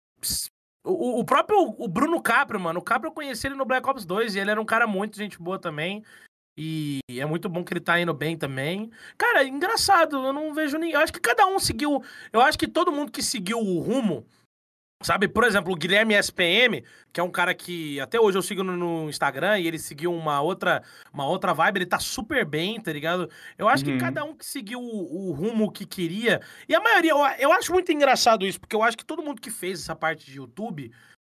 O próprio o Bruno Caprio, mano. O Caprio eu conheci ele no Black Ops 2 e ele era um cara muito gente boa também. E é muito bom que ele tá indo bem também. Cara, engraçado, eu não vejo ninguém. Eu acho que cada um seguiu. Eu acho que todo mundo que seguiu o rumo. Sabe, por exemplo, o Guilherme SPM, que é um cara que até hoje eu sigo no Instagram e ele seguiu uma outra vibe, ele tá super bem, tá ligado? Eu acho que cada Uhum. um que seguiu o rumo que queria, e a maioria, eu acho muito engraçado isso, porque eu acho que todo mundo que fez essa parte de YouTube,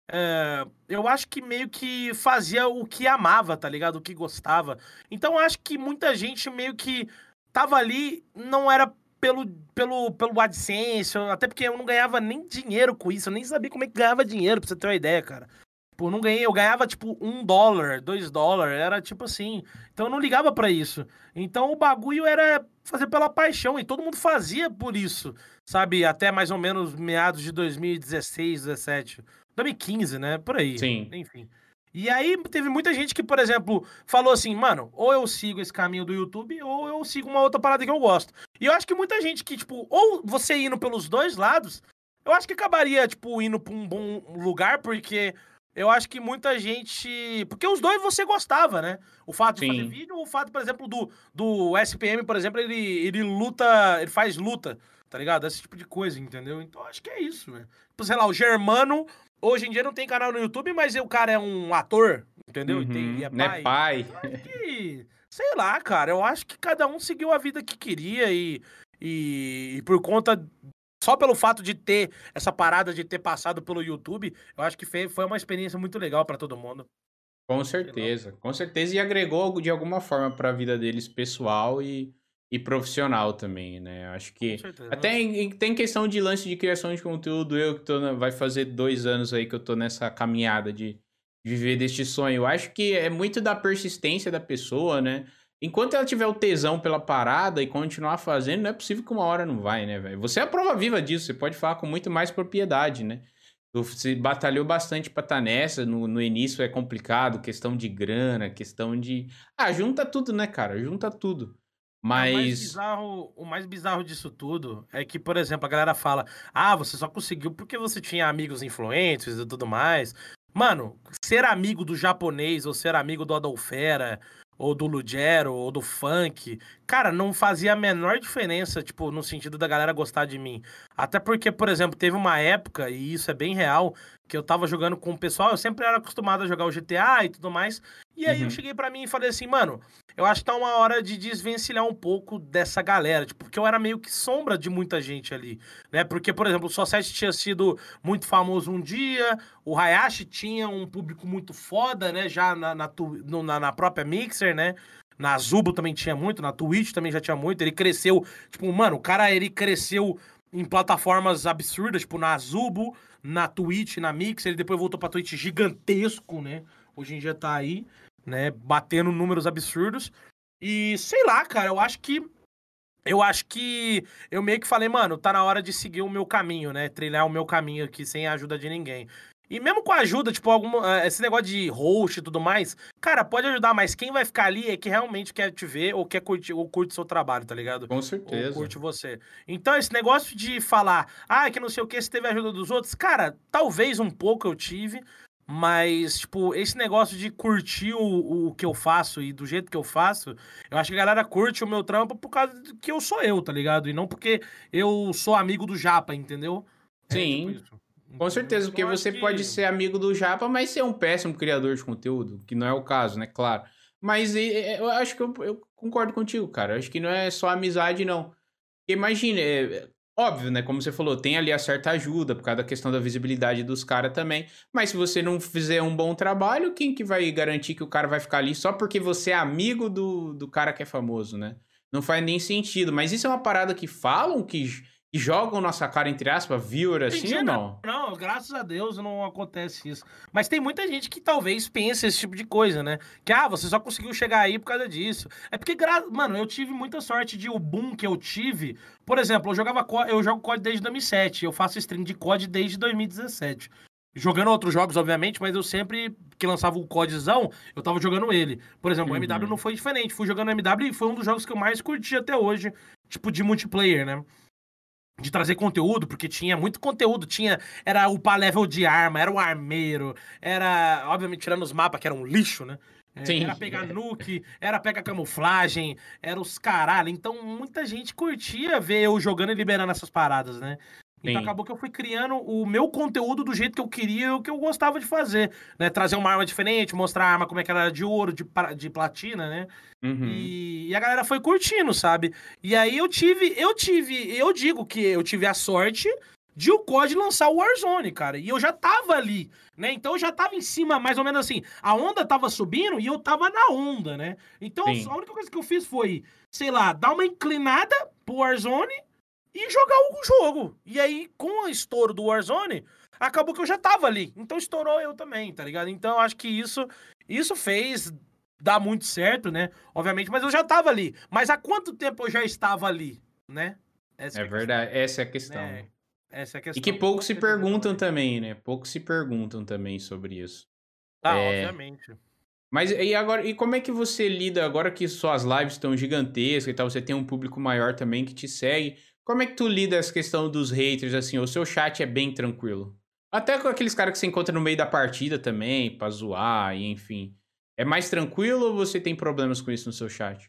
eu acho que meio que fazia o que amava, tá ligado? O que gostava. Então eu acho que muita gente meio que tava ali, não era pelo AdSense, até porque eu não ganhava nem dinheiro com isso, eu nem sabia como é que ganhava dinheiro, pra você ter uma ideia, cara. Tipo, eu não ganhei, eu ganhava tipo $1, $2, era tipo assim. Então eu não ligava pra isso. Então o bagulho era fazer pela paixão, e todo mundo fazia por isso, sabe? Até mais ou menos meados de 2016, 17, 2015, né? Por aí, Sim. enfim. E aí teve muita gente que, por exemplo, falou assim, mano, ou eu sigo esse caminho do YouTube, ou eu sigo uma outra parada que eu gosto. E eu acho que muita gente que, tipo, ou você indo pelos dois lados, eu acho que acabaria, tipo, indo pra um bom lugar, porque eu acho que muita gente. Porque os dois você gostava, né? O fato de fazer Sim. vídeo, ou o fato, por exemplo, do SPM, por exemplo, ele luta, ele faz luta, tá ligado? Esse tipo de coisa, entendeu? Então acho que é isso, velho. Tipo, sei lá, o Germano, hoje em dia não tem canal no YouTube, mas o cara é um ator, entendeu? E Uhum. é Né, pai. pai? Eu acho que. Sei lá, cara. Eu acho que cada um seguiu a vida que queria e por conta. Só pelo fato de ter essa parada de ter passado pelo YouTube, eu acho que foi uma experiência muito legal pra todo mundo. Com Sei lá. certeza. Com certeza. E agregou de alguma forma para a vida deles pessoal e profissional também, né? Acho Com que certeza. até tem questão de lance de criação de conteúdo. Eu que tô vai fazer 2 anos aí que eu tô nessa caminhada de viver deste sonho. Eu acho que é muito da persistência da pessoa, né? Enquanto ela tiver o tesão pela parada e continuar fazendo, não é possível que uma hora não vai, né, velho? Você é a prova viva disso. Você pode falar com muito mais propriedade, né? Você batalhou bastante pra estar nessa. No início é complicado, questão de grana, questão de. Ah, junta tudo, né, cara? Junta tudo. Mas. O mais bizarro disso tudo é que, por exemplo, a galera fala: "Ah, você só conseguiu porque você tinha amigos influentes e tudo mais". Mano, ser amigo do japonês ou ser amigo do Adolfera ou do Lugero ou do Funk, cara, não fazia a menor diferença, tipo, no sentido da galera gostar de mim. Até porque, por exemplo, teve uma época, e isso é bem real, que eu tava jogando com o pessoal, eu sempre era acostumado a jogar o GTA e tudo mais. E aí eu Uhum. cheguei pra mim e falei assim, mano, eu acho que tá uma hora de desvencilhar um pouco dessa galera, tipo, porque eu era meio que sombra de muita gente ali, né? Porque, por exemplo, o Society tinha sido muito famoso um dia, o Hayashi tinha um público muito foda, né? Já na própria Mixer, né? Na Zubo também tinha muito, na Twitch também já tinha muito. Ele cresceu, tipo, mano, o cara, ele cresceu em plataformas absurdas, tipo, na Zubo, na Twitch, na Mixer, ele depois voltou pra Twitch gigantesco, né? Hoje em dia tá aí, né, batendo números absurdos. E sei lá, cara, eu acho que eu meio que falei, mano, tá na hora de seguir o meu caminho, né? Trilhar o meu caminho aqui sem a ajuda de ninguém. E mesmo com a ajuda, tipo, esse negócio de host e tudo mais, cara, pode ajudar, mas quem vai ficar ali é que realmente quer te ver ou quer curtir, ou curte seu trabalho, tá ligado? Com Ou certeza. curte você. Então, esse negócio de falar, que não sei o que, se teve a ajuda dos outros, cara, talvez um pouco eu tive, mas, tipo, esse negócio de curtir o que eu faço e do jeito que eu faço, eu acho que a galera curte o meu trampo por causa de que eu sou eu, tá ligado? E não porque eu sou amigo do Japa, entendeu? É tipo Sim. isso. Com entendeu? certeza, Então, porque eu acho você pode que... ser amigo do Japa, mas ser um péssimo criador de conteúdo, que não é o caso, né? Claro. Mas eu acho que eu concordo contigo, cara. Eu acho que não é só amizade, não. Porque imagina, óbvio, né? Como você falou, tem ali a certa ajuda, por causa da questão da visibilidade dos caras também. Mas se você não fizer um bom trabalho, quem que vai garantir que o cara vai ficar ali só porque você é amigo do cara que é famoso, né? Não faz nem sentido. Mas isso é uma parada que falam, que jogam nossa cara, entre aspas, viewer, Hoje em assim ou dia não, não? não, graças a Deus não acontece isso. Mas tem muita gente que talvez pense esse tipo de coisa, né? Que, você só conseguiu chegar aí por causa disso. É porque, mano, eu tive muita sorte de o boom que eu tive. Por exemplo, eu jogo COD desde 2007, eu faço stream de COD desde 2017. Jogando outros jogos, obviamente, mas eu sempre que lançava o CODzão, eu tava jogando ele. Por exemplo, o MW não Uhum. foi diferente. Fui jogando MW e foi um dos jogos que eu mais curti até hoje, tipo de multiplayer, né? De trazer conteúdo, porque tinha muito conteúdo, era upar level de arma, era o armeiro, era, obviamente, tirando os mapas, que era um lixo, né? Sim. Era pegar nuke, era pegar camuflagem, era os caralho. Então, muita gente curtia ver eu jogando e liberando essas paradas, né? Então Sim. acabou que eu fui criando o meu conteúdo do jeito que eu queria e o que eu gostava de fazer, né? Trazer uma arma diferente, mostrar a arma como é que ela era de ouro, de platina, né? Uhum. E a galera foi curtindo, sabe? E aí eu digo que eu tive a sorte de o COD lançar o Warzone, cara. E eu já tava ali, né? Então eu já tava em cima, mais ou menos assim. A onda tava subindo e eu tava na onda, né? Então a Sim. única coisa que eu fiz foi, sei lá, dar uma inclinada pro Warzone e jogar o jogo. E aí, com o estouro do Warzone, acabou que eu já tava ali. Então estourou eu também, tá ligado? Então eu acho que isso fez dar muito certo, né? Obviamente, mas eu já tava ali. Mas há quanto tempo eu já estava ali, né? Essa É que é a questão, verdade. Essa é a questão, né? né? Essa é a E que questão. poucos Com se certeza perguntam também. também, né? Poucos se perguntam também sobre isso. É. Obviamente. Mas e agora, e como é que você lida agora que suas lives estão gigantescas e tal, você tem um público maior também que te segue? Como é que tu lida essa questão dos haters assim? O seu chat é bem tranquilo? Até com aqueles caras que você encontra no meio da partida também, pra zoar e enfim. É mais tranquilo ou você tem problemas com isso no seu chat?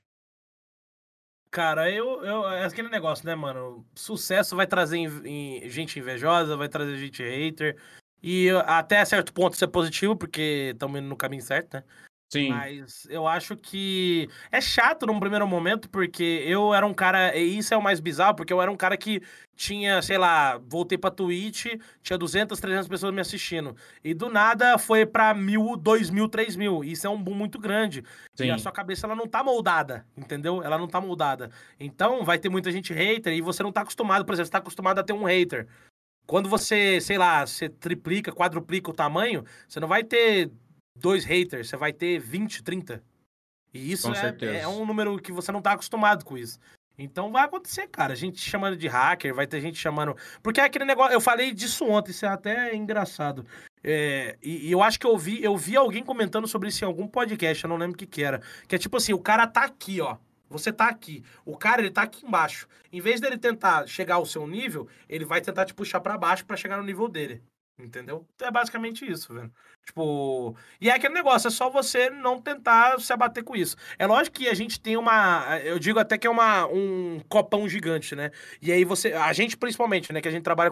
Cara, é aquele negócio, né, mano? Sucesso vai trazer gente invejosa, vai trazer gente hater. E até certo ponto isso é positivo, porque estamos indo no caminho certo, né? Sim, Mas eu acho que é chato num primeiro momento, porque eu era um cara, e isso é o mais bizarro, porque eu era um cara que tinha, sei lá, voltei pra Twitch, tinha 200, 300 pessoas me assistindo. E do nada foi pra 1.000, 2.000, 3.000. Isso é um boom muito grande. E a sua sim. cabeça, ela não tá moldada, entendeu? Ela não tá moldada. Então vai ter muita gente hater e você não tá acostumado, por exemplo, você tá acostumado a ter um hater. Quando você, sei lá, você triplica, quadruplica o tamanho, você não vai ter dois haters, você vai ter 20, 30. E isso Com é certeza. um número que você não tá acostumado com isso. Então vai acontecer, cara. Gente chamando de hacker, vai ter gente chamando. Porque é aquele negócio. Eu falei disso ontem, isso é até engraçado. E eu acho que eu vi alguém comentando sobre isso em algum podcast, eu não lembro o que era. Que é tipo assim: o cara tá aqui, ó. Você tá aqui. O cara, ele tá aqui embaixo. Em vez dele tentar chegar ao seu nível, ele vai tentar te puxar pra baixo pra chegar no nível dele. Entendeu? Então é basicamente isso, velho. Tipo. E é aquele negócio, é só você não tentar se abater com isso. É lógico que a gente tem uma. Eu digo até que é um copão gigante, né? E aí você. A gente principalmente, né? Que a gente trabalha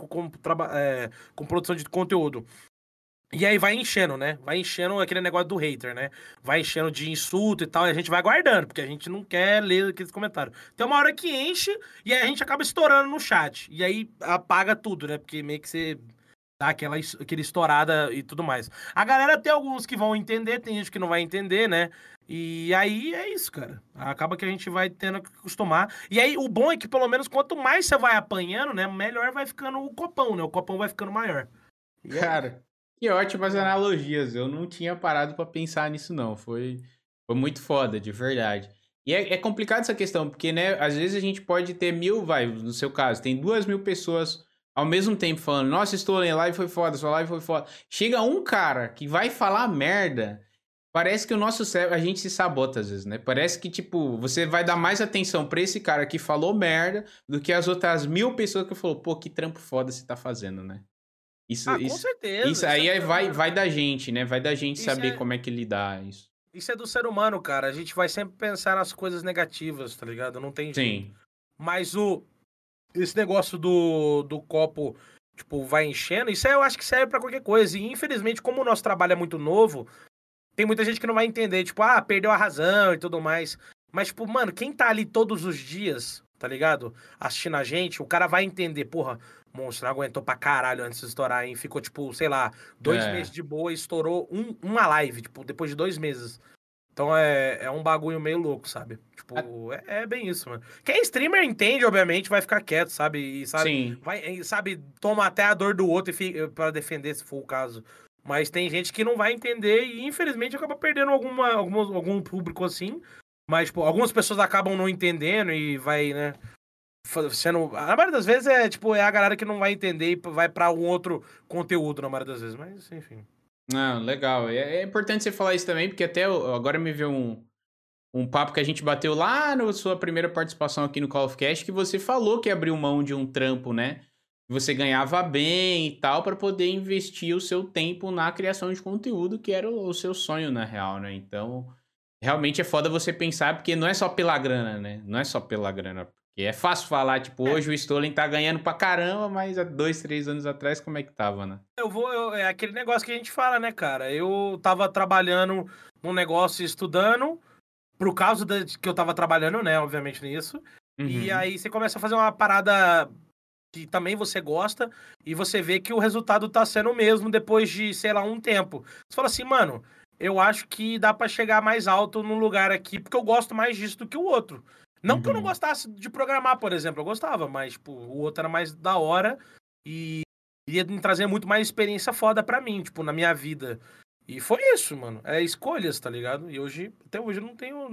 com produção de conteúdo. E aí vai enchendo, né? Vai enchendo aquele negócio do hater, né? Vai enchendo de insulto e tal, e a gente vai guardando, porque a gente não quer ler aqueles comentários. Tem uma hora que enche e aí a gente acaba estourando no chat. E aí apaga tudo, né? Porque meio que você dá aquela estourada e tudo mais. A galera tem alguns que vão entender, tem gente que não vai entender, né? E aí é isso, cara. Acaba que a gente vai tendo que acostumar. E aí o bom é que pelo menos quanto mais você vai apanhando, né? Melhor vai ficando o copão, né? O copão vai ficando maior. E é isso. Cara, que ótimas Legal. analogias. Eu não tinha parado pra pensar nisso, não. Foi muito foda, de verdade. E é complicado essa questão, porque, né, às vezes a gente pode ter 1.000, vai, no seu caso, tem 2.000 pessoas ao mesmo tempo falando, nossa, estou em live foi foda, sua live foi foda. Chega um cara que vai falar merda, parece que o nosso cérebro, a gente se sabota às vezes, né? Parece que, tipo, você vai dar mais atenção pra esse cara que falou merda do que as outras 1.000 pessoas que falou, pô, que trampo foda você tá fazendo, né? Isso, Ah, com isso, certeza. isso Isso é aí do ser humano, vai da cara. gente, né? Vai da gente Isso saber é, como é que lidar isso. isso é do ser humano, cara. A gente vai sempre pensar nas coisas negativas, tá ligado? Não tem jeito. Sim. Mas esse negócio do copo. tipo, vai enchendo, isso aí eu acho que serve pra qualquer coisa. E infelizmente, como o nosso trabalho é muito novo, tem muita gente que não vai entender, tipo, perdeu a razão e tudo mais. Mas, tipo, mano, quem tá ali todos os dias, tá ligado? Assistindo a gente, o cara vai entender, porra, Monstro, não aguentou pra caralho antes de estourar, hein? Ficou, tipo, sei lá, 2 meses É. de boa e estourou uma live, tipo, depois de 2 meses. Então é um bagulho meio louco, sabe? Tipo, é bem isso, mano. Quem é streamer entende, obviamente, vai ficar quieto, sabe? E sabe, Sim. sabe, toma até a dor do outro pra defender, se for o caso. Mas tem gente que não vai entender e, infelizmente, acaba perdendo algum público assim. Mas, tipo, algumas pessoas acabam não entendendo e vai, né, sendo... A maioria das vezes tipo, é a galera que não vai entender e vai pra um outro conteúdo, na maioria das vezes. Mas, enfim. Não, legal. É importante você falar isso também, porque até agora me veio um papo que a gente bateu lá na sua primeira participação aqui no Call of Cast, que você falou que abriu mão de um trampo, né? Você ganhava bem e tal, para poder investir o seu tempo na criação de conteúdo, que era o seu sonho, na real, né? Então, realmente é foda você pensar, porque não é só pela grana, né? Não é só pela grana. Porque é fácil falar, tipo, hoje o Stolen tá ganhando pra caramba, mas há 2, 3 anos atrás, como é que tava, né? É aquele negócio que a gente fala, né, cara? Eu tava trabalhando num negócio e estudando, por causa de que eu tava trabalhando, né, obviamente, nisso. E Uhum. aí você começa a fazer uma parada que também você gosta e você vê que o resultado tá sendo o mesmo depois de, sei lá, um tempo. Você fala assim, mano, eu acho que dá pra chegar mais alto num lugar aqui, porque eu gosto mais disso do que o outro. Não que eu não Uhum. gostasse de programar, por exemplo, eu gostava, mas, tipo, o outro era mais da hora e ia me trazer muito mais experiência foda pra mim, tipo, na minha vida. E foi isso, mano. É escolhas, tá ligado? E hoje, até hoje, eu não tenho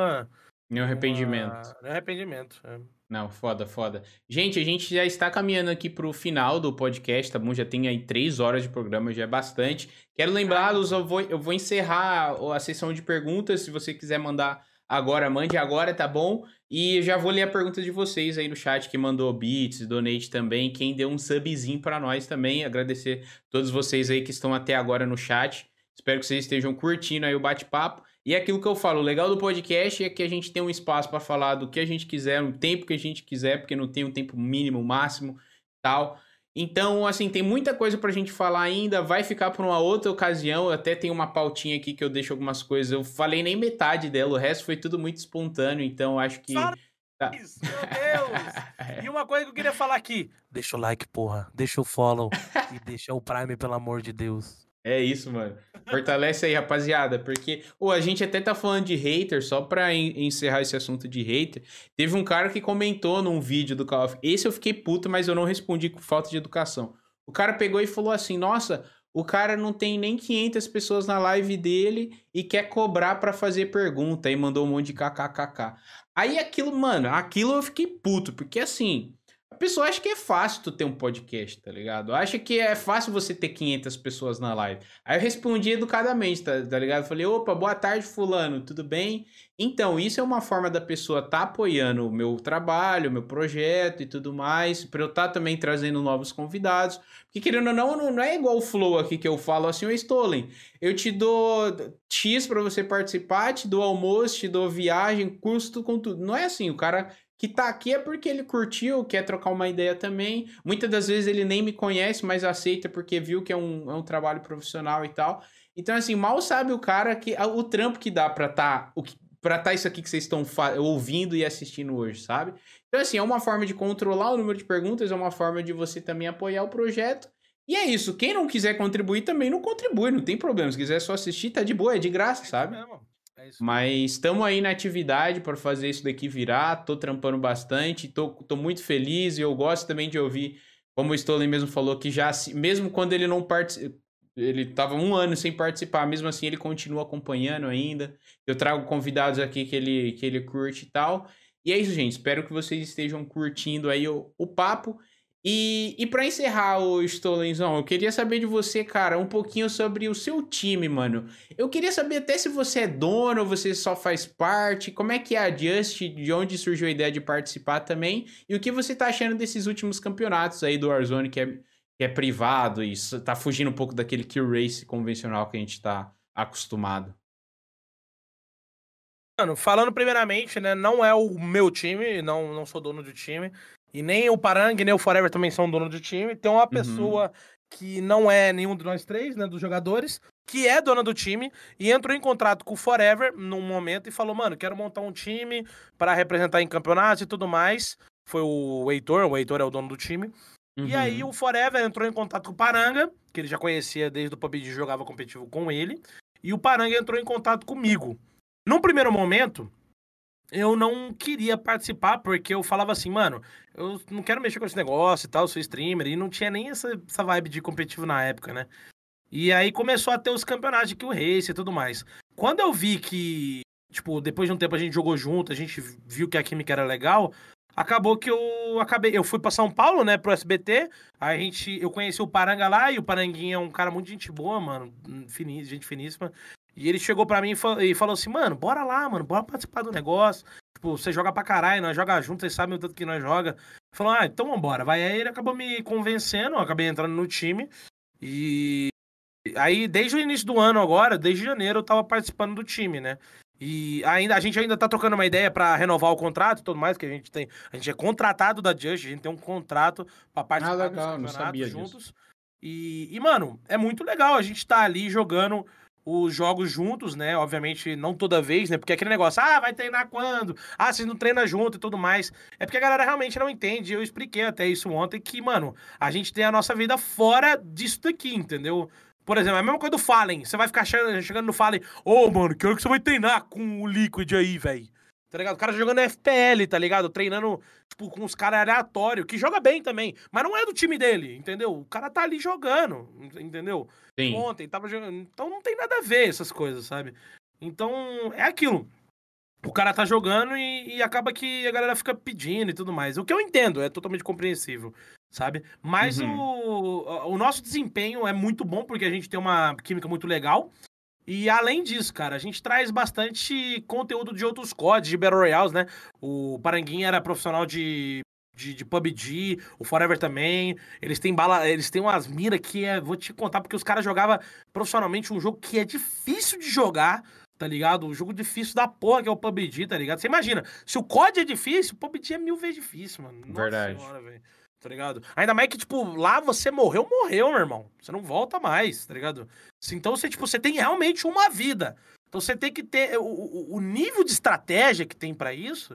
Nenhum arrependimento. nenhum arrependimento. Não, foda, foda. Gente, a gente já está caminhando aqui pro final do podcast, tá bom? Já tem aí 3 horas de programa, já é bastante. Quero lembrá-los, Caramba. eu vou encerrar a sessão de perguntas. Se você quiser mandar agora, mande agora, tá bom? E eu já vou ler a pergunta de vocês aí no chat, que mandou bits, donate também, quem deu um subzinho pra nós também. Agradecer todos vocês aí que estão até agora no chat. Espero que vocês estejam curtindo aí o bate-papo. E é aquilo que eu falo, o legal do podcast é que a gente tem um espaço para falar do que a gente quiser, no tempo que a gente quiser, porque não tem um tempo mínimo, máximo, tal. Então, assim, tem muita coisa pra gente falar ainda, vai ficar para uma outra ocasião. Eu até tenho uma pautinha aqui que eu deixo algumas coisas. Eu falei nem metade dela, o resto foi tudo muito espontâneo, então acho Só que tá. isso, meu Deus! E uma coisa que eu queria falar aqui. Deixa o like, porra. Deixa o follow. E deixa o Prime, pelo amor de Deus. É isso, mano. Fortalece aí, rapaziada, porque a gente até tá falando de hater, só pra encerrar esse assunto de hater. Teve um cara que comentou num vídeo do Call of. Esse eu fiquei puto, mas eu não respondi com falta de educação. O cara pegou e falou assim: Nossa, o cara não tem nem 500 pessoas na live dele e quer cobrar pra fazer pergunta. Aí mandou um monte de kkkk. Aí aquilo, mano, aquilo eu fiquei puto, porque assim. A pessoa acha que é fácil tu ter um podcast, tá ligado? Acha que é fácil você ter 500 pessoas na live. Aí eu respondi educadamente, tá ligado? Falei, opa, boa tarde, fulano, tudo bem? Então, isso é uma forma da pessoa tá apoiando o meu trabalho, o meu projeto e tudo mais, pra eu estar também trazendo novos convidados. Porque, querendo ou não, não é igual o Flow aqui que eu falo assim, ô Stolen, eu te dou X pra você participar, te dou almoço, te dou viagem, custo com tudo. Não é assim, o cara que tá aqui é porque ele curtiu, quer trocar uma ideia também. Muitas das vezes ele nem me conhece, mas aceita porque viu que é um trabalho profissional e tal. Então, assim, mal sabe o cara que o trampo que dá pra tá isso aqui que vocês estão ouvindo e assistindo hoje, sabe? Então, assim, é uma forma de controlar o número de perguntas, é uma forma de você também apoiar o projeto. E é isso. Quem não quiser contribuir também não contribui, não tem problema. Se quiser só assistir, tá de boa, é de graça, É isso sabe? mesmo. É isso mesmo. Mas estamos aí na atividade para fazer isso daqui virar. Tô trampando bastante, tô muito feliz e eu gosto também de ouvir, como o Stolen mesmo falou, que já, mesmo quando ele não participa, ele tava 1 ano sem participar, mesmo assim ele continua acompanhando ainda. Eu trago convidados aqui que ele curte e tal. E é isso, gente. Espero que vocês estejam curtindo aí o papo. E para encerrar, o Stolenzão, eu queria saber de você, cara, um pouquinho sobre o seu time, mano. Eu queria saber até se você é dono ou você só faz parte, como é que é a Just, de onde surgiu a ideia de participar também, e o que você tá achando desses últimos campeonatos aí do Warzone, que é privado e tá fugindo um pouco daquele kill race convencional que a gente tá acostumado. Mano, falando primeiramente, né, não é o meu time, não sou dono do time. E nem o Parang, nem o Forever também são dono do time. Tem uma Uhum. pessoa que não é nenhum de nós três, né, dos jogadores, que é dona do time e entrou em contrato com o Forever num momento e falou, mano, quero montar um time para representar em campeonatos e tudo mais. Foi o Heitor é o dono do time. E aí o Forever entrou em contato com o Paranga, que ele já conhecia desde o PUBG, jogava competitivo com ele, e o Paranga entrou em contato comigo. Num primeiro momento, eu não queria participar, porque eu falava assim, mano, eu não quero mexer com esse negócio e tal, eu sou streamer, e não tinha nem essa vibe de competitivo na época, né? E aí começou a ter os campeonatos de Kill Race e tudo mais. Quando eu vi que, tipo, depois de um tempo a gente jogou junto, a gente viu que a química era legal, acabou que eu fui pra São Paulo, né, pro SBT, eu conheci o Paranga lá, e o Paranguinha é um cara muito gente boa, mano, gente finíssima. E ele chegou pra mim e falou assim, mano, bora lá, mano, bora participar do negócio. Tipo, você joga pra caralho, nós joga junto, vocês sabem o tanto que nós joga. Falou, então vambora, vai. Aí ele acabou me convencendo, eu acabei entrando no time. E aí, desde o início do ano agora, desde janeiro, eu tava participando do time, né? E a gente ainda tá trocando uma ideia pra renovar o contrato e tudo mais, que a gente é contratado da Just, a gente tem um contrato pra participar dos legal, não sabia campeonatos disso. juntos. Mano, é muito legal a gente tá ali jogando os jogos juntos, né? Obviamente, não toda vez, né? Porque aquele negócio, vai treinar quando? Vocês não treinam junto e tudo mais. É porque a galera realmente não entende. Eu expliquei até isso ontem, que, mano, a gente tem a nossa vida fora disso daqui, entendeu? Por exemplo, é a mesma coisa do Fallen. Você vai ficar chegando no Fallen, mano, que hora que você vai treinar com o Liquid aí, velho? Tá ligado? O cara jogando FPL, tá ligado? Treinando, tipo, com os caras aleatórios, que joga bem também, mas não é do time dele, entendeu? O cara tá ali jogando, entendeu? Sim. Ontem tava jogando. Então não tem nada a ver essas coisas, sabe? Então, é aquilo. O cara tá jogando e acaba que a galera fica pedindo e tudo mais. O que eu entendo, é totalmente compreensível, sabe? Mas o nosso desempenho é muito bom, porque a gente tem uma química muito legal. E além disso, cara, a gente traz bastante conteúdo de outros CODs, de Battle Royales, né? O Paranguinha era profissional de PUBG, o Forever também. Eles têm umas miras que vou te contar, porque os caras jogavam profissionalmente um jogo que é difícil de jogar, tá ligado? Um jogo difícil da porra que é o PUBG, tá ligado? Você imagina, se o COD é difícil, o PUBG é 1000 vezes difícil, mano. Verdade. Nossa senhora, velho. Tá ligado? Ainda mais que, tipo, lá você morreu, meu irmão. Você não volta mais, tá ligado? Então, você tem realmente uma vida. Então, você tem que ter... O nível de estratégia que tem pra isso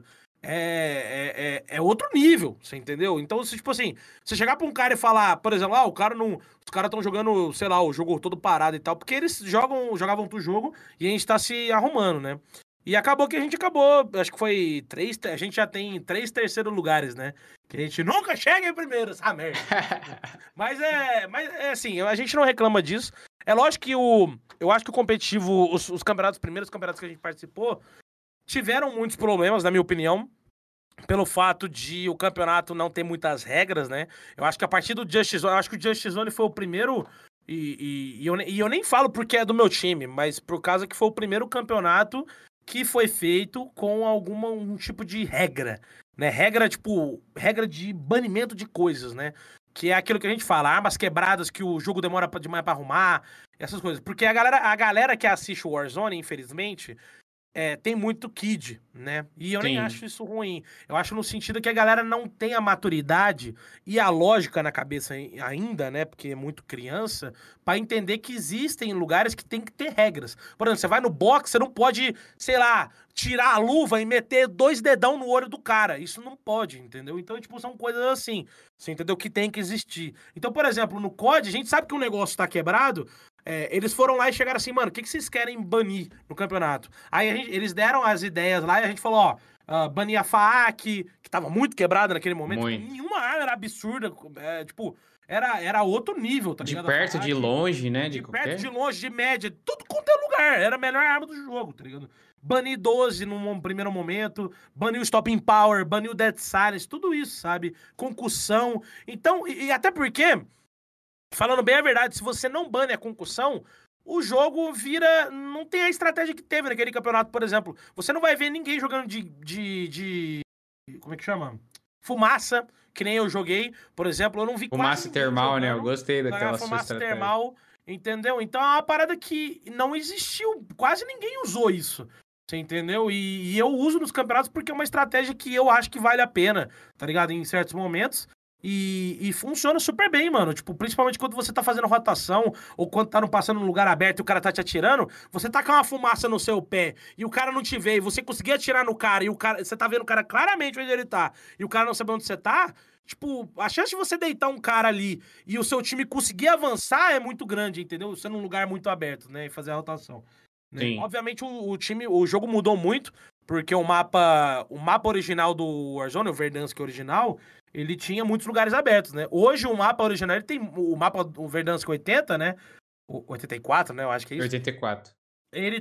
é outro nível, você entendeu? Então, tipo assim, você chegar pra um cara e falar, por exemplo, os caras estão jogando, sei lá, o jogo todo parado e tal, porque eles jogavam outro jogo e a gente tá se arrumando, né? E acabou que acho que foi a gente já tem 3 terceiros lugares, né? Que a gente nunca chega em primeiro, essa merda. mas é assim, a gente não reclama disso. É lógico que eu acho que o competitivo, os primeiros campeonatos que a gente participou, tiveram muitos problemas, na minha opinião, pelo fato de o campeonato não ter muitas regras, né? Eu acho que a partir do Justice Zone, eu acho que o Justice Zone foi o primeiro, e eu nem falo porque é do meu time, mas por causa que foi o primeiro campeonato que foi feito com um tipo de regra, né? Regra de banimento de coisas, né? Que é aquilo que a gente fala, armas quebradas que o jogo demora demais pra arrumar, essas coisas. Porque a galera que assiste o Warzone, infelizmente, tem muito kid, né? E eu nem acho isso ruim. Eu acho no sentido que a galera não tem a maturidade e a lógica na cabeça ainda, né? Porque é muito criança, pra entender que existem lugares que tem que ter regras. Por exemplo, você vai no box, você não pode, sei lá, tirar a luva e meter 2 dedão no olho do cara. Isso não pode, entendeu? Então, tipo, são coisas assim, você entendeu? Que tem que existir. Então, por exemplo, no COD, a gente sabe que um negócio tá quebrado. Eles foram lá e chegaram assim, mano, o que vocês querem banir no campeonato? Aí eles deram as ideias lá e a gente falou, banir a FAAC, que tava muito quebrada naquele momento. Tipo, nenhuma arma era absurda, era outro nível, tá ligado? De perto, de longe, né? De perto, de longe, de média, tudo quanto é lugar. Era a melhor arma do jogo, tá ligado? Banir 12 num primeiro momento, banir o Stopping Power, banir o Dead Silence, tudo isso, sabe? Concussão. Então, e até porque... Falando bem a verdade, se você não bane a concussão, o jogo vira... Não tem a estratégia que teve naquele campeonato, por exemplo. Você não vai ver ninguém jogando de como é que chama? Fumaça, que nem eu joguei. Por exemplo, eu não vi fumaça termal, né? Eu gostei daquela sua fumaça estratégia. Termal, entendeu? Então é uma parada que não existiu. Quase ninguém usou isso. Você entendeu? E eu uso nos campeonatos porque é uma estratégia que eu acho que vale a pena, tá ligado? Em certos momentos. E funciona super bem, mano. Tipo, principalmente quando você tá fazendo rotação ou quando tá passando num lugar aberto e o cara tá te atirando, você tá com uma fumaça no seu pé e o cara não te vê e você conseguir atirar no cara e o cara, você tá vendo o cara claramente onde ele tá e o cara não sabe onde você tá, tipo, a chance de você deitar um cara ali e o seu time conseguir avançar é muito grande, entendeu? Você num lugar muito aberto, né? E fazer a rotação. Né? Sim. Obviamente o jogo mudou muito, porque o mapa original do Warzone, o Verdansk original, ele tinha muitos lugares abertos, né? Hoje o mapa original, ele tem o mapa do Verdansk 80, né? O 84, né? Eu acho que é isso. 84. Ele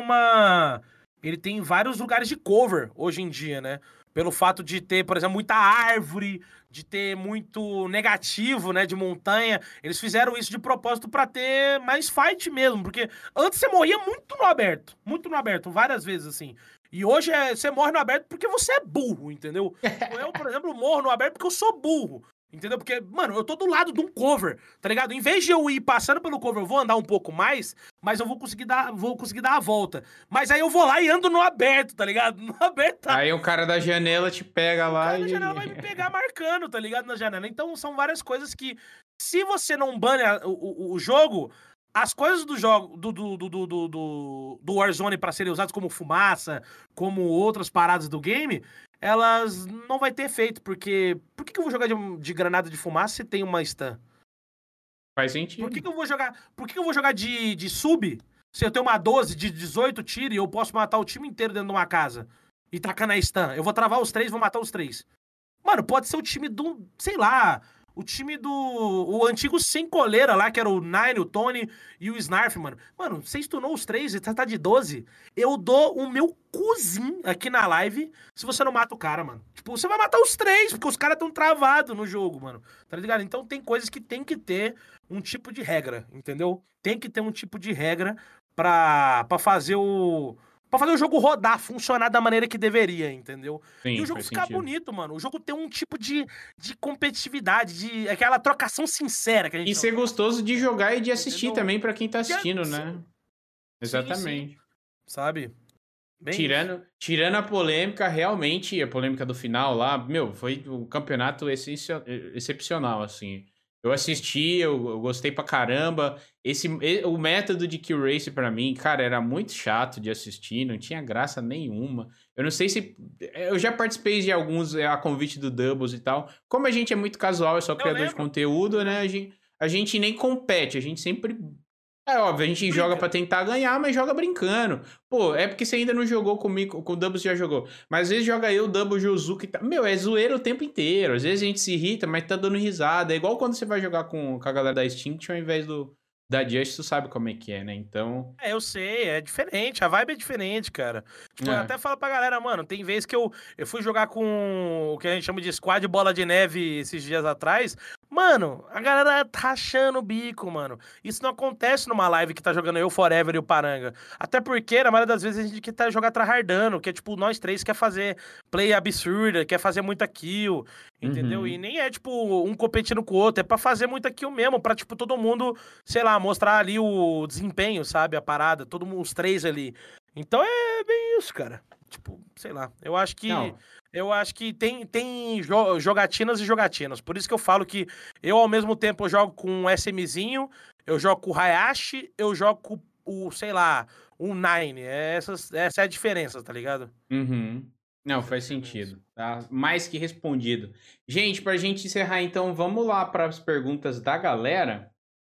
tem vários lugares de cover hoje em dia, né? Pelo fato de ter, por exemplo, muita árvore, de ter muito negativo, né, de montanha. Eles fizeram isso de propósito pra ter mais fight mesmo, porque antes você morria muito no aberto, várias vezes assim. E hoje você morre no aberto porque você é burro, entendeu? Eu, por exemplo, morro no aberto porque eu sou burro. Entendeu? Porque, mano, eu tô do lado de um cover, tá ligado? Em vez de eu ir passando pelo cover, eu vou andar um pouco mais, mas eu vou conseguir dar a volta. Mas aí eu vou lá e ando no aberto, tá ligado? No aberto tá. Aí o cara da janela te pega O lá cara da e. janela vai me pegar marcando, tá ligado? Na janela. Então são várias coisas que, se você não bane o jogo, as coisas do jogo do Warzone pra serem usadas como fumaça, como outras paradas do game, elas não vai ter efeito, porque por que eu vou jogar de granada de fumaça se tem uma stun? Faz Por que sentido. eu vou jogar, de sub se eu tenho uma 12 de 18 tiros e eu posso matar o time inteiro dentro de uma casa e tacando a stun? Eu vou travar os três, vou matar os três. Mano, pode ser o time do, sei lá, o time do, o antigo sem coleira lá, que era o Nine, o Tony e o Snarf, mano. Mano, você stunou os três e tá de 12. Eu dou o meu cozinho aqui na live se você não mata o cara, mano. Tipo, você vai matar os três, porque os caras tão travados no jogo, mano. Tá ligado? Então tem coisas que tem que ter um tipo de regra, entendeu? Tem que ter um tipo de regra pra fazer o jogo rodar, funcionar da maneira que deveria, entendeu? E o Sim, jogo faz ficar sentido. bonito, mano. O jogo ter um tipo de competitividade, de aquela trocação sincera que a gente E chama. ser gostoso de jogar e de assistir Entendeu? também pra quem tá assistindo, né? Sim, sim, sim. Exatamente. Sabe? Bem isso. Tirando a polêmica, realmente, a polêmica do final lá, meu, foi um campeonato excepcional, assim. Eu assisti, eu gostei pra caramba. O método de Kill Race pra mim, cara, era muito chato de assistir, não tinha graça nenhuma. Eu não sei se. Eu já participei de alguns a convite do Doubles e tal. Como a gente é muito casual, é só Eu criador de lembro. conteúdo, Eu né? lembro. A gente nem compete, a gente sempre. É óbvio, a gente joga Brinca. pra tentar ganhar, mas joga brincando. Pô, é porque você ainda não jogou comigo, com o Double você já jogou. Mas às vezes joga eu, o Double, o Josuke e tá. Meu, é zoeira o tempo inteiro. Às vezes a gente se irrita, mas tá dando risada. É igual quando você vai jogar com a galera da Extinct ao invés da Just, tu sabe como é que é, né? Então. Eu sei, é diferente, a vibe é diferente, cara. Tipo, eu É. até falo pra galera, mano, tem vezes que eu fui jogar com o que a gente chama de squad bola de neve esses dias atrás. Mano, a galera tá achando o bico, mano. Isso não acontece numa live que tá jogando eu, Forever e o Paranga. Até porque, na maioria das vezes, a gente quer tá jogar tryhardando, que é tipo, nós três quer fazer play absurda, quer fazer muita kill, entendeu? E Uhum. nem é, tipo, um competindo com o outro, é pra fazer muita kill mesmo, pra, tipo, todo mundo, sei lá, mostrar ali o desempenho, sabe? A parada, todo mundo, os três ali. Então é bem isso, cara. Tipo, sei lá. Eu acho que. Não. Eu acho que tem jogatinas e jogatinas. Por isso que eu falo que eu, ao mesmo tempo, eu jogo com um SMzinho, eu jogo com o Hayashi, eu jogo com o, sei lá, o Nine. Essa é a diferença, tá ligado? Uhum. Não, Essa é a faz diferença. sentido. Tá mais que respondido. Gente, pra gente encerrar, então, vamos lá para as perguntas da galera.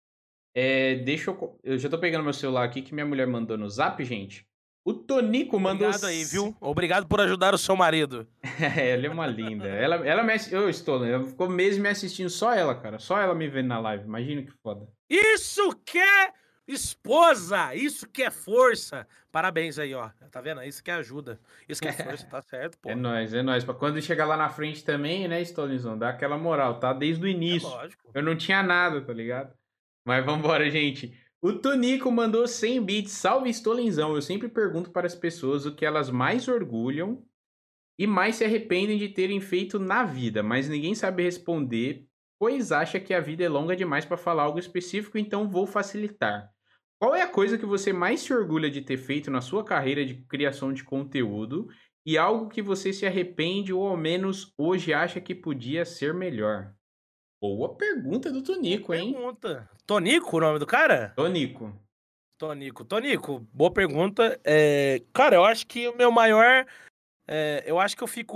Deixa eu já tô pegando meu celular aqui que minha mulher mandou no Zap, gente. O Tonico mandou. Obrigado aí, viu? Obrigado por ajudar o seu marido. Ela é uma linda. Ela me eu estou, ela ficou meses me assistindo, só ela, cara. Só ela me vendo na live. Imagina que foda. Isso que é esposa! Isso que é força! Parabéns aí, ó. Tá vendo? Isso que é ajuda. Isso que é força, tá certo, É pô. nóis, é nóis. Pra quando chegar lá na frente também, né, Stolinzão? Dá aquela moral, tá? Desde o É início. lógico. Eu não tinha nada, tá ligado? Mas vambora, gente. O Tonico mandou 100 bits. Salve, Stolinzão. Eu sempre pergunto para as pessoas o que elas mais orgulham e mais se arrependem de terem feito na vida, mas ninguém sabe responder, pois acha que a vida é longa demais para falar algo específico, então vou facilitar. Qual é a coisa que você mais se orgulha de ter feito na sua carreira de criação de conteúdo e algo que você se arrepende ou ao menos hoje acha que podia ser melhor? Boa pergunta do Boa Tonico, hein? pergunta. Tonico, o nome do cara? Tonico. Tonico, boa pergunta. Cara, eu acho que o meu maior. Eu acho que eu fico.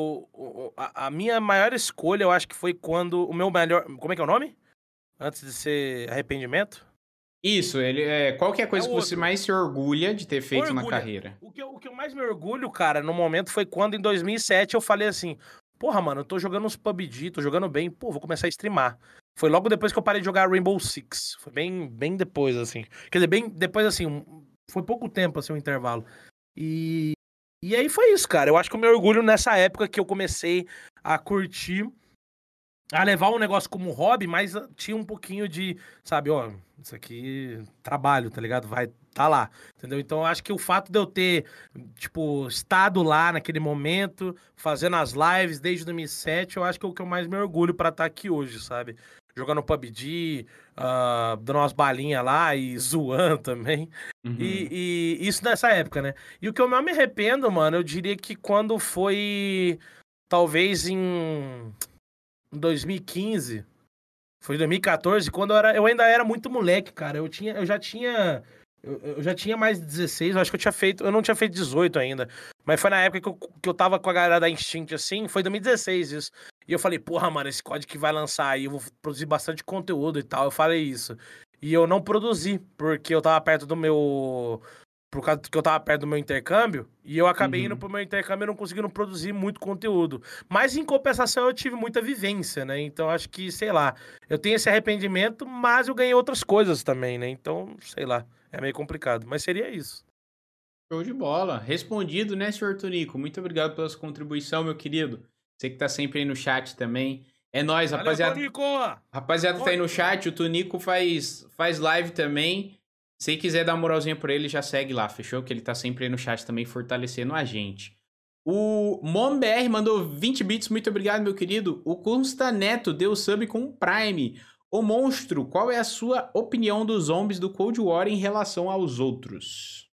A minha maior escolha, eu acho que foi quando o meu melhor. Como é que é o nome? Antes de ser arrependimento? Isso, qual que é a É coisa o que você outro. mais se orgulha de ter feito na Orgulha. carreira? O que eu mais me orgulho, cara, no momento foi quando em 2007 eu falei assim: porra, mano, eu tô jogando uns PUBG, tô jogando bem, pô, vou começar a streamar. Foi logo depois que eu parei de jogar Rainbow Six. Foi bem depois, assim. Quer dizer, bem depois, assim, foi pouco tempo, assim, o intervalo. E, e aí foi isso, cara. Eu acho que o meu orgulho nessa época que eu comecei a curtir, a levar um negócio como hobby, mas tinha um pouquinho de, sabe, ó, isso aqui, trabalho, tá ligado? Vai, tá lá, entendeu? Então eu acho que o fato de eu ter, tipo, estado lá naquele momento, fazendo as lives desde 2007, eu acho que é o que eu mais me orgulho pra estar aqui hoje, sabe? Jogando PUBG, dando umas balinhas lá e zoando também. Uhum. E isso nessa época, né? E o que eu mais me arrependo, mano, eu diria que quando foi, talvez em 2015, foi 2014, quando eu ainda era muito moleque, cara. Eu já tinha mais de 16, eu acho que eu não tinha feito 18 ainda. Mas foi na época que eu tava com a galera da Instinct, assim, foi 2016 isso. E eu falei, porra, mano, esse código que vai lançar aí, eu vou produzir bastante conteúdo e tal. Eu falei isso. E eu não produzi, porque eu tava perto do meu. Por causa que eu tava perto do meu intercâmbio, e eu acabei indo Uhum. pro meu intercâmbio e não conseguindo produzir muito conteúdo. Mas em compensação eu tive muita vivência, né? Então acho que, sei lá, eu tenho esse arrependimento, mas eu ganhei outras coisas também, né? Então, sei lá, é meio complicado. Mas seria isso. Show de bola. Respondido, né, senhor Tonico? Muito obrigado pela sua contribuição, meu querido. Você que tá sempre aí no chat também. É nóis, Valeu, rapaziada. Tonico! Rapaziada, tá aí no Tonico! chat. O Tonico faz live também. Se quiser dar uma moralzinha por ele, já segue lá, fechou? Que ele tá sempre aí no chat também, fortalecendo a gente. O MomBR mandou 20 bits, muito obrigado, meu querido. O Consta Neto deu sub com um Prime. O Monstro, qual é a sua opinião dos zombies do Cold War em relação aos outros?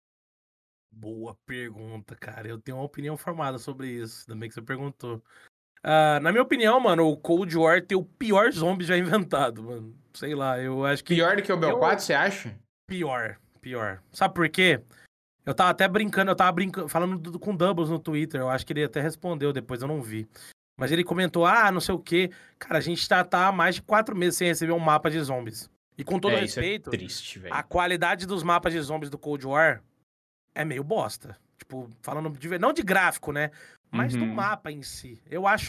Boa pergunta, cara. Eu tenho uma opinião formada sobre isso. Ainda bem que você perguntou. Na minha opinião, mano, o Cold War tem o pior zombie já inventado, mano. Sei lá, eu acho que. Pior do que o Bel 4, Eu. você acha? Pior. Sabe por quê? Eu tava até brincando, falando com o Doubles no Twitter. Eu acho que ele até respondeu depois, eu não vi. Mas ele comentou, não sei o quê. Cara, a gente tá há mais de 4 meses sem receber um mapa de zombies. E com todo Isso é respeito, triste, a velho. qualidade dos mapas de zombies do Cold War é meio bosta. Tipo, falando não de gráfico, né? Mas do Uhum. mapa em si. Eu acho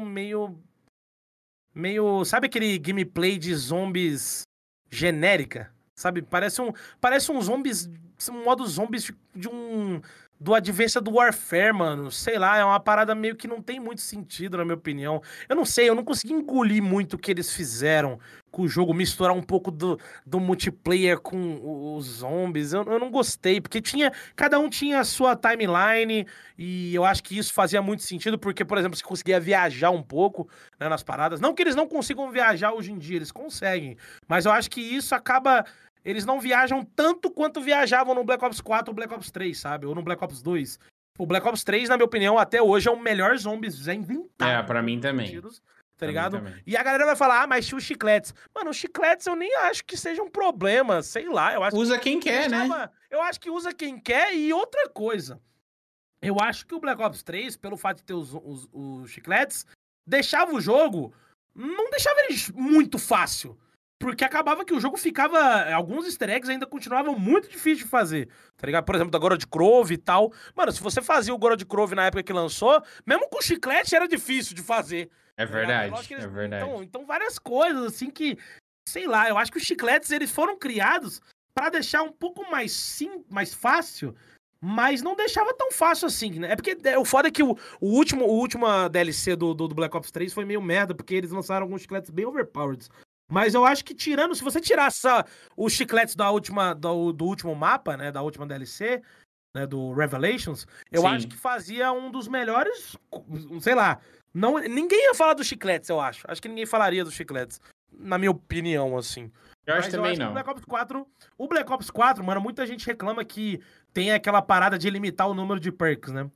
meio, sabe aquele gameplay de zombies genérica? Sabe? Parece um zombies, um modo zombies do Advanced Warfare, mano. Sei lá, é uma parada meio que não tem muito sentido, na minha opinião. Eu não sei, eu não consegui engolir muito o que eles fizeram com o jogo, misturar um pouco do multiplayer com os zombies. Eu não gostei, porque cada um tinha a sua timeline, e eu acho que isso fazia muito sentido, porque, por exemplo, você conseguia viajar um pouco, né, nas paradas. Não que eles não consigam viajar hoje em dia, eles conseguem. Mas eu acho que isso acaba. Eles não viajam tanto quanto viajavam no Black Ops 4 ou Black Ops 3, sabe? Ou no Black Ops 2. O Black Ops 3, na minha opinião, até hoje é o melhor zombies já inventado em Pra mim todos os também. sentidos, tá Pra mim ligado? também. E a galera vai falar, mas tinha os chicletes. Mano, os chicletes eu nem acho que seja um problema, sei lá. Eu acho Usa que quem quer, né? deixava. Eu acho que usa quem quer e outra coisa. Eu acho que o Black Ops 3, pelo fato de ter os chicletes, deixava o jogo. Não deixava ele muito fácil. Porque acabava que o jogo ficava. Alguns easter eggs ainda continuavam muito difíceis de fazer. Tá ligado? Por exemplo, da Gorod Grove e tal. Mano, se você fazia o Gorod Grove na época que lançou, mesmo com chiclete era difícil de fazer. É Tá ligado? É lógico verdade, que é eles. verdade. Então várias coisas, assim, que. Sei lá, eu acho que os chicletes eles foram criados pra deixar um pouco mais fácil, mas não deixava tão fácil assim, né? É porque o foda é que o última DLC do Black Ops 3 foi meio merda, porque eles lançaram alguns chicletes bem overpowered. Mas eu acho que se você tirar os chicletes do último mapa, né, da última DLC, né, do Revelations, eu acho que Sim. fazia um dos melhores, sei lá, ninguém ia falar dos chicletes, eu acho. Acho que ninguém falaria dos chicletes. na minha opinião, assim. Eu acho Mas também que não. o Black Ops 4, mano, muita gente reclama que tem aquela parada de limitar o número de perks, né?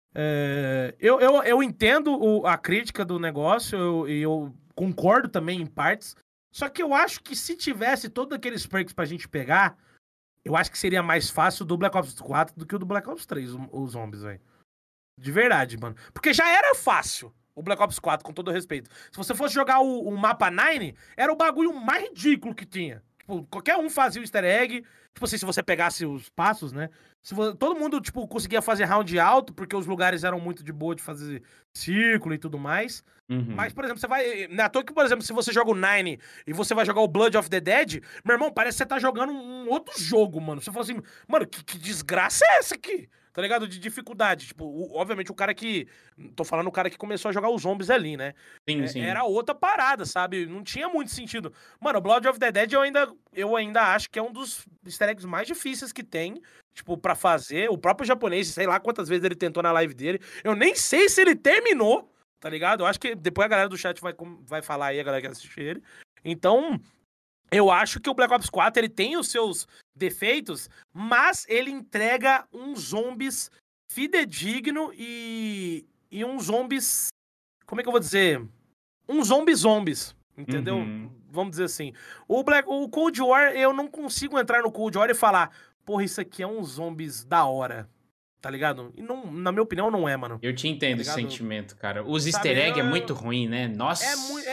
Eu entendo a crítica do negócio e eu concordo também em partes. Só que eu acho que se tivesse todos aqueles perks pra gente pegar, eu acho que seria mais fácil do Black Ops 4 do que o do Black Ops 3, os zombies, velho. De verdade, mano. Porque já era fácil o Black Ops 4, com todo respeito. Se você fosse jogar o mapa 9, era o bagulho mais ridículo que tinha. Tipo, qualquer um fazia o easter egg. Tipo assim, se você pegasse os passos, né? Todo mundo, tipo, conseguia fazer round alto, porque os lugares eram muito de boa de fazer círculo e tudo mais. Mas, por exemplo, você vai... Não é à toa que, por exemplo, se você joga o 9 e você vai jogar o Blood of the Dead, meu irmão, parece que você tá jogando um outro jogo, mano. Você fala assim, mano, que desgraça é essa aqui? Tá ligado? De dificuldade. Tipo, obviamente o cara que... Tô falando o cara que começou a jogar os zombies ali, né? Sim, sim. Era outra parada, sabe? Não tinha muito sentido. Mano, o Blood of the Dead eu ainda acho que é um dos easter eggs mais difíceis que tem, tipo, pra fazer. O próprio japonês, sei lá quantas vezes ele tentou na live dele. Eu nem sei se ele terminou, tá ligado? Eu acho que depois a galera do chat vai falar aí, a galera que assiste ele. Então, eu acho que o Black Ops 4 ele tem os seus defeitos, mas ele entrega uns zombies fidedigno e uns zombies... Como é que eu vou dizer? Uns zombies, entendeu? Vamos dizer assim. O Cold War, eu não consigo entrar no Cold War e falar, porra, isso aqui é uns zombies da hora, tá ligado? E não, na minha opinião, não é, mano. Eu te entendo Tá esse ligado? sentimento, cara. Os Sabe, easter egg é muito ruim, né? Nossa.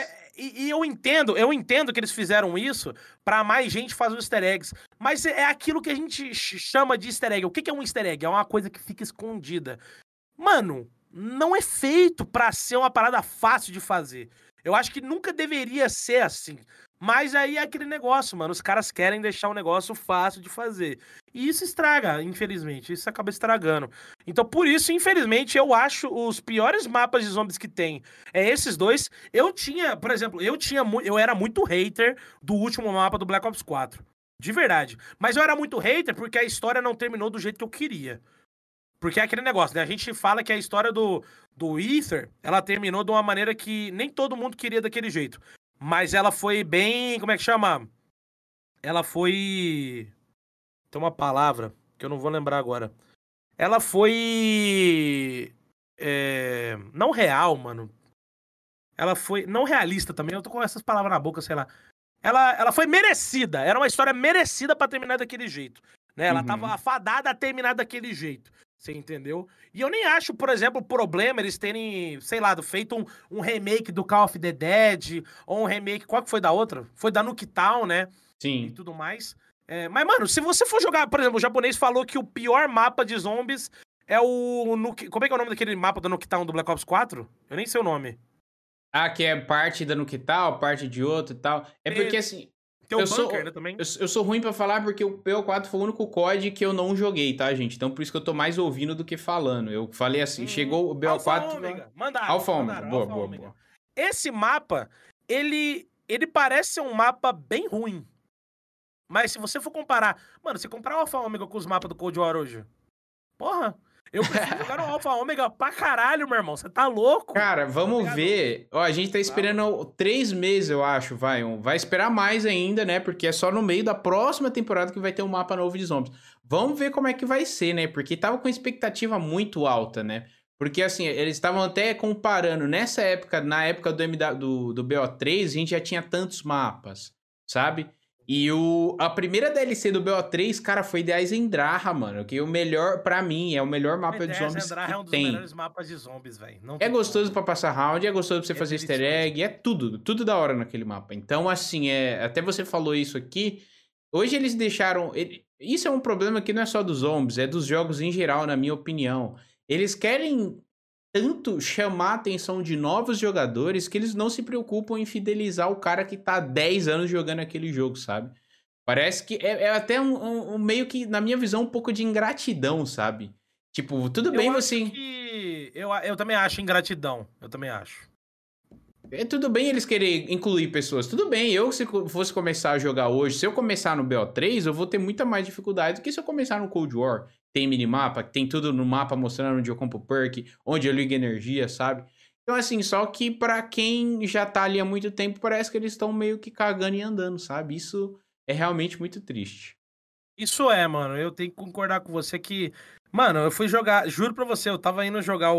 E eu entendo que eles fizeram isso pra mais gente fazer os easter eggs. Mas é aquilo que a gente chama de easter egg. O que é um easter egg? É uma coisa que fica escondida. Mano, não é feito pra ser uma parada fácil de fazer. Eu acho que nunca deveria ser assim. Mas aí é aquele negócio, mano. Os caras querem deixar um negócio fácil de fazer. E isso estraga, infelizmente. Isso acaba estragando. Então, por isso, infelizmente, eu acho os piores mapas de zombies que tem. É esses dois. Por exemplo, eu era muito hater do último mapa do Black Ops 4. De verdade. Mas eu era muito hater porque a história não terminou do jeito que eu queria. Porque é aquele negócio, né? A gente fala que a história do Ether, ela terminou de uma maneira que nem todo mundo queria daquele jeito. Mas ela foi bem... Como é que chama? Ela foi... Tem uma palavra que eu não vou lembrar agora. Ela foi... Não real, mano. Ela foi... Não realista também. Eu tô com essas palavras na boca, sei lá. Ela foi merecida. Era uma história merecida pra terminar daquele jeito. Né? Ela tava afadada a terminar daquele jeito. Você entendeu? E eu nem acho, por exemplo, problema eles terem, sei lá, feito um remake do Call of the Dead, ou um remake... Qual que foi da outra? Foi da Nuketown, né? Sim. E tudo mais. Mas, mano, se você for jogar... Por exemplo, o japonês falou que o pior mapa de zombies é o... Como é que é o nome daquele mapa da Nuketown do Black Ops 4? Eu nem sei o nome. Ah, que é parte da Nuketown, parte de outro e tal. É porque, assim... Tem o bunker, né, também. Eu sou ruim pra falar porque o BO4 foi o único COD que eu não joguei, tá, gente? Então por isso que eu tô mais ouvindo do que falando. Eu falei assim, chegou o BO4... Alpha Omega. Alpha Omega. Boa. Esse mapa, ele parece ser um mapa bem ruim. Mas se você for comparar... Mano, você comparar o Alpha Omega com os mapas do Cold War hoje... Porra... Eu prefiro jogar no Alpha Omega pra caralho, meu irmão. Você tá louco? Cara, vamos ver. Ó, a gente tá esperando 3 meses, eu acho, vai. Vai esperar mais ainda, né? Porque é só no meio da próxima temporada que vai ter um mapa novo de zombies. Vamos ver como é que vai ser, né? Porque tava com expectativa muito alta, né? Porque, assim, eles estavam até comparando. Nessa época, na época do BO3, a gente já tinha tantos mapas, sabe? E a primeira DLC do BO3, cara, foi de Eisendrache, mano. Que o melhor, pra mim, é o melhor mapa de zombies Eisendrache que é um dos tem. melhores mapas de zombies, velho. É gostoso pra passar round, é gostoso pra você fazer easter egg, é tudo da hora naquele mapa. Então, assim, até você falou isso aqui. Hoje eles deixaram... Isso é um problema que não é só dos zombies, é dos jogos em geral, na minha opinião. Eles querem tanto chamar a atenção de novos jogadores que eles não se preocupam em fidelizar o cara que tá há 10 anos jogando aquele jogo, sabe? Parece que é até um meio que, na minha visão, um pouco de ingratidão, sabe? Tipo, tudo bem você... Eu também acho ingratidão. Eu também acho. É tudo bem eles querem incluir pessoas. Tudo bem, eu se fosse começar a jogar hoje, se eu começar no BO3, eu vou ter muita mais dificuldade do que se eu começar no Cold War. Tem minimapa, tem tudo no mapa mostrando onde eu compro perk, onde eu ligo energia, sabe? Então, assim, só que pra quem já tá ali há muito tempo, parece que eles estão meio que cagando e andando, sabe? Isso é realmente muito triste. Isso é, mano. Eu tenho que concordar com você que. Mano, eu fui jogar. Juro pra você, eu tava indo jogar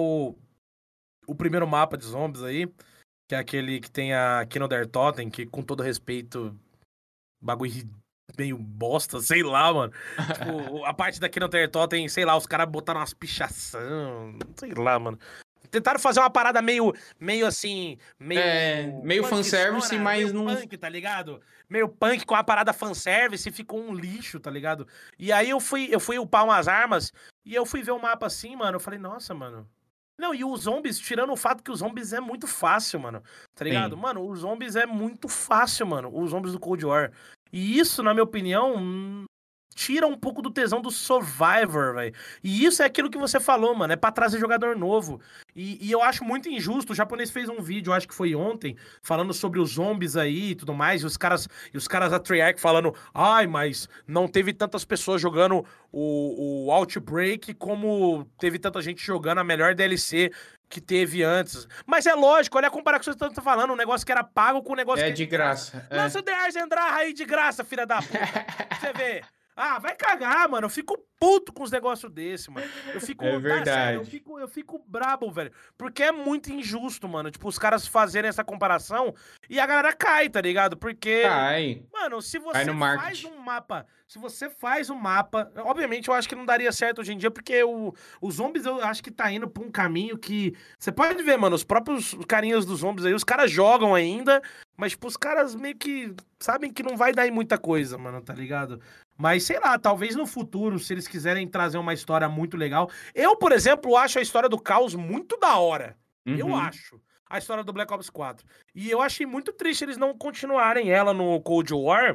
o primeiro mapa de zombies aí. Que é aquele que tem a Kino der Totem, que com todo respeito, bagulho meio bosta, sei lá, mano. Tipo, a parte da Kino der Totem, sei lá, os caras botaram umas pichação, sei lá, mano. Tentaram fazer uma parada meio assim, Meio fanservice, mas meio não. punk, tá ligado? Meio punk com a parada fanservice e ficou um lixo, tá ligado? E aí eu fui upar umas armas e eu fui ver o mapa assim, mano, eu falei, nossa, mano. Não, e os zombies, tirando o fato que os zombies é muito fácil, mano, tá ligado? Sim. Mano, os zombies é muito fácil, mano, os zombies do Cold War. E isso, na minha opinião, tira um pouco do tesão do Survivor, velho. E isso é aquilo que você falou, mano. É pra trazer jogador novo. E eu acho muito injusto. O japonês fez um vídeo, acho que foi ontem, falando sobre os zombies aí e tudo mais. E os caras da Treyarch falando: ai, mas não teve tantas pessoas jogando o Outbreak como teve tanta gente jogando a melhor DLC que teve antes. Mas é lógico, olha a comparação que você tá falando. Um negócio que era pago com um negócio É que é de graça. É. Lança o The Arzendrah aí de graça, filha da puta. Pra você vê. Ah, vai cagar, mano. Eu fico puto com os negócios desse, mano. Eu fico, É tá sério, eu verdade. fico, eu fico brabo, velho. Porque é muito injusto, mano. Tipo, os caras fazerem essa comparação e a galera cai, tá ligado? Porque, Cai. mano, se Cai no você faz marketing. um mapa, obviamente eu acho que não daria certo hoje em dia, porque os zombies eu acho que tá indo pra um caminho que. Você pode ver, mano, os próprios carinhas dos zombies aí, os caras jogam ainda, mas, tipo, os caras meio que sabem que não vai dar em muita coisa, mano, tá ligado? Mas, sei lá, talvez no futuro, se eles quiserem trazer uma história muito legal. Eu, por exemplo, acho a história do Caos muito da hora. Eu Uhum. acho. A história do Black Ops 4. E eu achei muito triste eles não continuarem ela no Cold War,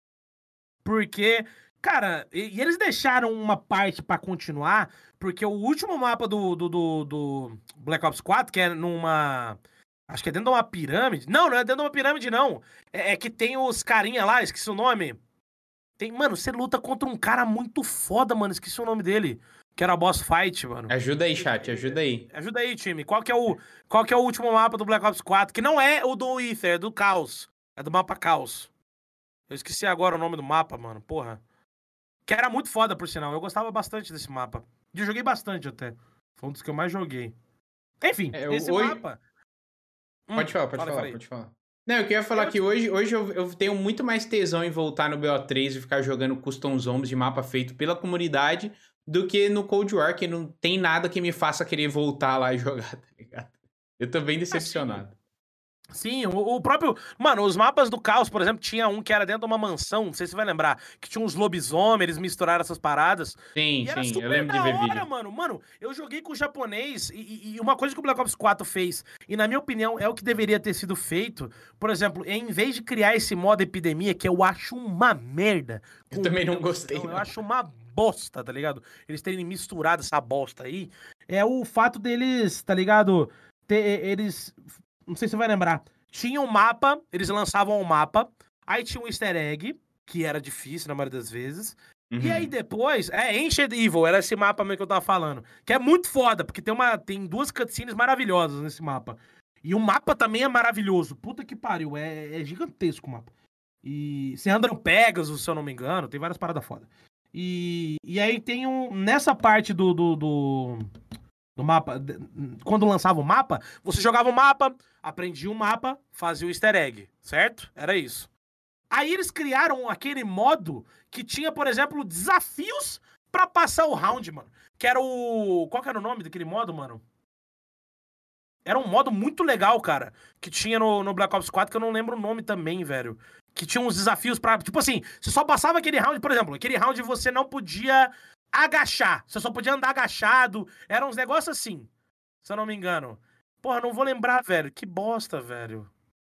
porque, cara, e eles deixaram uma parte pra continuar, porque o último mapa do Black Ops 4, que é numa. Acho que é dentro de uma pirâmide. Não, não é dentro de uma pirâmide, não. É que tem os carinha lá, esqueci o nome. Mano, você luta contra um cara muito foda, mano. Esqueci o nome dele. Que era boss fight, mano. Ajuda aí, chat, ajuda aí. Ajuda aí, time. Qual que é o último mapa do Black Ops 4? Que não é o do Ether, é do Caos. É do mapa Caos. Eu esqueci agora o nome do mapa, mano. Porra. Que era muito foda, por sinal. Eu gostava bastante desse mapa. E eu joguei bastante até. Foi um dos que eu mais joguei. Enfim, esse Hoje. mapa. Pode falar, pode Fala, falar, falei. pode falar. Não, eu queria falar Eu, que tipo, hoje eu tenho muito mais tesão em voltar no BO3 e ficar jogando custom zombies de mapa feito pela comunidade do que no Cold War, que não tem nada que me faça querer voltar lá e jogar, tá ligado? Eu tô bem assim, decepcionado. sim, o próprio. Mano, os mapas do Caos, por exemplo, tinha um que era dentro de uma mansão, não sei se você vai lembrar, que tinha uns lobisomens, eles misturaram essas paradas. Sim, E era sim, eu super lembro de da ver hora, vídeo. mano. Mano, eu joguei com o japonês e uma coisa que o Black Ops 4 fez, e na minha opinião é o que deveria ter sido feito, por exemplo, em vez de criar esse modo epidemia, que eu acho uma merda. Eu também não gostei, Eu não. acho uma bosta, tá ligado? Eles terem misturado essa bosta aí. É o fato deles, tá ligado? Eles. Não sei se você vai lembrar. Tinha um mapa, eles lançavam um mapa, aí tinha um easter egg, que era difícil na maioria das vezes. E aí Uhum. depois, Ancient Evil, era esse mapa mesmo que eu tava falando. Que é muito foda, porque tem duas cutscenes maravilhosas nesse mapa. E o mapa também é maravilhoso. Puta que pariu, é gigantesco o mapa. E você anda no Pegasus, se eu não me engano, tem várias paradas foda. E aí tem nessa parte do mapa, quando lançava o mapa, você jogava o mapa, aprendia o mapa, fazia o easter egg, certo? Era isso. Aí eles criaram aquele modo que tinha, por exemplo, desafios pra passar o round, mano. Que era o... Qual que era o nome daquele modo, mano? Era um modo muito legal, cara, que tinha no Black Ops 4, que eu não lembro o nome também, velho. Que tinha uns desafios pra... Tipo assim, você só passava aquele round, por exemplo, aquele round você não podia agachar. Você só podia andar agachado. Eram uns negócios assim, se eu não me engano. Porra, não vou lembrar, velho. Que bosta, velho.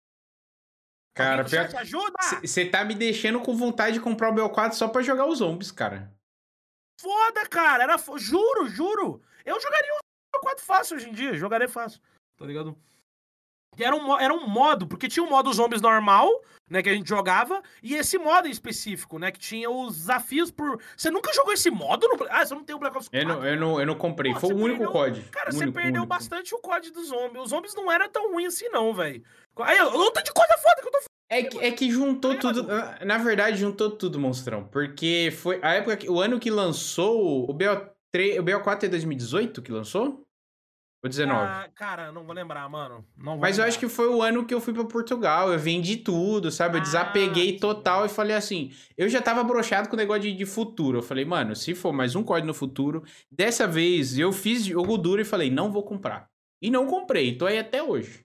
Alguém Cara, do pior chat ajuda? você tá me deixando com vontade de comprar o BO4 só pra jogar os zombies, cara. Foda, cara. Juro, juro. Eu jogaria o 4 fácil hoje em dia. Jogaria fácil. Tá ligado? Era um modo, porque tinha o modo zombies normal, né, que a gente jogava, e esse modo em específico, né, que tinha os desafios por... Você nunca jogou esse modo? Você não tem o Black Ops 4? Eu não comprei. Pô, Foi o único perdeu... COD. Cara, você Único, perdeu único. bastante o COD dos zombies. Os zombies não era tão ruim assim, não, velho. Aí, luta de coisa foda que eu tô falando. É que juntou tudo. Na verdade, juntou tudo, Monstrão. Porque foi a época, o ano que lançou o BO3, o BO4 é 2018 que lançou? Ou 19? Cara, não vou lembrar, mano. Não vou Mas eu lembrar. acho que foi o ano que eu fui pra Portugal. Eu vendi tudo, sabe? Eu desapeguei total e falei assim. Eu já tava broxado com o negócio de futuro. Eu falei, mano, se for mais um COD no futuro, dessa vez eu fiz jogo duro e falei, não vou comprar. E não comprei, tô aí até hoje.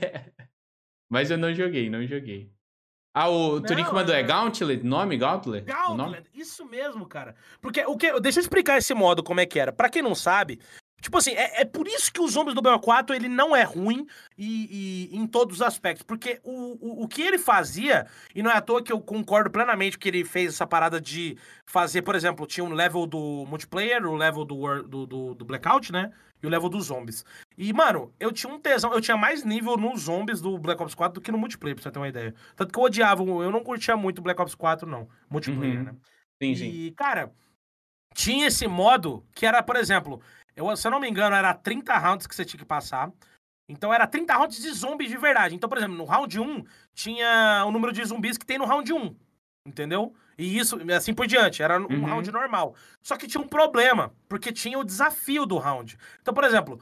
Mas eu não joguei, não joguei. Ah, o Turico mandou, é Gauntlet? Nome? Gauntlet? Gauntlet, isso mesmo, cara. Porque deixa eu explicar esse modo como é que era. Pra quem não sabe, tipo assim, é por isso que os zombies do BO4 ele não é ruim e em todos os aspectos. Porque o que ele fazia, e não é à toa que eu concordo plenamente que ele fez essa parada de fazer, por exemplo, tinha um level do multiplayer, o level do Blackout, né? E o level dos zombies. E, mano, eu tinha um tesão, eu tinha mais nível nos zombies do Black Ops 4 do que no multiplayer, pra você ter uma ideia. Tanto que eu odiava, eu não curtia muito o Black Ops 4, não. Multiplayer, né? Sim, sim. E, cara, tinha esse modo que era, por exemplo, se eu não me engano, era 30 rounds que você tinha que passar. Então era 30 rounds de zombies de verdade. Então, por exemplo, no round 1, tinha o número de zumbis que tem no round 1. Entendeu? E isso, assim por diante, era um round normal. Só que tinha um problema, porque tinha o desafio do round. Então, por exemplo,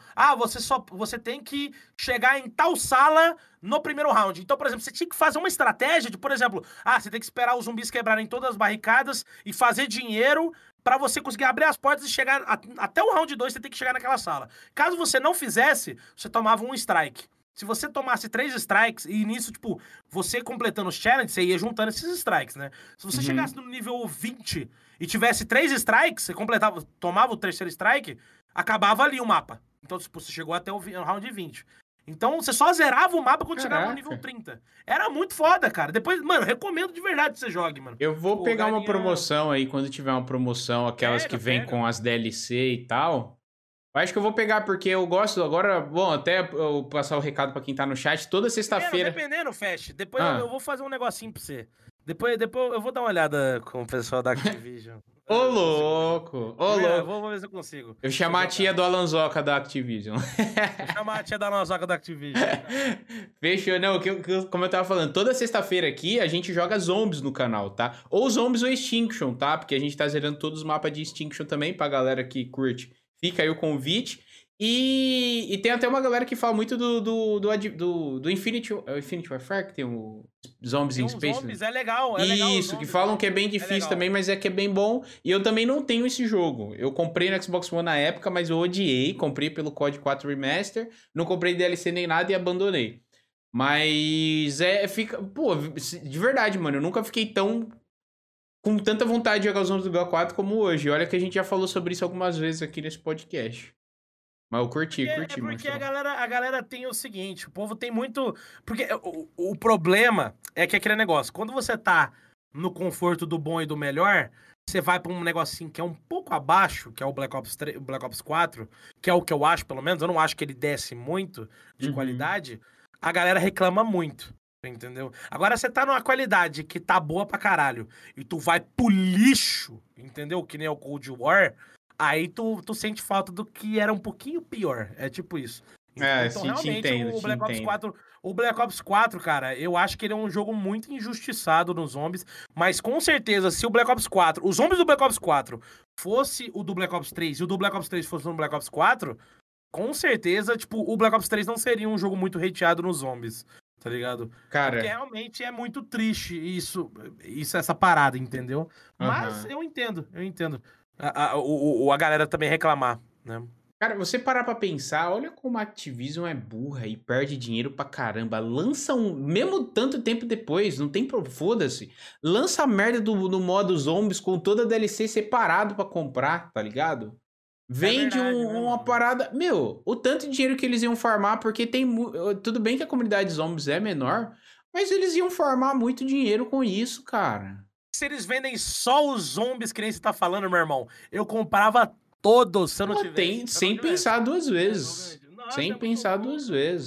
você tem que chegar em tal sala no primeiro round. Então, por exemplo, você tinha que fazer uma estratégia de, por exemplo, você tem que esperar os zumbis quebrarem todas as barricadas e fazer dinheiro pra você conseguir abrir as portas e chegar até o round 2, você tem que chegar naquela sala. Caso você não fizesse, você tomava um strike. Se você tomasse 3 strikes, e nisso, tipo, você completando os challenges, você ia juntando esses strikes, né? Se você chegasse no nível 20 e tivesse 3 strikes, você tomava o terceiro strike, acabava ali o mapa. Então, tipo, você chegou até o round 20. Então, você só zerava o mapa quando chegava no nível 30. Era muito foda, cara. Depois, mano, recomendo de verdade que você jogue, mano. Eu vou pegar uma promoção aí, quando tiver uma promoção, aquelas que vem com as DLC e tal. Eu acho que eu vou pegar, porque eu gosto agora... Bom, até eu passar o recado pra quem tá no chat, toda sexta-feira... Dependendo, Fast. Depois eu vou fazer um negocinho pra você. Depois eu vou dar uma olhada com o pessoal da Activision. Ô, louco! Ô, louco! Vou ver se eu consigo. Eu chamar a tia do Alanzoca da Activision. Vou chamar a tia da Alanzoca da Activision. Fechou. Não, como eu tava falando, toda sexta-feira aqui a gente joga zombies no canal, tá? Ou zombies ou Extinction, tá? Porque a gente tá zerando todos os mapas de Extinction também, pra galera que curte. Fica aí o convite. E tem até uma galera que fala muito do Infinity Warfare, que tem o Zombies in Space. Zombies, é legal. Isso, que falam que é bem difícil também, mas é que é bem bom. E eu também não tenho esse jogo. Eu comprei no Xbox One na época, mas eu odiei. Comprei pelo COD 4 Remaster. Não comprei DLC nem nada e abandonei. Mas fica... Pô, de verdade, mano, eu nunca fiquei com tanta vontade de jogar os zombies do BO4 como hoje. Olha que a gente já falou sobre isso algumas vezes aqui nesse podcast. Mas eu curti, porque a galera tem o seguinte, o povo tem muito... Porque o problema é que aquele negócio, quando você tá no conforto do bom e do melhor, você vai pra um negocinho que é um pouco abaixo, que é o Black Ops 4, que é o que eu acho, pelo menos, eu não acho que ele desce muito de qualidade, a galera reclama muito. Entendeu? Agora você tá numa qualidade que tá boa pra caralho e tu vai pro lixo, entendeu? Que nem o Cold War, aí tu sente falta do que era um pouquinho pior. É tipo isso. Então, realmente, o Black Ops 4, cara, eu acho que ele é um jogo muito injustiçado nos zombies, mas com certeza, se o Black Ops 4, os zombies do Black Ops 4 fosse o do Black Ops 3 e o do Black Ops 3 fosse o do Black Ops 4, com certeza, tipo, o Black Ops 3 não seria um jogo muito hateado nos zombies. Tá ligado? Cara... Porque realmente é muito triste essa parada, entendeu? Mas eu entendo. A galera também reclamar, né? Cara, você parar pra pensar, olha como a Activision é burra e perde dinheiro pra caramba. Lança mesmo tanto tempo depois, não tem foda-se. Lança a merda do modo zombies com toda a DLC separado pra comprar, tá ligado? Vende uma parada... Meu, o tanto de dinheiro que eles iam farmar, porque tem... Tudo bem que a comunidade de zombies é menor, mas eles iam farmar muito dinheiro com isso, cara. Se eles vendem só os zombies que nem você tá falando, meu irmão, eu comprava todos se eu não tivesse. Sem pensar duas vezes. Sem pensar duas vezes.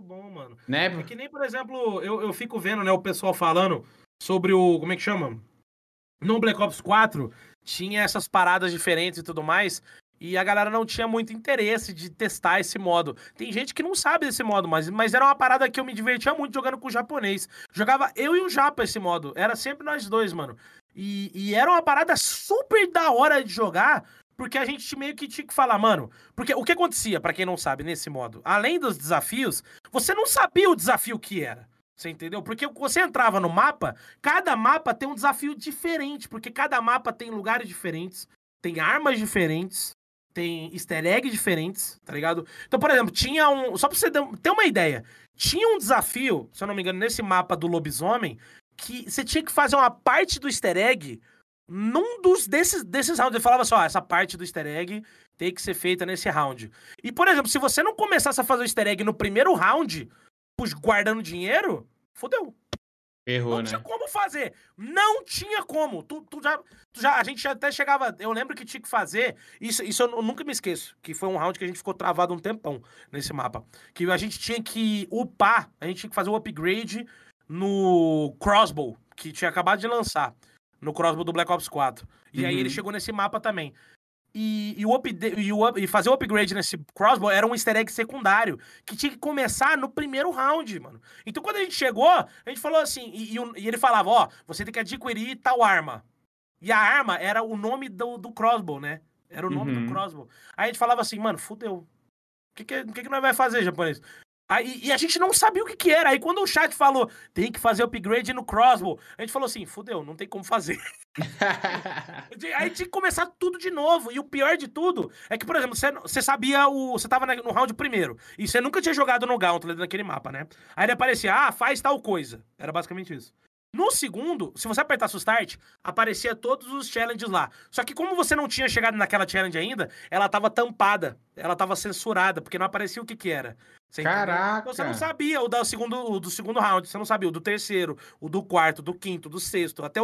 bom, mano. Né? É que nem, por exemplo, eu fico vendo, né, o pessoal falando sobre o... Como é que chama? No Black Ops 4, tinha essas paradas diferentes e tudo mais, e a galera não tinha muito interesse de testar esse modo. Tem gente que não sabe desse modo, mas era uma parada que eu me divertia muito jogando com o japonês. Jogava eu e o Japa esse modo. Era sempre nós dois, mano. E era uma parada super da hora de jogar, porque a gente meio que tinha que falar, mano. Porque o que acontecia, pra quem não sabe, nesse modo, além dos desafios, você não sabia o desafio que era. Você entendeu? Porque você entrava no mapa, cada mapa tem um desafio diferente, porque cada mapa tem lugares diferentes, tem armas diferentes, tem easter eggs diferentes, tá ligado? Então, por exemplo, tinha um. Só pra você ter uma ideia, tinha um desafio, se eu não me engano, nesse mapa do lobisomem, que você tinha que fazer uma parte do easter egg num desses rounds. Ele falava assim: ó, essa parte do easter egg tem que ser feita nesse round. E, por exemplo, se você não começasse a fazer o easter egg no primeiro round, guardando dinheiro, fodeu. Errou, Não né? tinha como fazer. Não tinha como. A gente até chegava. Eu lembro que tinha que fazer. Isso eu nunca me esqueço. Que foi um round que a gente ficou travado um tempão nesse mapa. Que a gente tinha que upar. A gente tinha que fazer o upgrade no crossbow, que tinha acabado de lançar. No crossbow do Black Ops 4. E aí ele chegou nesse mapa também. E fazer o upgrade nesse crossbow era um easter egg secundário, que tinha que começar no primeiro round, mano. Então quando a gente chegou, a gente falou assim, e ele falava, ó, você tem que adquirir tal arma. E a arma era o nome do crossbow, né? Era o nome do crossbow. Aí a gente falava assim, mano, fudeu. O que nós vai fazer, japonês? Aí, e a gente não sabia o que era. Aí quando o chat falou, tem que fazer upgrade no crossbow, a gente falou assim, fudeu, não tem como fazer. Aí tinha que começar tudo de novo. E o pior de tudo é que, por exemplo, você sabia você tava no round primeiro e você nunca tinha jogado no Gauntlet naquele mapa, né? Aí ele aparecia, faz tal coisa. Era basicamente isso. No segundo, se você apertasse o start, aparecia todos os challenges lá. Só que como você não tinha chegado naquela challenge ainda, ela tava tampada, ela tava censurada, porque não aparecia o que era. Você Caraca! então você não sabia o do segundo round, você não sabia o do terceiro, o do quarto, do quinto, do sexto, até o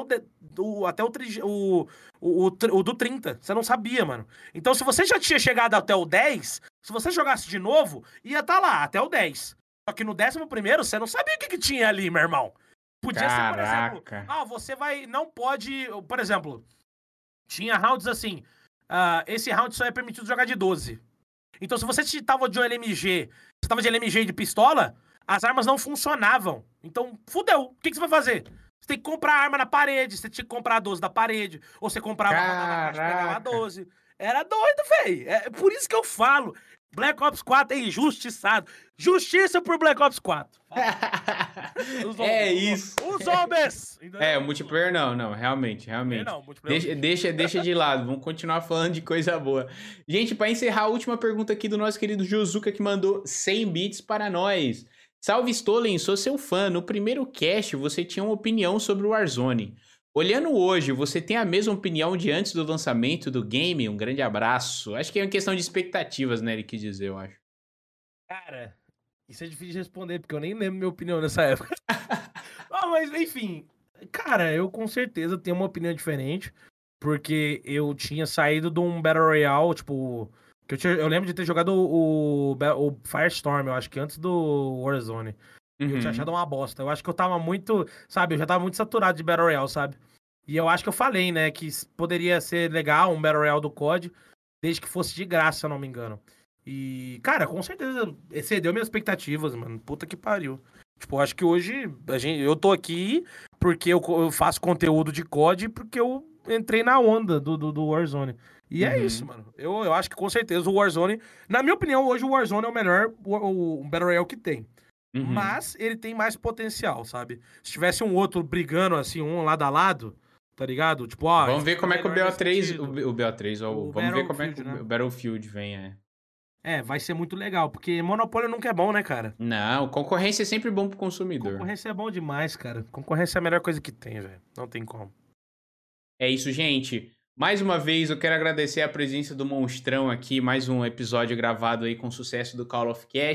do 30. Você não sabia, mano. Então se você já tinha chegado até o 10, se você jogasse de novo, ia estar lá, até o 10. Só que no 11º, você não sabia o que tinha ali, meu irmão. Podia ser, por exemplo, você não pode, por exemplo, tinha rounds assim, esse round só é permitido jogar de 12. Então se você tava de um LMG, você tava de LMG e de pistola, as armas não funcionavam. Então, fudeu. O que você vai fazer? Você tem que comprar arma na parede, você tinha que comprar a 12 da parede, ou você comprava a caixa e pegava a 12. Era doido, véi. É por isso que eu falo. Black Ops 4 é injustiçado. Justiça por Black Ops 4. É isso. Os zombies! O multiplayer não, realmente. Deixa de lado, vamos continuar falando de coisa boa. Gente, pra encerrar, a última pergunta aqui do nosso querido Josuka, que mandou 100 bits para nós. Salve Stolen, sou seu fã. No primeiro cast, você tinha uma opinião sobre o Warzone. Olhando hoje, você tem a mesma opinião de antes do lançamento do game? Um grande abraço. Acho que é uma questão de expectativas, né? Ele quis dizer, eu acho. Cara, isso é difícil de responder, porque eu nem lembro minha opinião nessa época. Mas, enfim. Cara, eu com certeza tenho uma opinião diferente, porque eu tinha saído de um Battle Royale, tipo... Eu lembro de ter jogado o Firestorm, eu acho que antes do Warzone. Eu tinha achado uma bosta. Eu acho que eu tava muito, sabe? Eu já tava muito saturado de Battle Royale, sabe? E eu acho que eu falei, né? Que poderia ser legal um Battle Royale do COD, desde que fosse de graça, se eu não me engano. E, cara, com certeza excedeu minhas expectativas, mano. Puta que pariu. Tipo, eu acho que hoje eu tô aqui porque eu faço conteúdo de COD porque eu entrei na onda do Warzone. E é isso, mano. Eu acho que com certeza o Warzone... Na minha opinião, hoje o Warzone é o melhor o Battle Royale que tem. Mas ele tem mais potencial, sabe? Se tivesse um outro brigando, assim, um lado a lado, tá ligado? Tipo, vamos ver como é que o BO3... Vamos ver como é que o Battlefield vem, vai ser muito legal, porque monopólio nunca é bom, né, cara? Não, concorrência é sempre bom pro consumidor. Concorrência é bom demais, cara. Concorrência é a melhor coisa que tem, velho. Não tem como. É isso, gente. Mais uma vez, eu quero agradecer a presença do Monstrão aqui, mais um episódio gravado aí com sucesso do Call of Cast.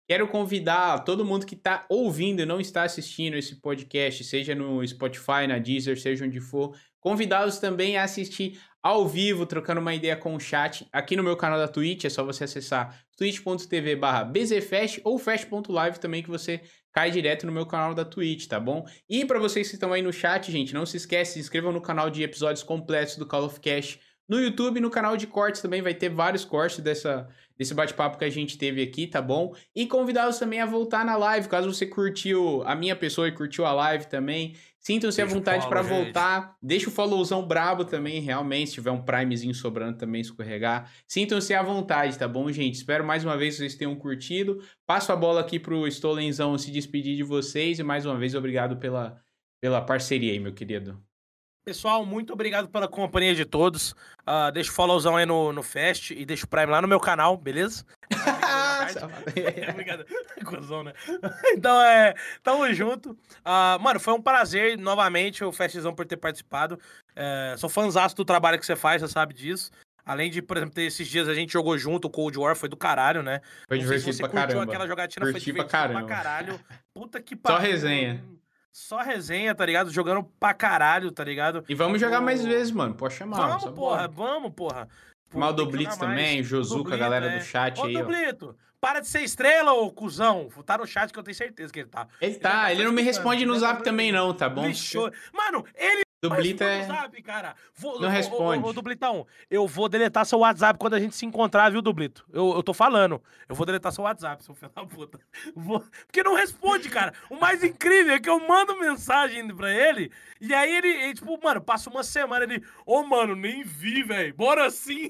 Quero convidar todo mundo que tá ouvindo e não está assistindo esse podcast, seja no Spotify, na Deezer, seja onde for, convidá-los também a assistir ao vivo, trocando uma ideia com o chat aqui no meu canal da Twitch. É só você acessar twitch.tv/bzfest ou fest.live também, que você cai direto no meu canal da Twitch, tá bom? E para vocês que estão aí no chat, gente, não se esquece, se inscrevam no canal de episódios completos do Call of Cast no YouTube. No canal de cortes também vai ter vários cortes desse bate-papo que a gente teve aqui, tá bom? E convidá-los também a voltar na live, caso você curtiu a minha pessoa e curtiu a live também. Sintam-se à vontade para voltar. Deixa o followzão brabo também, realmente, se tiver um primezinho sobrando também, escorregar. Sintam-se à vontade, tá bom, gente? Espero mais uma vez que vocês tenham curtido. Passo a bola aqui pro Stolenzão se despedir de vocês. E mais uma vez, obrigado pela parceria aí, meu querido. Pessoal, muito obrigado pela companhia de todos. Deixa o followzão aí no Fest e deixa o Prime lá no meu canal, beleza? Obrigado. Cusão, né? Então, tamo junto. Mano, foi um prazer novamente o Festzão por ter participado. Sou fãzaço do trabalho que você faz, você sabe disso. Além de, por exemplo, ter esses dias a gente jogou junto, o Cold War foi do caralho, né? Foi divertido pra caramba. Aquela jogatina, foi divertido pra caralho. Puta que pariu. Só resenha. Só resenha, tá ligado? Jogando pra caralho, tá ligado? E vamos jogar mais vezes, mano. Pode chamar. Vamos, porra. Chamar o Doblitz também, o Josuca, a galera do chat aí, ó. Ô, Doblito, para de ser estrela, ô cuzão. Tá no chat que eu tenho certeza que ele tá. Ele não me responde no zap também não, tá bom? Mano, ele Dublita é... WhatsApp, cara. Não responde. Ô, Dublitão, eu vou deletar seu WhatsApp quando a gente se encontrar, viu, Dublito? Eu tô falando. Eu vou deletar seu WhatsApp, seu filho da puta. Porque não responde, cara. O mais incrível é que eu mando mensagem pra ele, e aí ele tipo, mano, passa uma semana, ele... mano, nem vi, velho. Bora sim.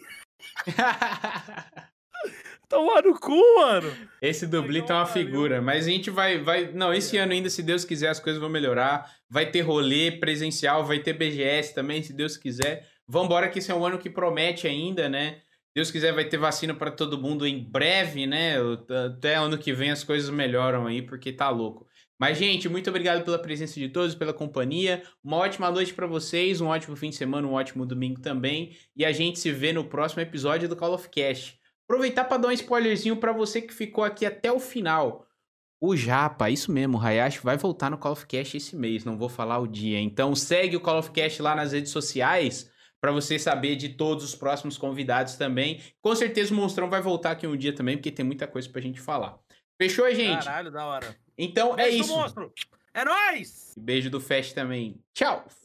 Tomar no cu, mano. Esse Dublito é uma figura, mas a gente vai... Não, esse ano ainda, se Deus quiser, as coisas vão melhorar. Vai ter rolê presencial, vai ter BGS também, se Deus quiser. Vambora que esse é um ano que promete ainda, né? Deus quiser, vai ter vacina pra todo mundo em breve, né? Até ano que vem as coisas melhoram aí, porque tá louco. Mas, gente, muito obrigado pela presença de todos, pela companhia. Uma ótima noite pra vocês, um ótimo fim de semana, um ótimo domingo também. E a gente se vê no próximo episódio do Call of Cast. Aproveitar para dar um spoilerzinho para você que ficou aqui até o final. O Japa, isso mesmo, o Hayashi vai voltar no Call of Cast esse mês, não vou falar o dia. Então segue o Call of Cast lá nas redes sociais para você saber de todos os próximos convidados também. Com certeza o Monstrão vai voltar aqui um dia também, porque tem muita coisa pra gente falar. Fechou, gente? Caralho, da hora. Então Beijo é isso. Do monstro. É nóis! Beijo do Fest também. Tchau!